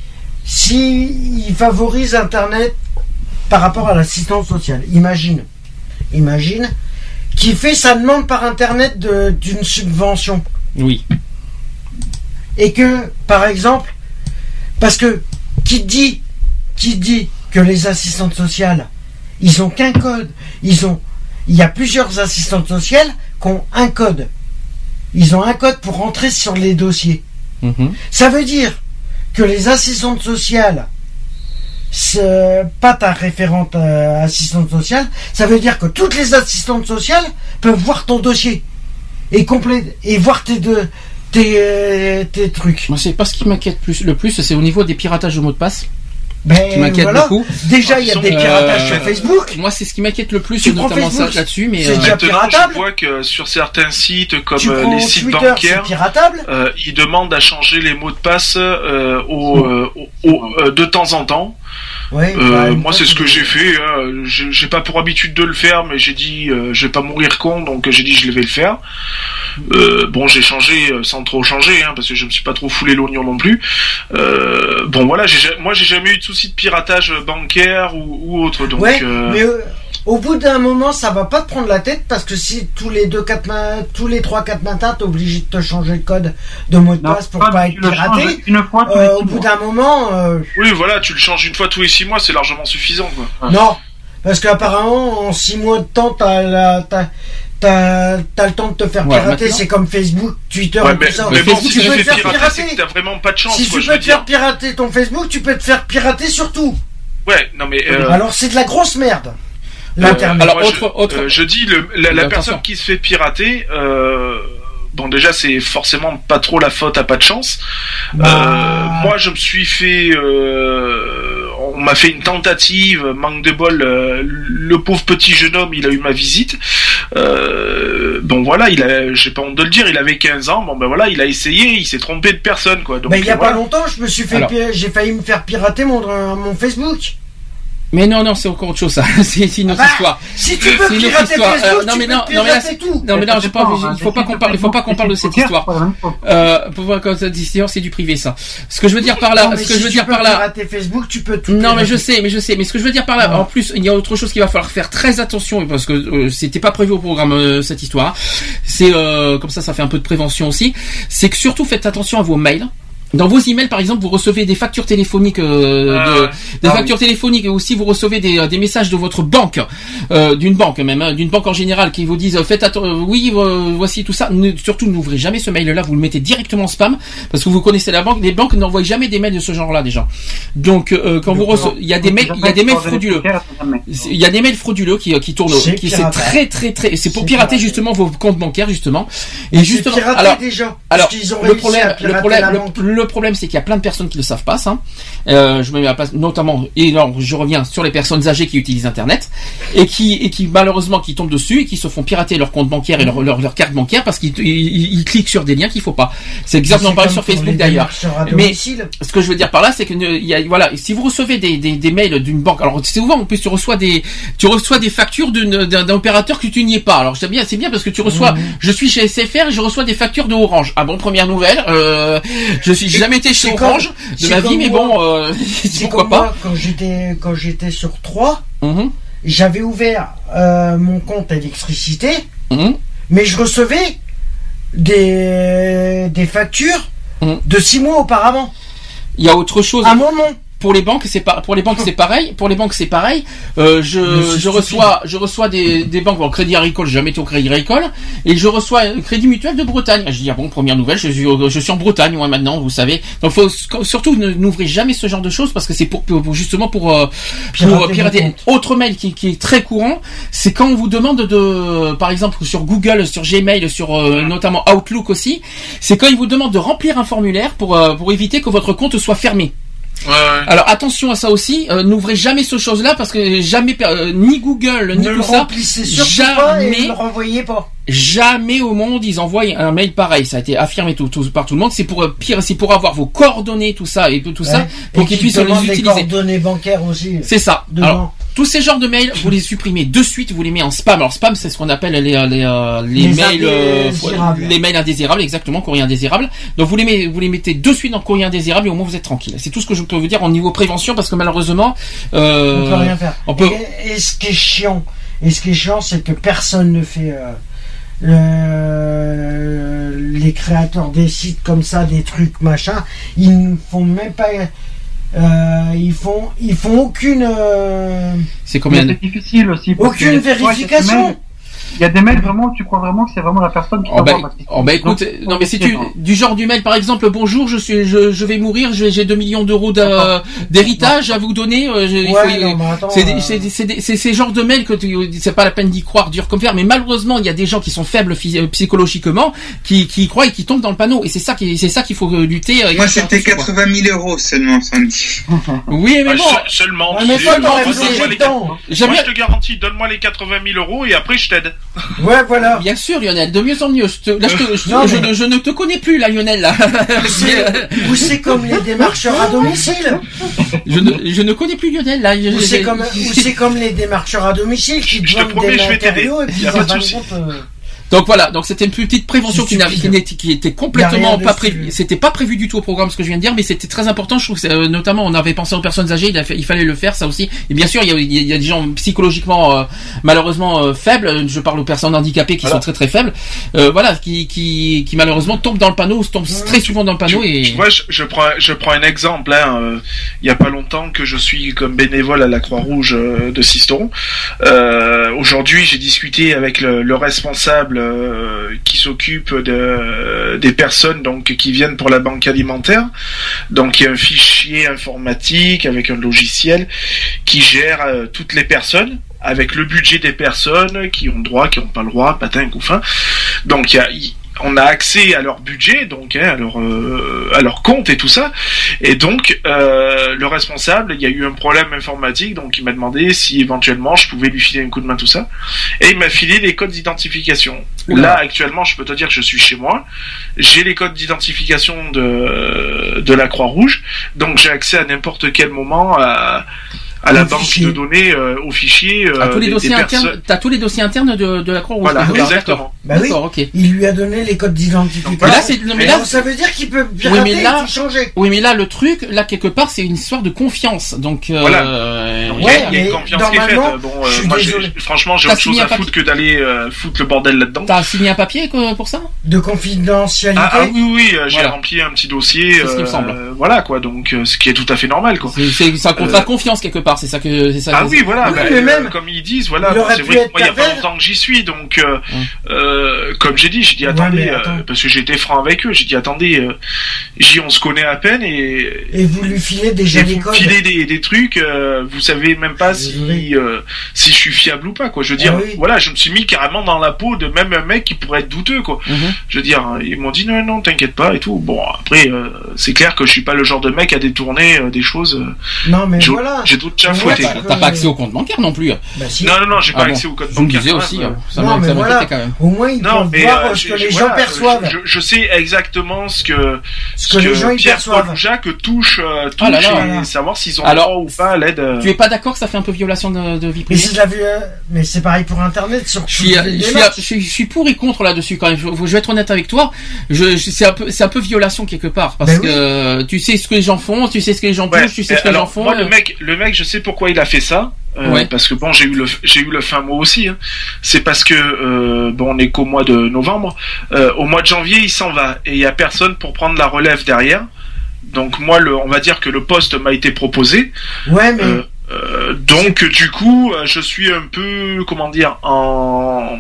si il favorise Internet par rapport à l'assistance sociale. Imagine imagine qui fait sa demande par Internet de, d'une subvention. Oui. Et que, par exemple, parce que qui dit, qui dit que les assistantes sociales, ils ont qu'un code, ils ont, il y a plusieurs assistantes sociales qui ont un code. Ils ont un code pour rentrer sur les dossiers. Mmh. Ça veut dire que les assistantes sociales, c'est pas ta référente euh, assistante sociale, ça veut dire que toutes les assistantes sociales peuvent voir ton dossier et complète et voir tes deux tes euh, tes trucs. Moi c'est pas ce qui m'inquiète plus le plus, c'est au niveau des piratages de mots de passe. Ben, qui m'inquiète voilà. beaucoup. Déjà, il y a des piratages euh, sur Facebook. Moi, c'est ce qui m'inquiète le plus, tu notamment Facebook, ça là-dessus. Mais c'est euh, déjà piratable. Je vois que sur certains sites comme tu les sites Twitter, bancaires, piratable. Euh, ils demandent à changer les mots de passe euh, au, euh, au, au, euh, de temps en temps. Ouais, euh, bah, moi, c'est ce que j'ai fait. Hein. J'ai, j'ai pas pour habitude de le faire, mais j'ai dit, euh, je vais pas mourir con, donc j'ai dit, je vais le faire. Euh, bon, j'ai changé sans trop changer, hein, parce que je me suis pas trop foulé l'oignon non plus. Euh, bon, voilà, j'ai, moi, j'ai jamais eu de souci de piratage bancaire ou, ou autre. Donc, ouais, euh... mais euh, au bout d'un moment, ça va pas te prendre la tête parce que si tous les deux, quatre, ma... tous les trois, quatre matins, t'es obligé de te changer le code de mot de passe pour pas être piraté. Une fois tous euh, les au bout d'un moment. Euh... Oui, voilà, tu le changes une fois tous les six mois, c'est largement suffisant, quoi. Non, parce qu'apparemment, en six mois de temps, t'as la, t'as, t'as, t'as le temps de te faire ouais, pirater. maintenant. C'est comme Facebook, Twitter ouais, et mais, tout ça. Mais, mais bon, si tu te fais pirater, pirater, c'est que t'as vraiment pas de chance. Si quoi, tu je peux te dire. faire pirater ton Facebook, tu peux te faire pirater sur tout. Ouais, non mais. Euh... Alors c'est de la grosse merde. L'internet. Euh, alors moi, autre, je, autre. Euh, je dis le, la, la personne qui se fait pirater. Euh... Bon, déjà, c'est forcément pas trop la faute à pas de chance. Bah... Euh, moi, je me suis fait... Euh, on m'a fait une tentative, manque de bol. Euh, le pauvre petit jeune homme, il a eu ma visite. Euh, bon, voilà, il a, j'ai pas honte de le dire, il avait quinze ans. Bon, ben voilà, il a essayé, il s'est trompé de personne, quoi. Donc, ben, il y a voilà. pas longtemps, je me suis fait... Alors... J'ai failli me faire pirater mon, mon Facebook. Mais non, non, c'est encore autre chose, ça. c'est, c'est une autre bah, histoire. Si tu veux pirater Facebook, euh, non, tu mais peux non, non, mais là, tout. Non, mais là, j'ai pas, il faut pas qu'on parle, il faut pas qu'on parle de cette histoire. Euh, pour voir quand cette histoire, c'est du privé, ça. Ce que je veux dire par là, ce que je veux dire par là. Pirater Facebook, tu peux tout. Non, mais je sais, mais je sais, mais ce que je veux dire par là, en plus, il y a autre chose qu'il va falloir faire très attention, parce que euh, c'était pas prévu au programme, euh, cette histoire. C'est, euh, comme ça, ça fait un peu de prévention aussi. C'est que surtout, faites attention à vos mails. Dans vos emails, par exemple, vous recevez des factures téléphoniques, euh, Ah, de, ouais. des Ah, factures oui. téléphoniques, et aussi vous recevez des, des messages de votre banque, euh, d'une banque même, hein, d'une banque en général, qui vous disent euh, faites attention, euh, oui, euh, voici tout ça. Ne, surtout, n'ouvrez jamais ce mail-là, vous le mettez directement en spam, parce que vous connaissez la banque. Les banques n'envoient jamais des mails de ce genre-là déjà. Donc, euh, quand vous recevez, il y a des mails, il y a des mails frauduleux. Il y a des mails frauduleux qui qui tournent, C'est qui c'est piratage. très très très, c'est pour C'est pirater piratage. justement vos comptes bancaires justement. Et C'est justement, pirater alors, des gens, alors parce qu'ils ont le réussi problème, à pirater le problème, la le- banque. le problème, c'est qu'il y a plein de personnes qui le savent pas, ça. Euh, je me mets à la place, notamment, et là, je reviens sur les personnes âgées qui utilisent Internet et qui, et qui malheureusement, qui tombent dessus et qui se font pirater leur compte bancaire et leur, leur, leur carte bancaire parce qu'ils ils, ils cliquent sur des liens qu'il faut pas. C'est exactement C'est pareil comme sur pour Facebook les d'ailleurs. démarcheurs à Mais domicile. ce que je veux dire par là, c'est que ne- il y a, voilà, si vous recevez des, des, des mails d'une banque, alors c'est souvent en plus tu reçois des, tu reçois des factures d'une- d'un, d'un opérateur que tu n'y es pas. Alors c'est bien, c'est bien parce que tu reçois, Mmh. je suis chez S F R et je reçois des factures de Orange. Ah bon, première nouvelle, euh, je suis j'ai jamais été chez C'est comme- Orange de c'est ma vie, comme mais moi. bon, euh, C'est pourquoi comme pas. moi, quand j'étais quand j'étais sur trois, Mhm. j'avais ouvert euh, mon compte électricité, Mhm. mais je recevais des des factures Mhm. de six mois auparavant. Il y a autre chose. À mon nom. Pour les banques, c'est pas pour les banques c'est pareil. Pour les banques c'est pareil. Euh, Mais je c'est je reçois je reçois des des banques, bon, Crédit Agricole, j'ai jamais été au Crédit Agricole, et je reçois un Crédit Mutuel de Bretagne. Je dis ah bon, première nouvelle, je suis au- je suis en Bretagne moi maintenant, vous savez. Donc faut surtout ne- n'ouvrez jamais ce genre de choses parce que c'est pour, pour- justement pour euh, pour Pirater pirater. vos comptes. Autre mail qui, qui est très courant, c'est quand on vous demande de, par exemple sur Google, sur Gmail, sur euh, notamment Outlook aussi, c'est quand ils vous demandent de remplir un formulaire pour euh, pour éviter que votre compte soit fermé. Ouais, ouais. Alors attention à ça aussi, euh, n'ouvrez jamais ce chose-là parce que jamais euh, ni Google ni Ne tout le ça, remplissez surtout pas et ne jamais, le renvoyez pas. jamais au monde ils envoient un mail pareil. Ça a été affirmé tout, tout- par tout le monde. C'est pour euh, pire, c'est pour avoir vos coordonnées, tout ça et tout, tout ça Ouais. pour Et qu'ils qui puissent les demandent des utiliser. coordonnées bancaires aussi. C'est ça. Dedans. Alors, tous ces genres de mails, vous les supprimez de suite, vous les mettez en spam. Alors spam, c'est ce qu'on appelle les les les, euh, les, Les mails euh, indésirables. les mails indésirables, exactement, courrier indésirable. Donc vous les mettez vous les mettez de suite dans le courrier indésirable et au moins vous êtes tranquille. C'est tout ce que je peux vous dire en niveau prévention parce que malheureusement euh, On peut rien faire. on peut- Et, et ce qui est chiant, et ce qui est chiant, c'est que personne ne fait euh, le- les créateurs des sites comme ça, des trucs machin, ils ne font même pas, euh, ils font, ils font aucune, euh, c'est combien Mais c'est difficile aussi. parce aucune que, tu vois, il y a des vérification. mails- Il y a des mails vraiment où tu crois vraiment que c'est vraiment la personne qui Oh bah, t'envoie. parce que- oh bah écoute, Donc, non mais si tu non. du genre du mail par exemple, bonjour, je suis je, je vais mourir, j'ai j'ai deux millions d'euros d'a- d'héritage à vous donner, euh, j'ai- il Ouais, faut- non, mais attends, c'est des- euh, c'est des- c'est des- c'est ces genres de mails que tu c'est pas la peine d'y croire dur comme fer, mais malheureusement il y a des gens qui sont faibles phy- euh, psychologiquement qui qui y croient et qui tombent dans le panneau et c'est ça qui c'est ça qu'il faut euh, lutter. euh, il Moi, faut faire c'était attention, quoi. quatre-vingt mille euros seulement, samedi. Oui mais Ah, bon, se- seulement. Ouais, mais tu- toi, tu- t'aurais tu- bougé donne-moi le les- temps. Moi, Jamais- je te garantis, donne-moi les quatre-vingt mille euros et après je t'aide. Ouais, voilà. bien sûr Lionel, de mieux en mieux. Je, te- là, je, te- je, Non, je mais- ne- je ne te connais plus là Lionel là. Ou c'est- Ou c'est comme les démarcheurs à domicile. je ne je ne connais plus Lionel là. Je- Ou je- c'est comme, ou c'est comme les démarcheurs à domicile qui te Je te vendent promets, des je vais t'aider. matériaux et puis Y a en pas de fin de souci. compte, euh, Donc voilà, donc c'était une petite prévention C'est qui, n'avait- qui, stupide. n'était- qui était Y a complètement rien pas dessus. prévu. C'était pas prévu du tout au programme ce que je viens de dire, mais c'était très important. Je trouve que c'est, euh, notamment on avait pensé aux personnes âgées, il, a fait- il fallait le faire ça aussi. Et bien sûr, il y a, il y a- il y a des gens psychologiquement euh, malheureusement euh, faibles. Je parle aux personnes handicapées qui Voilà. sont très très faibles. Euh, voilà, qui, qui qui malheureusement tombent dans le panneau, tombent très souvent dans le panneau Tu, et. tu vois, je, je prends, je prends un exemple. Hein, euh, il y a pas longtemps que je suis comme bénévole à la Croix-Rouge euh, de Sisteron. Euh, aujourd'hui, j'ai discuté avec le, le responsable euh, qui s'occupe de, des personnes donc qui viennent pour la banque alimentaire. Donc, il y a un fichier informatique avec un logiciel qui gère euh, toutes les personnes, avec le budget des personnes qui ont droit, qui n'ont pas le droit, patin, couffin. Donc, il y a, il- on a accès à leur budget, donc hein, à leur euh, à leur compte et tout ça. Et donc, euh, le responsable, il y a eu un problème informatique, donc il m'a demandé si éventuellement je pouvais lui filer un coup de main, tout ça. Et il m'a filé les codes d'identification. Oula. Là, actuellement, je peux te dire que je suis chez moi. J'ai les codes d'identification de de la Croix-Rouge, donc j'ai accès à n'importe quel moment à à la banque fichier. de données, euh, au fichier. Euh, à tous les des, dossiers des internes. personnes. T'as tous les dossiers internes de, de la Croix-Rouge. Voilà, oui, exactement. Bah oui. Ok. Il lui a donné les codes d'identification. Voilà, là, c'est, mais là, ça veut dire qu'il peut pirater oui, mais là, et tout changer. Oui, mais là, le truc, là, quelque part, c'est une histoire de confiance. Donc, euh, voilà. Donc, il y a, ouais, il y a une confiance qui est faite. Bon, euh, moi, j'ai, franchement, j'ai T'as autre chose à foutre que d'aller euh, foutre le bordel là-dedans. T'as signé un papier quoi, pour ça? De confidentialité. Ah, ah oui, oui, euh, j'ai voilà. rempli un petit dossier. C'est ce qui me semble. Euh, voilà, quoi. Donc, euh, ce qui est tout à fait normal, quoi. C'est, c'est, ça compte euh... la confiance quelque part. C'est ça que, c'est ça. Ah que oui, c'est... voilà. Oui, bah, mais euh, même, comme ils disent, voilà. Bon, c'est vrai que moi, il y a pas longtemps que j'y suis, donc, euh, hum. euh, comme j'ai dit, j'ai dit attendez, ouais, euh, parce que j'ai été franc avec eux. J'ai dit attendez, euh, j'ai on se connaît à peine et. Et vous lui filez déjà les codes. Vous filez des, des trucs, euh, vous savez même pas si, euh, si je suis fiable ou pas, quoi. Je veux dire, ah, oui. voilà, je me suis mis carrément dans la peau de même un mec qui pourrait être douteux, quoi. Mm-hmm. Je veux dire, ils m'ont dit non, non, t'inquiète pas et tout. Bon, après, euh, c'est clair que je suis pas le genre de mec à détourner euh, des choses. Euh, non, mais j'ai, voilà. J'ai d'autres chats fouettés. T'as, t'as pas accès au compte bancaire non plus. Bah, si. Non, non, non, j'ai pas ah, accès bon. au compte bancaire. Je me disais aussi, même, ça non, m'a, mais ça voilà. quand même. Au moins, ils non, peuvent voir euh, ce que les voilà, gens perçoivent. Je, je sais exactement ce que, ce que, que les gens Pierre perçoivent. Paul ou Jacques touche, euh, touche ah là là, et là. savoir s'ils ont alors, droit ou pas à l'aide. Euh... Tu es pas d'accord que ça fait un peu violation de, de vie privée? Mais c'est de la vue, euh, mais c'est pareil pour Internet. Sur je suis, je suis, je suis, je suis pour et contre là-dessus quand même. Je, je vais être honnête avec toi. Je, je c'est un peu, c'est un peu violation quelque part parce ben que oui. tu sais ce que les gens font, tu sais ce que les gens touchent, ouais. tu sais ce que alors, les gens font. Moi, euh... le mec, le mec, je sais pourquoi il a fait ça. Euh, ouais. Parce que bon, j'ai eu le j'ai eu le fin mot aussi. Hein. C'est parce que euh, bon, on est qu'au mois de novembre. Euh, au mois de janvier, il s'en va et il y a personne pour prendre la relève derrière. Donc moi, le, on va dire que le poste m'a été proposé. Ouais, mais euh, euh, donc du coup, je suis un peu, comment dire, en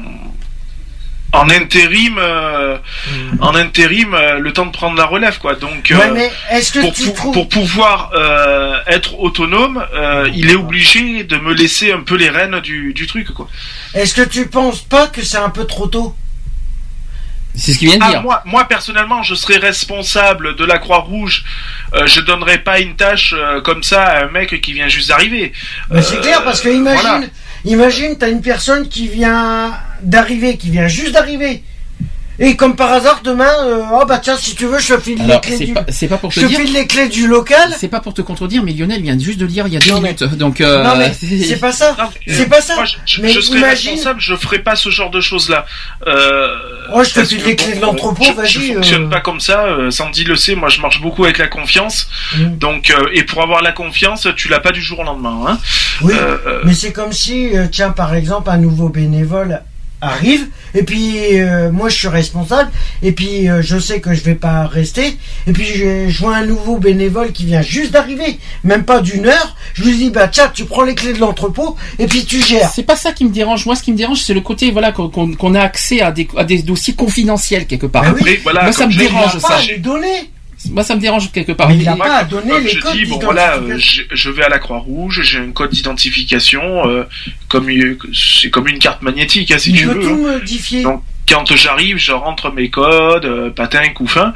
en intérim, euh, mmh. en intérim, euh, le temps de prendre la relève, quoi. Donc, ouais, euh, mais est-ce que pour, tu pour, trouves... pour pouvoir euh, être autonome, euh, il est obligé de me laisser un peu les rênes du, du truc, quoi. Est-ce que tu penses pas que c'est un peu trop tôt? C'est ce qu'il vient de ah, dire. Moi, moi, personnellement, je serais responsable de la Croix-Rouge. Euh, je donnerais pas une tâche euh, comme ça à un mec qui vient juste d'arriver. Mais euh, c'est clair, parce que imagine, voilà. imagine, t'as une personne qui vient d'arriver, qui vient juste d'arriver. Et comme par hasard, demain, euh, oh bah tiens, si tu veux, je te file Alors, les clés c'est du... Pas, c'est pas pour te je dire... te file les clés du local. C'est pas pour te contredire, mais Lionel vient juste de le dire il y a deux non, minutes. Mais... Donc, euh... Non mais c'est, c'est pas ça. Non, c'est pas ça. Moi, je, je, mais je serais imagine... responsable, je ferais pas ce genre de choses-là. Euh... Oh, je te file les clés de l'entrepôt, je, vas-y. Je fonctionne euh... pas comme ça. Euh, Sandy le sait, moi je marche beaucoup avec la confiance. Mm. Donc, euh, et pour avoir la confiance, tu l'as pas du jour au lendemain. Hein. Oui, euh, mais c'est comme si, euh, tiens, par exemple, un nouveau bénévole arrive et puis euh, moi je suis responsable et puis euh, je sais que je vais pas rester et puis je, je vois un nouveau bénévole qui vient juste d'arriver, même pas d'une heure, je lui dis bah tiens tu prends les clés de l'entrepôt et puis tu gères. C'est pas ça qui me dérange, moi ce qui me dérange c'est le côté voilà qu'on, qu'on, qu'on a accès à des, à des dossiers confidentiels quelque part. Ben oui. Voilà, moi ça me dérange ça. Pas à lui donner. Moi, ça me dérange quelque part. Mais il n'a pas à donner comme les je codes dis, bon voilà, euh, je, je vais à la Croix-Rouge, j'ai un code d'identification, euh, comme c'est comme une carte magnétique, hein, si il tu veut veux. tout modifier. Donc, quand j'arrive, je rentre mes codes, euh, patin, couffin.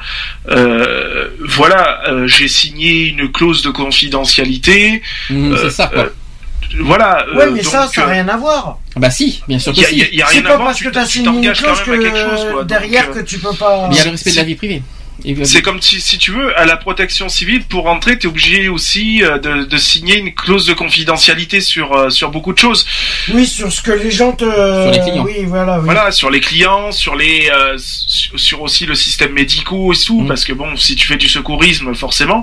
Euh, voilà, euh, j'ai signé une clause de confidentialité. Mmh, euh, c'est ça, quoi. Euh, Voilà. Ouais, mais donc, ça, ça n'a rien à voir. Bah si, bien sûr que y a, si. Y a, y a c'est rien pas à voir, parce tu, que tu as signé une clause que chose, quoi, derrière donc, que tu peux pas. Il y a le respect de la vie privée. C'est comme si, si tu veux, à la protection civile, pour rentrer, tu es obligé aussi de, de signer une clause de confidentialité sur sur beaucoup de choses. Oui, sur ce que les gens te. Sur les clients. Oui, voilà. Oui. Voilà, sur les clients, sur les, euh, sur, sur aussi le système médical et tout, mmh. parce que bon, si tu fais du secourisme, forcément.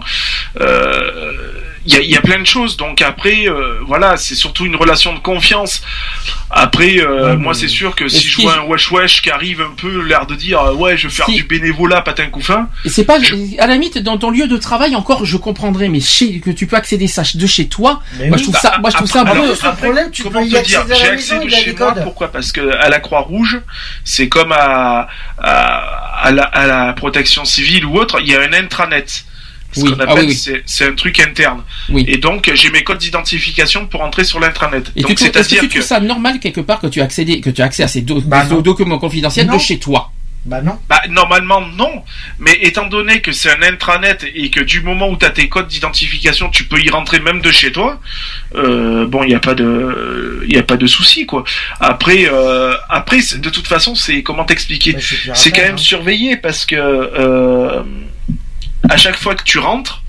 Euh, Il y a, y a plein de choses, donc après, euh, voilà, c'est surtout une relation de confiance. Après, euh, mmh. moi, c'est sûr que si je vois un wesh wesh qui arrive un peu l'air de dire euh, ouais, je vais faire si. du bénévolat, patin couffin. Et c'est pas, je... à la limite, dans ton lieu de travail, encore, je comprendrais, mais chez, que tu peux accéder ça de chez toi, mais moi, oui. je trouve bah, ça, moi, je trouve ça alors, peu. C'est un problème, tu comment peux y te dire, accéder j'ai à la accès maison, de chez moi, pourquoi? Parce que à la Croix-Rouge, c'est comme à, à, à la, à la protection civile ou autre, il y a un intranet. Ce oui. qu'on appelle, ah, oui, oui. C'est, c'est un truc interne. Oui. Et donc, j'ai mes codes d'identification pour entrer sur l'intranet. Et donc, tu, c'est-à-dire est-ce que tu que... trouves ça normal quelque part que tu as accédé, que tu as accès à ces do- bah documents confidentiels non. de chez toi? Bah non. Bah normalement non, mais étant donné que c'est un intranet et que du moment où tu as tes codes d'identification, tu peux y rentrer même de chez toi. Euh, bon, il y a pas de, il y a pas de souci quoi. Après, euh, après de toute façon, c'est comment t'expliquer, c'est quand même hein. surveillé parce que euh, à chaque fois que tu rentres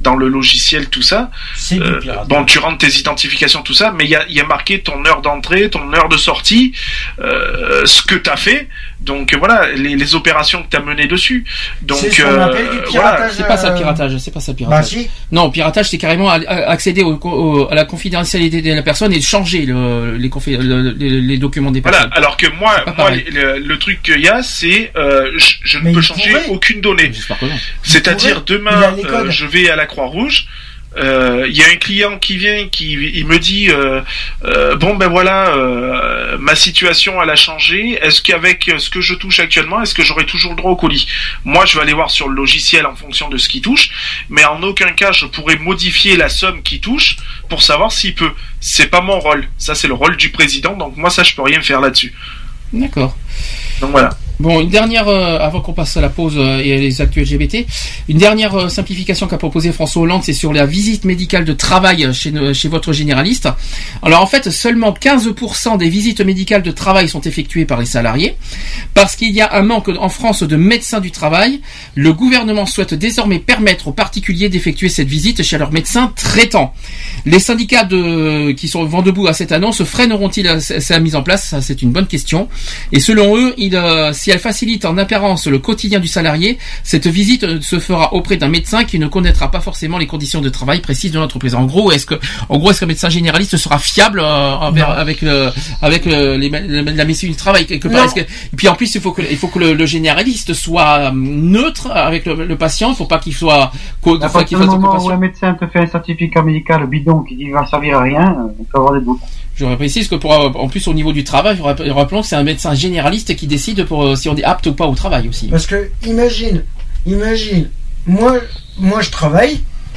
dans le logiciel, tout ça. C'est euh, bon, tu rentres tes identifications, tout ça, mais il y a, y a marqué ton heure d'entrée, ton heure de sortie, euh, ce que t'as fait. Donc voilà, les, les opérations que t'as menées dessus. Donc c'est ce qu'on euh, appelle du piratage. Voilà. C'est pas ça le piratage, c'est pas ça le piratage. Bah si. Non, piratage, c'est carrément accéder au, au, à la confidentialité de la personne et changer le, les, confi- le, les, les documents des personnes. Voilà, alors que moi, moi le, le truc qu'il y a, c'est euh, je, je ne peux changer pourrait. aucune donnée. C'est-à-dire demain, euh, je vais à la Croix-Rouge. Il euh, y a un client qui vient, qui il me dit euh, euh, bon ben voilà, euh, ma situation elle a changé. Est-ce qu'avec ce que je touche actuellement, est-ce que j'aurai toujours le droit au colis? Moi, je vais aller voir sur le logiciel en fonction de ce qu'il touche, mais en aucun cas je pourrais modifier la somme qu'il touche pour savoir s'il peut. C'est pas mon rôle. Ça, c'est le rôle du président. Donc moi, ça, je peux rien faire là-dessus. D'accord. Donc voilà. Bon, une dernière, euh, avant qu'on passe à la pause euh, et les actus L G B T, une dernière euh, simplification qu'a proposé François Hollande, c'est sur la visite médicale de travail chez, chez votre généraliste. Alors en fait, seulement quinze pour cent des visites médicales de travail sont effectuées par les salariés. Parce qu'il y a un manque en France de médecins du travail, le gouvernement souhaite désormais permettre aux particuliers d'effectuer cette visite chez leurs médecins traitants. Les syndicats de, qui sont vent debout à cette annonce freineront-ils sa mise en place? Ça, c'est une bonne question. Et selon eux, il, euh, si elle facilite en apparence le quotidien du salarié, cette visite se fera auprès d'un médecin qui ne connaîtra pas forcément les conditions de travail précises de l'entreprise. En gros, est-ce que, en gros, est-ce qu'un médecin généraliste sera fiable euh, envers, avec euh, avec euh, les, la médecine du travail quelque part? Est-ce que, et puis en plus, il faut que il faut que le, le généraliste soit neutre avec le, le patient. Il faut pas qu'il soit. À partir du moment où un médecin te fait un certificat médical bidon qui dit qu'il va servir à rien, on peut avoir des doutes. Je précise que pour, en plus au niveau du travail, rappelons que c'est un médecin généraliste qui décide pour si on est apte ou pas au travail aussi. Parce que imagine, imagine, moi, moi je travaille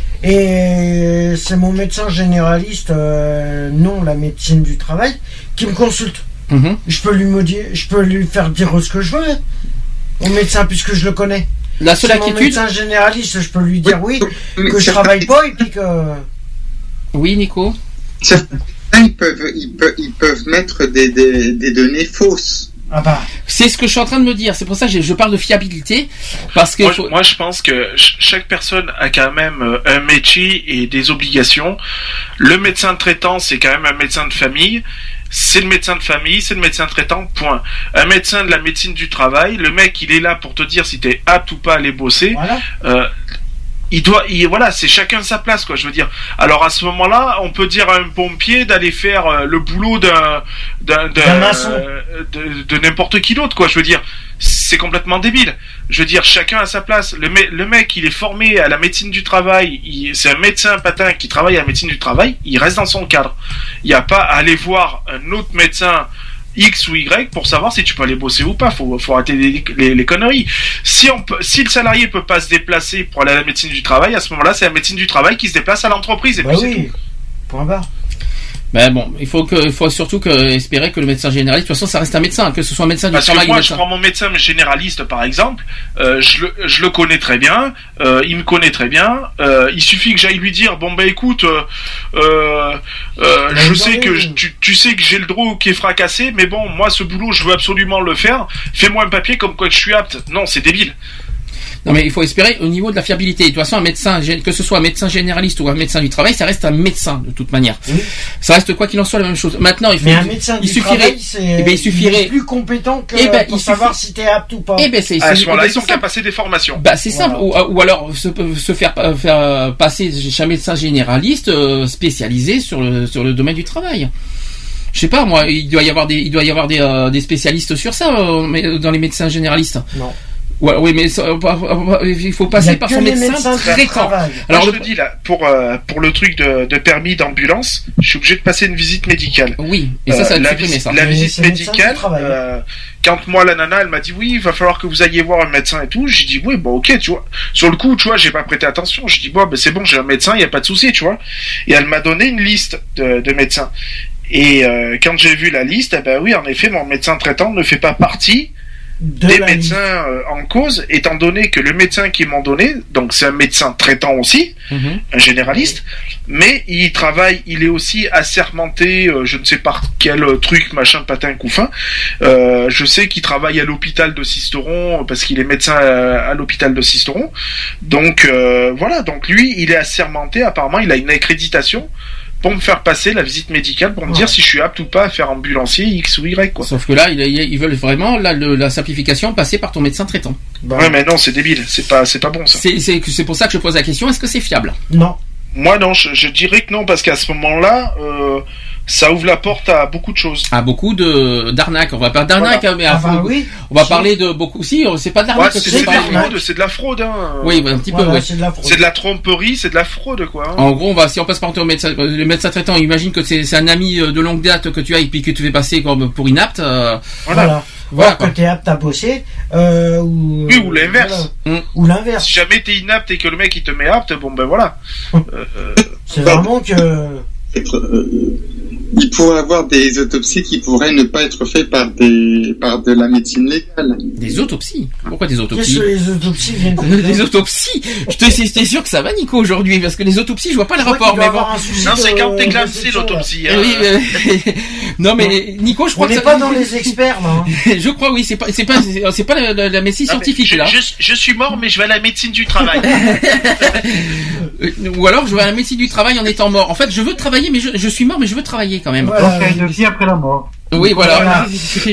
et c'est mon médecin généraliste, euh, non la médecine du travail, qui me consulte. Mm-hmm. Je peux lui modifier, je peux lui faire dire ce que je veux, hein, au médecin puisque je le connais. La seule si inquiétude. Mon médecin généraliste, je peux lui dire oui, que je travaille pas et puis que. Oui, Nico. Ils peuvent, ils peuvent, ils peuvent mettre des, des, des données fausses. Ah bah. C'est ce que je suis en train de me dire. C'est pour ça que je, je parle de fiabilité, parce que moi, faut... moi, je pense que chaque personne a quand même un métier et des obligations. Le médecin traitant, c'est quand même un médecin de famille. C'est le médecin de famille, c'est le médecin traitant, point. Un médecin de la médecine du travail, le mec, il est là pour te dire si t'es apte ou pas à aller bosser. Voilà. Euh, Il doit, il, voilà, c'est chacun sa place, quoi. Je veux dire. Alors à ce moment-là, on peut dire à un pompier d'aller faire euh, le boulot d'un, d'un, d'un, euh, de, de n'importe qui d'autre, quoi. Je veux dire, c'est complètement débile. Je veux dire, chacun a sa place. Le, me, le mec, il est formé à la médecine du travail. Il, c'est un médecin patin qui travaille à la médecine du travail. Il reste dans son cadre. Il n'y a pas à aller voir un autre médecin X ou Y pour savoir si tu peux aller bosser ou pas. Faut, faut arrêter les, les, les conneries. Si on peut, si le salarié peut pas se déplacer pour aller à la médecine du travail, à ce moment-là, c'est la médecine du travail qui se déplace à l'entreprise. Et bah puis oui. c'est tout. Point barre. Ben bon, il faut que, il faut surtout que espérer que le médecin généraliste, de toute façon, ça reste un médecin, que ce soit un médecin du Parce travail. Que moi, médecin. je prends mon médecin généraliste, par exemple, euh, je, le, je le connais très bien, euh, il me connaît très bien. Euh, il suffit que j'aille lui dire, bon ben écoute, euh, euh, euh, je sais que je, tu, tu sais que j'ai le dos qui est fracassé, mais bon, moi, ce boulot, je veux absolument le faire. Fais-moi un papier comme quoi que je suis apte. Non, c'est débile. Non mais il faut espérer au niveau de la fiabilité. De toute façon, un médecin, que ce soit un médecin généraliste ou un médecin du travail, ça reste un médecin de toute manière. Oui. Ça reste quoi qu'il en soit la même chose. Maintenant, il faut. Mais un médecin il du suffirait, travail, c'est eh ben, il suffirait, il est plus compétent que eh ben, pour il savoir suffit... si t'es apte ou pas. Eh ben c'est. À ce moment-là, ben, ils sont qu'à passer des formations. Bah c'est voilà. simple. Ou, ou alors se, se faire faire passer chez un médecin généraliste euh, spécialisé sur le sur le domaine du travail. Je sais pas moi, il doit y avoir des il doit y avoir des euh, des spécialistes sur ça euh, dans les médecins généralistes. Non. Ouais, oui, mais ça, il faut passer il par son médecin traitant. Alors je te dis là, pour euh, pour le truc de, de permis d'ambulance, je suis obligé de passer une visite médicale. Oui, et ça, ça euh, va la, supprimer, ça. la visite médicale. Euh, quand moi la nana, elle m'a dit oui, il va falloir que vous alliez voir un médecin et tout. J'ai dit oui, bon ok, tu vois. Sur le coup, tu vois, j'ai pas prêté attention. J'ai dit bon, ben c'est bon, j'ai un médecin, il y a pas de souci, tu vois. Et elle m'a donné une liste de, de médecins. Et euh, quand j'ai vu la liste, eh ben oui, en effet, mon médecin traitant ne fait pas partie des médecins euh, en cause, étant donné que le médecin qui m'ont donné, donc c'est un médecin traitant aussi, mm-hmm. un généraliste, mais il travaille, il est aussi assermenté, euh, je ne sais par quel truc, machin, patin, couffin. Euh, je sais qu'il travaille à l'hôpital de Sisteron, parce qu'il est médecin à, à l'hôpital de Sisteron. Donc euh, voilà, donc lui, il est assermenté, apparemment, il a une accréditation pour me faire passer la visite médicale pour me ouais. dire si je suis apte ou pas à faire ambulancier X ou Y, quoi. Sauf que là, ils veulent vraiment la, la simplification passer par ton médecin traitant. Bah, ouais, mais non, c'est débile, c'est pas, c'est pas bon ça. C'est, c'est, c'est pour ça que je pose la question, est-ce que c'est fiable? Non. Moi non, je, je dirais que non, parce qu'à ce moment-là, euh, ça ouvre la porte à beaucoup de choses. À beaucoup de d'arnaques. On va pas d'arnaques, voilà. mais à, ah bah oui. on va si. parler de beaucoup. Si, c'est pas de l'arnaque. Ouais, c'est, c'est, c'est, de fraude, c'est de la fraude. Hein. Oui, un petit voilà, peu. Ouais. C'est de la fraude. C'est de la tromperie, c'est de la fraude, quoi. Hein. En gros, on va si on passe par ton médecin, le médecin traitant, imagine que c'est, c'est un ami de longue date que tu as et puis que tu fais passer comme pour inapte. Euh, voilà. voilà. Voilà, que t'es apte à bosser, euh, ou, oui, ou l'inverse. Voilà. Mmh. Ou l'inverse. Si jamais t'es inapte et que le mec il te met apte, bon ben voilà. euh, c'est vraiment que. Il pourrait avoir des autopsies qui pourraient ne pas être faites par des par de la médecine légale. Des autopsies? Pourquoi des autopsies? Qu'est-ce que les autopsies viennent de Des autopsies? Je te j'étais sûr que ça va, Nico, aujourd'hui, parce que les autopsies, je vois pas le rapport, mais bon. Non, c'est quand t'es classé l'autopsie. Hein. Oui, euh... non, mais Nico, je crois on que n'est ça... pas dans les experts, là. Je crois, oui, c'est pas, c'est pas, c'est, c'est pas la, la, la médecine ah, scientifique, je, là. Je, je suis mort, mais je vais à la médecine du travail. Ou alors, je vais à la médecine du travail en étant mort. En fait, je veux travailler, mais je, je suis mort, mais je veux travailler quand même. Voilà, donc, il y a une vie après la mort. Oui, voilà. voilà.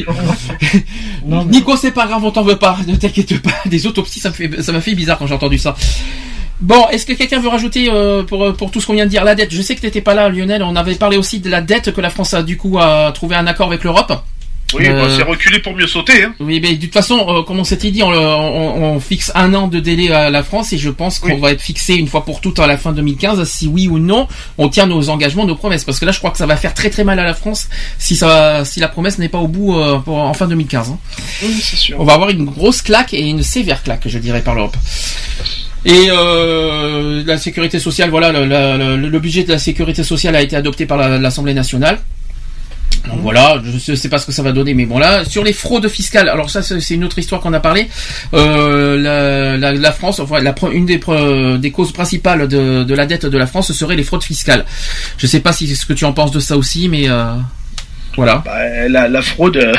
non, Nico, c'est pas grave, on t'en veut pas. Ne t'inquiète pas. Des autopsies, ça me fait, ça m'a fait bizarre quand j'ai entendu ça. Bon, est-ce que quelqu'un veut rajouter euh, pour pour tout ce qu'on vient de dire la dette? Je sais que t'étais pas là, Lionel. On avait parlé aussi de la dette que la France a du coup a trouvé un accord avec l'Europe. Oui, euh, bah, c'est reculé pour mieux sauter. Hein. Oui, mais de toute façon, euh, comme on s'était dit, on, on, on fixe un an de délai à la France et je pense qu'on oui. va être fixé une fois pour toutes à la fin deux mille quinze. Si oui ou non, on tient nos engagements, nos promesses. Parce que là, je crois que ça va faire très très mal à la France si ça, si la promesse n'est pas au bout euh, pour, en fin deux mille quinze. Hein. Oui, c'est sûr. On va avoir une grosse claque et une sévère claque, je dirais, par l'Europe. Et euh, la sécurité sociale, voilà, le, le, le budget de la sécurité sociale a été adopté par la, l'Assemblée nationale. Donc voilà, je ne sais pas ce que ça va donner, mais bon là, sur les fraudes fiscales, alors ça c'est une autre histoire qu'on a parlé. Euh, la, la, la France, enfin la, une des, des causes principales de, de la dette de la France ce serait les fraudes fiscales. Je ne sais pas si ce que tu en penses de ça aussi, mais euh, voilà. Bah, la, la fraude, euh,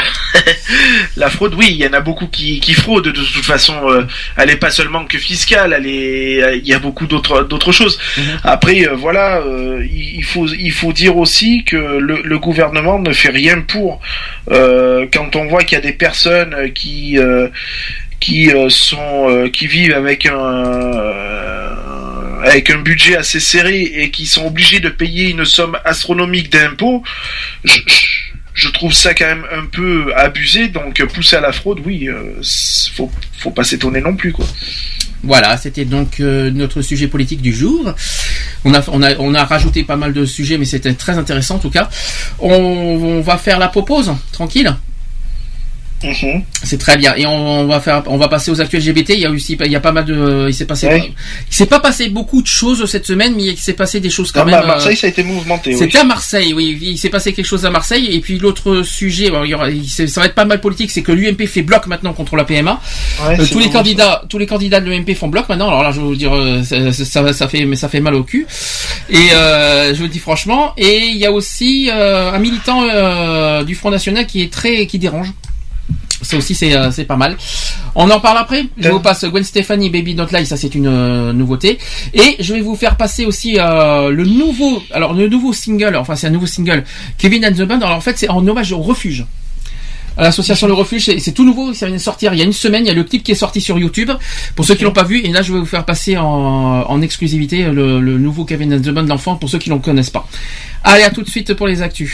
la fraude, oui, il y en a beaucoup qui, qui fraudent de toute façon. Euh, elle est pas seulement que fiscale, elle est, il y a beaucoup d'autres d'autres choses. Mm-hmm. Après, euh, voilà, euh, il faut il faut dire aussi que le, le gouvernement ne fait rien pour. Euh, quand on voit qu'il y a des personnes qui euh, qui euh, sont euh, qui vivent avec un euh, avec un budget assez serré et qui sont obligés de payer une somme astronomique d'impôts, je, je trouve ça quand même un peu abusé. Donc pousser à la fraude, oui, euh, faut faut pas s'étonner non plus, quoi. Voilà, c'était donc euh, notre sujet politique du jour. On a on a on a rajouté pas mal de sujets, mais c'était très intéressant en tout cas. On, on va faire la pause, tranquille. Mmh. C'est très bien et on, on va faire on va passer aux actus L G B T. Il y a aussi il y a pas mal de il s'est passé ouais. il s'est pas passé beaucoup de choses cette semaine, mais il s'est passé des choses quand non, même. À Marseille, euh, ça a été mouvementé. C'était oui. à Marseille, oui, il s'est passé quelque chose à Marseille. Et puis l'autre sujet, bon, il y aura, ça va être pas mal politique, c'est que l'U M P fait bloc maintenant contre la P M A. Ouais, euh, tous les candidats, ça. tous les candidats de l'U M P font bloc maintenant. Alors là, je vais vous dire, ça, ça, ça fait mais ça fait mal au cul. Et euh, je vous le dis franchement. Et il y a aussi euh, un militant euh, du Front National qui est très qui dérange. Ça aussi c'est euh, c'est pas mal. On en parle après. Je vous passe Gwen Stefani, Baby Don't Lie, ça c'est une euh, nouveauté. Et je vais vous faire passer aussi euh, le nouveau, alors le nouveau single, enfin c'est un nouveau single, Kevin and the Band. Alors en fait c'est en hommage au refuge. À l'association Le Refuge, c'est, c'est tout nouveau, ça vient de sortir il y a une semaine, il y a le clip qui est sorti sur YouTube, pour ceux qui l'ont pas vu, et là je vais vous faire passer en, en exclusivité le, le nouveau Kevin and the Band, l'enfant, pour ceux qui ne le connaissent pas. Allez, à tout de suite pour les actus.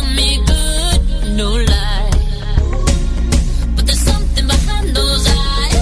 No lie, but there's something behind those eyes.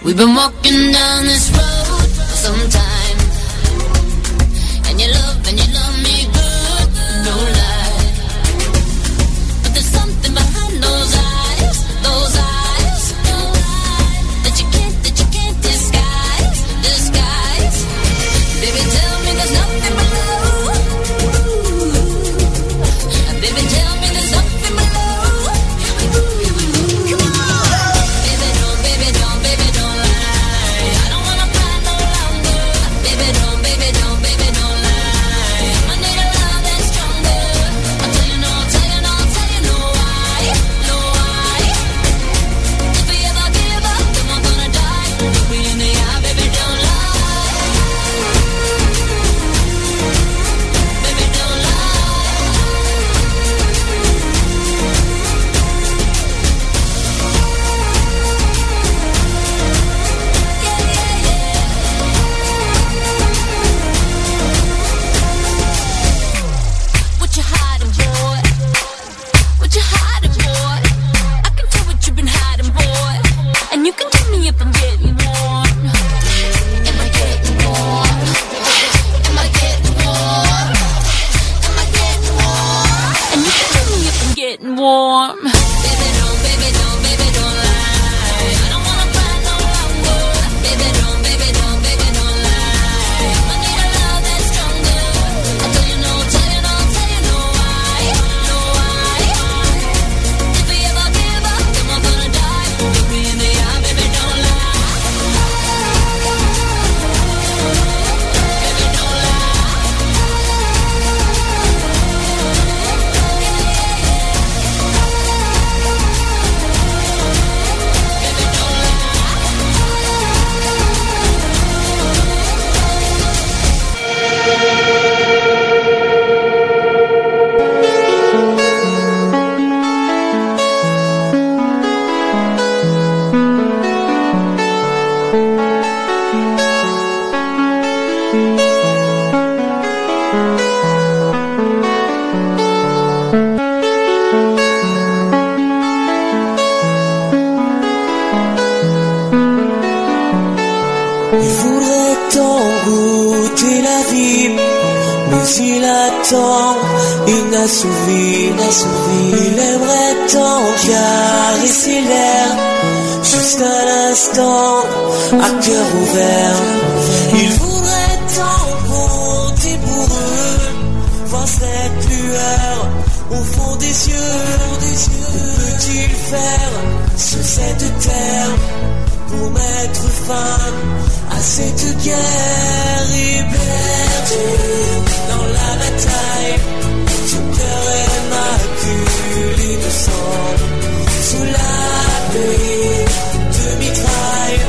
We've been walking down this road for some time, and you love, and you love me good, no lie. But there's something behind those eyes, those eyes, that you can't, that you can't disguise, disguise. Baby, tell me there's nothing below. Baby, tell me there's nothing below. Come on, baby, don't, baby, don't, baby, don't lie. I don't wanna fight no longer. Baby, don't, baby, don't, baby, don't lie. I need a love that's stronger. I'll tell you no, I'll tell you no, I'll tell you no why, no why. If we ever give up, then I'm gonna die. Look me in the eye, baby, don't lie. Baby, don't lie. What you hiding, boy? What you hiding, boy? I can tell what you've been hiding, boy. And you can tell me if I'm getting warm. Am I getting warm? Am I getting warm? Am I getting warm? And you can tell me if I'm getting warm. Baby, don't, baby, don't, baby, don't lie. I don't wanna fight no longer. Baby, don't, baby, don't, baby, don't lie. I need a love that's stronger. I'll tell you no, tell you no, tell you no why, no why. If we ever give up, then we're gonna die. Look me in the eye, baby, don't lie. Baby, don't Il voudrait tant goûter la vie, mais il attend inassouvi, inassouvi. Il aimerait tant caresser l'air, juste un instant, à cœur ouvert. Il voudrait tant compter pour eux, voir cette lueur au fond des yeux, des yeux. Que peut-il faire sur cette terre pour mettre fin à cette guerre? Et perdu dans la bataille, son cœur est maculé de sang, sous la pluie de mitraille,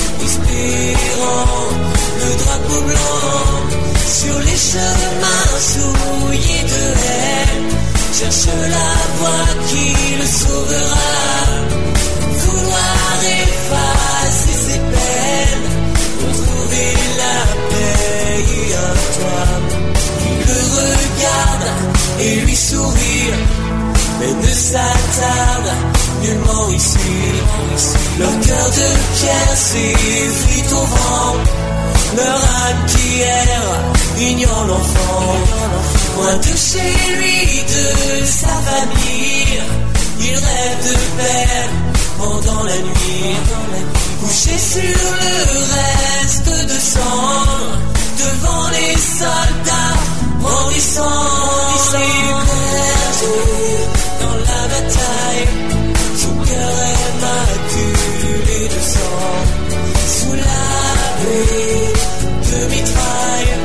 espérant le drapeau blanc sur les chemins souillés de haine. Cherche la voie qui le sauvera, vouloir effacer ses peines, retrouver la paix et un toit. Il le regarde et lui sourit, mais ne s'attarde nullement ici. Leur cœur de pierre s'effrite au vent, leur âme qui erre ignore l'enfant. Loin de chez lui, de sa famille, il rêve de paix pendant la nuit, couché sur le reste de cendre, devant les soldats grandissants. Il est perdu dans la bataille, son cœur est maculé de sang, sous la pluie de mitraille,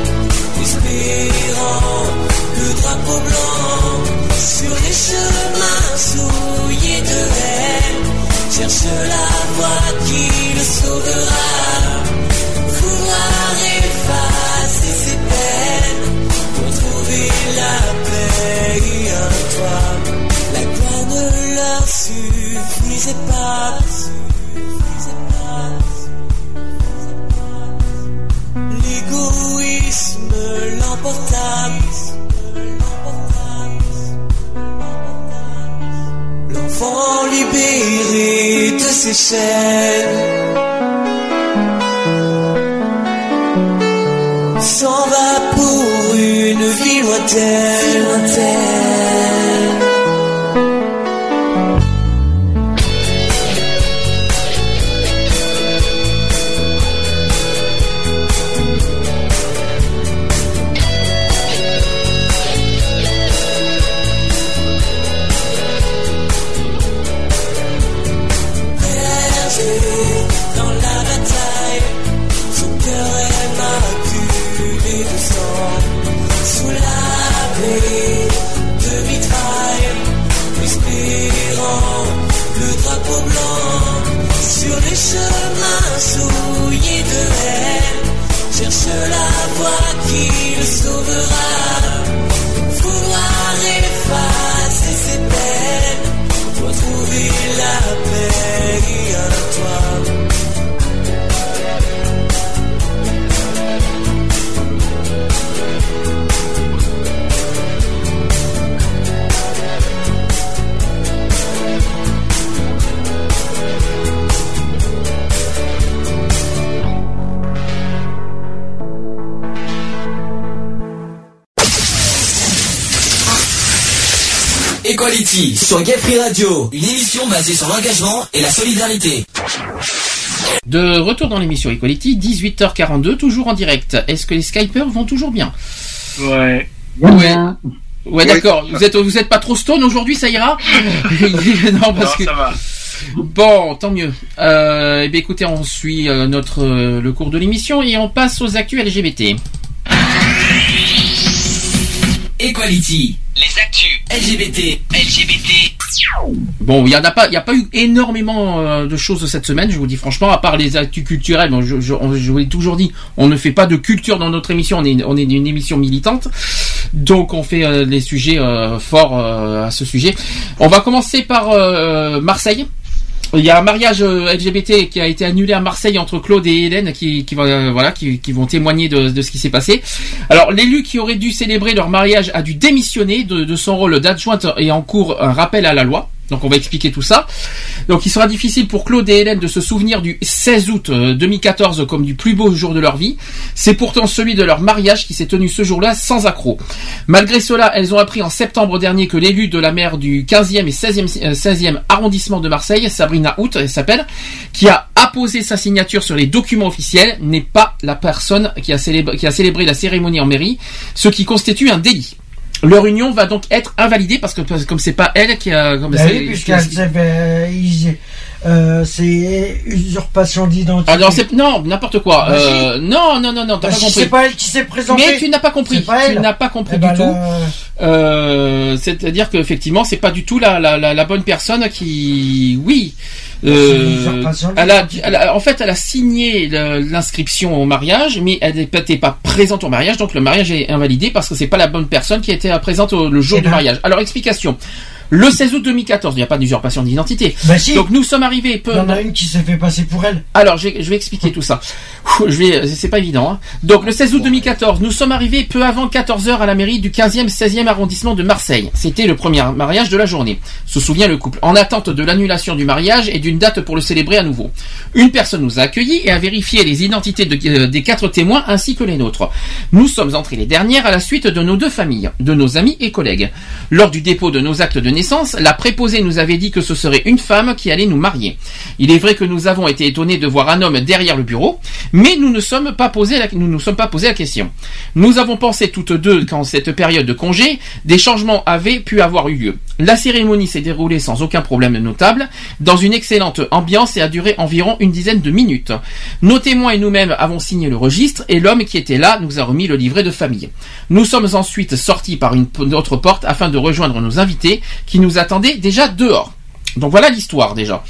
espérant le drapeau blanc sur les chemins souillés de haine. Cherche la voie qui le sauvera, vouloir effacer ses peines, retrouver la paix et un toit. La gloire ne leur suffisait pas, l'égoïsme l'emporta. L'enfant libéré de ses chaînes file-moi tel, file-moi tel. Chemin souillé de haine, cherche la voie qui le sauvera. Vouloir effacer ses peines, retrouver la paix à toi. Equality sur Gay Free Radio, une émission basée sur l'engagement et la solidarité. De retour dans l'émission Equality, dix-huit heures quarante-deux, toujours en direct. Est-ce que les Skypers vont toujours bien? Ouais. Ouais. Ouais, d'accord. Vous êtes, vous êtes pas trop stone aujourd'hui, ça ira? Non, parce que. Ça va. Bon, tant mieux. Euh, eh bien, écoutez, on suit euh, notre euh, le cours de l'émission et on passe aux actus L G B T. Equality, les actus L G B T, L G B T. Bon, il y en a pas, il y a pas eu énormément euh, de choses cette semaine. Je vous dis franchement, à part les actus culturelles. Bon, je, je, je vous l'ai toujours dit, on ne fait pas de culture dans notre émission. On est, on est une émission militante, donc on fait euh, les sujets euh, forts euh, à ce sujet. On va commencer par euh, Marseille. Il y a un mariage L G B T qui a été annulé à Marseille entre Claude et Hélène qui, qui, euh, voilà, qui, qui vont témoigner de, de ce qui s'est passé. Alors, l'élu qui aurait dû célébrer leur mariage a dû démissionner de, de son rôle d'adjointe et en cours un rappel à la loi. Donc on va expliquer tout ça. Donc il sera difficile pour Claude et Hélène de se souvenir du seize août deux mille quatorze comme du plus beau jour de leur vie. C'est pourtant celui de leur mariage qui s'est tenu ce jour-là sans accroc. Malgré cela, elles ont appris en septembre dernier que l'élu de la maire du quinzième et seizième arrondissement de Marseille, Sabrina Hout, elle s'appelle, qui a apposé sa signature sur les documents officiels, n'est pas la personne qui a célébré, qui a célébré la cérémonie en mairie, ce qui constitue un délit. Leur union va donc être invalidée parce que comme c'est pas elle qui a, comme bah c'est, oui, puisqu'elle euh, euh, c'est usurpation d'identité. Ah non, c'est non n'importe quoi. Bah, euh, si. non non non non, t'as bah, pas si compris. C'est pas elle qui s'est présentée. Mais tu n'as pas compris. Pas tu n'as pas compris eh du ben tout. là... Euh, c'est-à-dire qu'effectivement, c'est pas du tout la la la, la bonne personne qui, oui. Euh, elle a, elle a, en fait, elle a signé le, l'inscription au mariage, mais elle n'était pas présente au mariage, donc le mariage est invalidé parce que c'est pas la bonne personne qui était présente au, le jour et du là. mariage. Alors, explication. Le seize août deux mille quatorze, il n'y a pas d'usurpation d'identité. Bah si. Donc nous sommes arrivés. Peu... Il y en a une qui s'est fait passer pour elle. Alors je vais, je vais expliquer tout ça. Je vais, c'est pas évident. Hein. Donc le seize août deux mille quatorze, nous sommes arrivés peu avant quatorze heures à la mairie du quinzième seizième arrondissement de Marseille. C'était le premier mariage de la journée. Se souvient le couple, en attente de l'annulation du mariage et d'une date pour le célébrer à nouveau. Une personne nous a accueillis et a vérifié les identités de, euh, des quatre témoins ainsi que les nôtres. Nous sommes entrés les dernières à la suite de nos deux familles, de nos amis et collègues. Lors du dépôt de nos actes de naissance, la préposée nous avait dit que ce serait une femme qui allait nous marier. Il est vrai que nous avons été étonnés de voir un homme derrière le bureau, mais nous ne sommes pas posé la, nous nous sommes pas posé la question. Nous avons pensé toutes deux qu'en cette période de congé, des changements avaient pu avoir eu lieu. La cérémonie s'est déroulée sans aucun problème notable, dans une excellente ambiance et a duré environ une dizaine de minutes. Nos témoins et nous-mêmes avons signé le registre et l'homme qui était là nous a remis le livret de famille. Nous sommes ensuite sortis par une autre porte afin de rejoindre nos invités qui nous attendaient déjà dehors. Donc voilà l'histoire déjà.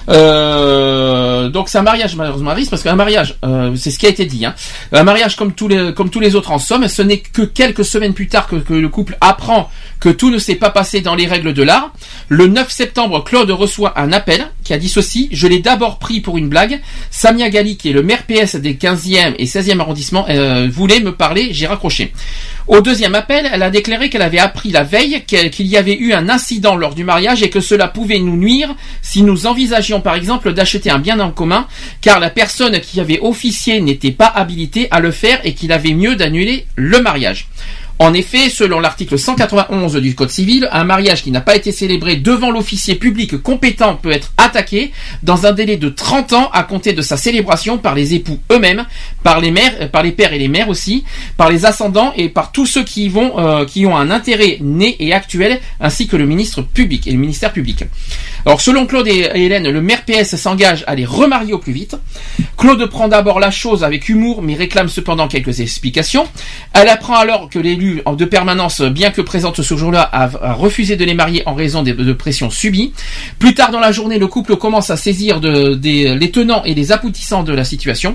Euh, donc c'est un mariage malheureusement à risque parce qu'un mariage, euh, c'est ce qui a été dit. Hein. Un mariage comme tous les comme tous les autres en somme, ce n'est que quelques semaines plus tard que, que le couple apprend que tout ne s'est pas passé dans les règles de l'art. Le neuf septembre, Claude reçoit un appel qui a dit ceci: je l'ai d'abord pris pour une blague. Samia Gali, qui est le maire P S des quinzième et seizième arrondissements, euh, voulait me parler, j'ai raccroché. Au deuxième appel, elle a déclaré qu'elle avait appris la veille qu'il y avait eu un incident lors du mariage et que cela pouvait nous nuire si nous envisagions par exemple d'acheter un bien en commun, car la personne qui avait officié n'était pas habilitée à le faire et qu'il avait mieux d'annuler le mariage. En effet, selon l'article cent quatre-vingt-onze du Code civil, un mariage qui n'a pas été célébré devant l'officier public compétent peut être attaqué dans un délai de trente ans à compter de sa célébration par les époux eux-mêmes, par les mères, par les pères et les mères aussi, par les ascendants et par tous ceux qui y vont, euh, qui ont un intérêt né et actuel, ainsi que le ministre public et le ministère public. Alors, selon Claude et Hélène, le maire P S s'engage à les remarier au plus vite. Claude prend d'abord la chose avec humour, mais réclame cependant quelques explications. Elle apprend alors que l'élu de permanence, bien que présente ce jour-là, a, a refusé de les marier en raison de, de pressions subies. Plus tard dans la journée, le couple commence à saisir de, des, les tenants et les aboutissants de la situation.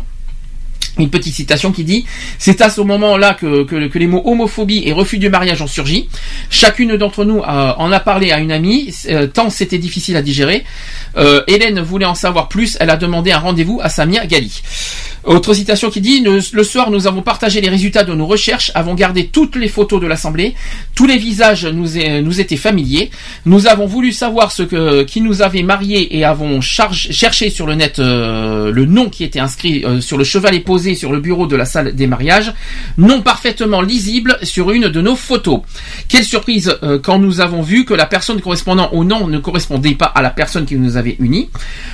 Une petite citation qui dit « C'est à ce moment-là que, que, que les mots homophobie et refus du mariage ont surgi. Chacune d'entre nous euh, en a parlé à une amie, euh, tant c'était difficile à digérer. Euh, Hélène voulait en savoir plus, elle a demandé un rendez-vous à Samia Ghali. » Autre citation qui dit le, « Le soir, nous avons partagé les résultats de nos recherches, avons gardé toutes les photos de l'assemblée, tous les visages nous, est, nous étaient familiers. Nous avons voulu savoir ce que, qui nous avait mariés et avons charge, cherché sur le net euh, le nom qui était inscrit euh, sur le chevalet posé sur le bureau de la salle des mariages, nom parfaitement lisible sur une de nos photos. Quelle surprise euh, quand nous avons vu que la personne correspondant au nom ne correspondait pas à la personne qui nous avait unis.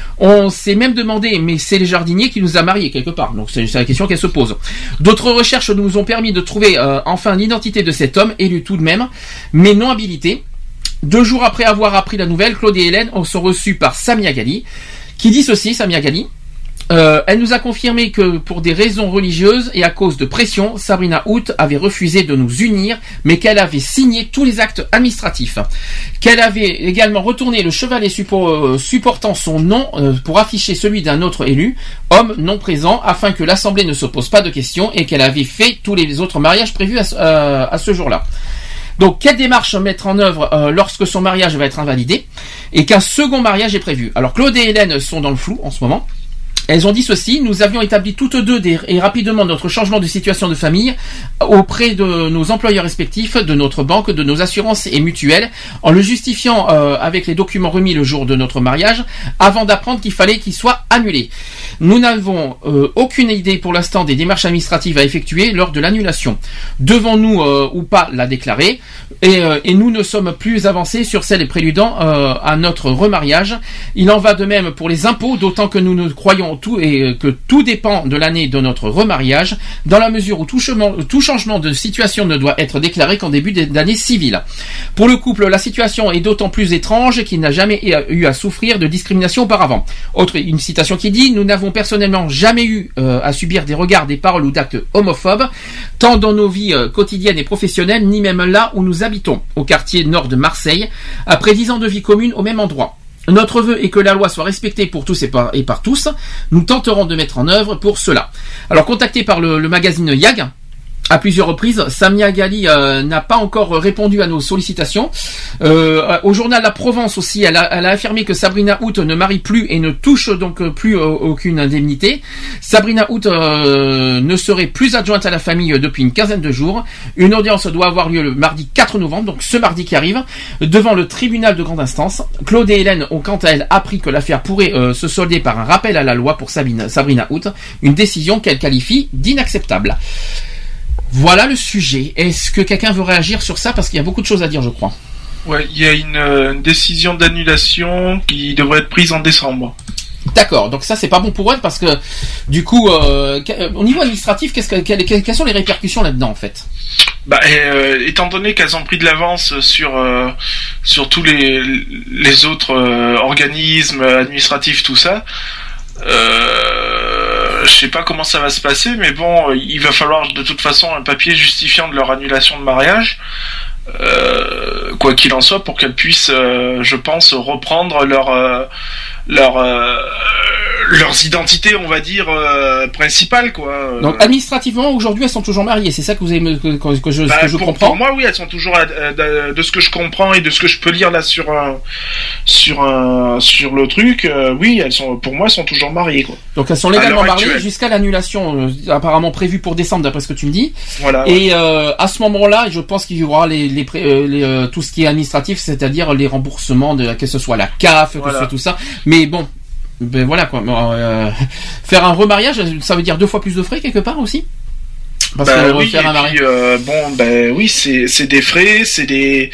On s'est même demandé, mais c'est les jardiniers qui nous a mariés quelque part. Donc c'est, c'est la question qu'elle se pose. D'autres recherches nous ont permis de trouver euh, enfin l'identité de cet homme, élu tout de même, mais non habilité. Deux jours après avoir appris la nouvelle, Claude et Hélène sont reçus par Samia Ghali, qui dit ceci, Samia Ghali. Euh, elle nous a confirmé que pour des raisons religieuses et à cause de pression, Sabrina Hout avait refusé de nous unir, mais qu'elle avait signé tous les actes administratifs. Qu'elle avait également retourné le chevalet support, euh, supportant son nom euh, pour afficher celui d'un autre élu, homme non présent, afin que l'Assemblée ne se pose pas de questions, et qu'elle avait fait tous les autres mariages prévus à, euh, à ce jour-là. Donc, quelle démarche mettre en œuvre euh, lorsque son mariage va être invalidé et qu'un second mariage est prévu? Alors, Claude et Hélène sont dans le flou en ce moment. Elles ont dit ceci: nous avions établi toutes deux des, et rapidement notre changement de situation de famille auprès de nos employeurs respectifs, de notre banque, de nos assurances et mutuelles, en le justifiant euh, avec les documents remis le jour de notre mariage, avant d'apprendre qu'il fallait qu'il soit annulé. Nous n'avons euh, aucune idée pour l'instant des démarches administratives à effectuer lors de l'annulation. Devons-nous euh, ou pas la déclarer? Et, euh, et nous ne sommes plus avancés sur celle préludant euh, à notre remariage. Il en va de même pour les impôts, d'autant que nous ne croyons tout et que tout dépend de l'année de notre remariage, dans la mesure où tout, chemin, tout changement de situation ne doit être déclaré qu'en début d'année civile. Pour le couple, la situation est d'autant plus étrange qu'il n'a jamais eu à souffrir de discrimination auparavant. Autre une citation qui dit: nous n'avons personnellement jamais eu euh, à subir des regards, des paroles ou d'actes homophobes, tant dans nos vies euh, quotidiennes et professionnelles, ni même là où nous habitons, au quartier nord de Marseille, après dix ans de vie commune au même endroit. Notre vœu est que la loi soit respectée pour tous et par, et par tous. Nous tenterons de mettre en œuvre pour cela. Alors, contacté par le, le magazine Yag, à plusieurs reprises, Samia Ghali euh, n'a pas encore répondu à nos sollicitations. Euh, au journal La Provence aussi, elle a, elle a affirmé que Sabrina Hout ne marie plus et ne touche donc plus euh, aucune indemnité. Sabrina Hout euh, ne serait plus adjointe à la famille depuis une quinzaine de jours. Une audience doit avoir lieu le mardi quatre novembre, donc ce mardi qui arrive, devant le tribunal de grande instance. Claude et Hélène ont quant à elles appris que l'affaire pourrait euh, se solder par un rappel à la loi pour Sabine, Sabrina Hout, une décision qu'elle qualifie d'inacceptable. Voilà le sujet. Est-ce que quelqu'un veut réagir sur ça? Parce qu'il y a beaucoup de choses à dire, je crois. Ouais, il y a une, une décision d'annulation qui devrait être prise en décembre. D'accord, donc ça c'est pas bon pour elle parce que du coup, euh, au niveau administratif, qu'est-ce que, quelles, quelles sont les répercussions là-dedans en fait? Bah, euh, étant donné qu'elles ont pris de l'avance sur euh, sur tous les les autres euh, organismes administratifs, tout ça. Euh, je sais pas comment ça va se passer, mais bon, il va falloir de toute façon un papier justifiant de leur annulation de mariage, euh, quoi qu'il en soit, pour qu'elles puissent, euh, je pense, reprendre leur euh, leur euh, leurs identités, on va dire, euh, principales, quoi. Donc administrativement, aujourd'hui, elles sont toujours mariées, c'est ça que vous avez que, que, que je, bah, que je pour, comprends. Pour moi, oui, elles sont toujours euh, de ce que je comprends et de ce que je peux lire là sur un, sur un, sur le truc. Euh, oui, elles sont, pour moi, elles sont toujours mariées, quoi. Donc elles sont légalement mariées jusqu'à l'annulation euh, apparemment prévue pour décembre, d'après ce que tu me dis. Voilà. Et ouais. euh, à ce moment-là, je pense qu'il y aura les, les, euh, les euh, tout ce qui est administratif, c'est-à-dire les remboursements de que ce soit la C A F, voilà. Que ce soit tout ça. Mais bon. Ben voilà quoi. Euh, faire un remariage, ça veut dire deux fois plus de frais quelque part aussi. Parce bah, que oui, refaire et un mariage. puis, euh, bon, ben oui, c'est c'est des frais, c'est des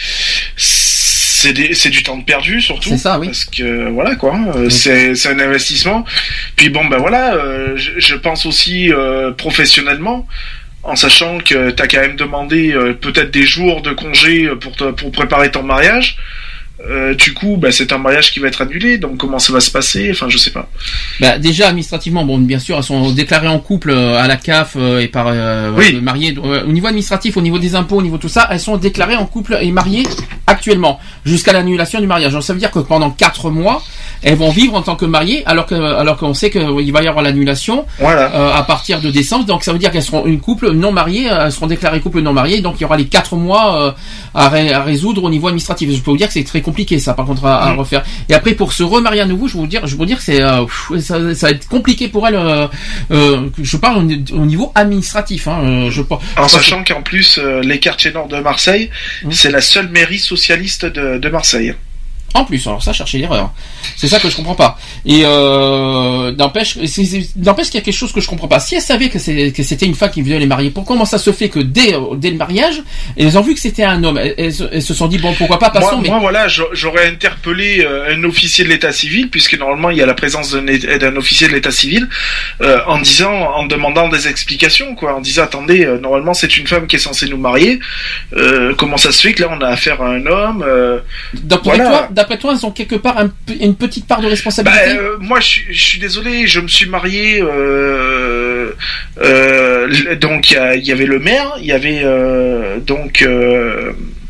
c'est des c'est du temps de perdu surtout. C'est ça, oui. Parce que voilà quoi, euh, c'est c'est un investissement. Puis bon, ben voilà, euh, je, je pense aussi euh, professionnellement. En sachant que t'as quand même demandé euh, peut-être des jours de congé pour te, pour préparer ton mariage. Euh, du coup, bah, c'est un mariage qui va être annulé. Donc, comment ça va se passer ? Enfin, je sais pas. Bah, déjà administrativement, bon, bien sûr, elles sont déclarées en couple euh, à la C A F euh, et par euh, oui. mariées. Euh, au niveau administratif, au niveau des impôts, au niveau de tout ça, elles sont déclarées en couple et mariées actuellement jusqu'à l'annulation du mariage. Donc, ça veut dire que pendant quatre mois, elles vont vivre en tant que mariées, alors que alors qu'on sait qu'il va y avoir l'annulation voilà. euh, à partir de décembre. Donc, ça veut dire qu'elles seront une couple non mariée, elles seront déclarées couple non marié. Donc, il y aura les quatre mois euh, à, ré, à résoudre au niveau administratif. Je peux vous dire que c'est très compliqué ça par contre à, à refaire. Et après pour se remarier à nouveau, je vais vous dire, je vais vous dire que c'est euh, ça, ça va être compliqué pour elle. Euh, euh, je parle au, au niveau administratif. Hein, euh, je pense. En sachant qu'en plus euh, les quartiers nord de Marseille, mmh. c'est la seule mairie socialiste de, de Marseille. En plus, alors ça, chercher l'erreur. C'est ça que je comprends pas. Et euh, n'empêche, c'est, c'est, n'empêche qu'il y a quelque chose que je comprends pas. Si elles savaient que, c'est, que c'était une femme qui venait les marier, pourquoi comment ça se fait que dès, dès le mariage, elles ont vu que c'était un homme, elles, elles, elles se sont dit bon pourquoi pas passons. Moi, mais moi voilà, j'aurais interpellé un officier de l'état civil puisque normalement il y a la présence d'un, d'un officier de l'état civil euh, en disant, en demandant des explications quoi, en disant attendez, euh, normalement c'est une femme qui est censée nous marier, euh, comment ça se fait que là on a affaire à un homme euh, Donc voilà. toi, d'après toi, elles ont quelque part un, une petite part de responsabilité. Bah, euh, moi, je, je suis désolé, je me suis marié. Euh, euh, donc, il y, y avait le maire, il y avait euh, donc euh,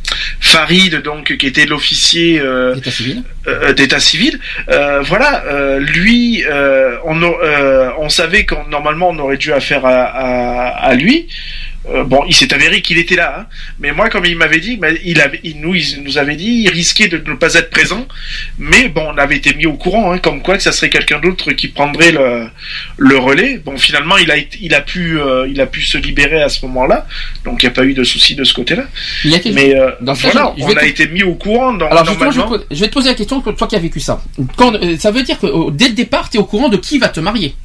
Farid, donc qui était l'officier euh, d'état civil. Euh, d'état civil. Euh, voilà, euh, lui, euh, on, euh, on savait qu'on normalement on aurait dû affaire à, à, à lui. Euh, bon, il s'est avéré qu'il était là, hein. Mais moi, comme il m'avait dit, il avait, il nous, il nous avait dit, il risquait de ne pas être présent. Mais bon, on avait été mis au courant, hein, comme quoi que ça serait quelqu'un d'autre qui prendrait le, le relais. Bon, finalement, il a, il a pu, euh, il a pu se libérer à ce moment-là, donc il n'y a pas eu de souci de ce côté-là. Il y a quelque... Mais euh, Dans voilà, je on a te... été mis au courant. Donc, Alors normalement... justement, je vais, te... je vais te poser la question, toi qui as vécu ça. Quand, ça veut dire que dès le départ, tu es au courant de qui va te marier.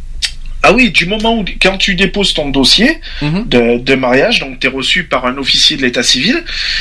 Ah oui, du moment où, quand tu déposes ton dossier mmh. de, de mariage, donc tu es reçu par un officier de l'état civil,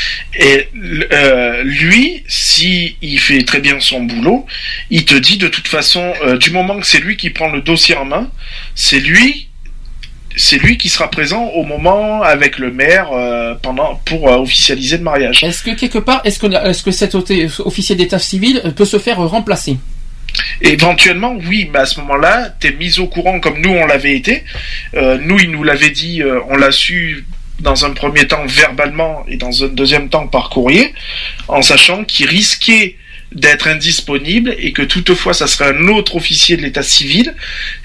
et euh, lui, si il fait très bien son boulot, il te dit de toute façon, euh, du moment que c'est lui qui prend le dossier en main, c'est lui, c'est lui qui sera présent au moment avec le maire euh, pendant pour euh, officialiser le mariage. Est-ce que quelque part, est-ce que, est-ce que cet officier d'état civil peut se faire remplacer ? Éventuellement, oui, mais à ce moment-là, t'es mis au courant comme nous on l'avait été. Euh, nous, il nous l'avait dit, euh, on l'a su dans un premier temps verbalement et dans un deuxième temps par courrier, en sachant qu'il risquait d'être indisponible et que toutefois, ça serait un autre officier de l'état civil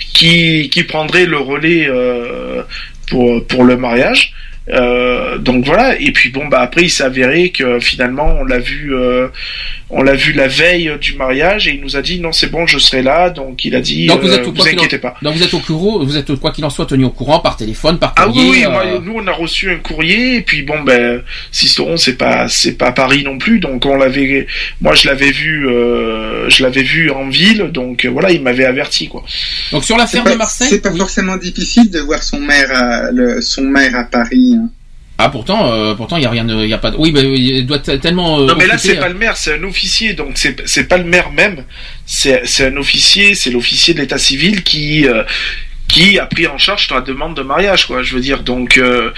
qui qui prendrait le relais euh, pour pour le mariage. Euh, donc voilà, et puis bon bah après il s'est avéré que finalement on l'a vu euh, on l'a vu la veille du mariage et il nous a dit non c'est bon je serai là, donc il a dit donc vous, êtes euh, vous inquiétez en... pas. Donc vous êtes au courant, vous êtes quoi qu'il en soit tenu au courant par téléphone, par courrier. Ah oui, oui euh... moi, nous on a reçu un courrier et puis bon ben Sisteron c'est pas c'est pas Paris non plus, donc on l'avait moi je l'avais vu euh, je l'avais vu en ville, donc voilà il m'avait averti quoi. Donc sur l'affaire de Marseille, c'est pas oui. forcément difficile de voir son maire à, le, son maire à Paris. Ah pourtant, euh, pourtant il y a rien, il y a pas. De... Oui, bah, il doit t- tellement. Euh, non mais là c'est hein. pas le maire, c'est un officier, donc c'est c'est pas le maire même, c'est c'est un officier, c'est l'officier de l'état civil qui euh, qui a pris en charge ta demande de mariage, quoi. Je veux dire, donc. Euh,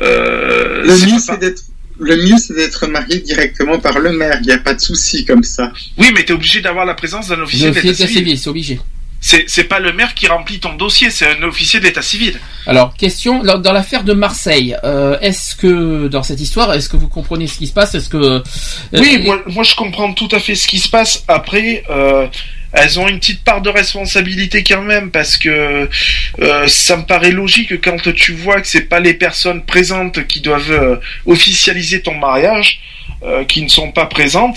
euh, le mieux c'est d'être. Le mieux, c'est d'être marié directement par le maire. Il n'y a pas de souci comme ça. Oui, mais t'es obligé d'avoir la présence d'un officier de l'état civil. civil. C'est obligé. C'est, c'est pas le maire qui remplit ton dossier, c'est un officier de l'état civil. Alors, question, dans l'affaire de Marseille, euh, est-ce que, dans cette histoire, est-ce que vous comprenez ce qui se passe? Est-ce que... Euh, oui, moi, moi je comprends tout à fait ce qui se passe. Après, euh, elles ont une petite part de responsabilité quand même, parce que euh, ça me paraît logique quand tu vois que c'est pas les personnes présentes qui doivent euh, officialiser ton mariage, euh, qui ne sont pas présentes,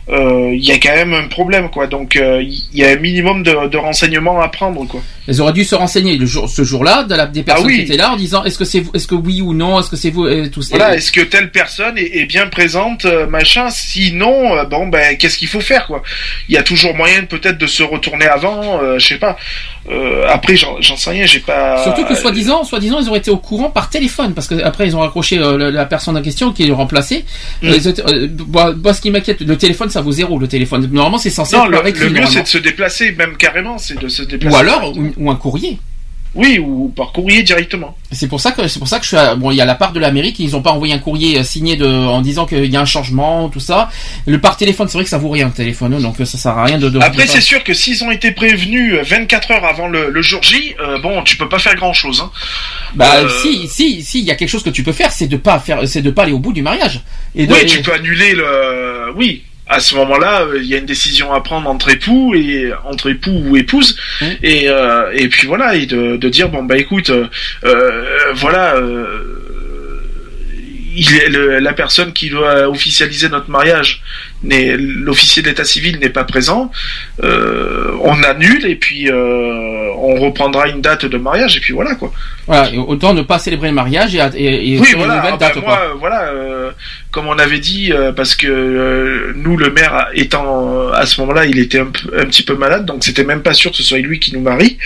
il y a quand même un problème, quoi. Donc il euh, y a un minimum de, de renseignements à prendre, quoi. Ils auraient dû se renseigner le jour, ce jour-là de la, des personnes ah oui. qui étaient là en disant est-ce que c'est vous, est-ce que oui ou non, est-ce que c'est vous, et tout ça. Voilà, est-ce que telle personne est, est bien présente, euh, machin. Sinon, euh, bon ben qu'est-ce qu'il faut faire, quoi. Il y a toujours moyen peut-être de se retourner avant, euh, je sais pas. Euh, après j'en, j'en sais rien, j'ai pas. Surtout que soi-disant, soi-disant ils auraient été au courant par téléphone parce que après ils ont raccroché euh, la, la personne en question qui est remplacée. Mm. Euh, euh, moi, moi, ce qui m'inquiète, le téléphone ça vaut zéro. Le téléphone normalement c'est censé. Non, être le, écrit, le mieux c'est de se déplacer, même carrément, c'est de se déplacer. Ou alors ou, ou un courrier. Oui, ou par courrier directement. C'est pour ça que c'est pour ça que je suis à, bon, il y a la part de l'Amérique, ils ont pas envoyé un courrier signé de en disant qu'il y a un changement, tout ça. Le par téléphone, c'est vrai que ça vaut rien le téléphone, donc ça sert à rien de. de Après, de c'est sûr que s'ils ont été prévenus vingt-quatre heures avant le, le jour J, euh, bon, tu peux pas faire grand chose. Hein. Bah euh... si, si, si, il y a quelque chose que tu peux faire, c'est de pas faire, c'est de pas aller au bout du mariage. Et de, oui, et... tu peux annuler le, oui. À ce moment-là, il euh, y a une décision à prendre entre époux et entre époux ou épouse, mmh. et euh, et puis voilà, et de, de dire bon bah écoute, euh, euh, voilà, euh, il est le, la personne qui doit officialiser notre mariage, n'est, l'officier de l'état civil n'est pas présent, euh, on annule et puis euh, on reprendra une date de mariage et puis voilà quoi. Voilà, autant ne pas célébrer le mariage et, et, et oui voilà. Une nouvelle Ah, date, bah, quoi. moi voilà, euh, comme on avait dit, euh, parce que euh, nous le maire étant à ce moment-là, il était un, un petit peu malade, donc c'était même pas sûr que ce soit lui qui nous marie.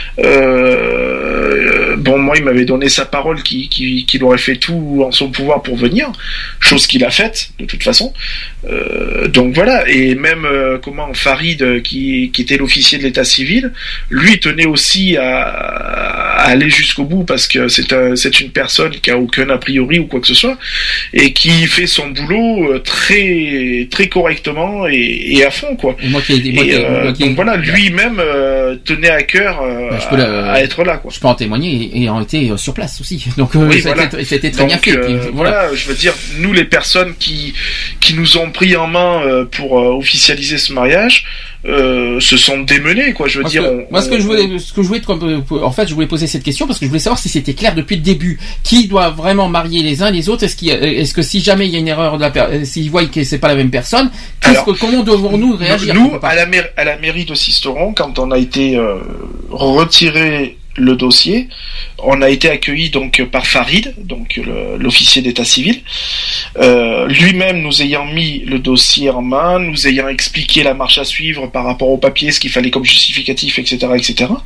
Euh, bon moi il m'avait donné sa parole qu'il, qu'il, qu'il aurait fait tout en son pouvoir pour venir, chose qu'il a faite de toute façon. Euh, donc voilà, et même euh, comment Farid euh, qui, qui était l'officier de l'état civil, lui tenait aussi à, à aller jusqu'au bout parce que c'est, un, c'est une personne qui a aucun a priori ou quoi que ce soit et qui fait son boulot euh, très très correctement et, et à fond quoi. Et moi qui, et, moi qui, euh, moi qui, donc voilà, lui-même euh, tenait à cœur euh, bah, à, à être là quoi. Je peux en témoigner et ayant été sur place aussi. Donc euh, oui, c'était, voilà. c'était très donc, bien fait. Euh, puis, voilà. voilà, je veux dire, nous les personnes qui qui nous ont pris en main pour euh, officialiser ce mariage euh, se sont démenés quoi, je veux moi, dire que, on, moi ce que je voulais ce que je voulais en fait je voulais poser cette question parce que je voulais savoir si c'était clair depuis le début qui doit vraiment marier les uns les autres. Est-ce qu'il y a, est-ce que si jamais il y a une erreur de la s'ils voient que c'est pas la même personne, Alors, que, comment devons-nous réagir? Nous à la mairie, à la mairie de Sisteron, quand on a été euh, retiré le dossier, on a été accueilli donc par Farid, donc le, l'officier d'état civil, euh, lui-même nous ayant mis le dossier en main, nous ayant expliqué la marche à suivre par rapport au papier, ce qu'il fallait comme justificatif, et cetera, et cetera.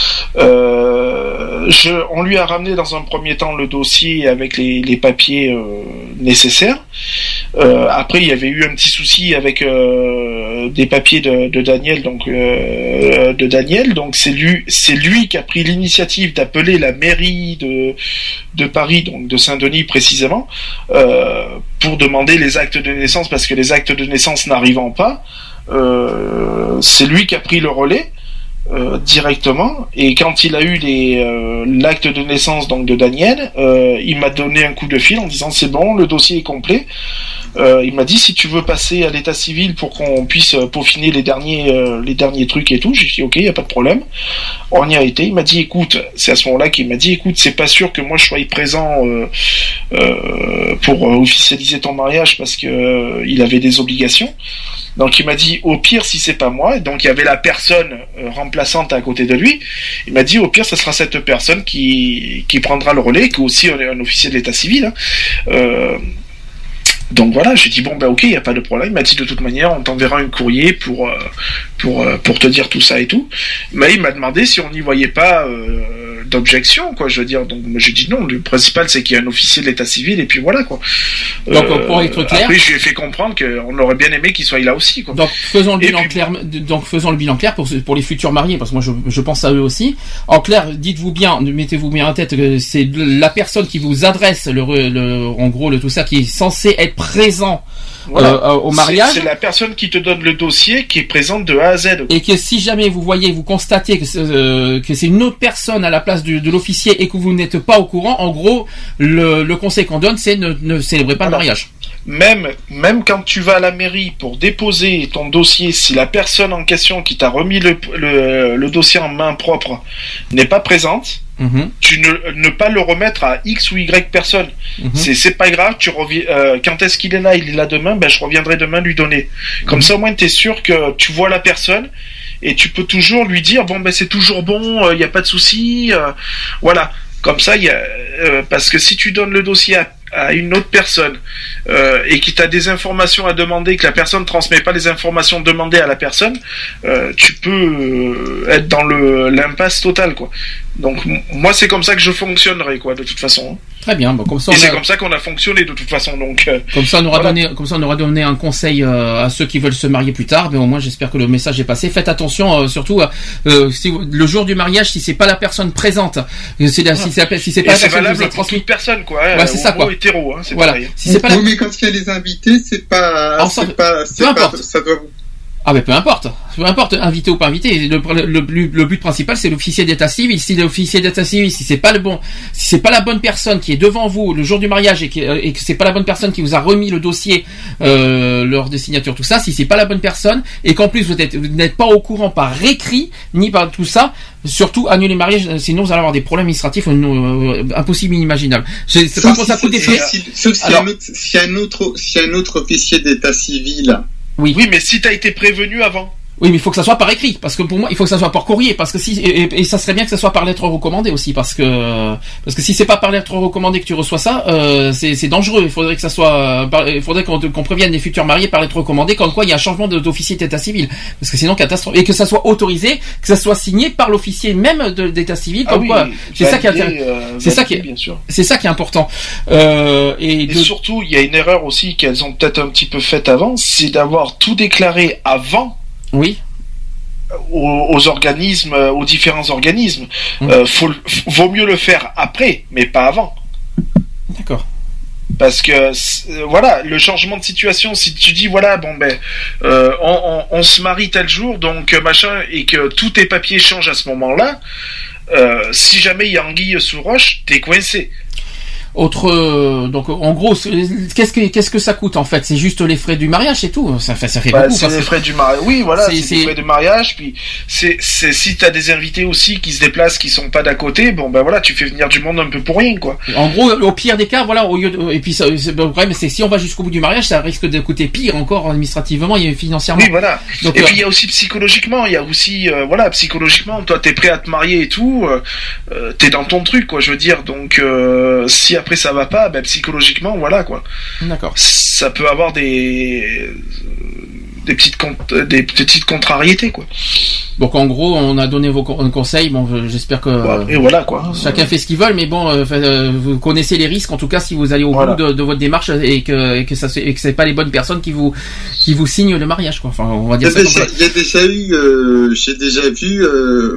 Euh, je, on lui a ramené dans un premier temps le dossier avec les, les papiers euh, nécessaires. Euh, après, il y avait eu un petit souci avec euh, des papiers de, de Daniel, donc euh, de Daniel, donc c'est lui, c'est lui qui a pris l'initiative Initiative d'appeler la mairie de de Paris, donc de Saint-Denis précisément, euh, pour demander les actes de naissance parce que les actes de naissance n'arrivant pas, euh, c'est lui qui a pris le relais euh, directement. Et quand il a eu les euh, l'acte de naissance donc de Daniel, euh, il m'a donné un coup de fil en disant c'est bon, le dossier est complet. Euh, il m'a dit si tu veux passer à l'état civil pour qu'on puisse peaufiner les derniers euh, les derniers trucs et tout. J'ai dit ok, y a pas de problème. On y a été. Il m'a dit écoute, c'est à ce moment-là qu'il m'a dit écoute, c'est pas sûr que moi je sois présent euh, euh, pour officialiser ton mariage parce que euh, il avait des obligations. Donc il m'a dit au pire si c'est pas moi, donc il y avait la personne euh, remplaçante à côté de lui. Il m'a dit au pire ce sera cette personne qui qui prendra le relais, qui est aussi un, un officier de l'état civil. Hein. Euh, Donc voilà, j'ai dit bon ben ok, il y a pas de problème. Il m'a dit de toute manière, on t'enverra un courrier pour euh, pour euh, pour te dire tout ça et tout. Mais il m'a demandé si on n'y voyait pas euh, d'objection, quoi. Je veux dire, donc j'ai dit non. Le principal c'est qu'il y a un officier de l'état civil et puis voilà quoi. Donc euh, pour être clair, après je lui ai fait comprendre qu'on aurait bien aimé qu'il soit là aussi, quoi. Donc faisons le bilan puis, clair. Donc faisons le bilan clair pour pour les futurs mariés, parce que moi je je pense à eux aussi. En clair, dites-vous bien, mettez-vous bien en tête que c'est la personne qui vous adresse le, le en gros le tout ça qui est censé être présent voilà. euh, au mariage. C'est, c'est la personne qui te donne le dossier qui est présente de A à Z. Et que si jamais vous voyez, vous constatez que c'est, euh, que c'est une autre personne à la place du, de l'officier et que vous n'êtes pas au courant, en gros, le, le conseil qu'on donne, c'est ne, ne célébrez pas voilà. le mariage. Même, même quand tu vas à la mairie pour déposer ton dossier, si la personne en question qui t'a remis le, le, le dossier en main propre n'est pas présente, Mmh. Tu ne, ne pas le remettre à X ou Y personne. Mmh. C'est, c'est pas grave, tu reviens, euh, quand est-ce qu'il est là, il est là demain, ben, je reviendrai demain lui donner. Comme mmh. ça, au moins, t'es sûr que tu vois la personne et tu peux toujours lui dire, bon, ben, c'est toujours bon, il euh, n'y a pas de souci, euh, voilà. Comme ça, y a, euh, parce que si tu donnes le dossier à à une autre personne euh, et qui t'a des informations à demander, que la personne ne transmet pas les informations demandées à la personne, euh, tu peux euh, être dans le l'impasse totale, quoi. Donc m- moi c'est comme ça que je fonctionnerai, quoi, de toute façon. Très bien, bon, comme ça. Et on c'est a... comme ça qu'on a fonctionné de toute façon. Donc euh, comme ça on aura voilà. donné, comme ça on aura donné un conseil euh, à ceux qui veulent se marier plus tard. Mais au moins j'espère que le message est passé. Faites attention, euh, surtout euh, si le jour du mariage, si c'est pas la personne présente, c'est la, si c'est si c'est pas et la c'est personne qui vous a pour transmis. toute personne, quoi. Ouais, c'est ça, quoi. Hétéro, hein, c'est voilà. pareil. Si c'est pas oui, la... mais quand il y a les invités, c'est pas, Alors, c'est ça, pas, c'est peu pas, importe. ça doit. Ah ben peu importe, peu importe, invité ou pas invité. Le, le, le, le but principal c'est l'officier d'état civil. Si l'officier d'état civil, si c'est pas le bon, si c'est pas la bonne personne qui est devant vous le jour du mariage et, qui, et que c'est pas la bonne personne qui vous a remis le dossier euh, lors des signatures, tout ça, si c'est pas la bonne personne et qu'en plus vous, êtes, vous n'êtes pas au courant par écrit ni par tout ça, surtout annulez le mariage, sinon vous allez avoir des problèmes administratifs euh, impossibles, inimaginables. C'est, c'est pas pour ça coûte des frais. Sauf s'il y a un autre, s'il y a un autre, s'il y a un autre officier d'état civil. Oui. Oui, mais si t'as été prévenu avant. Oui, mais il faut que ça soit par écrit, parce que pour moi, il faut que ça soit par courrier, parce que si et, et, et ça serait bien que ça soit par lettre recommandée aussi, parce que parce que si c'est pas par lettre recommandée que tu reçois ça, euh, c'est, c'est dangereux. Il faudrait que ça soit, par, il faudrait qu'on, qu'on prévienne les futurs mariés par lettre recommandée, comme quoi il y a un changement de, d'officier d'état civil, parce que sinon catastrophe, et que ça soit autorisé, que ça soit signé par l'officier même de, d'état civil, comme ah oui, quoi. C'est ça qui est, euh, c'est ça qui est, bien sûr. C'est ça qui est important. Euh, et et de... surtout, il y a une erreur aussi qu'elles ont peut-être un petit peu faite avant, c'est d'avoir tout déclaré avant. Oui. Aux, aux organismes, aux différents organismes. Mmh. Euh, faut, vaut mieux le faire après, mais pas avant. D'accord. Parce que euh, voilà, le changement de situation, si tu dis voilà, bon ben, euh, on, on, on se marie tel jour, donc machin, et que tous tes papiers changent à ce moment-là, euh, si jamais il y a anguille sous roche, t'es coincé. Autre, euh, donc en gros, qu'est-ce que qu'est-ce que ça coûte en fait? C'est juste les frais du mariage, c'est tout. Ça fait ça fait bah, beaucoup. C'est les frais du mariage. Oui, voilà, c'est, c'est les frais de mariage. Puis c'est c'est si t'as des invités aussi qui se déplacent, qui sont pas d'à côté, bon ben voilà, tu fais venir du monde un peu pour rien, quoi. En gros, au pire des cas, voilà, au lieu de, et puis ça, c'est, le problème, c'est si on va jusqu'au bout du mariage, ça risque de coûter pire encore administrativement et financièrement. Oui, voilà. Donc, et euh, puis il y a aussi psychologiquement, il y a aussi euh, voilà, psychologiquement, toi t'es prêt à te marier et tout, euh, t'es dans ton truc, quoi. Je veux dire, donc euh, si après ça va pas, ben psychologiquement, voilà, quoi. D'accord. Ça peut avoir des des petites con- des petites contrariétés, quoi. Donc en gros, on a donné vos conseils. Bon, j'espère que ouais, et voilà, quoi. Chacun fait ce qu'il veut, mais bon, euh, vous connaissez les risques. En tout cas, si vous allez au voilà. bout de, de votre démarche et que et que ça et que c'est pas les bonnes personnes qui vous qui vous signent le mariage, quoi. Enfin, on va dire. Il y a, déjà, il y a déjà eu, euh, j'ai déjà vu euh,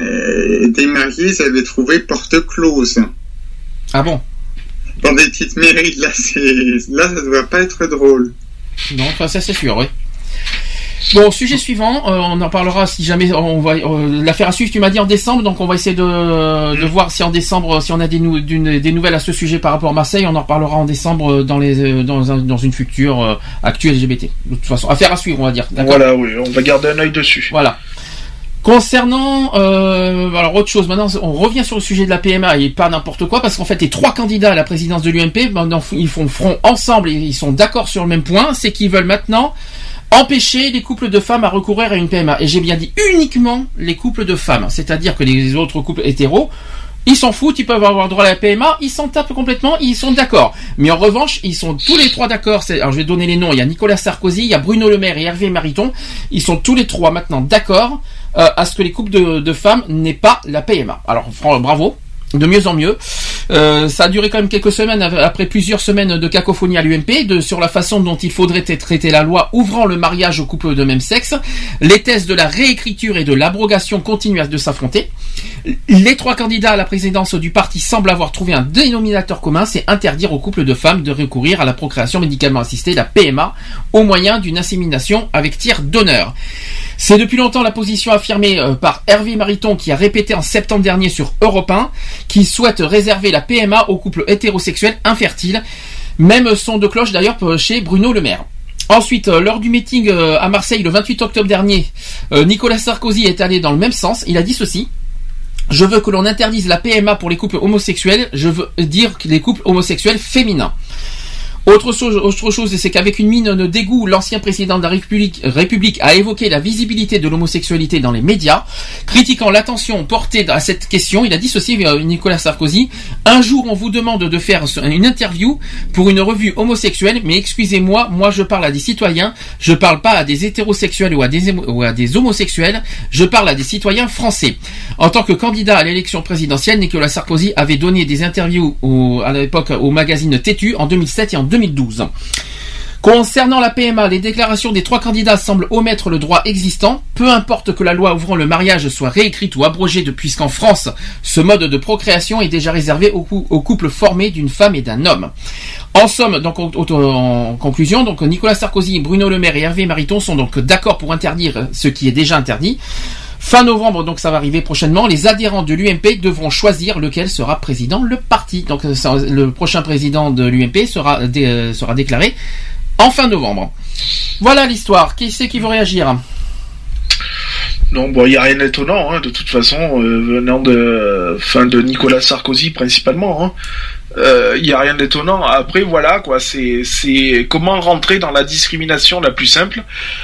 des mariés, ils avaient trouvé porte close. Ah bon? Dans des petites mairies, là, c'est, là, ça doit pas être drôle. Non, enfin, ça c'est sûr, oui. Bon, sujet suivant, euh, on en parlera si jamais on va euh, l'affaire à suivre. Tu m'as dit en décembre, donc on va essayer de, de mmh. voir si en décembre, si on a des, nou- d'une, des nouvelles à ce sujet par rapport à Marseille. On en reparlera en décembre dans les dans, un, dans une future euh, actu L G B T. De toute façon, affaire à suivre, on va dire. D'accord. Voilà, oui, on va garder un œil dessus. Voilà. Concernant, euh, alors autre chose, maintenant on revient sur le sujet de la P M A et pas n'importe quoi, parce qu'en fait les trois candidats à la présidence de l'U M P, maintenant ils font front ensemble et ils sont d'accord sur le même point, c'est qu'ils veulent maintenant empêcher les couples de femmes à recourir à une P M A. Et j'ai bien dit uniquement les couples de femmes, c'est-à-dire que les autres couples hétéros, ils s'en foutent, ils peuvent avoir droit à la P M A, ils s'en tapent complètement, ils sont d'accord. Mais en revanche, ils sont tous les trois d'accord. C'est, alors je vais donner les noms, il y a Nicolas Sarkozy, il y a Bruno Le Maire et Hervé Mariton. Ils sont tous les trois maintenant d'accord euh, à ce que les couples de, de femmes n'aient pas la P M A. Alors bravo, de mieux en mieux. Euh, ça a duré quand même quelques semaines, après plusieurs semaines de cacophonie à l'U M P, de, sur la façon dont il faudrait traiter la loi ouvrant le mariage aux couples de même sexe. Les thèses de la réécriture et de l'abrogation continuent de s'affronter. Les trois candidats à la présidence du parti semblent avoir trouvé un dénominateur commun, c'est interdire aux couples de femmes de recourir à la procréation médicalement assistée, la P M A, au moyen d'une insémination avec tiers donneur. C'est depuis longtemps la position affirmée euh, par Hervé Mariton, qui a répété en septembre dernier sur Europe un, qui souhaite réserver la P M A aux couples hétérosexuels infertiles. Même son de cloche d'ailleurs chez Bruno Le Maire. Ensuite, euh, lors du meeting euh, à Marseille le vingt-huit octobre dernier, euh, Nicolas Sarkozy est allé dans le même sens. Il a dit ceci: Je veux que l'on interdise la P M A pour les couples homosexuels. Je veux dire que les couples homosexuels féminins. Autre chose, autre chose, c'est qu'avec une mine de dégoût, l'ancien président de la République, République a évoqué la visibilité de l'homosexualité dans les médias, critiquant l'attention portée à cette question. Il a dit ceci, Nicolas Sarkozy: un jour on vous demande de faire une interview pour une revue homosexuelle, mais excusez-moi, moi je parle à des citoyens, je parle pas à des hétérosexuels ou à des, ou à des homosexuels, je parle à des citoyens français. En tant que candidat à l'élection présidentielle, Nicolas Sarkozy avait donné des interviews au, à l'époque au magazine Tétu en deux mille sept et en deux mille douze. Concernant la P M A, les déclarations des trois candidats semblent omettre le droit existant. Peu importe que la loi ouvrant le mariage soit réécrite ou abrogée, puisqu'en France, ce mode de procréation est déjà réservé aux, aux couples formés d'une femme et d'un homme. En somme, donc en, en conclusion, donc Nicolas Sarkozy, Bruno Le Maire et Hervé Mariton sont donc d'accord pour interdire ce qui est déjà interdit. Fin novembre, donc ça va arriver prochainement, les adhérents de l'U M P devront choisir lequel sera président le parti. Donc ça, le prochain président de l'U M P sera, dé, euh, sera déclaré en fin novembre. Voilà l'histoire. Qui c'est qui veut réagir ? Non, bon, il n'y a rien d'étonnant, hein, de toute façon, euh, venant de, fin de Nicolas Sarkozy principalement. Hein. Euh, il n'y a rien d'étonnant. Après, voilà, quoi, c'est, c'est comment rentrer dans la discrimination la plus simple.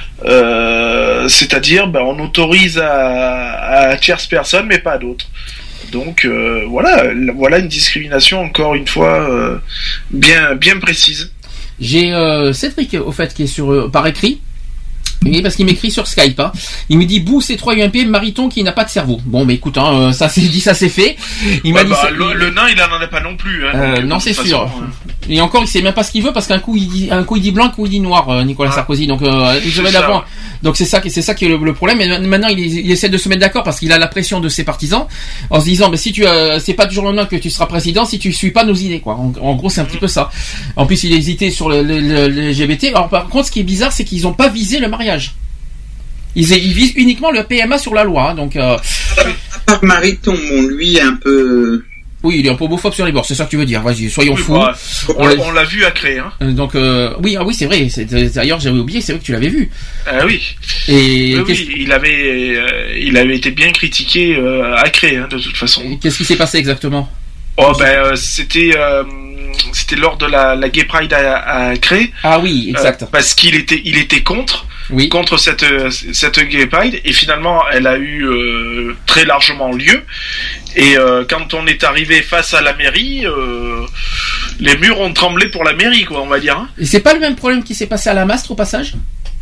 Euh, c'est-à-dire, ben, on autorise à, à tierce personne, mais pas à d'autres. Donc, euh, voilà, voilà une discrimination, encore une fois, euh, bien, bien précise. J'ai euh, Cédric, au fait, qui est sur euh, par écrit. Oui, parce qu'il m'écrit sur Skype. Hein. Il me dit Bouh, C trois U M P, Mariton qui n'a pas de cerveau. Bon, mais écoute, hein, ça c'est dit, ça c'est fait. Il ouais, m'a bah, dit le, ça, le nain, il en a pas non plus. Hein, euh, donc, non, c'est façon, sûr. Hein. Et encore, il sait même pas ce qu'il veut parce qu'un coup il dit, un coup il dit blanc, un coup il dit noir, euh, Nicolas ah. Sarkozy. Donc, euh, je vais d'abord. Donc c'est ça, c'est ça qui est le, le problème. Et maintenant, il, il essaie de se mettre d'accord parce qu'il a la pression de ses partisans en se disant, mais si tu, euh, c'est pas du jour au lendemain que tu seras président si tu suis pas nos idées, quoi. En, en gros, c'est un mmh. petit peu ça. En plus, il a hésité sur le, le, le, le L G B T. Alors par contre, ce qui est bizarre, c'est qu'ils ont pas visé le mariage. Ils, ils visent uniquement le P M A sur la loi, hein, donc. Euh... À part Mariton, bon, lui un peu. Oui, il est un peu homophobe sur les bords, c'est ça que tu veux dire. Vas-y, soyons oui, fous. Bah, on, on l'a vu à créer. Hein. Donc, euh, oui, ah oui, c'est vrai. C'est, d'ailleurs, j'avais oublié, c'est vrai que tu l'avais vu. Ah oui. Et oui, oui, il avait, euh, il avait été bien critiqué euh, à créer, hein, de toute façon. Et qu'est-ce qui s'est passé exactement ? Oh ben, euh, c'était. Euh, C'était lors de la, la Gay Pride à, à Cré. Ah oui, exact. Euh, parce qu'il était, il était contre, oui. contre cette, cette Gay Pride, et finalement, elle a eu euh, très largement lieu. Et euh, quand on est arrivé face à la mairie, euh, les murs ont tremblé pour la mairie, quoi, on va dire. Hein. Et c'est pas le même problème qui s'est passé à la Mastre au passage ?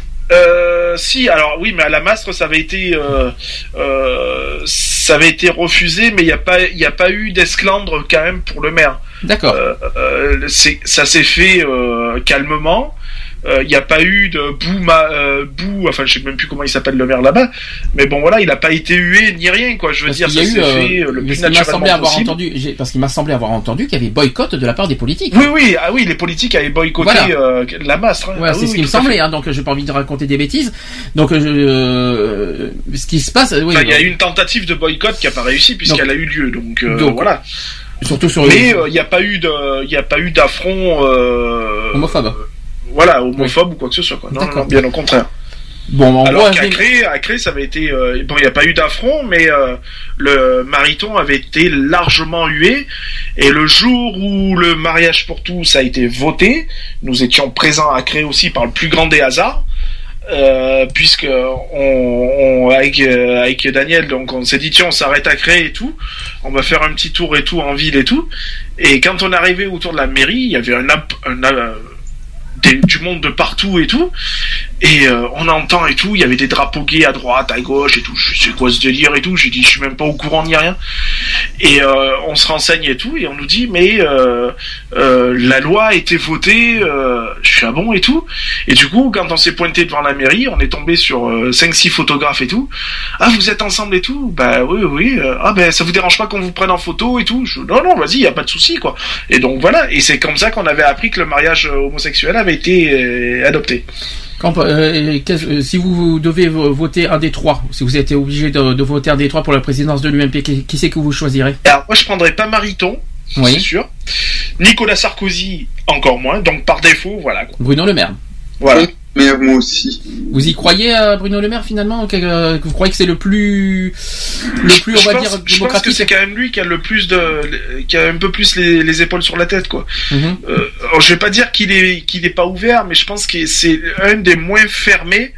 Euh, si, alors oui, mais à la Mastre, ça avait été, euh, euh, ça avait été refusé, mais il n'y a pas, il y a pas eu d'esclandre quand même pour le maire. D'accord. Euh, euh, c'est, ça s'est fait euh, calmement. Il euh, n'y a pas eu de boue, ma, euh, boue, enfin je sais même plus comment il s'appelle le maire là-bas, mais bon voilà, il n'a pas été hué ni rien, quoi. Je veux parce dire, ça eu, s'est euh, fait euh, le plus naturellement naturellement avoir possible. Entendu, j'ai, parce qu'il m'a semblé avoir entendu qu'il y avait boycott de la part des politiques. Oui, oui, ah oui, les politiques avaient boycotté voilà. euh, la Mastre. Hein. Ouais, ah, c'est oui, ce oui, qui me semblait, hein, donc j'ai pas envie de raconter des bêtises. Donc, euh, ce qui se passe, oui. Il y a eu une tentative de boycott qui n'a pas réussi puisqu'elle donc, a eu lieu, donc, euh, donc voilà. Surtout sur. Mais il euh, n'y a pas eu de, il y a pas eu d'affront euh, homophobe. Euh, Voilà, homophobe oui. ou quoi que ce soit, quoi. Non, non, bien au contraire. Bon, en alors gros, qu'à Cré, à Cré, ça avait été, euh, bon, il n'y a pas eu d'affront, mais euh, le Mariton avait été largement hué. Et le jour où le mariage pour tous a été voté, nous étions présents à Cré aussi par le plus grand des hasards. Euh, puisque on, on avec euh, avec Daniel, donc on s'est dit tiens, on s'arrête à Cré et tout, on va faire un petit tour et tout en ville et tout. Et quand on est arrivé autour de la mairie, il y avait un, un, un Des, du monde de partout et tout, et euh, on entend et tout, il y avait des drapeaux gays à droite, à gauche et tout, je sais quoi ce délire et tout, j'ai dit je suis même pas au courant ni rien, et euh, on se renseigne et tout, et on nous dit mais euh, euh, la loi a été votée, euh, je suis ah bon et tout, et du coup quand on s'est pointé devant la mairie, on est tombé sur euh, cinq six photographes et tout, ah vous êtes ensemble et tout, bah oui oui, euh, ah ben ça vous dérange pas qu'on vous prenne en photo et tout, je, non non vas-y, y a pas de souci quoi, et donc voilà, et c'est comme ça qu'on avait appris que le mariage homosexuel avait été euh, adopté. Quand, euh, si vous devez voter un des trois, si vous êtes obligé de, de voter un des trois pour la présidence de l'U M P, qui, qui c'est que vous choisirez ? Alors moi je prendrais pas Mariton, oui. c'est sûr. Nicolas Sarkozy encore moins, donc par défaut voilà. Quoi. Bruno Le Maire. Voilà. Mais moi aussi. Vous y croyez, euh, Bruno Le Maire, finalement, que, euh, que vous croyez que c'est le plus, le plus, on je va pense, dire, je pense que c'est quand même lui qui a le plus de, qui a un peu plus les, les épaules sur la tête, quoi. Mm-hmm. Euh, alors, je vais pas dire qu'il est, qu'il est pas ouvert, mais je pense que c'est un des moins fermés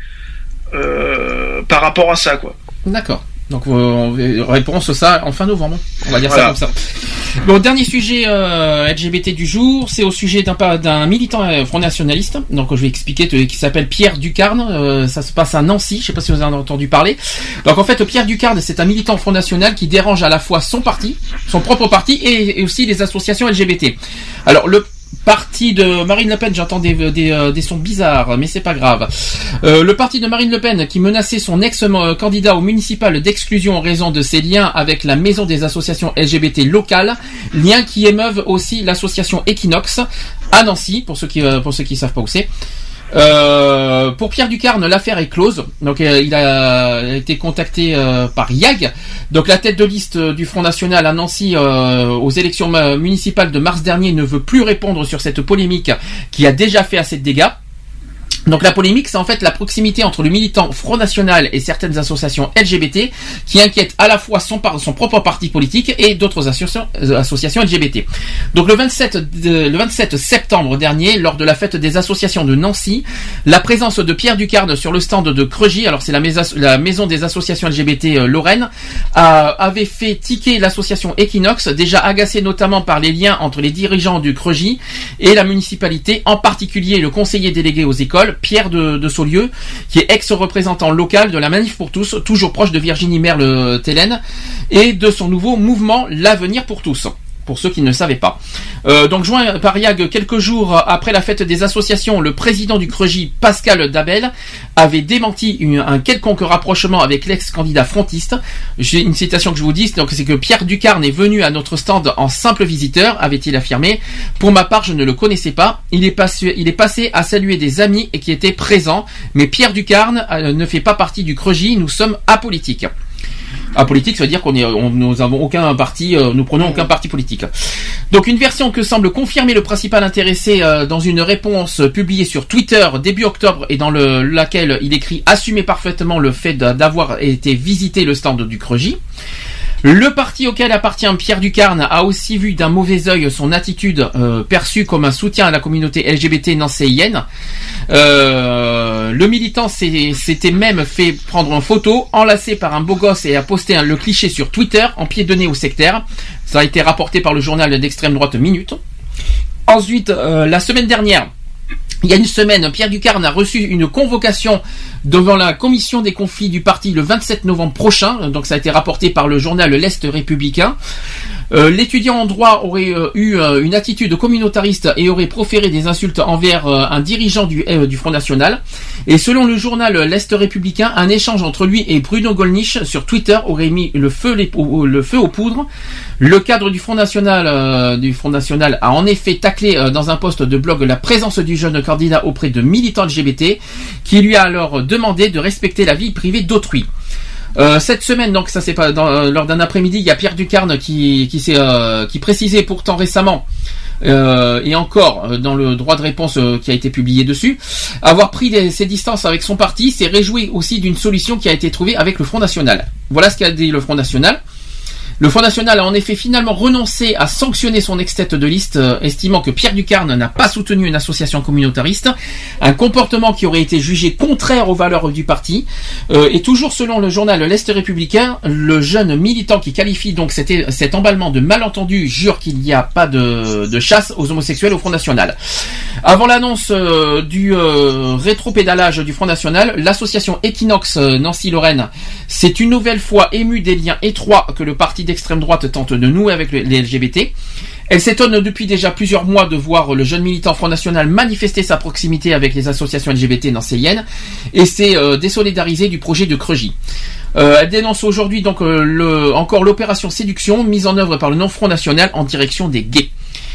euh, par rapport à ça, quoi. D'accord. Donc euh, réponse ça en fin novembre, on va dire voilà. Ça comme ça. Bon, dernier sujet euh, L G B T du jour, c'est au sujet d'un, d'un militant euh, Front Nationaliste. Donc je vais expliquer, euh, qui s'appelle Pierre Ducarne. Euh, ça se passe à Nancy. Je sais pas si vous en avez entendu parler. Donc en fait, Pierre Ducarne, c'est un militant Front National qui dérange à la fois son parti, son propre parti, et, et aussi les associations L G B T. Alors le parti de Marine Le Pen, j'entends des, des, euh, des sons bizarres, mais c'est pas grave. Euh, le parti de Marine Le Pen qui menaçait son ex-candidat au municipal d'exclusion en raison de ses liens avec la maison des associations L G B T locales, liens qui émeuvent aussi l'association Equinox à Nancy, pour ceux qui euh, pour ceux qui savent pas où c'est. Euh, pour Pierre Ducarne, l'affaire est close. Donc euh, il a été contacté euh, par Y A G, donc la tête de liste du Front National à Nancy euh, aux élections municipales de mars dernier, ne veut plus répondre sur cette polémique qui a déjà fait assez de dégâts. Donc la polémique, c'est en fait la proximité entre le militant Front National et certaines associations L G B T qui inquiètent à la fois son, par, son propre parti politique et d'autres associations, associations L G B T. Donc le vingt-sept, de, le vingt-sept septembre dernier, lors de la fête des associations de Nancy, la présence de Pierre Ducarne sur le stand de Creugy, alors c'est la, maison, la maison des associations L G B T euh, Lorraine, a, avait fait tiquer l'association Equinox, déjà agacée notamment par les liens entre les dirigeants du Creugy et la municipalité, en particulier le conseiller délégué aux écoles, Pierre de, de Saulieu, qui est ex-représentant local de la Manif pour tous, toujours proche de Virginie Merle-Tellen, et de son nouveau mouvement L'Avenir pour tous, pour ceux qui ne savaient pas. Euh, donc joint par Y A G quelques jours après la fête des associations, le président du Creugy, Pascal Dabel, avait démenti une, un quelconque rapprochement avec l'ex-candidat frontiste. J'ai une citation que je vous dis, donc c'est que Pierre Ducarne est venu à notre stand en simple visiteur, avait-il affirmé. Pour ma part, je ne le connaissais pas. Il est passé, il est passé à saluer des amis et qui étaient présents, mais Pierre Ducarne euh, ne fait pas partie du Creugy, nous sommes apolitiques. Apolitique, ça veut dire qu'on est, on, nous avons aucun parti, euh, nous prenons aucun parti politique. Donc une version que semble confirmer le principal intéressé euh, dans une réponse publiée sur Twitter début octobre et dans le, laquelle il écrit assumer parfaitement le fait d'avoir été visiter le stand du Creugy. Le parti auquel appartient Pierre Ducarne a aussi vu d'un mauvais œil son attitude euh, perçue comme un soutien à la communauté L G B T nancéienne. Euh, le militant s'est, s'était même fait prendre en photo, enlacé par un beau gosse, et a posté un, le cliché sur Twitter en pied de nez au sectaire. Ça a été rapporté par le journal d'extrême droite Minute. Ensuite, euh, la semaine dernière, il y a une semaine, Pierre Ducarne a reçu une convocation devant la commission des conflits du parti le vingt-sept novembre prochain. Donc ça a été rapporté par le journal L'Est républicain. Euh, l'étudiant en droit aurait euh, eu euh, une attitude communautariste et aurait proféré des insultes envers euh, un dirigeant du, euh, du Front National. Et selon le journal L'Est républicain, un échange entre lui et Bruno Gollnisch sur Twitter aurait mis le feu, les, le feu aux poudres. Le cadre du Front National, euh, du Front National a en effet taclé euh, dans un post de blog la présence du jeune candidat auprès de militants L G B T, qui lui a alors demandé de respecter la vie privée d'autrui. Euh, cette semaine, donc ça c'est pas dans, euh, lors d'un après-midi, il y a Pierre Ducarne qui qui s'est euh, qui précisait pourtant récemment euh, et encore euh, dans le droit de réponse euh, qui a été publié dessus, avoir pris des, ses distances avec son parti, s'est réjoui aussi d'une solution qui a été trouvée avec le Front National. Voilà ce qu'a dit le Front National. Le Front National a en effet finalement renoncé à sanctionner son ex-tête de liste, euh, estimant que Pierre Ducarne n'a pas soutenu une association communautariste, un comportement qui aurait été jugé contraire aux valeurs du parti. Euh, et toujours selon le journal L'Est républicain, le jeune militant qui qualifie donc cet, cet emballement de malentendu jure qu'il n'y a pas de, de chasse aux homosexuels au Front National. Avant l'annonce euh, du euh, rétropédalage du Front National, l'association Equinox euh, Nancy-Lorraine s'est une nouvelle fois émue des liens étroits que le parti d'extrême droite tente de nouer avec les L G B T. Elle s'étonne depuis déjà plusieurs mois de voir le jeune militant Front National manifester sa proximité avec les associations L G B T nancéiennes et s'est euh, désolidarisée du projet de Creugy. Euh, elle dénonce aujourd'hui donc euh, le, encore l'opération séduction mise en œuvre par le non-Front National en direction des gays.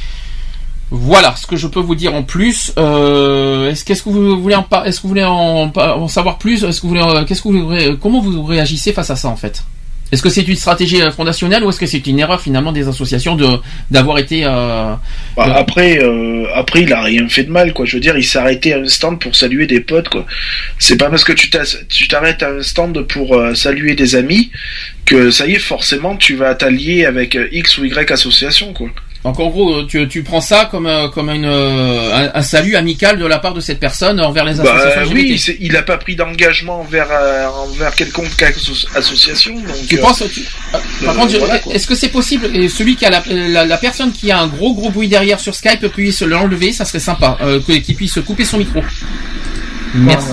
Voilà ce que je peux vous dire en plus. Euh, est-ce, qu'est-ce que vous voulez en par- est-ce que vous voulez en, en savoir plus? Est-ce que vous voulez, euh, qu'est-ce que vous voulez, comment vous réagissez face à ça en fait? Est-ce que c'est une stratégie Front National ou est-ce que c'est une erreur finalement des associations de d'avoir été euh, bah, de... après euh, après il a rien fait de mal quoi. Je veux dire, il s'est arrêté à un stand pour saluer des potes quoi. C'est pas parce que tu t'as, tu t'arrêtes à un stand pour euh, saluer des amis que ça y est forcément tu vas t'allier avec euh, X ou Y association quoi. Donc en gros, tu, tu prends ça comme euh, comme une euh, un, un salut amical de la part de cette personne envers les associations bah, L G B T. Oui, c'est, il a pas pris d'engagement envers euh, envers quelconque asso- association. Donc, tu euh, penses tu, Par euh, contre, voilà, je, est-ce que c'est possible et celui qui a la, la la personne qui a un gros gros bruit derrière sur Skype puisse l'enlever, ça serait sympa, euh, qu'il puisse couper son micro. Merci.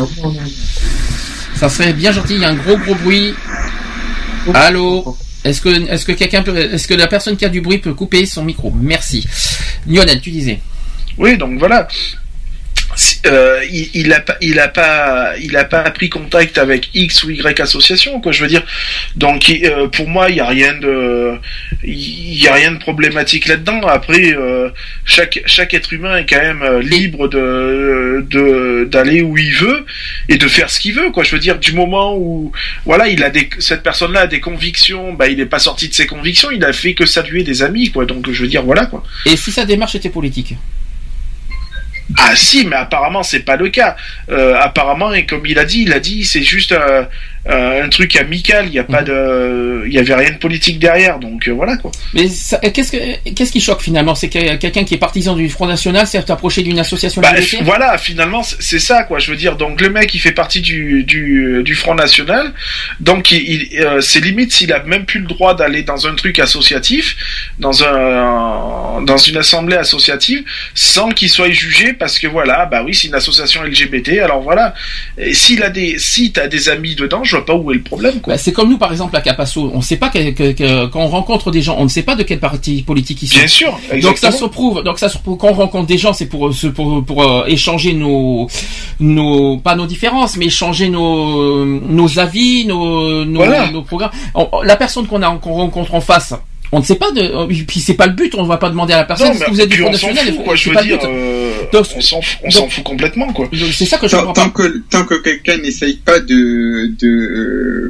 Ça serait bien gentil. Il y a un gros gros bruit. Allô. Est-ce que, est-ce que quelqu'un peut, est-ce que la personne qui a du bruit peut couper son micro? Merci. Lionel, tu disais. Oui, donc voilà. Euh, il, il a pas, il a pas, il a pas pris contact avec X ou Y association, quoi. Je veux dire. Donc, euh, pour moi, il y a rien de, il y a rien de problématique là-dedans. Après, euh, chaque chaque être humain est quand même libre de de d'aller où il veut et de faire ce qu'il veut, quoi. Je veux dire, du moment où, voilà, il a des, cette personne-là a des convictions, bah, il est pas sorti de ses convictions, il a fait que saluer des amis, quoi. Donc, je veux dire, voilà, quoi. Et si sa démarche était politique? Ah si, mais apparemment c'est pas le cas. Euh, apparemment, et comme il a dit, il a dit c'est juste euh, euh, un truc amical. Il y a pas de, il y avait rien de politique derrière. Donc euh, voilà quoi. Mais ça, qu'est-ce que qu'est-ce qui choque finalement? C'est que quelqu'un qui est partisan du Front National s'est approché d'une association bah, L G B T. Voilà, finalement c'est ça quoi. Je veux dire, donc le mec il fait partie du du, du Front National, donc il, il euh, c'est limite s'il a même plus le droit d'aller dans un truc associatif, dans un dans une assemblée associative, sans qu'il soit jugé. Parce que voilà, bah oui, c'est une association L G B T, alors voilà. Et s'il a des, si t'as des amis dedans, je vois pas où est le problème, quoi. Bah, c'est comme nous, par exemple, à Capasso. On sait pas que, que, que, quand on rencontre des gens, on ne sait pas de quel parti politique ils sont. Bien sûr, exactement. Donc ça se prouve, donc ça se prouve, quand on rencontre des gens, c'est pour, pour, pour, pour euh, échanger nos, nos, pas nos différences, mais échanger nos, nos avis, nos, nos, voilà. nos programmes. On, la personne qu'on a, qu'on rencontre en face, on ne sait pas de, puis c'est pas le but, on ne va pas demander à la personne si vous êtes du Front National, fout, quoi, je veux dire, euh, donc, on s'en fout, on donc, s'en fout complètement, quoi. C'est ça que je tant, tant que, tant que quelqu'un n'essaye pas de, de, euh,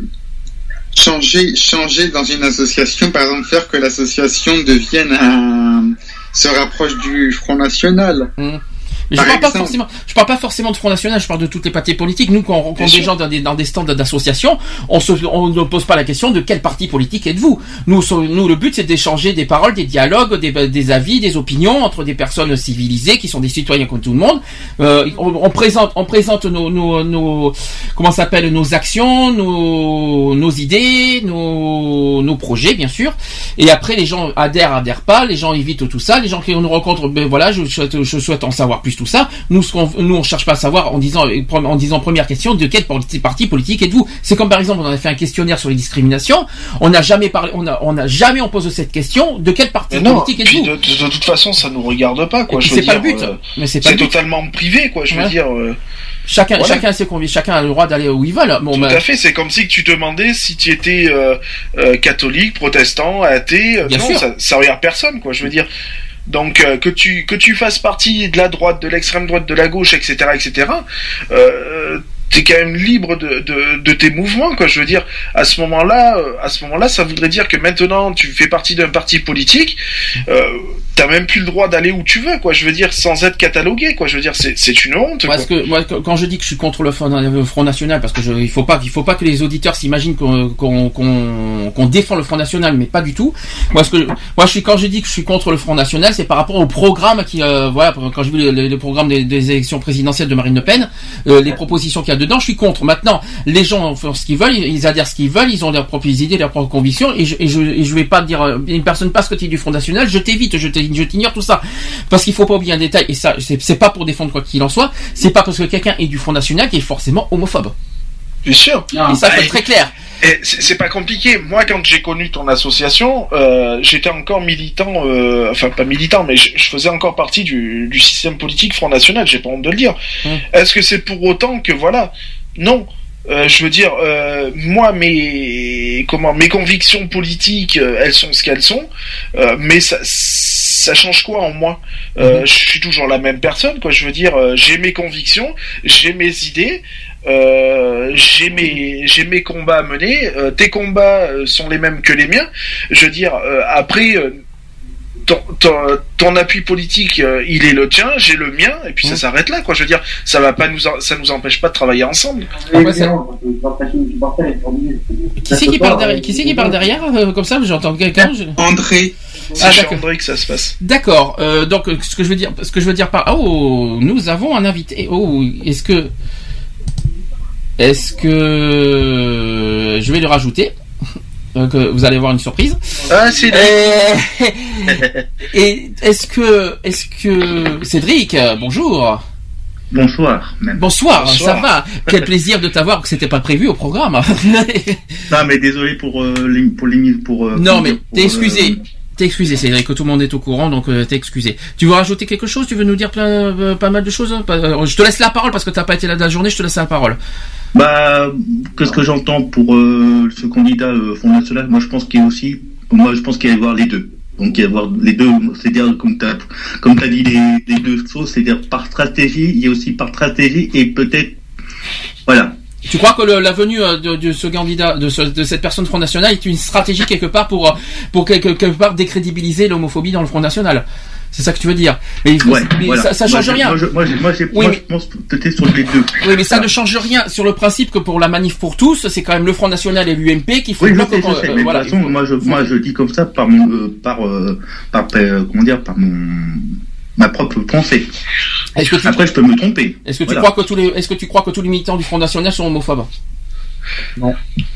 changer, changer dans une association, par exemple, faire que l'association devienne un, se rapproche du Front National. Mmh. Mais je parle pas forcément, je parle pas forcément de Front National, je parle de toutes les partis politiques. Nous, quand on rencontre des gens dans des, dans des stands d'associations, on se, on ne pose pas la question de quel parti politique êtes-vous. Nous, nous, le but, c'est d'échanger des paroles, des dialogues, des, des avis, des opinions entre des personnes civilisées qui sont des citoyens comme tout le monde. Euh, on, on présente, on présente nos, nos, nos, comment ça s'appelle, nos actions, nos, nos idées, nos, nos projets, bien sûr. Et après, les gens adhèrent, adhèrent pas, les gens évitent tout ça, les gens qui nous rencontrent, ben voilà, je souhaite, je souhaite en savoir plus. Tout ça, nous, ce qu'on, nous, on cherche pas à savoir en disant, en disant première question, de quel parti politique êtes-vous? C'est comme par exemple, on a fait un questionnaire sur les discriminations, on n'a jamais parlé, on a, on a jamais on pose cette question, de quel parti non, politique êtes-vous? De, de, de toute façon, ça nous regarde pas, quoi. Je c'est veux pas dire, le but, euh, mais c'est pas c'est le but. totalement privé, quoi. Je ouais. veux dire. Euh, chacun, voilà. chacun a ses convictions, chacun a le droit d'aller où il veut. Bon, tout ben, à fait. C'est comme si que tu demandais si tu étais euh, euh, catholique, protestant, athée. Bien non, sûr. ça, ça regarde personne, quoi. Je veux dire. Donc euh, que tu que tu fasses partie de la droite, de l'extrême droite, de la gauche, et cetera, et cetera. Euh, t'es quand même libre de, de de tes mouvements, quoi. Je veux dire, à ce moment-là, euh, à ce moment-là, ça voudrait dire que maintenant tu fais partie d'un parti politique. Euh, T'as même plus le droit d'aller où tu veux, quoi. Je veux dire, sans être catalogué, quoi. Je veux dire, c'est c'est une honte. Parce que moi, quand je dis que je suis contre le Front, le Front National, parce que je, il faut pas, il faut pas que les auditeurs s'imaginent qu'on qu'on qu'on qu'on défend le Front National, mais pas du tout. Moi, ce que moi, je suis quand je dis que je suis contre le Front National, c'est par rapport au programme qui, euh, voilà, quand j'ai vu le, le, le programme des, des élections présidentielles de Marine Le Pen, euh, les propositions qu'il y a dedans, je suis contre. Maintenant, les gens font ce qu'ils veulent, ils, ils adhèrent ce qu'ils veulent, ils ont leurs propres idées, leurs propres convictions, et je et je, et je vais pas dire euh, une personne parce que tu es du Front National, je t'évite, je t'évite. Je t'ignore tout ça, parce qu'il faut pas oublier un détail, et ça c'est, c'est pas pour défendre quoi qu'il en soit, c'est pas parce que quelqu'un est du Front National qu'il est forcément homophobe. Bien sûr. Non, et ça faut être très clair. Et c'est, c'est pas compliqué. Moi, quand j'ai connu ton association, euh, j'étais encore militant, euh, enfin pas militant, mais je, je faisais encore partie du, du système politique Front National. J'ai pas honte de le dire. Hum. Est-ce que c'est pour autant que voilà? Non. Euh, je veux dire, euh, moi, mes comment, mes convictions politiques, euh, elles sont ce qu'elles sont, euh, mais ça, ça change quoi en moi? euh, mm-hmm. Je suis toujours la même personne, quoi. Je veux dire, euh, j'ai mes convictions, j'ai mes idées. Euh, j'ai mes j'ai mes combats à mener. Euh, tes combats sont les mêmes que les miens. Je veux dire, euh, après. Euh, Ton, ton, ton appui politique, euh, il est le tien, j'ai le mien, et puis mmh. ça s'arrête là, quoi. Je veux dire, ça va pas nous, en, ça nous empêche pas de travailler ensemble. Après, ça... Qui c'est qui parle derrière, qui c'est qui parle derrière euh, comme ça? J'entends quelqu'un. Je... André. C'est ah, chez André que ça se passe. D'accord. Euh, donc, ce que je veux dire, ce que je veux dire par, oh, nous avons un invité. Oh, est-ce que, est-ce que, je vais le rajouter. Donc, vous allez voir une surprise. Ah, c'est et, et est-ce que, est-ce que Cédric, bonjour. Bonsoir. Même. Bonsoir, Bonsoir, ça va. Quel plaisir de t'avoir, que c'était pas prévu au programme. Non, mais désolé pour euh, pour les pour. Euh, non, pour, mais pour, t'es excusé. Euh... T'es excusé, Cédric, que tout le monde est au courant, donc euh, t'es excusé. Tu veux rajouter quelque chose? Tu veux nous dire plein, euh, pas mal de choses? euh, Je te laisse la parole parce que t'as pas été là de la journée. Je te laisse la parole. Bah, qu'est-ce que j'entends pour euh, ce candidat euh, Front National? Moi, je pense qu'il y a aussi, moi, je pense qu'il y a y avoir les deux. Donc, il y a y avoir les deux, c'est-à-dire comme t'as, comme t'as dit les, les deux choses, c'est-à-dire par stratégie, il y a aussi par stratégie et peut-être, voilà. Tu crois que le, la venue de, de ce candidat, de, ce, de cette personne Front National est une stratégie quelque part pour, pour quelque, quelque part décrédibiliser l'homophobie dans le Front National? C'est ça que tu veux dire? Mais, ouais, mais voilà. ça, ça change moi, rien. Moi, je, moi, moi, j'ai, oui, moi mais... je pense peut-être sur les deux. Oui, mais ça voilà. ne change rien sur le principe que pour la manif pour tous, c'est quand même le Front National et l'U M P qui font oui, bloc. Je sais, je sais, euh, mais voilà. De toute façon, moi, je, moi, je dis comme ça par mon, euh, par, euh, par, euh, comment dire, par mon, ma propre pensée. Est-ce que tu... Après, je peux me tromper. Est-ce que voilà. tu crois que tous les, est-ce que tu crois que tous les militants du Front National sont homophobes? Non.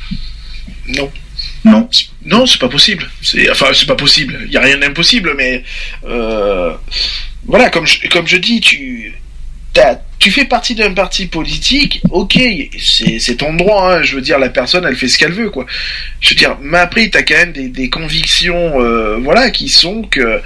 Non. Non. Non, c'est pas possible. C'est, enfin, c'est pas possible. Il y a rien d'impossible, mais euh, voilà, comme je, comme je dis, tu, t'as, tu fais partie d'un parti politique, ok, c'est, c'est ton droit, hein, je veux dire, la personne, elle fait ce qu'elle veut, quoi. Je veux dire, mais après, t'as quand même des, des convictions, euh, voilà, qui sont que,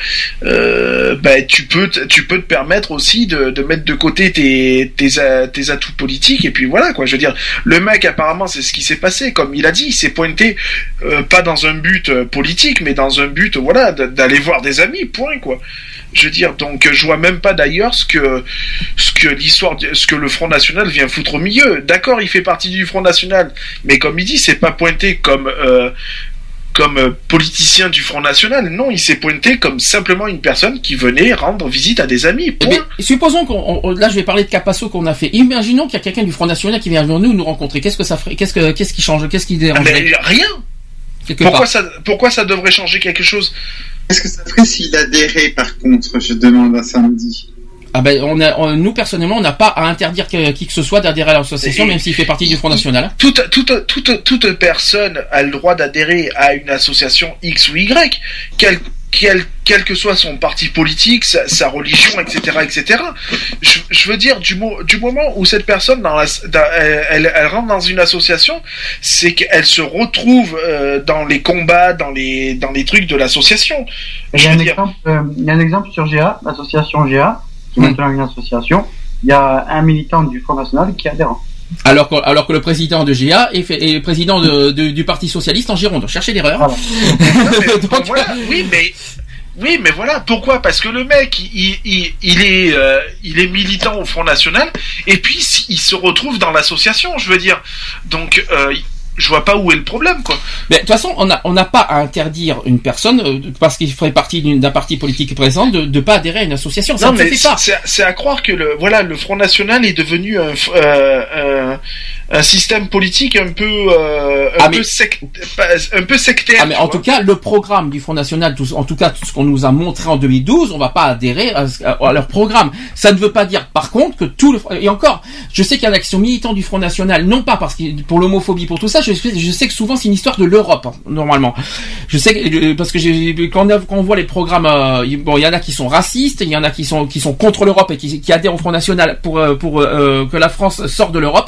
euh, bah, tu peux, t- tu peux te permettre aussi de, de mettre de côté tes, tes, tes atouts politiques, et puis voilà, quoi. Je veux dire, le mec, apparemment, c'est ce qui s'est passé, comme il a dit, il s'est pointé, euh, pas dans un but euh, politique, mais dans un but, voilà, d'aller voir des amis, point, quoi. Je veux dire, donc, je vois même pas d'ailleurs ce que, ce que l'histoire, ce que le Front National vient foutre au milieu. D'accord, il fait partie du Front National, mais comme il dit, c'est pas pointé comme, euh, comme euh, politicien du Front National. Non, il s'est pointé comme simplement une personne qui venait rendre visite à des amis. Point. Eh bien, supposons qu'on, on, là, je vais parler de Capasso qu'on a fait. Imaginons qu'il y a quelqu'un du Front National qui vient vers nous nous rencontrer. Qu'est-ce que ça ferait? Qu'est-ce que, qu'est-ce qui change? Qu'est-ce qui dérange? Mais rien. Pourquoi ça, pourquoi ça devrait changer quelque chose? Qu'est-ce que ça ferait s'il adhérait, par contre, je demande à samedi? Ah ben, on a, on, nous, personnellement, on n'a pas à interdire que, qui que ce soit d'adhérer à l'association, et, même s'il fait partie du Front National. Toute, toute, toute, toute personne a le droit d'adhérer à une association X ou Y, quelle, quel, quel que soit son parti politique, sa, sa religion, et cetera, et cetera. Je, je veux dire, du, mo, du moment où cette personne, dans la, dans, elle, elle rentre dans une association, c'est qu'elle se retrouve euh, dans les combats, dans les, dans les trucs de l'association. Il y a un exemple, euh, il y a un exemple sur G A, l'association G A, qui est maintenant une association. Il y a un militant du Front National qui est adhérent. Alors que, alors que le président de G A est, fait, est président de, de, du Parti Socialiste en Gironde. Cherchez l'erreur. Voilà. Non, mais, donc, voilà, oui, mais oui, mais voilà. Pourquoi? Parce que le mec, il, il, il est, euh, il est militant au Front National, et puis il se retrouve dans l'association. Je veux dire, donc. Euh, je vois pas où est le problème, quoi. Mais de toute façon, on n'a on n'a pas à interdire une personne euh, parce qu'il ferait partie d'un parti politique présent de de pas adhérer à une association. Ça non, ne mais se fait pas. C'est, c'est à croire que le voilà le Front National est devenu un euh, un, un système politique un peu euh, un ah, peu mais... sect, un peu sectaire. Ah mais en vois. Tout cas, le programme du Front National, tout, en tout cas tout ce qu'on nous a montré en deux mille douze, on va pas adhérer à, à, à leur programme. Ça ne veut pas dire, par contre, que tout le et encore, je sais qu'il y en a qui sont militants du Front National, non pas parce que pour l'homophobie, pour tout ça. Je, je sais que souvent c'est une histoire de l'Europe, hein, normalement. Je sais que, parce que j'ai, quand, on, quand on voit les programmes, euh, bon, il y en a qui sont racistes, il y en a qui sont qui sont contre l'Europe et qui, qui adhèrent au Front National pour pour euh, que la France sorte de l'Europe.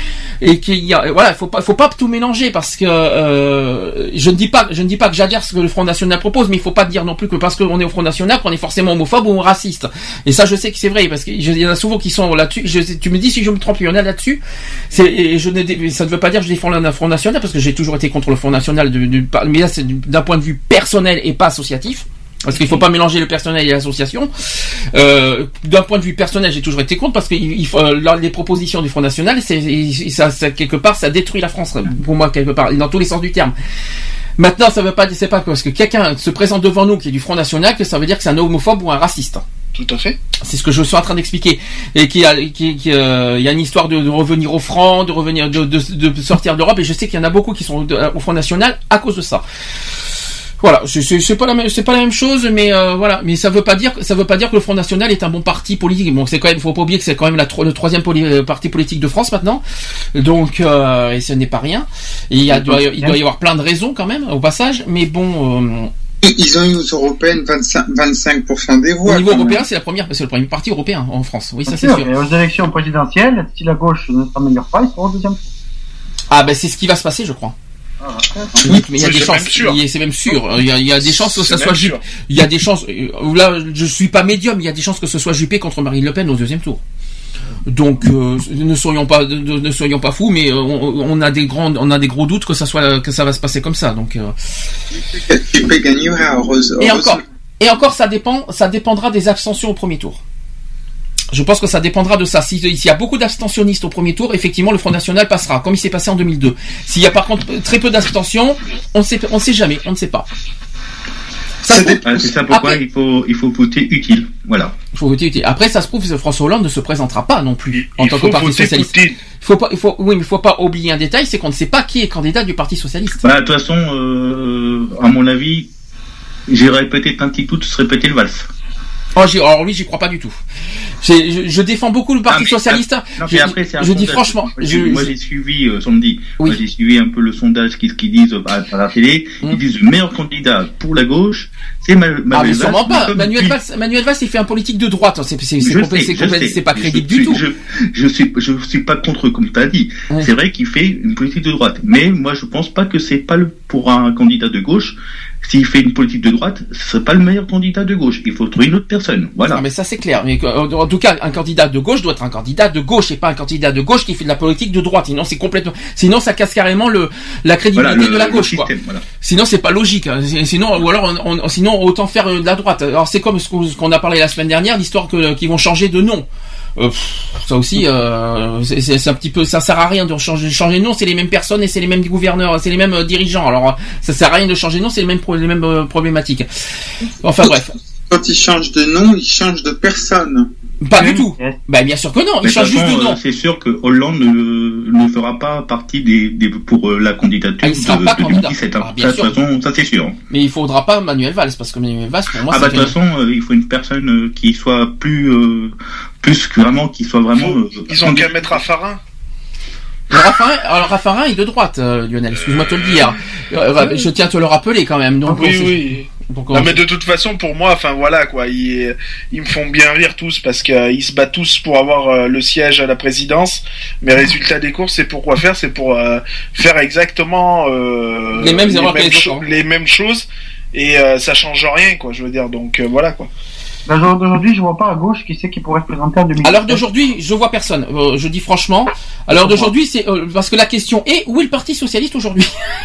Et qu'il y a, voilà, faut pas, faut pas tout mélanger parce que euh, je ne dis pas, je ne dis pas que j'adhère ce que le Front National propose, mais il faut pas dire non plus que parce qu'on est au Front National qu'on est forcément homophobe ou raciste. Et ça, je sais que c'est vrai parce qu'il y en a souvent qui sont là-dessus. Je, tu me dis si je me trompe, il y en a là-dessus. C'est, et je ne, ça ne veut pas dire que je défends le Front National parce que j'ai toujours été contre le Front National, de, de, mais là c'est d'un point de vue personnel et pas associatif. Parce qu'il faut pas mélanger le personnel et l'association. Euh, d'un point de vue personnel, j'ai toujours été contre parce que il faut, euh, les propositions du Front National, c'est, ça, ça, quelque part, ça détruit la France, pour moi, quelque part, dans tous les sens du terme. Maintenant, ça veut pas, c'est pas parce que quelqu'un se présente devant nous qui est du Front National que ça veut dire que c'est un homophobe ou un raciste. Tout à fait. C'est ce que je suis en train d'expliquer. Et qu'il y a, qu'il y a, il y a une histoire de, de revenir au franc, de revenir, de, de, de sortir d'Europe, et je sais qu'il y en a beaucoup qui sont au Front National à cause de ça. Voilà, c'est, c'est, c'est pas la même, c'est pas la même chose, mais euh, voilà, mais ça veut pas dire, ça veut pas dire que le Front National est un bon parti politique. Bon, c'est quand même, faut pas oublier que c'est quand même la, le troisième poli, parti politique de France maintenant, donc euh, et ce n'est pas rien. Et il y a, doit, il doit y avoir plein de raisons quand même au passage, mais bon. Euh, Ils ont une aux européennes vingt-cinq pour cent des voix. Au niveau européen, c'est la première, c'est le premier parti européen en France. Oui, ça c'est sûr. Et aux élections présidentielles, si la gauche ne s'améliore pas, ils seront au deuxième tour. Ah ben c'est ce qui va se passer, je crois. Ah, oui, mais il y a des chances. C'est même sûr. Il y a, il y a des chances que ça soit Juppé. Il y a des chances. Là, je suis pas médium. Il y a des chances que ce soit Juppé contre Marine Le Pen au deuxième tour. Donc, euh, ne soyons pas, ne, ne soyons pas fous, mais on, on a des grands, on a des gros doutes que ça soit, que ça va se passer comme ça. Donc. Euh... Juppé gagnera, heureusement. Et encore, et encore, ça dépend, ça dépendra des abstentions au premier tour. Je pense que ça dépendra de ça. S'il y a beaucoup d'abstentionnistes au premier tour, effectivement, le Front National passera, comme il s'est passé en deux mille deux. S'il y a par contre très peu d'abstention, on ne sait, on sait jamais, on ne sait pas. Ça se ah, c'est ça pourquoi Après, il faut, il faut voter utile. Voilà. Il faut voter utile. Après, ça se prouve que François Hollande ne se présentera pas non plus il, en tant que parti socialiste. Poutine. Il faut pas, il faut, oui, mais il faut pas oublier un détail, c'est qu'on ne sait pas qui est candidat du Parti socialiste. Bah, de toute façon, euh, à mon avis, j'irais peut-être un petit doute, ce serait peut-être Valls. Oh, j'y, alors lui, j'y crois pas du tout. J'ai, je, je défends beaucoup le Parti ah, mais, socialiste. Non, mais je, après, c'est un je dis franchement. Moi, je, moi j'ai suivi euh, samedi. Oui. Moi j'ai suivi un peu le sondage qu'ils, qu'ils disent à, à la télé. Hum. Ils disent le meilleur candidat pour la gauche, c'est Manuel Valls. Ah mais sûrement pas. Manuel Valls, Manuel Valls, il fait un politique de droite. C'est, c'est, c'est, complé- sais, c'est, complé- c'est pas crédible je, du tout. Je, je suis, je suis pas contre comme tu as dit. Ouais. C'est vrai qu'il fait une politique de droite, mais moi je pense pas que c'est pas le pour un candidat de gauche. S'il fait une politique de droite, ce serait pas le meilleur candidat de gauche. Il faut trouver une autre personne. Voilà. Non, mais ça c'est clair. Mais en tout cas, un candidat de gauche doit être un candidat de gauche et pas un candidat de gauche qui fait de la politique de droite. Sinon, c'est complètement. Sinon, ça casse carrément le la crédibilité voilà, le, de la gauche. Système, quoi. Voilà. Sinon, c'est pas logique. Sinon, ou alors, on, on, sinon autant faire de la droite. Alors, c'est comme ce qu'on a parlé la semaine dernière, l'histoire que qu'ils vont changer de nom. Euh, pff, ça aussi, euh, c'est, c'est, c'est un petit peu, ça sert à rien de changer, changer de nom. C'est les mêmes personnes et c'est les mêmes gouverneurs, c'est les mêmes euh, dirigeants. Alors, ça sert à rien de changer de nom, c'est les mêmes, les mêmes euh, problématiques. Enfin bref. Quand ils changent de nom, ils changent de personne. Pas du tout. Bah bien sûr que non. Il change juste de nom. Euh, c'est sûr que Hollande ne, ne fera pas partie des, des pour euh, la candidature ah, de, de deux mille dix-sept. Ah, ça, de toute façon, ça c'est sûr. Mais il faudra pas Manuel Valls parce que Manuel Valls pour moi. Ah bah de toute façon, euh, il faut une personne euh, qui soit plus euh, plus vraiment qui soit vraiment. Faut, euh, ils ont qu'à mettre Raffarin. Le Raffarin, alors Raffarin est de droite, euh, Lionel. Excuse-moi de te le dire. Euh, je tiens à te le rappeler quand même. Donc, oui, oui. Donc, non, mais de toute façon, pour moi, enfin voilà quoi, ils, ils me font bien rire tous parce qu'ils euh, se battent tous pour avoir euh, le siège à la présidence. Mais résultat des courses, c'est pour quoi faire ? C'est pour euh, faire exactement euh, les mêmes les erreurs, mêmes, les, cho- les mêmes choses et euh, ça change rien quoi. Je veux dire, donc euh, voilà quoi. À l'heure d'aujourd'hui, je vois pas à gauche qui c'est qui pourrait se présenter en deux mille dix-sept. À l'heure d'aujourd'hui, je vois personne. Euh, je dis franchement. À l'heure d'aujourd'hui, c'est euh, parce que la question est où est le Parti socialiste aujourd'hui ?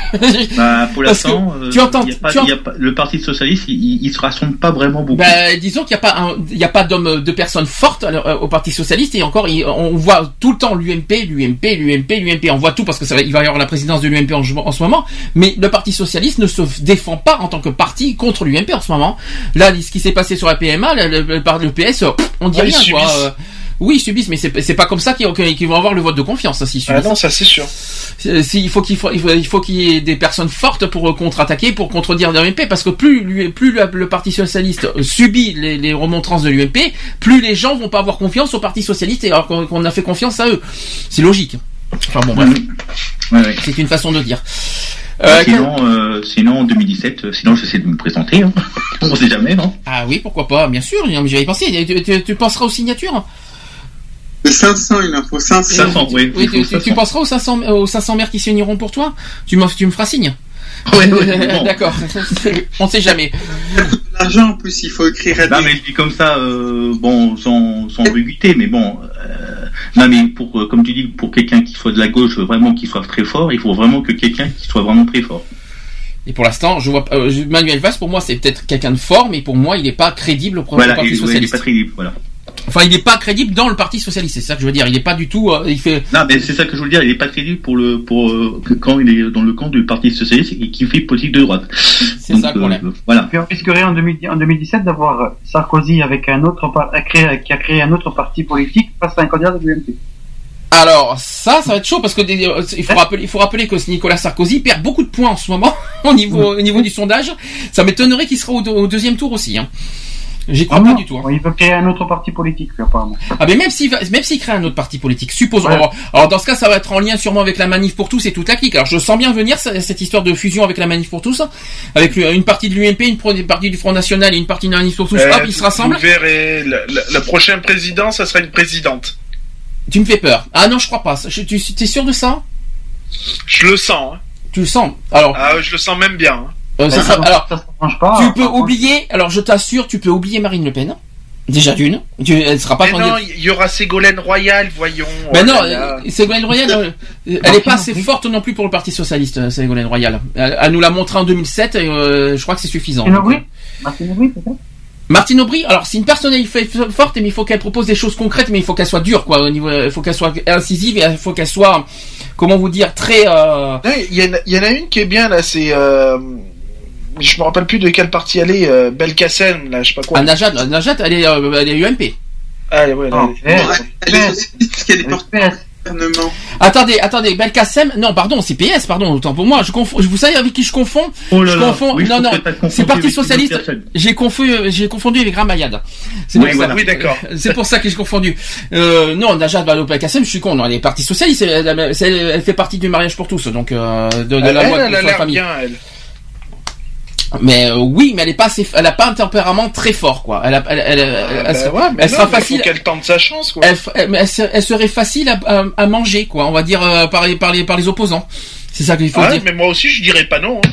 Bah pour l'instant, euh, tu entends, y a pas, tu en... y a pas, le Parti socialiste, il, il se rassemble pas vraiment beaucoup. Bah, disons qu'il y a pas, un, il y a pas d'hommes, de personnes fortes euh, au Parti socialiste et encore, il, on voit tout le temps l'U M P, l'U M P, l'U M P, l'U M P. On voit tout parce que ça va, il va y avoir la présidence de l'U M P en, en ce moment. Mais le Parti socialiste ne se défend pas en tant que parti contre l'U M P en ce moment. Là, ce qui s'est passé sur la P M A, le, le, le, le P S, on dit ouais, rien ils quoi. Euh, oui, ils subissent, mais c'est, c'est pas comme ça qu'ils, qu'ils vont avoir le vote de confiance. Ça, s'ils subissent. Ah non, ça c'est sûr. Si, il faut qu'il faut, il faut, il faut qu'il y ait des personnes fortes pour contre-attaquer, pour contredire l'U M P, parce que plus, plus le, le Parti socialiste subit les, les remontrances de l'U M P, plus les gens vont pas avoir confiance au Parti socialiste, alors qu'on, qu'on a fait confiance à eux. C'est logique. Enfin bon, bref. Ouais, ouais. C'est une façon de dire. Euh, sinon, quel... euh, sinon en deux mille dix-sept, euh, sinon j'essaie de me présenter. Hein. On sait jamais, non ? Ah oui, pourquoi pas, bien sûr. J'y pensé. Tu, tu, tu penseras aux signatures ? Les cinq cents, il en faut cinq cents. cinq cents, oui. Oui, tu, tu, tu penseras aux cinq cents, aux cinq cents maires qui signeront pour toi ? Tu me, tu me feras signe ? Ouais, ouais, bon. D'accord. On sait jamais. L'argent, en plus, il faut écrire à Non, des... mais je dis comme ça, euh, bon, sans, sans ambiguïté, mais bon, euh, non, mais pour, euh, comme tu dis, pour quelqu'un qui soit de la gauche, vraiment qui soit très fort, il faut vraiment que quelqu'un qui soit vraiment très fort. Et pour l'instant, je vois euh, Manuel Valls, pour moi, c'est peut-être quelqu'un de fort, mais pour moi, il n'est pas crédible au voilà, Parti il, socialiste. Ouais, il est pas crédible, voilà. Enfin, il n'est pas crédible dans le Parti socialiste, c'est ça que je veux dire. Il n'est pas du tout. Euh, il fait. Non, mais c'est ça que je veux dire. Il n'est pas crédible pour le pour euh, quand il est dans le camp du Parti socialiste et qui fait politique de droite. C'est Donc, ça le problème. Euh, voilà. Puis on risquerait en, deux mille, en deux mille dix-sept d'avoir Sarkozy avec un autre par, a créé, qui a créé un autre parti politique face à un candidat de l'U M P. Alors ça, ça va être chaud parce que euh, il faut rappeler, il faut rappeler que Nicolas Sarkozy perd beaucoup de points en ce moment au niveau au niveau du sondage. Ça m'étonnerait qu'il sera au, au deuxième tour aussi. Hein. J'y crois ah pas non. du tout. Hein. Il veut créer un autre parti politique, apparemment. Ah mais même s'il va, même s'il crée un autre parti politique, supposons. Ouais. Alors, alors dans ce cas, ça va être en lien sûrement avec la Manif pour tous et toute la clique. Alors je sens bien venir cette histoire de fusion avec la Manif pour tous, avec une partie de l'U M P, une partie du Front National et une partie de la Manif pour tous. Euh, hop, ils se rassemblent. Vous verrez, le, le, le prochain président, ça sera une présidente. Tu me fais peur. Ah non, je crois pas. Tu es sûr de ça? Je le sens. Hein. Tu le sens? Alors. Ah, je le sens même bien. Hein. Euh, ça sera, alors, pas, tu peux oublier. Alors, je t'assure, tu peux oublier Marine Le Pen. Déjà d'une, tu, elle sera pas. Mais non, il y aura Ségolène Royal, voyons. Mais non, euh, Ségolène Royal, elle, elle est pas assez forte non plus pour le Parti socialiste, Ségolène Royal. Elle, elle nous l'a montré en deux mille sept et euh, je crois que c'est suffisant. Martine Aubry, Martine Aubry peut-être. Martine Aubry, alors c'est une personnalité forte, mais il faut qu'elle propose des choses concrètes, mais il faut qu'elle soit dure, quoi. Au niveau, il faut qu'elle soit incisive et il faut qu'elle soit, comment vous dire, très. Euh... Il y, y en a une qui est bien là, c'est. Euh... Je me rappelle plus de quelle partie elle est, euh, Belkacem, là, je sais pas quoi. Ah, Najat, Najat, elle est, euh, elle est U M P. Ah, ouais, non, elle, elle, elle est socialiste, qu'elle est portée gouvernement. Attendez, attendez, Belkacem, non, pardon, c'est P S, pardon, autant pour moi, je confonds, vous savez avec qui je confonds? Oh là je là, confonds, oui, non, non, c'est Parti Socialiste, j'ai confondu, j'ai confondu avec Ramayad. C'est oui, pour voilà. ça. Oui, d'accord. C'est pour ça que j'ai confondu. Euh, non, Najat Vallaud-Belkacem, je suis con, non, elle est Parti Socialiste, elle, elle, elle, elle fait partie du mariage pour tous, donc, euh, de, de elle, la loi elle, de elle a l'air famille. bien, elle. Mais euh, oui, mais elle est pas assez, elle a pas un tempérament très fort, quoi. Elle, a, elle, elle, elle, ah, elle, bah ouais, elle non, sera facile. Faut qu'elle tente sa chance, quoi. Elle, elle, elle, elle serait facile à, à, à manger, quoi. On va dire euh, par les par les par les opposants. C'est ça qu'il faut ah, dire. Mais moi aussi, je dirais pas non. Hein.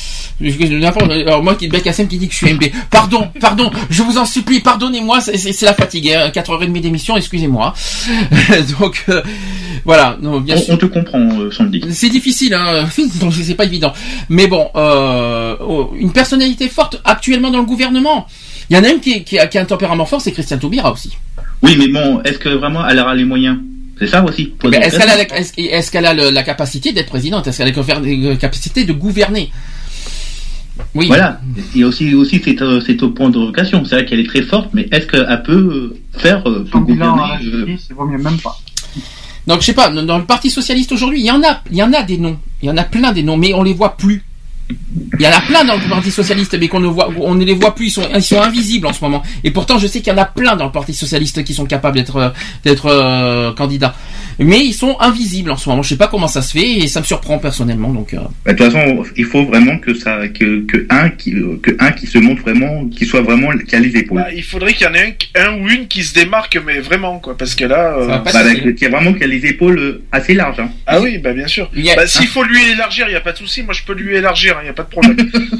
Alors moi qui Belkacem qui dit que je suis M B. Pardon, pardon, je vous en supplie, pardonnez-moi, c'est, c'est, c'est la fatigue, hein, quatre heures trente d'émission, excusez-moi. Donc euh, voilà, non, bien on, sûr. On te comprend, euh, Sandy. C'est difficile, hein, donc c'est pas évident. Mais bon, euh, oh, une personnalité forte actuellement dans le gouvernement. Il y en a une qui, qui, a, qui a un tempérament fort, c'est Christiane Taubira aussi. Oui, mais bon, est-ce que vraiment elle aura les moyens? C'est ça aussi. Mais est-ce qu'elle a, la, est-ce, est-ce qu'elle a le, la capacité d'être présidente? Est-ce qu'elle a la capacité de gouverner? Oui. Voilà. Il y a aussi, aussi cette, cette point de vocation. C'est vrai qu'elle est très forte, mais est-ce qu'elle peut faire, peut gouverner, euh... c'est vaut mieux même pas. Donc, je sais pas, dans le Parti Socialiste aujourd'hui, il y en a, il y en a des noms. Il y en a plein des noms, mais on les voit plus. Il y en a plein dans le Parti Socialiste, mais qu'on ne voit, on ne les voit plus, ils sont, ils sont invisibles en ce moment. Et pourtant, je sais qu'il y en a plein dans le Parti Socialiste qui sont capables d'être, d'être euh, candidats. Mais ils sont invisibles en ce moment. Je sais pas comment ça se fait et ça me surprend personnellement. Donc, euh... bah, de toute façon, il faut vraiment que ça, que, que un qui, que un qui se montre vraiment, qui soit vraiment, qui a les épaules. Bah, il faudrait qu'il y en ait un, un ou une qui se démarque, mais vraiment, quoi, parce que là, euh... bah, bah, qui a vraiment qui a les épaules assez larges. Hein. Ah oui, bah bien sûr. A... Bah, s'il faut lui élargir, il y a pas de souci. Moi, je peux lui élargir, il hein, y a pas de problème.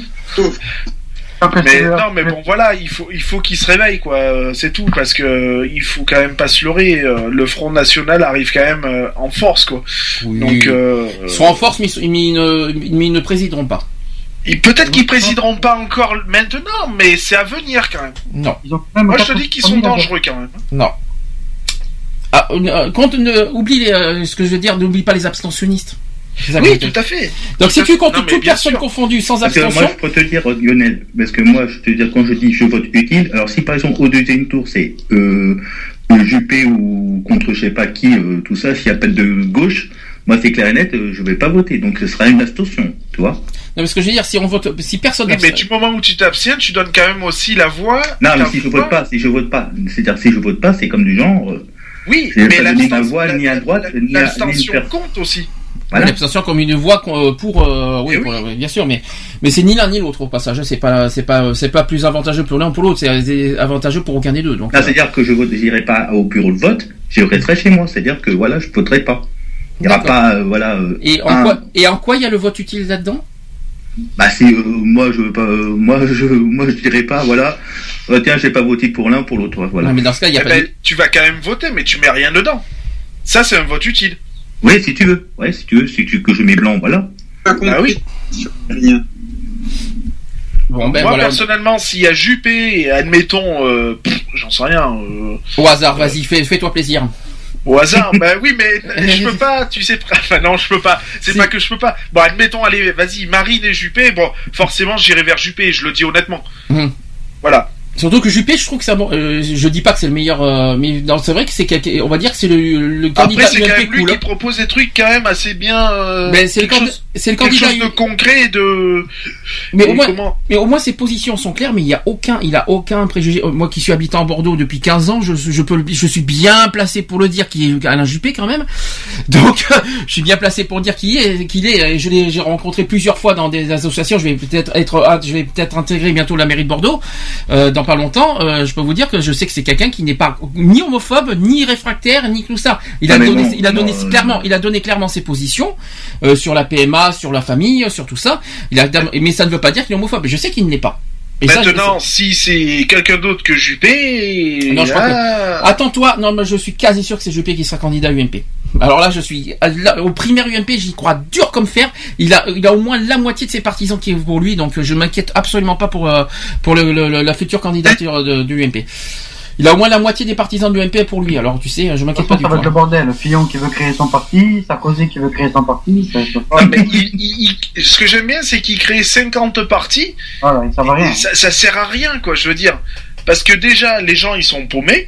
Mais non, mais bon, voilà, il faut, il faut qu'il se réveille, quoi. Euh, c'est tout, parce que il faut quand même pas se leurrer. Euh, le Front National arrive quand même euh, en force, quoi. Oui. Donc, euh, ils sont en force, mais ils, mais ils, ne, mais ils ne présideront pas. Et peut-être qu'ils présideront pas encore maintenant, mais c'est à venir quand même. Non. Moi, je te dis qu'ils sont dangereux quand même. Non. Ah, euh, compte, ne, oublie les, euh, ce que je veux dire, n'oublie pas les abstentionnistes. Oui, tout à fait. Donc tout si tu comptes non, toutes personnes confondues sans parce abstention... Que moi je peux te dire, Lionel, parce que moi je te dire quand je dis je vote utile, alors si par exemple au deuxième tour c'est euh, Juppé ou contre je sais pas qui, euh, tout ça, s'il n'y a pas de gauche, moi c'est clair et net, euh, je vais pas voter, donc ce sera une abstention, tu vois. Non, parce que je veux dire, si on vote, si personne. Oui, mais du moment où tu t'abstiens, tu donnes quand même aussi la voix. Non, mais si je vote pas, si je vote pas, c'est-à-dire si je vote pas, c'est comme du genre. Euh, oui, mais pas donner ma voix ni à droite, ni à. L'abstention compte aussi. Voilà. L'abstention comme une voix pour, euh, oui, pour, oui, bien sûr, mais mais c'est ni l'un ni l'autre au passage. C'est pas, c'est pas, c'est pas plus avantageux pour l'un ou pour l'autre. C'est avantageux pour aucun des deux. Donc. Non, euh... c'est-à-dire que je vote, j'irai pas au bureau de vote. Je resterai chez moi. C'est-à-dire que voilà, je voterai pas. Il n'y aura pas, euh, voilà. Euh, et en un... quoi, et en quoi il y a le vote utile là-dedans? Bah c'est, euh, moi je veux pas, euh, moi je, moi je dirais pas, voilà. Euh, tiens, j'ai pas voté pour l'un, pour l'autre. Voilà. Non, mais dans ce cas, il y a eh pas. Ben, de... Tu vas quand même voter, mais tu mets rien dedans. Ça, c'est un vote utile. Oui, si tu veux. Ouais, si tu veux, si tu que je mets blanc, voilà. Pas compris. Ah oui. Rien. Bon, ben Moi, voilà. personnellement, s'il y a Juppé, admettons, euh, pff, j'en sais rien. Euh, Au hasard, vas-y, fais, fais-toi plaisir. Au hasard, bah oui, mais je peux pas, tu sais, enfin non, je peux pas, c'est si. Pas que je peux pas. Bon, admettons, allez, vas-y, Marine et Juppé, bon, forcément, j'irai vers Juppé, je le dis honnêtement. Mmh. Voilà. Surtout que Juppé, je trouve que ça, euh, je dis pas que c'est le meilleur, euh, mais non, c'est vrai que c'est, on va dire que c'est le, le candidat. Après, c'est quand même lui cool. Qui propose des trucs quand même assez bien. Euh, mais c'est le, candi- chose, c'est le candidat. Quelque chose de concret et de. Mais au moins, comment... mais au moins ses positions sont claires, mais il y a aucun, il a aucun préjugé. Moi qui suis habitant à Bordeaux depuis quinze ans, je, je peux, je suis bien placé pour le dire qu'il est Alain Juppé quand même. Donc, je suis bien placé pour dire qu'il est, qu'il est. Je l'ai, j'ai rencontré plusieurs fois dans des associations. Je vais peut-être être, je vais peut-être intégrer bientôt la mairie de Bordeaux euh, dans pas longtemps. Euh, je peux vous dire que je sais que c'est quelqu'un qui n'est pas ni homophobe, ni réfractaire, ni tout ça. Il a ah donné, non, il a donné non, clairement, non. il a donné clairement ses positions euh, sur la P M A, sur la famille, sur tout ça. Il a, mais ça ne veut pas dire qu'il est homophobe. Je sais qu'il ne l'est pas. Et maintenant, ça, si c'est quelqu'un d'autre que Juppé, non, je crois que... attends-toi. Non, mais je suis quasi sûr que c'est Juppé qui sera candidat à U M P. Alors là, je suis là, au primaire U M P, j'y crois dur comme fer. Il a, il a au moins la moitié de ses partisans qui est pour lui, donc je m'inquiète absolument pas pour pour le, le, la future candidature de, de U M P. Il a au moins la moitié des partisans de l'U M P pour lui, alors tu sais, je m'inquiète pas du tout. Ça va être le bordel. Fillon qui veut créer son parti, Sarkozy qui veut créer son parti, ça se passe. Mais il, il, il, ce que j'aime bien, c'est qu'il crée cinquante partis. Voilà, ça va rien. Ça, ça sert à rien, quoi, je veux dire. Parce que déjà, les gens, ils sont paumés.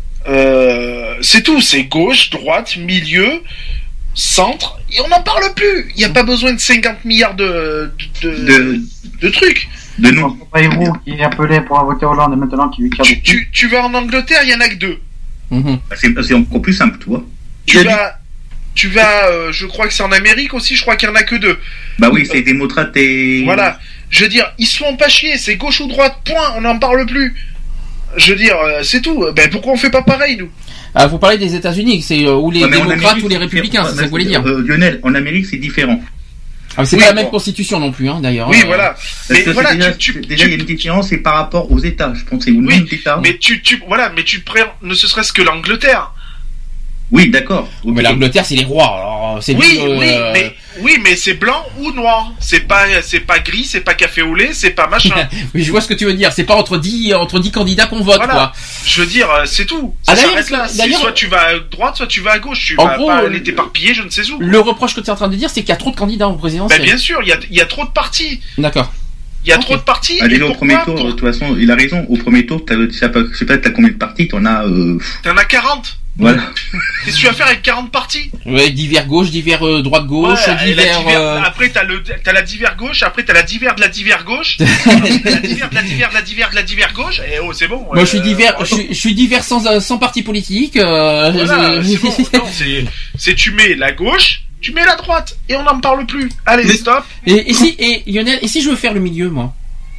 Euh, c'est tout, c'est gauche, droite, milieu, centre, et on n'en parle plus. Il n'y a pas besoin de cinquante milliards de, de, de, de, de trucs. De nous. Bayrou qui appelait pour voter Hollande et maintenant qui lui tire tu, tu, tu vas en Angleterre, il y en a que deux. Mmh. C'est, c'est encore plus simple, tu vois. Tu vas, tu vas, euh, je crois que c'est en Amérique aussi, je crois qu'il y en a que deux. Bah oui, c'est euh, démocrate et. Voilà. Je veux dire, ils se font pas chier, c'est gauche ou droite, point, on n'en parle plus. Je veux dire, euh, c'est tout. Ben pourquoi on fait pas pareil, nous? Ah, vous parlez des États-Unis, c'est euh, ou les ouais, démocrates Amérique, ou les républicains, c'est ça que vous voulez dire. Euh, Lionel, en Amérique, c'est différent. Ah, c'est oui, pas la bon. Même constitution non plus, hein, d'ailleurs. Oui, euh, voilà. Mais voilà, déjà, tu, tu, déjà, il y a une différence, c'est par rapport aux États. Je pense que c'est au oui, nombre d'États. Mais tu, tu, voilà, mais tu prends, ne serait-ce que l'Angleterre. Oui, d'accord. Okay. Mais l'Angleterre, c'est les rois. Alors, c'est oui, euh, oui, mais oui, mais c'est blanc ou noir. C'est pas, c'est pas gris, c'est pas café au lait, c'est pas machin. Oui, je vois ce que tu veux dire. C'est pas entre dix, entre dix candidats qu'on vote, voilà. Quoi. Je veux dire, c'est tout. Ça ah, s'arrête là. C'est soit tu vas à droite, soit tu vas à gauche. Tu vas gros, pas aller t'éparpiller, je ne sais où. Le reproche que tu es en train de dire, c'est qu'il y a trop de candidats au présidentiel. Ben bien sûr, il y a, il y a trop de partis. D'accord. Il y a okay. trop de partis. Allez, au premier tour, de toute façon, il a raison. Au premier tour, je sais pas, je sais pas, t'as combien de partis? T'en as. Euh... T'en as quarante. Voilà. Qu'est-ce que tu vas faire avec quarante partis? Ouais, divers gauche, divers euh, droite gauche, ouais, divers. divers euh... Après t'as le, t'as la divers gauche. Après t'as la divers de la divers gauche. la divers de la divers de la divers de la divers gauche. Et oh, c'est bon. Moi, euh... je suis divers. Je suis, je suis divers sans sans parti politique. Euh... Voilà, c'est bon. Non, c'est, c'est tu mets la gauche, tu mets la droite, et on n'en parle plus. Allez, mais... stop. Et, et si, et Lionel, et si je veux faire le milieu, moi?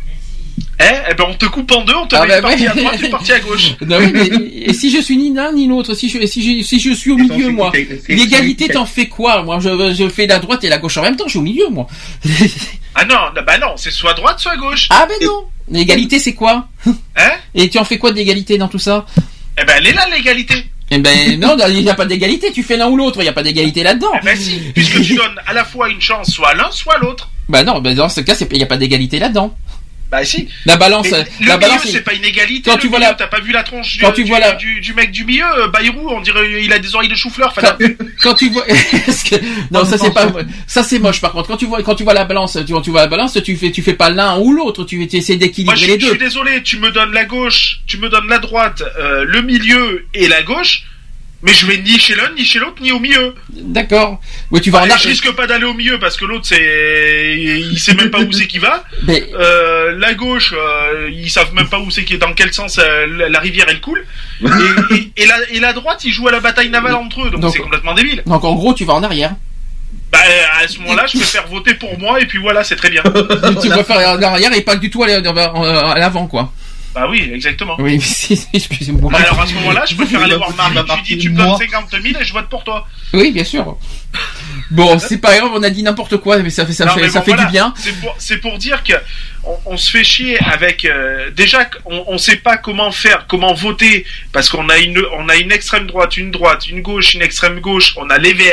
Eh, eh ben on te coupe en deux, on te ah met bah une partie ouais. à droite, une partie à gauche. Non, oui, mais, et si je suis ni l'un ni l'autre, si je, si je, si je suis au milieu, moi, l'égalité t'en fait quoi? Moi, je, je fais la droite et la gauche en même temps, je suis au milieu, moi. Ah non, bah non, c'est soit droite, soit gauche. Ah ben non. L'égalité, c'est quoi? Hein? Et tu en fais quoi de l'égalité dans tout ça? Eh ben elle est là, l'égalité. Eh ben non, il n'y a pas d'égalité, tu fais l'un ou l'autre, il n'y a pas d'égalité là-dedans. Eh ben si, puisque tu donnes à la fois une chance, soit l'un, soit l'autre. Bah non, ben dans ce cas, il n'y a pas d'égalité là-dedans. Bah si. La balance, mais la le balance, milieu, c'est pas une égalité. Quand le tu milieu, vois la, t'as pas vu la tronche quand du, tu vois du, la... du, du mec du milieu, Bayrou, on dirait il a des oreilles de chou-fleur. Quand, quand tu vois, que... non, ça c'est pas, ça c'est moche. Par contre, quand tu vois, quand tu vois la balance, tu, quand tu vois la balance, tu fais, tu fais pas l'un ou l'autre, tu, tu essaies d'équilibrer Moi, je, les deux. Je suis désolé, tu me donnes la gauche, tu me donnes la droite, euh, le milieu et la gauche. Mais je vais ni chez l'un, ni chez l'autre, ni au milieu. D'accord. Oui, tu vas bah, en je risque pas d'aller au milieu parce que l'autre, c'est, il sait même pas où c'est qu'il va. Mais... Euh, la gauche, euh, ils savent même pas où c'est qu'il, dans quel sens euh, la rivière elle coule. et, et, et, la, et la droite, ils jouent à la bataille navale entre eux, donc, donc c'est complètement débile. Donc en gros, tu vas en arrière. Bah à ce moment-là, je préfère voter pour moi et puis voilà, c'est très bien. Tu vas faire en arrière et pas du tout aller à l'avant, quoi. Bah oui, exactement. Oui, si, excusez-moi. Bah alors à ce moment-là, je préfère aller voir Marie, tu dis tu me donnes cinquante mille et je vote pour toi. Oui, bien sûr. Bon, c'est pas grave, on a dit n'importe quoi, mais ça fait ça non, fait ça bon, fait voilà, du bien. C'est pour c'est pour dire que on, on se fait chier avec euh, déjà on, on sait pas comment faire, comment voter parce qu'on a une on a une extrême droite, une droite, une gauche, une extrême gauche, on a les Verts,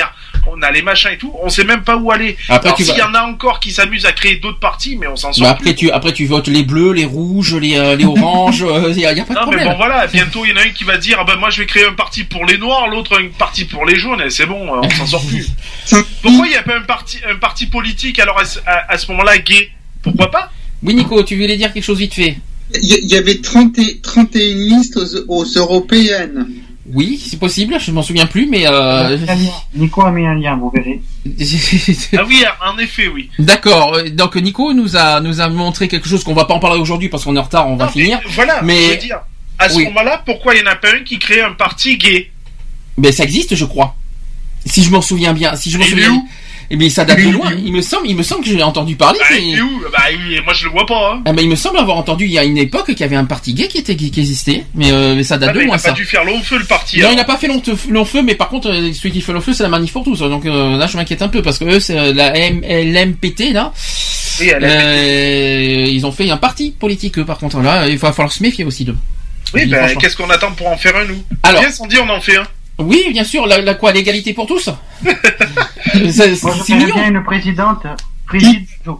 on a les machins et tout, on sait même pas où aller. Après, Alors tu s'il vas- y en a encore qui s'amusent à créer d'autres partis, mais on s'en sort Bah, plus. après tu après tu votes les bleus, les rouges, les euh, les oranges, il y, a y a pas de Non mais problème. bon voilà, bientôt il y en a un qui va dire ah ben moi je vais créer un parti pour les noirs, l'autre un parti pour les jaunes, et c'est bon, on s'en sort plus. Pourquoi il n'y a pas un parti un parti politique alors à, ce- à, à ce moment-là gay? Pourquoi pas? Oui Nico, tu voulais dire quelque chose vite fait? Il y, il y avait trente et, trente et une listes aux, aux européennes. Oui, c'est possible, je m'en souviens plus, mais euh... Nico a mis un lien, vous verrez. Ah oui, en effet, oui. D'accord. Donc Nico nous a nous a montré quelque chose qu'on va pas en parler aujourd'hui parce qu'on est en retard, on va Non, finir. mais voilà, mais je veux dire, à ce oui. moment-là, pourquoi il n'y en a pas un qui crée un parti gay? Ben ça existe, je crois. Si je m'en souviens bien, si je m'en Il est souviens. où? Eh bien, ça date de loin. Il me semble, il me semble que j'ai entendu parler. Bah, c'est- il est où? Bah, il- moi je le vois pas. Hein. Ah ben, il me semble avoir entendu il y a une époque qu'il y avait un parti gay qui était qui, qui existait, mais, euh, mais ça date Ah, de mais il loin n'a ça. pas dû faire long feu le parti. Non, alors. il n'a pas fait long, long feu, mais par contre, euh, celui qui fait long feu, c'est la manif pour tous. Donc euh, là, je m'inquiète un peu parce que eux, c'est euh, la M- l'M P T là. Oui, elle euh, ils ont fait un parti politique. Eux, par contre, là, il va falloir se méfier aussi d'eux. Oui, Je dis bah, franchement. qu'est-ce qu'on attend pour en faire un, nous? Alors- Viens, Sandy, on en fait un. Oui, bien sûr. La, la quoi, l'égalité pour tous. C'est Moi, je c'est connais mignon. bien une présidente, Brigitte Bardot.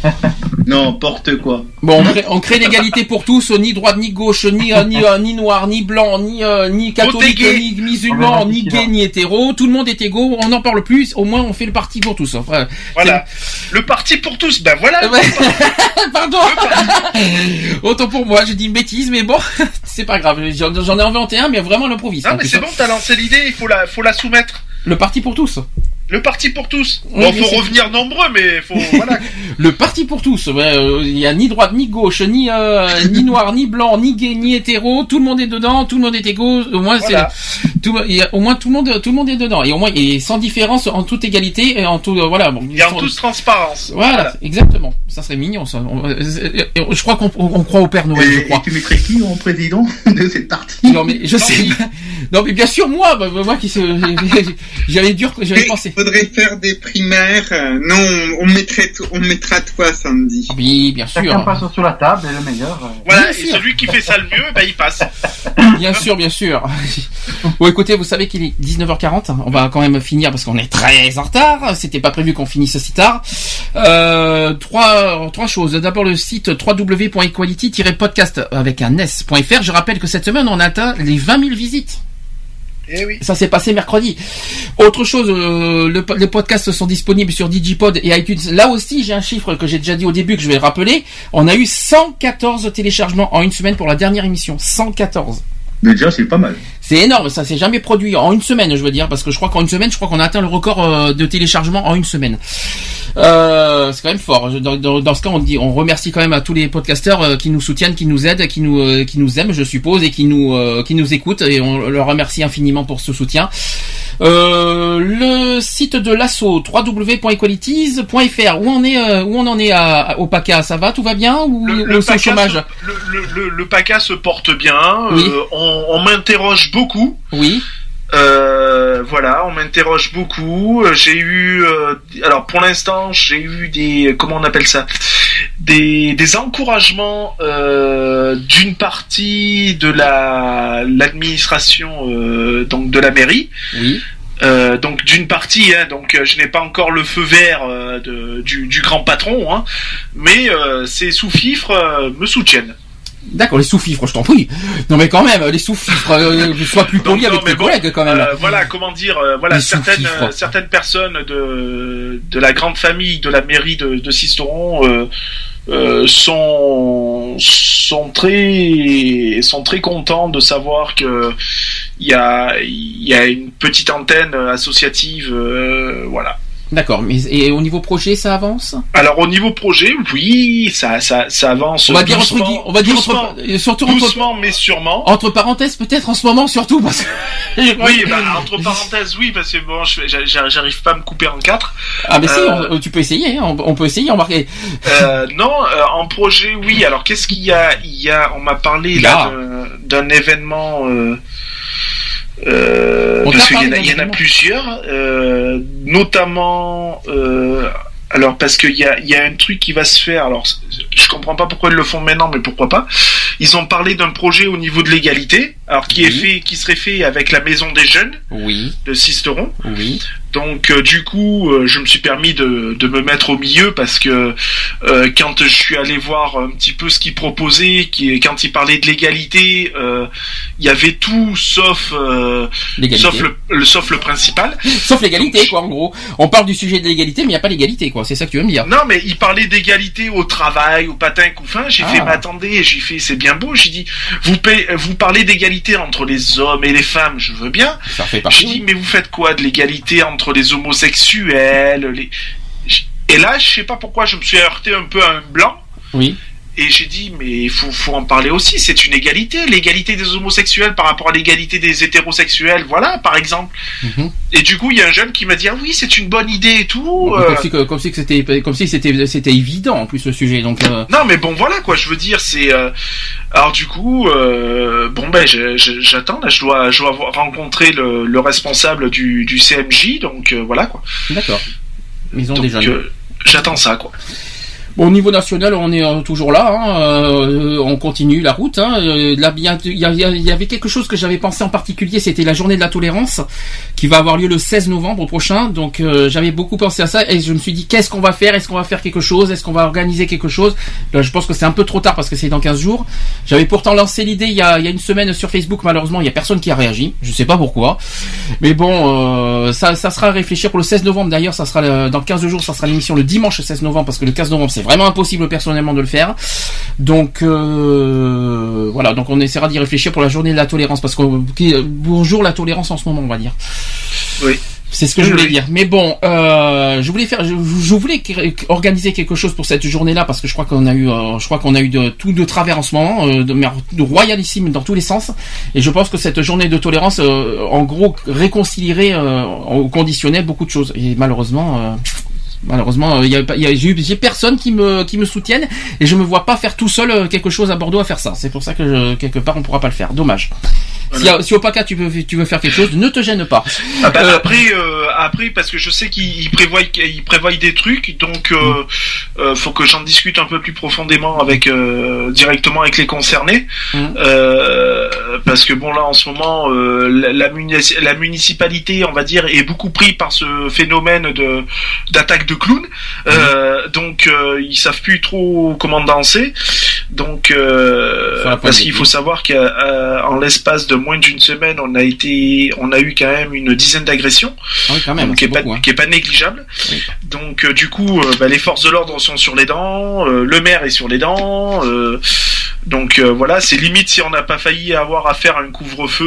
N'importe quoi. Bon, on crée, on crée l'égalité pour tous, ni droite, ni gauche, ni euh, ni, euh, ni noir, ni blanc, ni euh, ni catholique, gay. ni musulman, On va ni voir gay, ni hétéro. Tout le monde est égaux. On n'en parle plus. Au moins, on fait le parti pour tous. Enfin, Voilà. Le parti pour tous, ben voilà. c'est- Pardon. Autant pour moi, j'ai dit une bêtise, mais bon, c'est pas grave. J'en j'en ai inventé un, mais vraiment à l'improviste. Non, hein, mais tout c'est ça. bon, t'as lancé l'idée, il faut la, faut la soumettre. Le parti pour tous. Le parti pour tous. Oui, Bon, mais faut c'est- revenir nombreux, mais faut, voilà. Le parti pour tous. Ouais, euh, il y a ni droite, ni gauche, ni euh, ni noir, ni blanc, ni gay, ni hétéro. Tout le monde est dedans. Tout le monde est égaux. Au moins, Voilà. c'est tout. Il y a, au moins, tout le monde, tout le monde est dedans. Et au moins, et sans différence, en toute égalité et en tout. euh, voilà. Bon, Et en sans- toute transparence. Voilà, exactement. Ça serait mignon, ça. On- euh, euh, je crois qu'on on croit au Père Noël, je Et, crois. et tu mettrais qui en président de cette partie? Non mais je sais. Non mais bien sûr moi, bah, bah, moi qui se, j'avais dur, j'avais Mais pensé. Il faudrait faire des primaires. euh, Non, on mettrait, t- on mettra toi samedi. Oui, bien Chacun sûr. passe sur la table et le meilleur. euh, Voilà, Bien et sûr. celui qui fait ça le mieux, ben il passe. Bien sûr, bien sûr. Bon, écoutez, vous savez qu'il est dix-neuf heures quarante. On va quand même finir parce qu'on est très en retard. C'était pas prévu qu'on finisse si tard. Euh, trois, trois choses. D'abord, le site w w w point equality tiret podcast avec un s point f r. Je rappelle que cette semaine, on a atteint les vingt mille visites. Eh oui. Ça s'est passé mercredi. Autre chose, euh, le, les podcasts sont disponibles sur Digipod et iTunes. Là aussi, j'ai un chiffre que j'ai déjà dit au début, que je vais rappeler. On a eu cent quatorze téléchargements en une semaine pour la dernière émission. cent quatorze. Mais déjà, c'est pas mal. C'est énorme, ça s'est jamais produit en une semaine, je veux dire, parce que je crois qu'en une semaine, je crois qu'on a atteint le record euh, de téléchargement en une semaine. Euh, c'est quand même fort. Dans, dans, dans ce cas, on dit, on remercie quand même à tous les podcasteurs euh, qui nous soutiennent, qui nous aident, qui nous, euh, qui nous aiment, je suppose, et qui nous, euh, qui nous écoutent, et on leur remercie infiniment pour ce soutien. Euh, le site de l'assaut w w w point equalities point f r, où on est, euh, où on en est à, au PACA, ça va, tout va bien, ou Le, ou le, c'est au PACA chômage? se, le, le, le, le PACA se porte bien. Oui. Euh, on on m'interroge beaucoup. Oui. Euh, voilà, on m'interroge beaucoup. Euh, J'ai eu, euh, alors pour l'instant, j'ai eu des, comment on appelle ça, des, des encouragements euh, d'une partie de la l'administration, euh, donc de la mairie. Oui. Euh, donc d'une partie, hein, donc euh, je n'ai pas encore le feu vert euh, de, du, du grand patron, hein, mais euh, ces sous-fifres euh, me soutiennent. D'accord, les sous-fifres, je t'en prie. Non mais quand même, les sous-fifres, euh, sois plus poli Donc, non, avec mais tes bon, collègues quand même. euh, voilà, comment dire, euh, voilà, Les certaines, sous-fifres. euh, certaines personnes de, de la grande famille de la mairie de, de Sisteron euh, euh, sont, sont très, sont très contents de savoir que il y a, il y a une petite antenne associative, euh, voilà. D'accord, mais et au niveau projet, ça avance? Alors au niveau projet, oui, ça, ça, ça avance. On va dire entre doucement, gui- on va dire doucement, entre, surtout entre, doucement, mais sûrement. entre parenthèses, peut-être en ce moment surtout parce que. Oui, bah, entre parenthèses, oui, parce que bon, je- j'a- j'arrive pas à me couper en quatre. Ah mais si, Euh, on- tu peux essayer, hein, on, on peut essayer, embarquer. Euh, non, euh, en projet, oui. Alors, qu'est-ce qu'il y a Il y a, on m'a parlé là d'un- d'un événement. Euh, euh, On parce t'a qu'il y, en parlé a- il y en a d'événement. plusieurs, euh, notamment. Euh, alors, parce qu'il y a, il y a un truc qui va se faire. Alors, je comprends pas pourquoi ils le font maintenant, mais pourquoi pas. Ils ont parlé d'un projet au niveau de l'égalité, alors qui est Oui. fait, qui serait fait avec la maison des jeunes Oui, de Sisteron. oui. Donc euh, du coup, euh, je me suis permis de, de me mettre au milieu parce que euh, quand je suis allé voir un petit peu ce qu'il proposait, qui, quand il parlait de l'égalité, euh, il y avait tout sauf euh, sauf le, le sauf le principal. Sauf l'égalité, quoi, en gros. On parle du sujet de l'égalité, mais il n'y a pas l'égalité, quoi. C'est ça que tu veux me dire. Non, mais il parlait d'égalité au travail, au patin couffin. J'ai Ah. fait, mais attendez, j'ai fait, c'est bien beau. J'ai dit, vous, paie- vous parlez d'égalité entre les hommes et les femmes, je veux bien. Ça fait partie. J'ai dit, mais vous faites quoi de l'égalité entre les homosexuels, les... Et là, je sais pas pourquoi, je me suis heurté un peu à un blanc. Oui. Et j'ai dit, mais il faut, faut en parler aussi, c'est une égalité, l'égalité des homosexuels par rapport à l'égalité des hétérosexuels, voilà, par exemple. Mhm. Et du coup, il y a un jeune qui m'a dit, ah oui, c'est une bonne idée et tout. Comme euh. si, que- comme si que c'était, comme si c'était, c'était évident, en plus, le sujet, donc, euh... Non, mais bon, voilà, quoi, je veux dire, c'est... euh, Alors du coup, euh, bon, ben, je- je- j'attends, là, je dois, je dois rencontrer le, le responsable du, du C M J, donc euh, voilà, quoi. D'accord. Ils ont Donc, déjà. euh, j'attends ça, quoi. Bon, au niveau national, on est euh, toujours là. Hein, euh, on continue la route. Hein, euh, là, il y, a- il y a- il y avait quelque chose que j'avais pensé en particulier. C'était la journée de la tolérance qui va avoir lieu le seize novembre prochain. Donc, euh, j'avais beaucoup pensé à ça et je me suis dit, qu'est-ce qu'on va faire? Est-ce qu'on va faire quelque chose? Est-ce qu'on va organiser quelque chose? Là, je pense que c'est un peu trop tard parce que c'est dans quinze jours. J'avais pourtant lancé l'idée il y a, il y a une semaine sur Facebook. Malheureusement, il y a personne qui a réagi. Je sais pas pourquoi. Mais bon, euh, ça, ça sera à réfléchir pour le seize novembre. D'ailleurs, ça sera le- dans quinze jours. Ça sera l'émission le dimanche seize novembre parce que le quinze novembre, c'est vraiment impossible personnellement de le faire. Donc euh, voilà, donc on essaiera d'y réfléchir pour la journée de la tolérance parce que qui- bonjour la tolérance en ce moment, on va dire. Oui. C'est ce que je voulais dire. Mais bon, euh, je voulais faire, je, je voulais organiser quelque chose pour cette journée-là parce que je crois qu'on a eu, euh, je crois qu'on a eu de tout de travers en ce moment, euh, de, de royalissime dans tous les sens. Et je pense que cette journée de tolérance, euh, en gros, réconcilierait euh, au conditionnel beaucoup de choses. Et malheureusement. Euh, Malheureusement, il y a, y a, j'ai, j'ai personne qui me qui me soutienne et je me vois pas faire tout seul euh, quelque chose à Bordeaux à faire ça. C'est pour ça que je, quelque part on pourra pas le faire. Dommage. Voilà. Si, si au P A C A tu veux tu veux faire quelque chose, ne te gêne pas. Ah bah, Euh, après, euh, après parce que je sais qu'il prévoit, il prévoit des trucs, donc euh, euh, faut que j'en discute un peu plus profondément avec euh, directement avec les concernés, Mm. euh, parce que bon là en ce moment euh, la, la, munici- la municipalité, on va dire, est beaucoup pris par ce phénomène de d'attaque de clowns, euh, donc euh, ils savent plus trop comment danser, donc euh, parce qu'il faut savoir qu'en l'espace de moins d'une semaine, on a été, on a eu quand même une dizaine d'agressions, ah oui, quand même, donc, qui est pas, beaucoup, hein. qui est pas négligeable. Oui. Donc euh, du coup, euh, bah, les forces de l'ordre sont sur les dents, euh, le maire est sur les dents, euh, donc euh, voilà, c'est limite si on n'a pas failli avoir à faire un couvre-feu,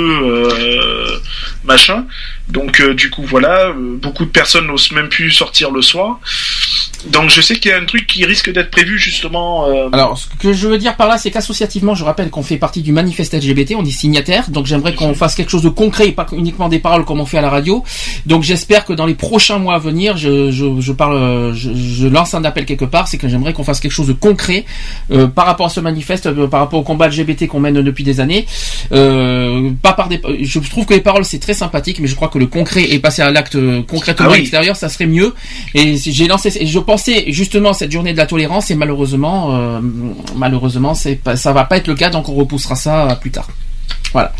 euh, machin. Donc euh, du coup voilà, euh, beaucoup de personnes n'osent même plus sortir le soir. Donc je sais qu'il y a un truc qui risque d'être prévu justement. Euh... Alors ce que je veux dire par là, c'est qu'associativement, je rappelle qu'on fait partie du manifeste L G B T, on est signataire, donc j'aimerais qu'on fasse quelque chose de concret et pas uniquement des paroles comme on fait à la radio. Donc j'espère que dans les prochains mois à venir, je, je, je parle, je, je lance un appel quelque part, c'est que j'aimerais qu'on fasse quelque chose de concret euh, par rapport à ce manifeste, euh, par rapport au combat L G B T qu'on mène depuis des années. Euh, pas par des, je trouve que les paroles c'est très sympathique, mais je crois que le concret et passer à l'acte euh, concrètement Ah oui. à l'extérieur, ça serait mieux. Et j'ai lancé, et je pensais justement à cette journée de la tolérance et malheureusement, euh, malheureusement, c'est pas, ça va pas être le cas, donc on repoussera ça à plus tard. Voilà.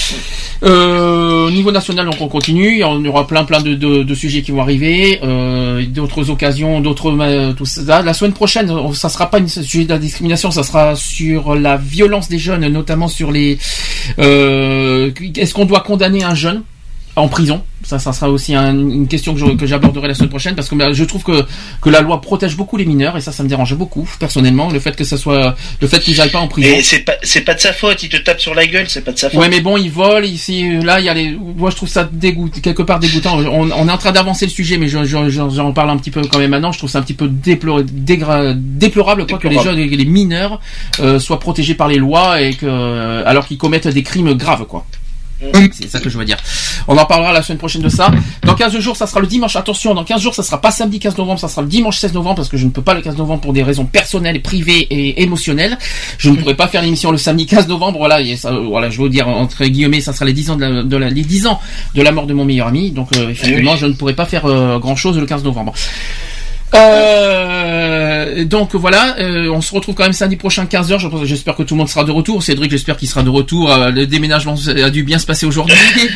Euh, au niveau national, donc on continue. Il y aura plein, plein de, de, de sujets qui vont arriver, euh, d'autres occasions, d'autres euh, tout ça. La semaine prochaine, ça sera pas un sujet de la discrimination, ça sera sur la violence des jeunes, notamment sur les. Euh, est-ce qu'on doit condamner un jeune en prison? Ça, ça sera aussi un, une question que, je, que j'aborderai la semaine prochaine parce que je trouve que que la loi protège beaucoup les mineurs et ça, ça me dérange beaucoup personnellement. Le fait que ça soit, le fait qu'ils aillent pas en prison. Mais c'est pas, c'est pas de sa faute. Il te tape sur la gueule, c'est pas de sa faute. Ouais, mais bon, ils volent ici, là, il y a les. Moi, je trouve ça dégoût, quelque part dégoûtant. On, on est en train d'avancer le sujet, mais je, je, je, j'en parle un petit peu quand même maintenant. Je trouve ça un petit peu déplor, dégra, déplorable, quoi, que les jeunes, les mineurs euh, soient protégés par les lois et que, alors qu'ils commettent des crimes graves, quoi. C'est ça que je veux dire. On en parlera la semaine prochaine de ça. Dans quinze jours, ça sera le dimanche. Attention, dans quinze jours, ça sera pas samedi quinze novembre, ça sera le dimanche seize novembre parce que je ne peux pas le quinze novembre pour des raisons personnelles, privées et émotionnelles. Je ne pourrai pas faire l'émission le samedi quinze novembre. Voilà, et ça, voilà, je veux dire entre guillemets, ça sera les dix ans de la, de la, les dix ans de la mort de mon meilleur ami. Donc euh, effectivement, je ne pourrai pas faire euh, grand chose le quinze novembre. Euh, donc voilà, euh, on se retrouve quand même samedi prochain quinze heures. J'espère que tout le monde sera de retour. Cédric, j'espère qu'il sera de retour. Euh, le déménagement a dû bien se passer aujourd'hui.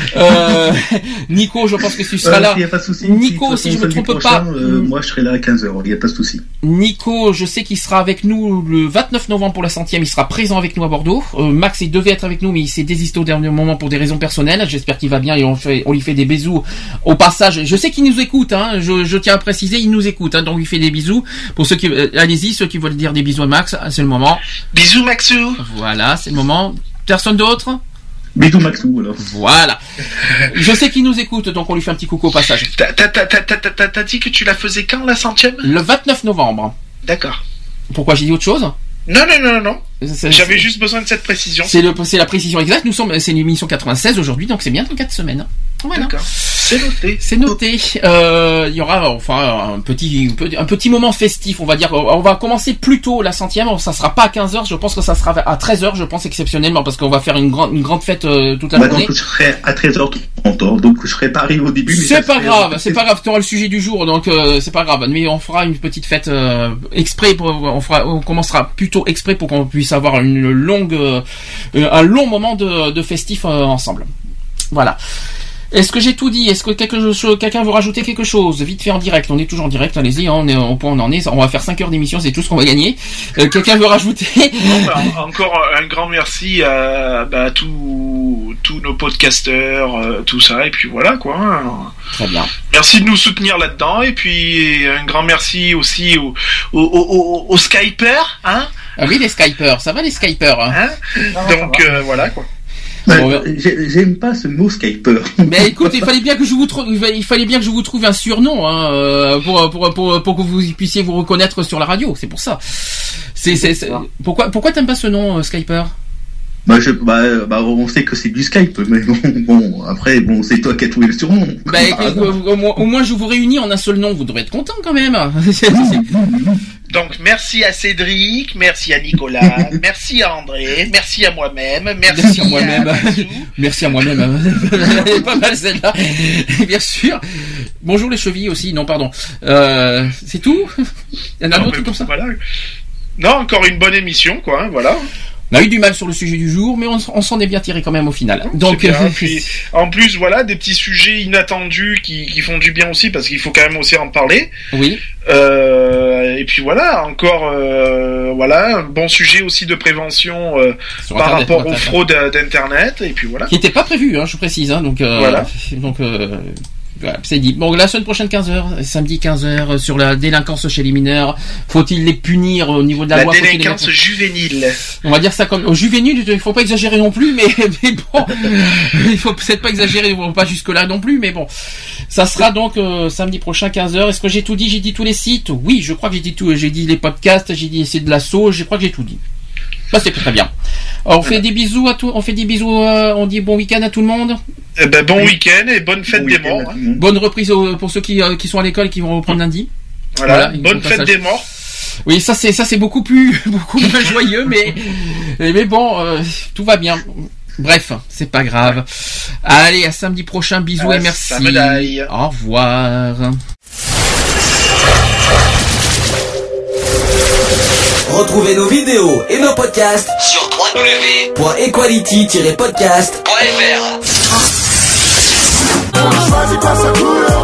Euh, Nico, je pense que tu seras euh, là. Il n'y a pas de souci. Nico, si je me trompe prochain, pas. Euh, moi, je serai là à quinze heures. Il n'y a pas de souci. Nico, je sais qu'il sera avec nous le vingt-neuf novembre pour la centième. Il sera présent avec nous à Bordeaux. Euh, Max, il devait être avec nous, mais il s'est désisté au dernier moment pour des raisons personnelles. J'espère qu'il va bien et on, fait, on lui fait des bisous au passage. Je sais qu'il nous écoute, hein. Je, je tiens à préciser, il nous écoute, hein. Donc, il fait des bisous. Pour ceux qui, euh, allez-y, ceux qui veulent dire des bisous à Max, c'est le moment. Bisous, Maxou. Voilà, c'est le moment. Personne d'autre? Bisous Maxou, alors. Voilà. Je sais qu'il nous écoute, donc on lui fait un petit coucou au passage. T'as, t'as, t'as, t'as, t'as, t'as, t'as dit que tu la faisais quand, la centième? Le vingt-neuf novembre. D'accord. Pourquoi j'ai dit autre chose? Non, non, non, non. C'est, J'avais c'est, juste besoin de cette précision. C'est, le, c'est la précision exacte. Nous sommes, c'est l'émission quatre-vingt-seize aujourd'hui, donc c'est bien dans quatre semaines. Voilà. D'accord. C'est noté. C'est noté. Euh, il y aura enfin un petit, un petit moment festif, on va dire. On va commencer plus tôt la centième. Ça sera pas à quinze heures. Je pense que ça sera à treize heures. Je pense exceptionnellement parce qu'on va faire une grande, une grande fête euh, toute la bah, journée. Donc je serai à treize heures trente, donc je serai pas arrivé au début. Mais c'est pas grave. C'est pas grave. Tu auras le sujet du jour, donc euh, c'est pas grave. Mais on fera une petite fête euh, exprès. Pour, on fera, on commencera plutôt exprès pour qu'on puisse avoir une longue, euh, un long moment de, de festif euh, ensemble. Voilà. Est-ce que j'ai tout dit? Est-ce que quelque chose, quelqu'un veut rajouter quelque chose? Vite fait en direct, on est toujours en direct, allez-y, hein, on est au point où on en est, on va faire cinq heures d'émission, c'est tout ce qu'on va gagner. Euh, quelqu'un veut rajouter? Non, bah, encore un grand merci à, bah, tous, tous nos podcasteurs, euh, tout ça, et puis voilà quoi. Très bien. Merci de nous soutenir là-dedans, et puis un grand merci aussi aux, aux, aux, aux Skypers, hein? Ah oui, les Skypers, ça va les Skypers, hein, hein Donc euh, voilà quoi. Bah, bon, j'aime pas ce mot Skyper. Mais écoute, il fallait bien que je vous trouve, il fallait bien que je vous trouve un surnom, hein, pour, pour, pour, pour que vous puissiez vous reconnaître sur la radio. C'est pour ça. C'est, c'est, c'est... Pourquoi, pourquoi t'aimes pas ce nom, Skyper? Bah, je, bah, bah, on sait que c'est du Skype, mais bon, bon, après, bon, c'est toi qui as trouvé le surnom. Bah, écoute, au, au, moins, au moins, je vous réunis en un seul nom, vous devrez être content quand même. Donc, merci à Cédric, merci à Nicolas, merci à André, merci à moi-même, merci, merci à moi-même, à merci à moi-même. Elle est pas mal celle-là, bien sûr. Bonjour les chevilles aussi, non, pardon. Euh, c'est tout? Il y en a non, d'autres comme ça? Voilà. Non, encore une bonne émission, quoi, hein, voilà. On a eu du mal sur le sujet du jour, mais on, on s'en est bien tiré quand même au final. Donc, bien, puis, en plus, voilà, des petits sujets inattendus qui, qui font du bien aussi, parce qu'il faut quand même aussi en parler. Oui. Euh, et puis voilà, encore, euh, voilà, un bon sujet aussi de prévention euh, par Internet, rapport aux fraudes d'Internet. Et puis voilà. Qui n'était pas prévu, hein, je précise. Hein, donc, euh, voilà. Donc. Euh... Voilà, c'est dit. Bon, la semaine prochaine quinze heures, samedi quinze heures, sur la délinquance chez les mineurs. Faut-il les punir au niveau de la, la loi? La délinquance juvénile. On va dire ça comme, au juvénile, il faut pas exagérer non plus, mais, mais bon, il faut peut-être pas exagérer, pas jusque là non plus, mais bon. Ça sera donc, euh, samedi prochain quinze heures. Est-ce que j'ai tout dit? J'ai dit tous les sites? Oui, je crois que j'ai dit tout, j'ai dit les podcasts, j'ai dit c'est de l'assaut, je crois que j'ai tout dit. Ça c'est très bien. Alors, on fait des bisous à tout, on fait des bisous, euh, on dit bon week-end à tout le monde. Eh ben, bon week-end et bonne fête bon des morts. Hein. Bonne reprise au, pour ceux qui, euh, qui sont à l'école et qui vont reprendre lundi. Voilà, voilà bonne fête des morts. Oui, ça c'est ça c'est beaucoup plus beaucoup moins joyeux, mais mais bon, euh, tout va bien. Bref, c'est pas grave. Allez, à samedi prochain, bisous ah, et merci. Au revoir. Retrouvez nos vidéos et nos podcasts sur w w w point equality tiret podcast point f r. On ne choisit pas sa couleur.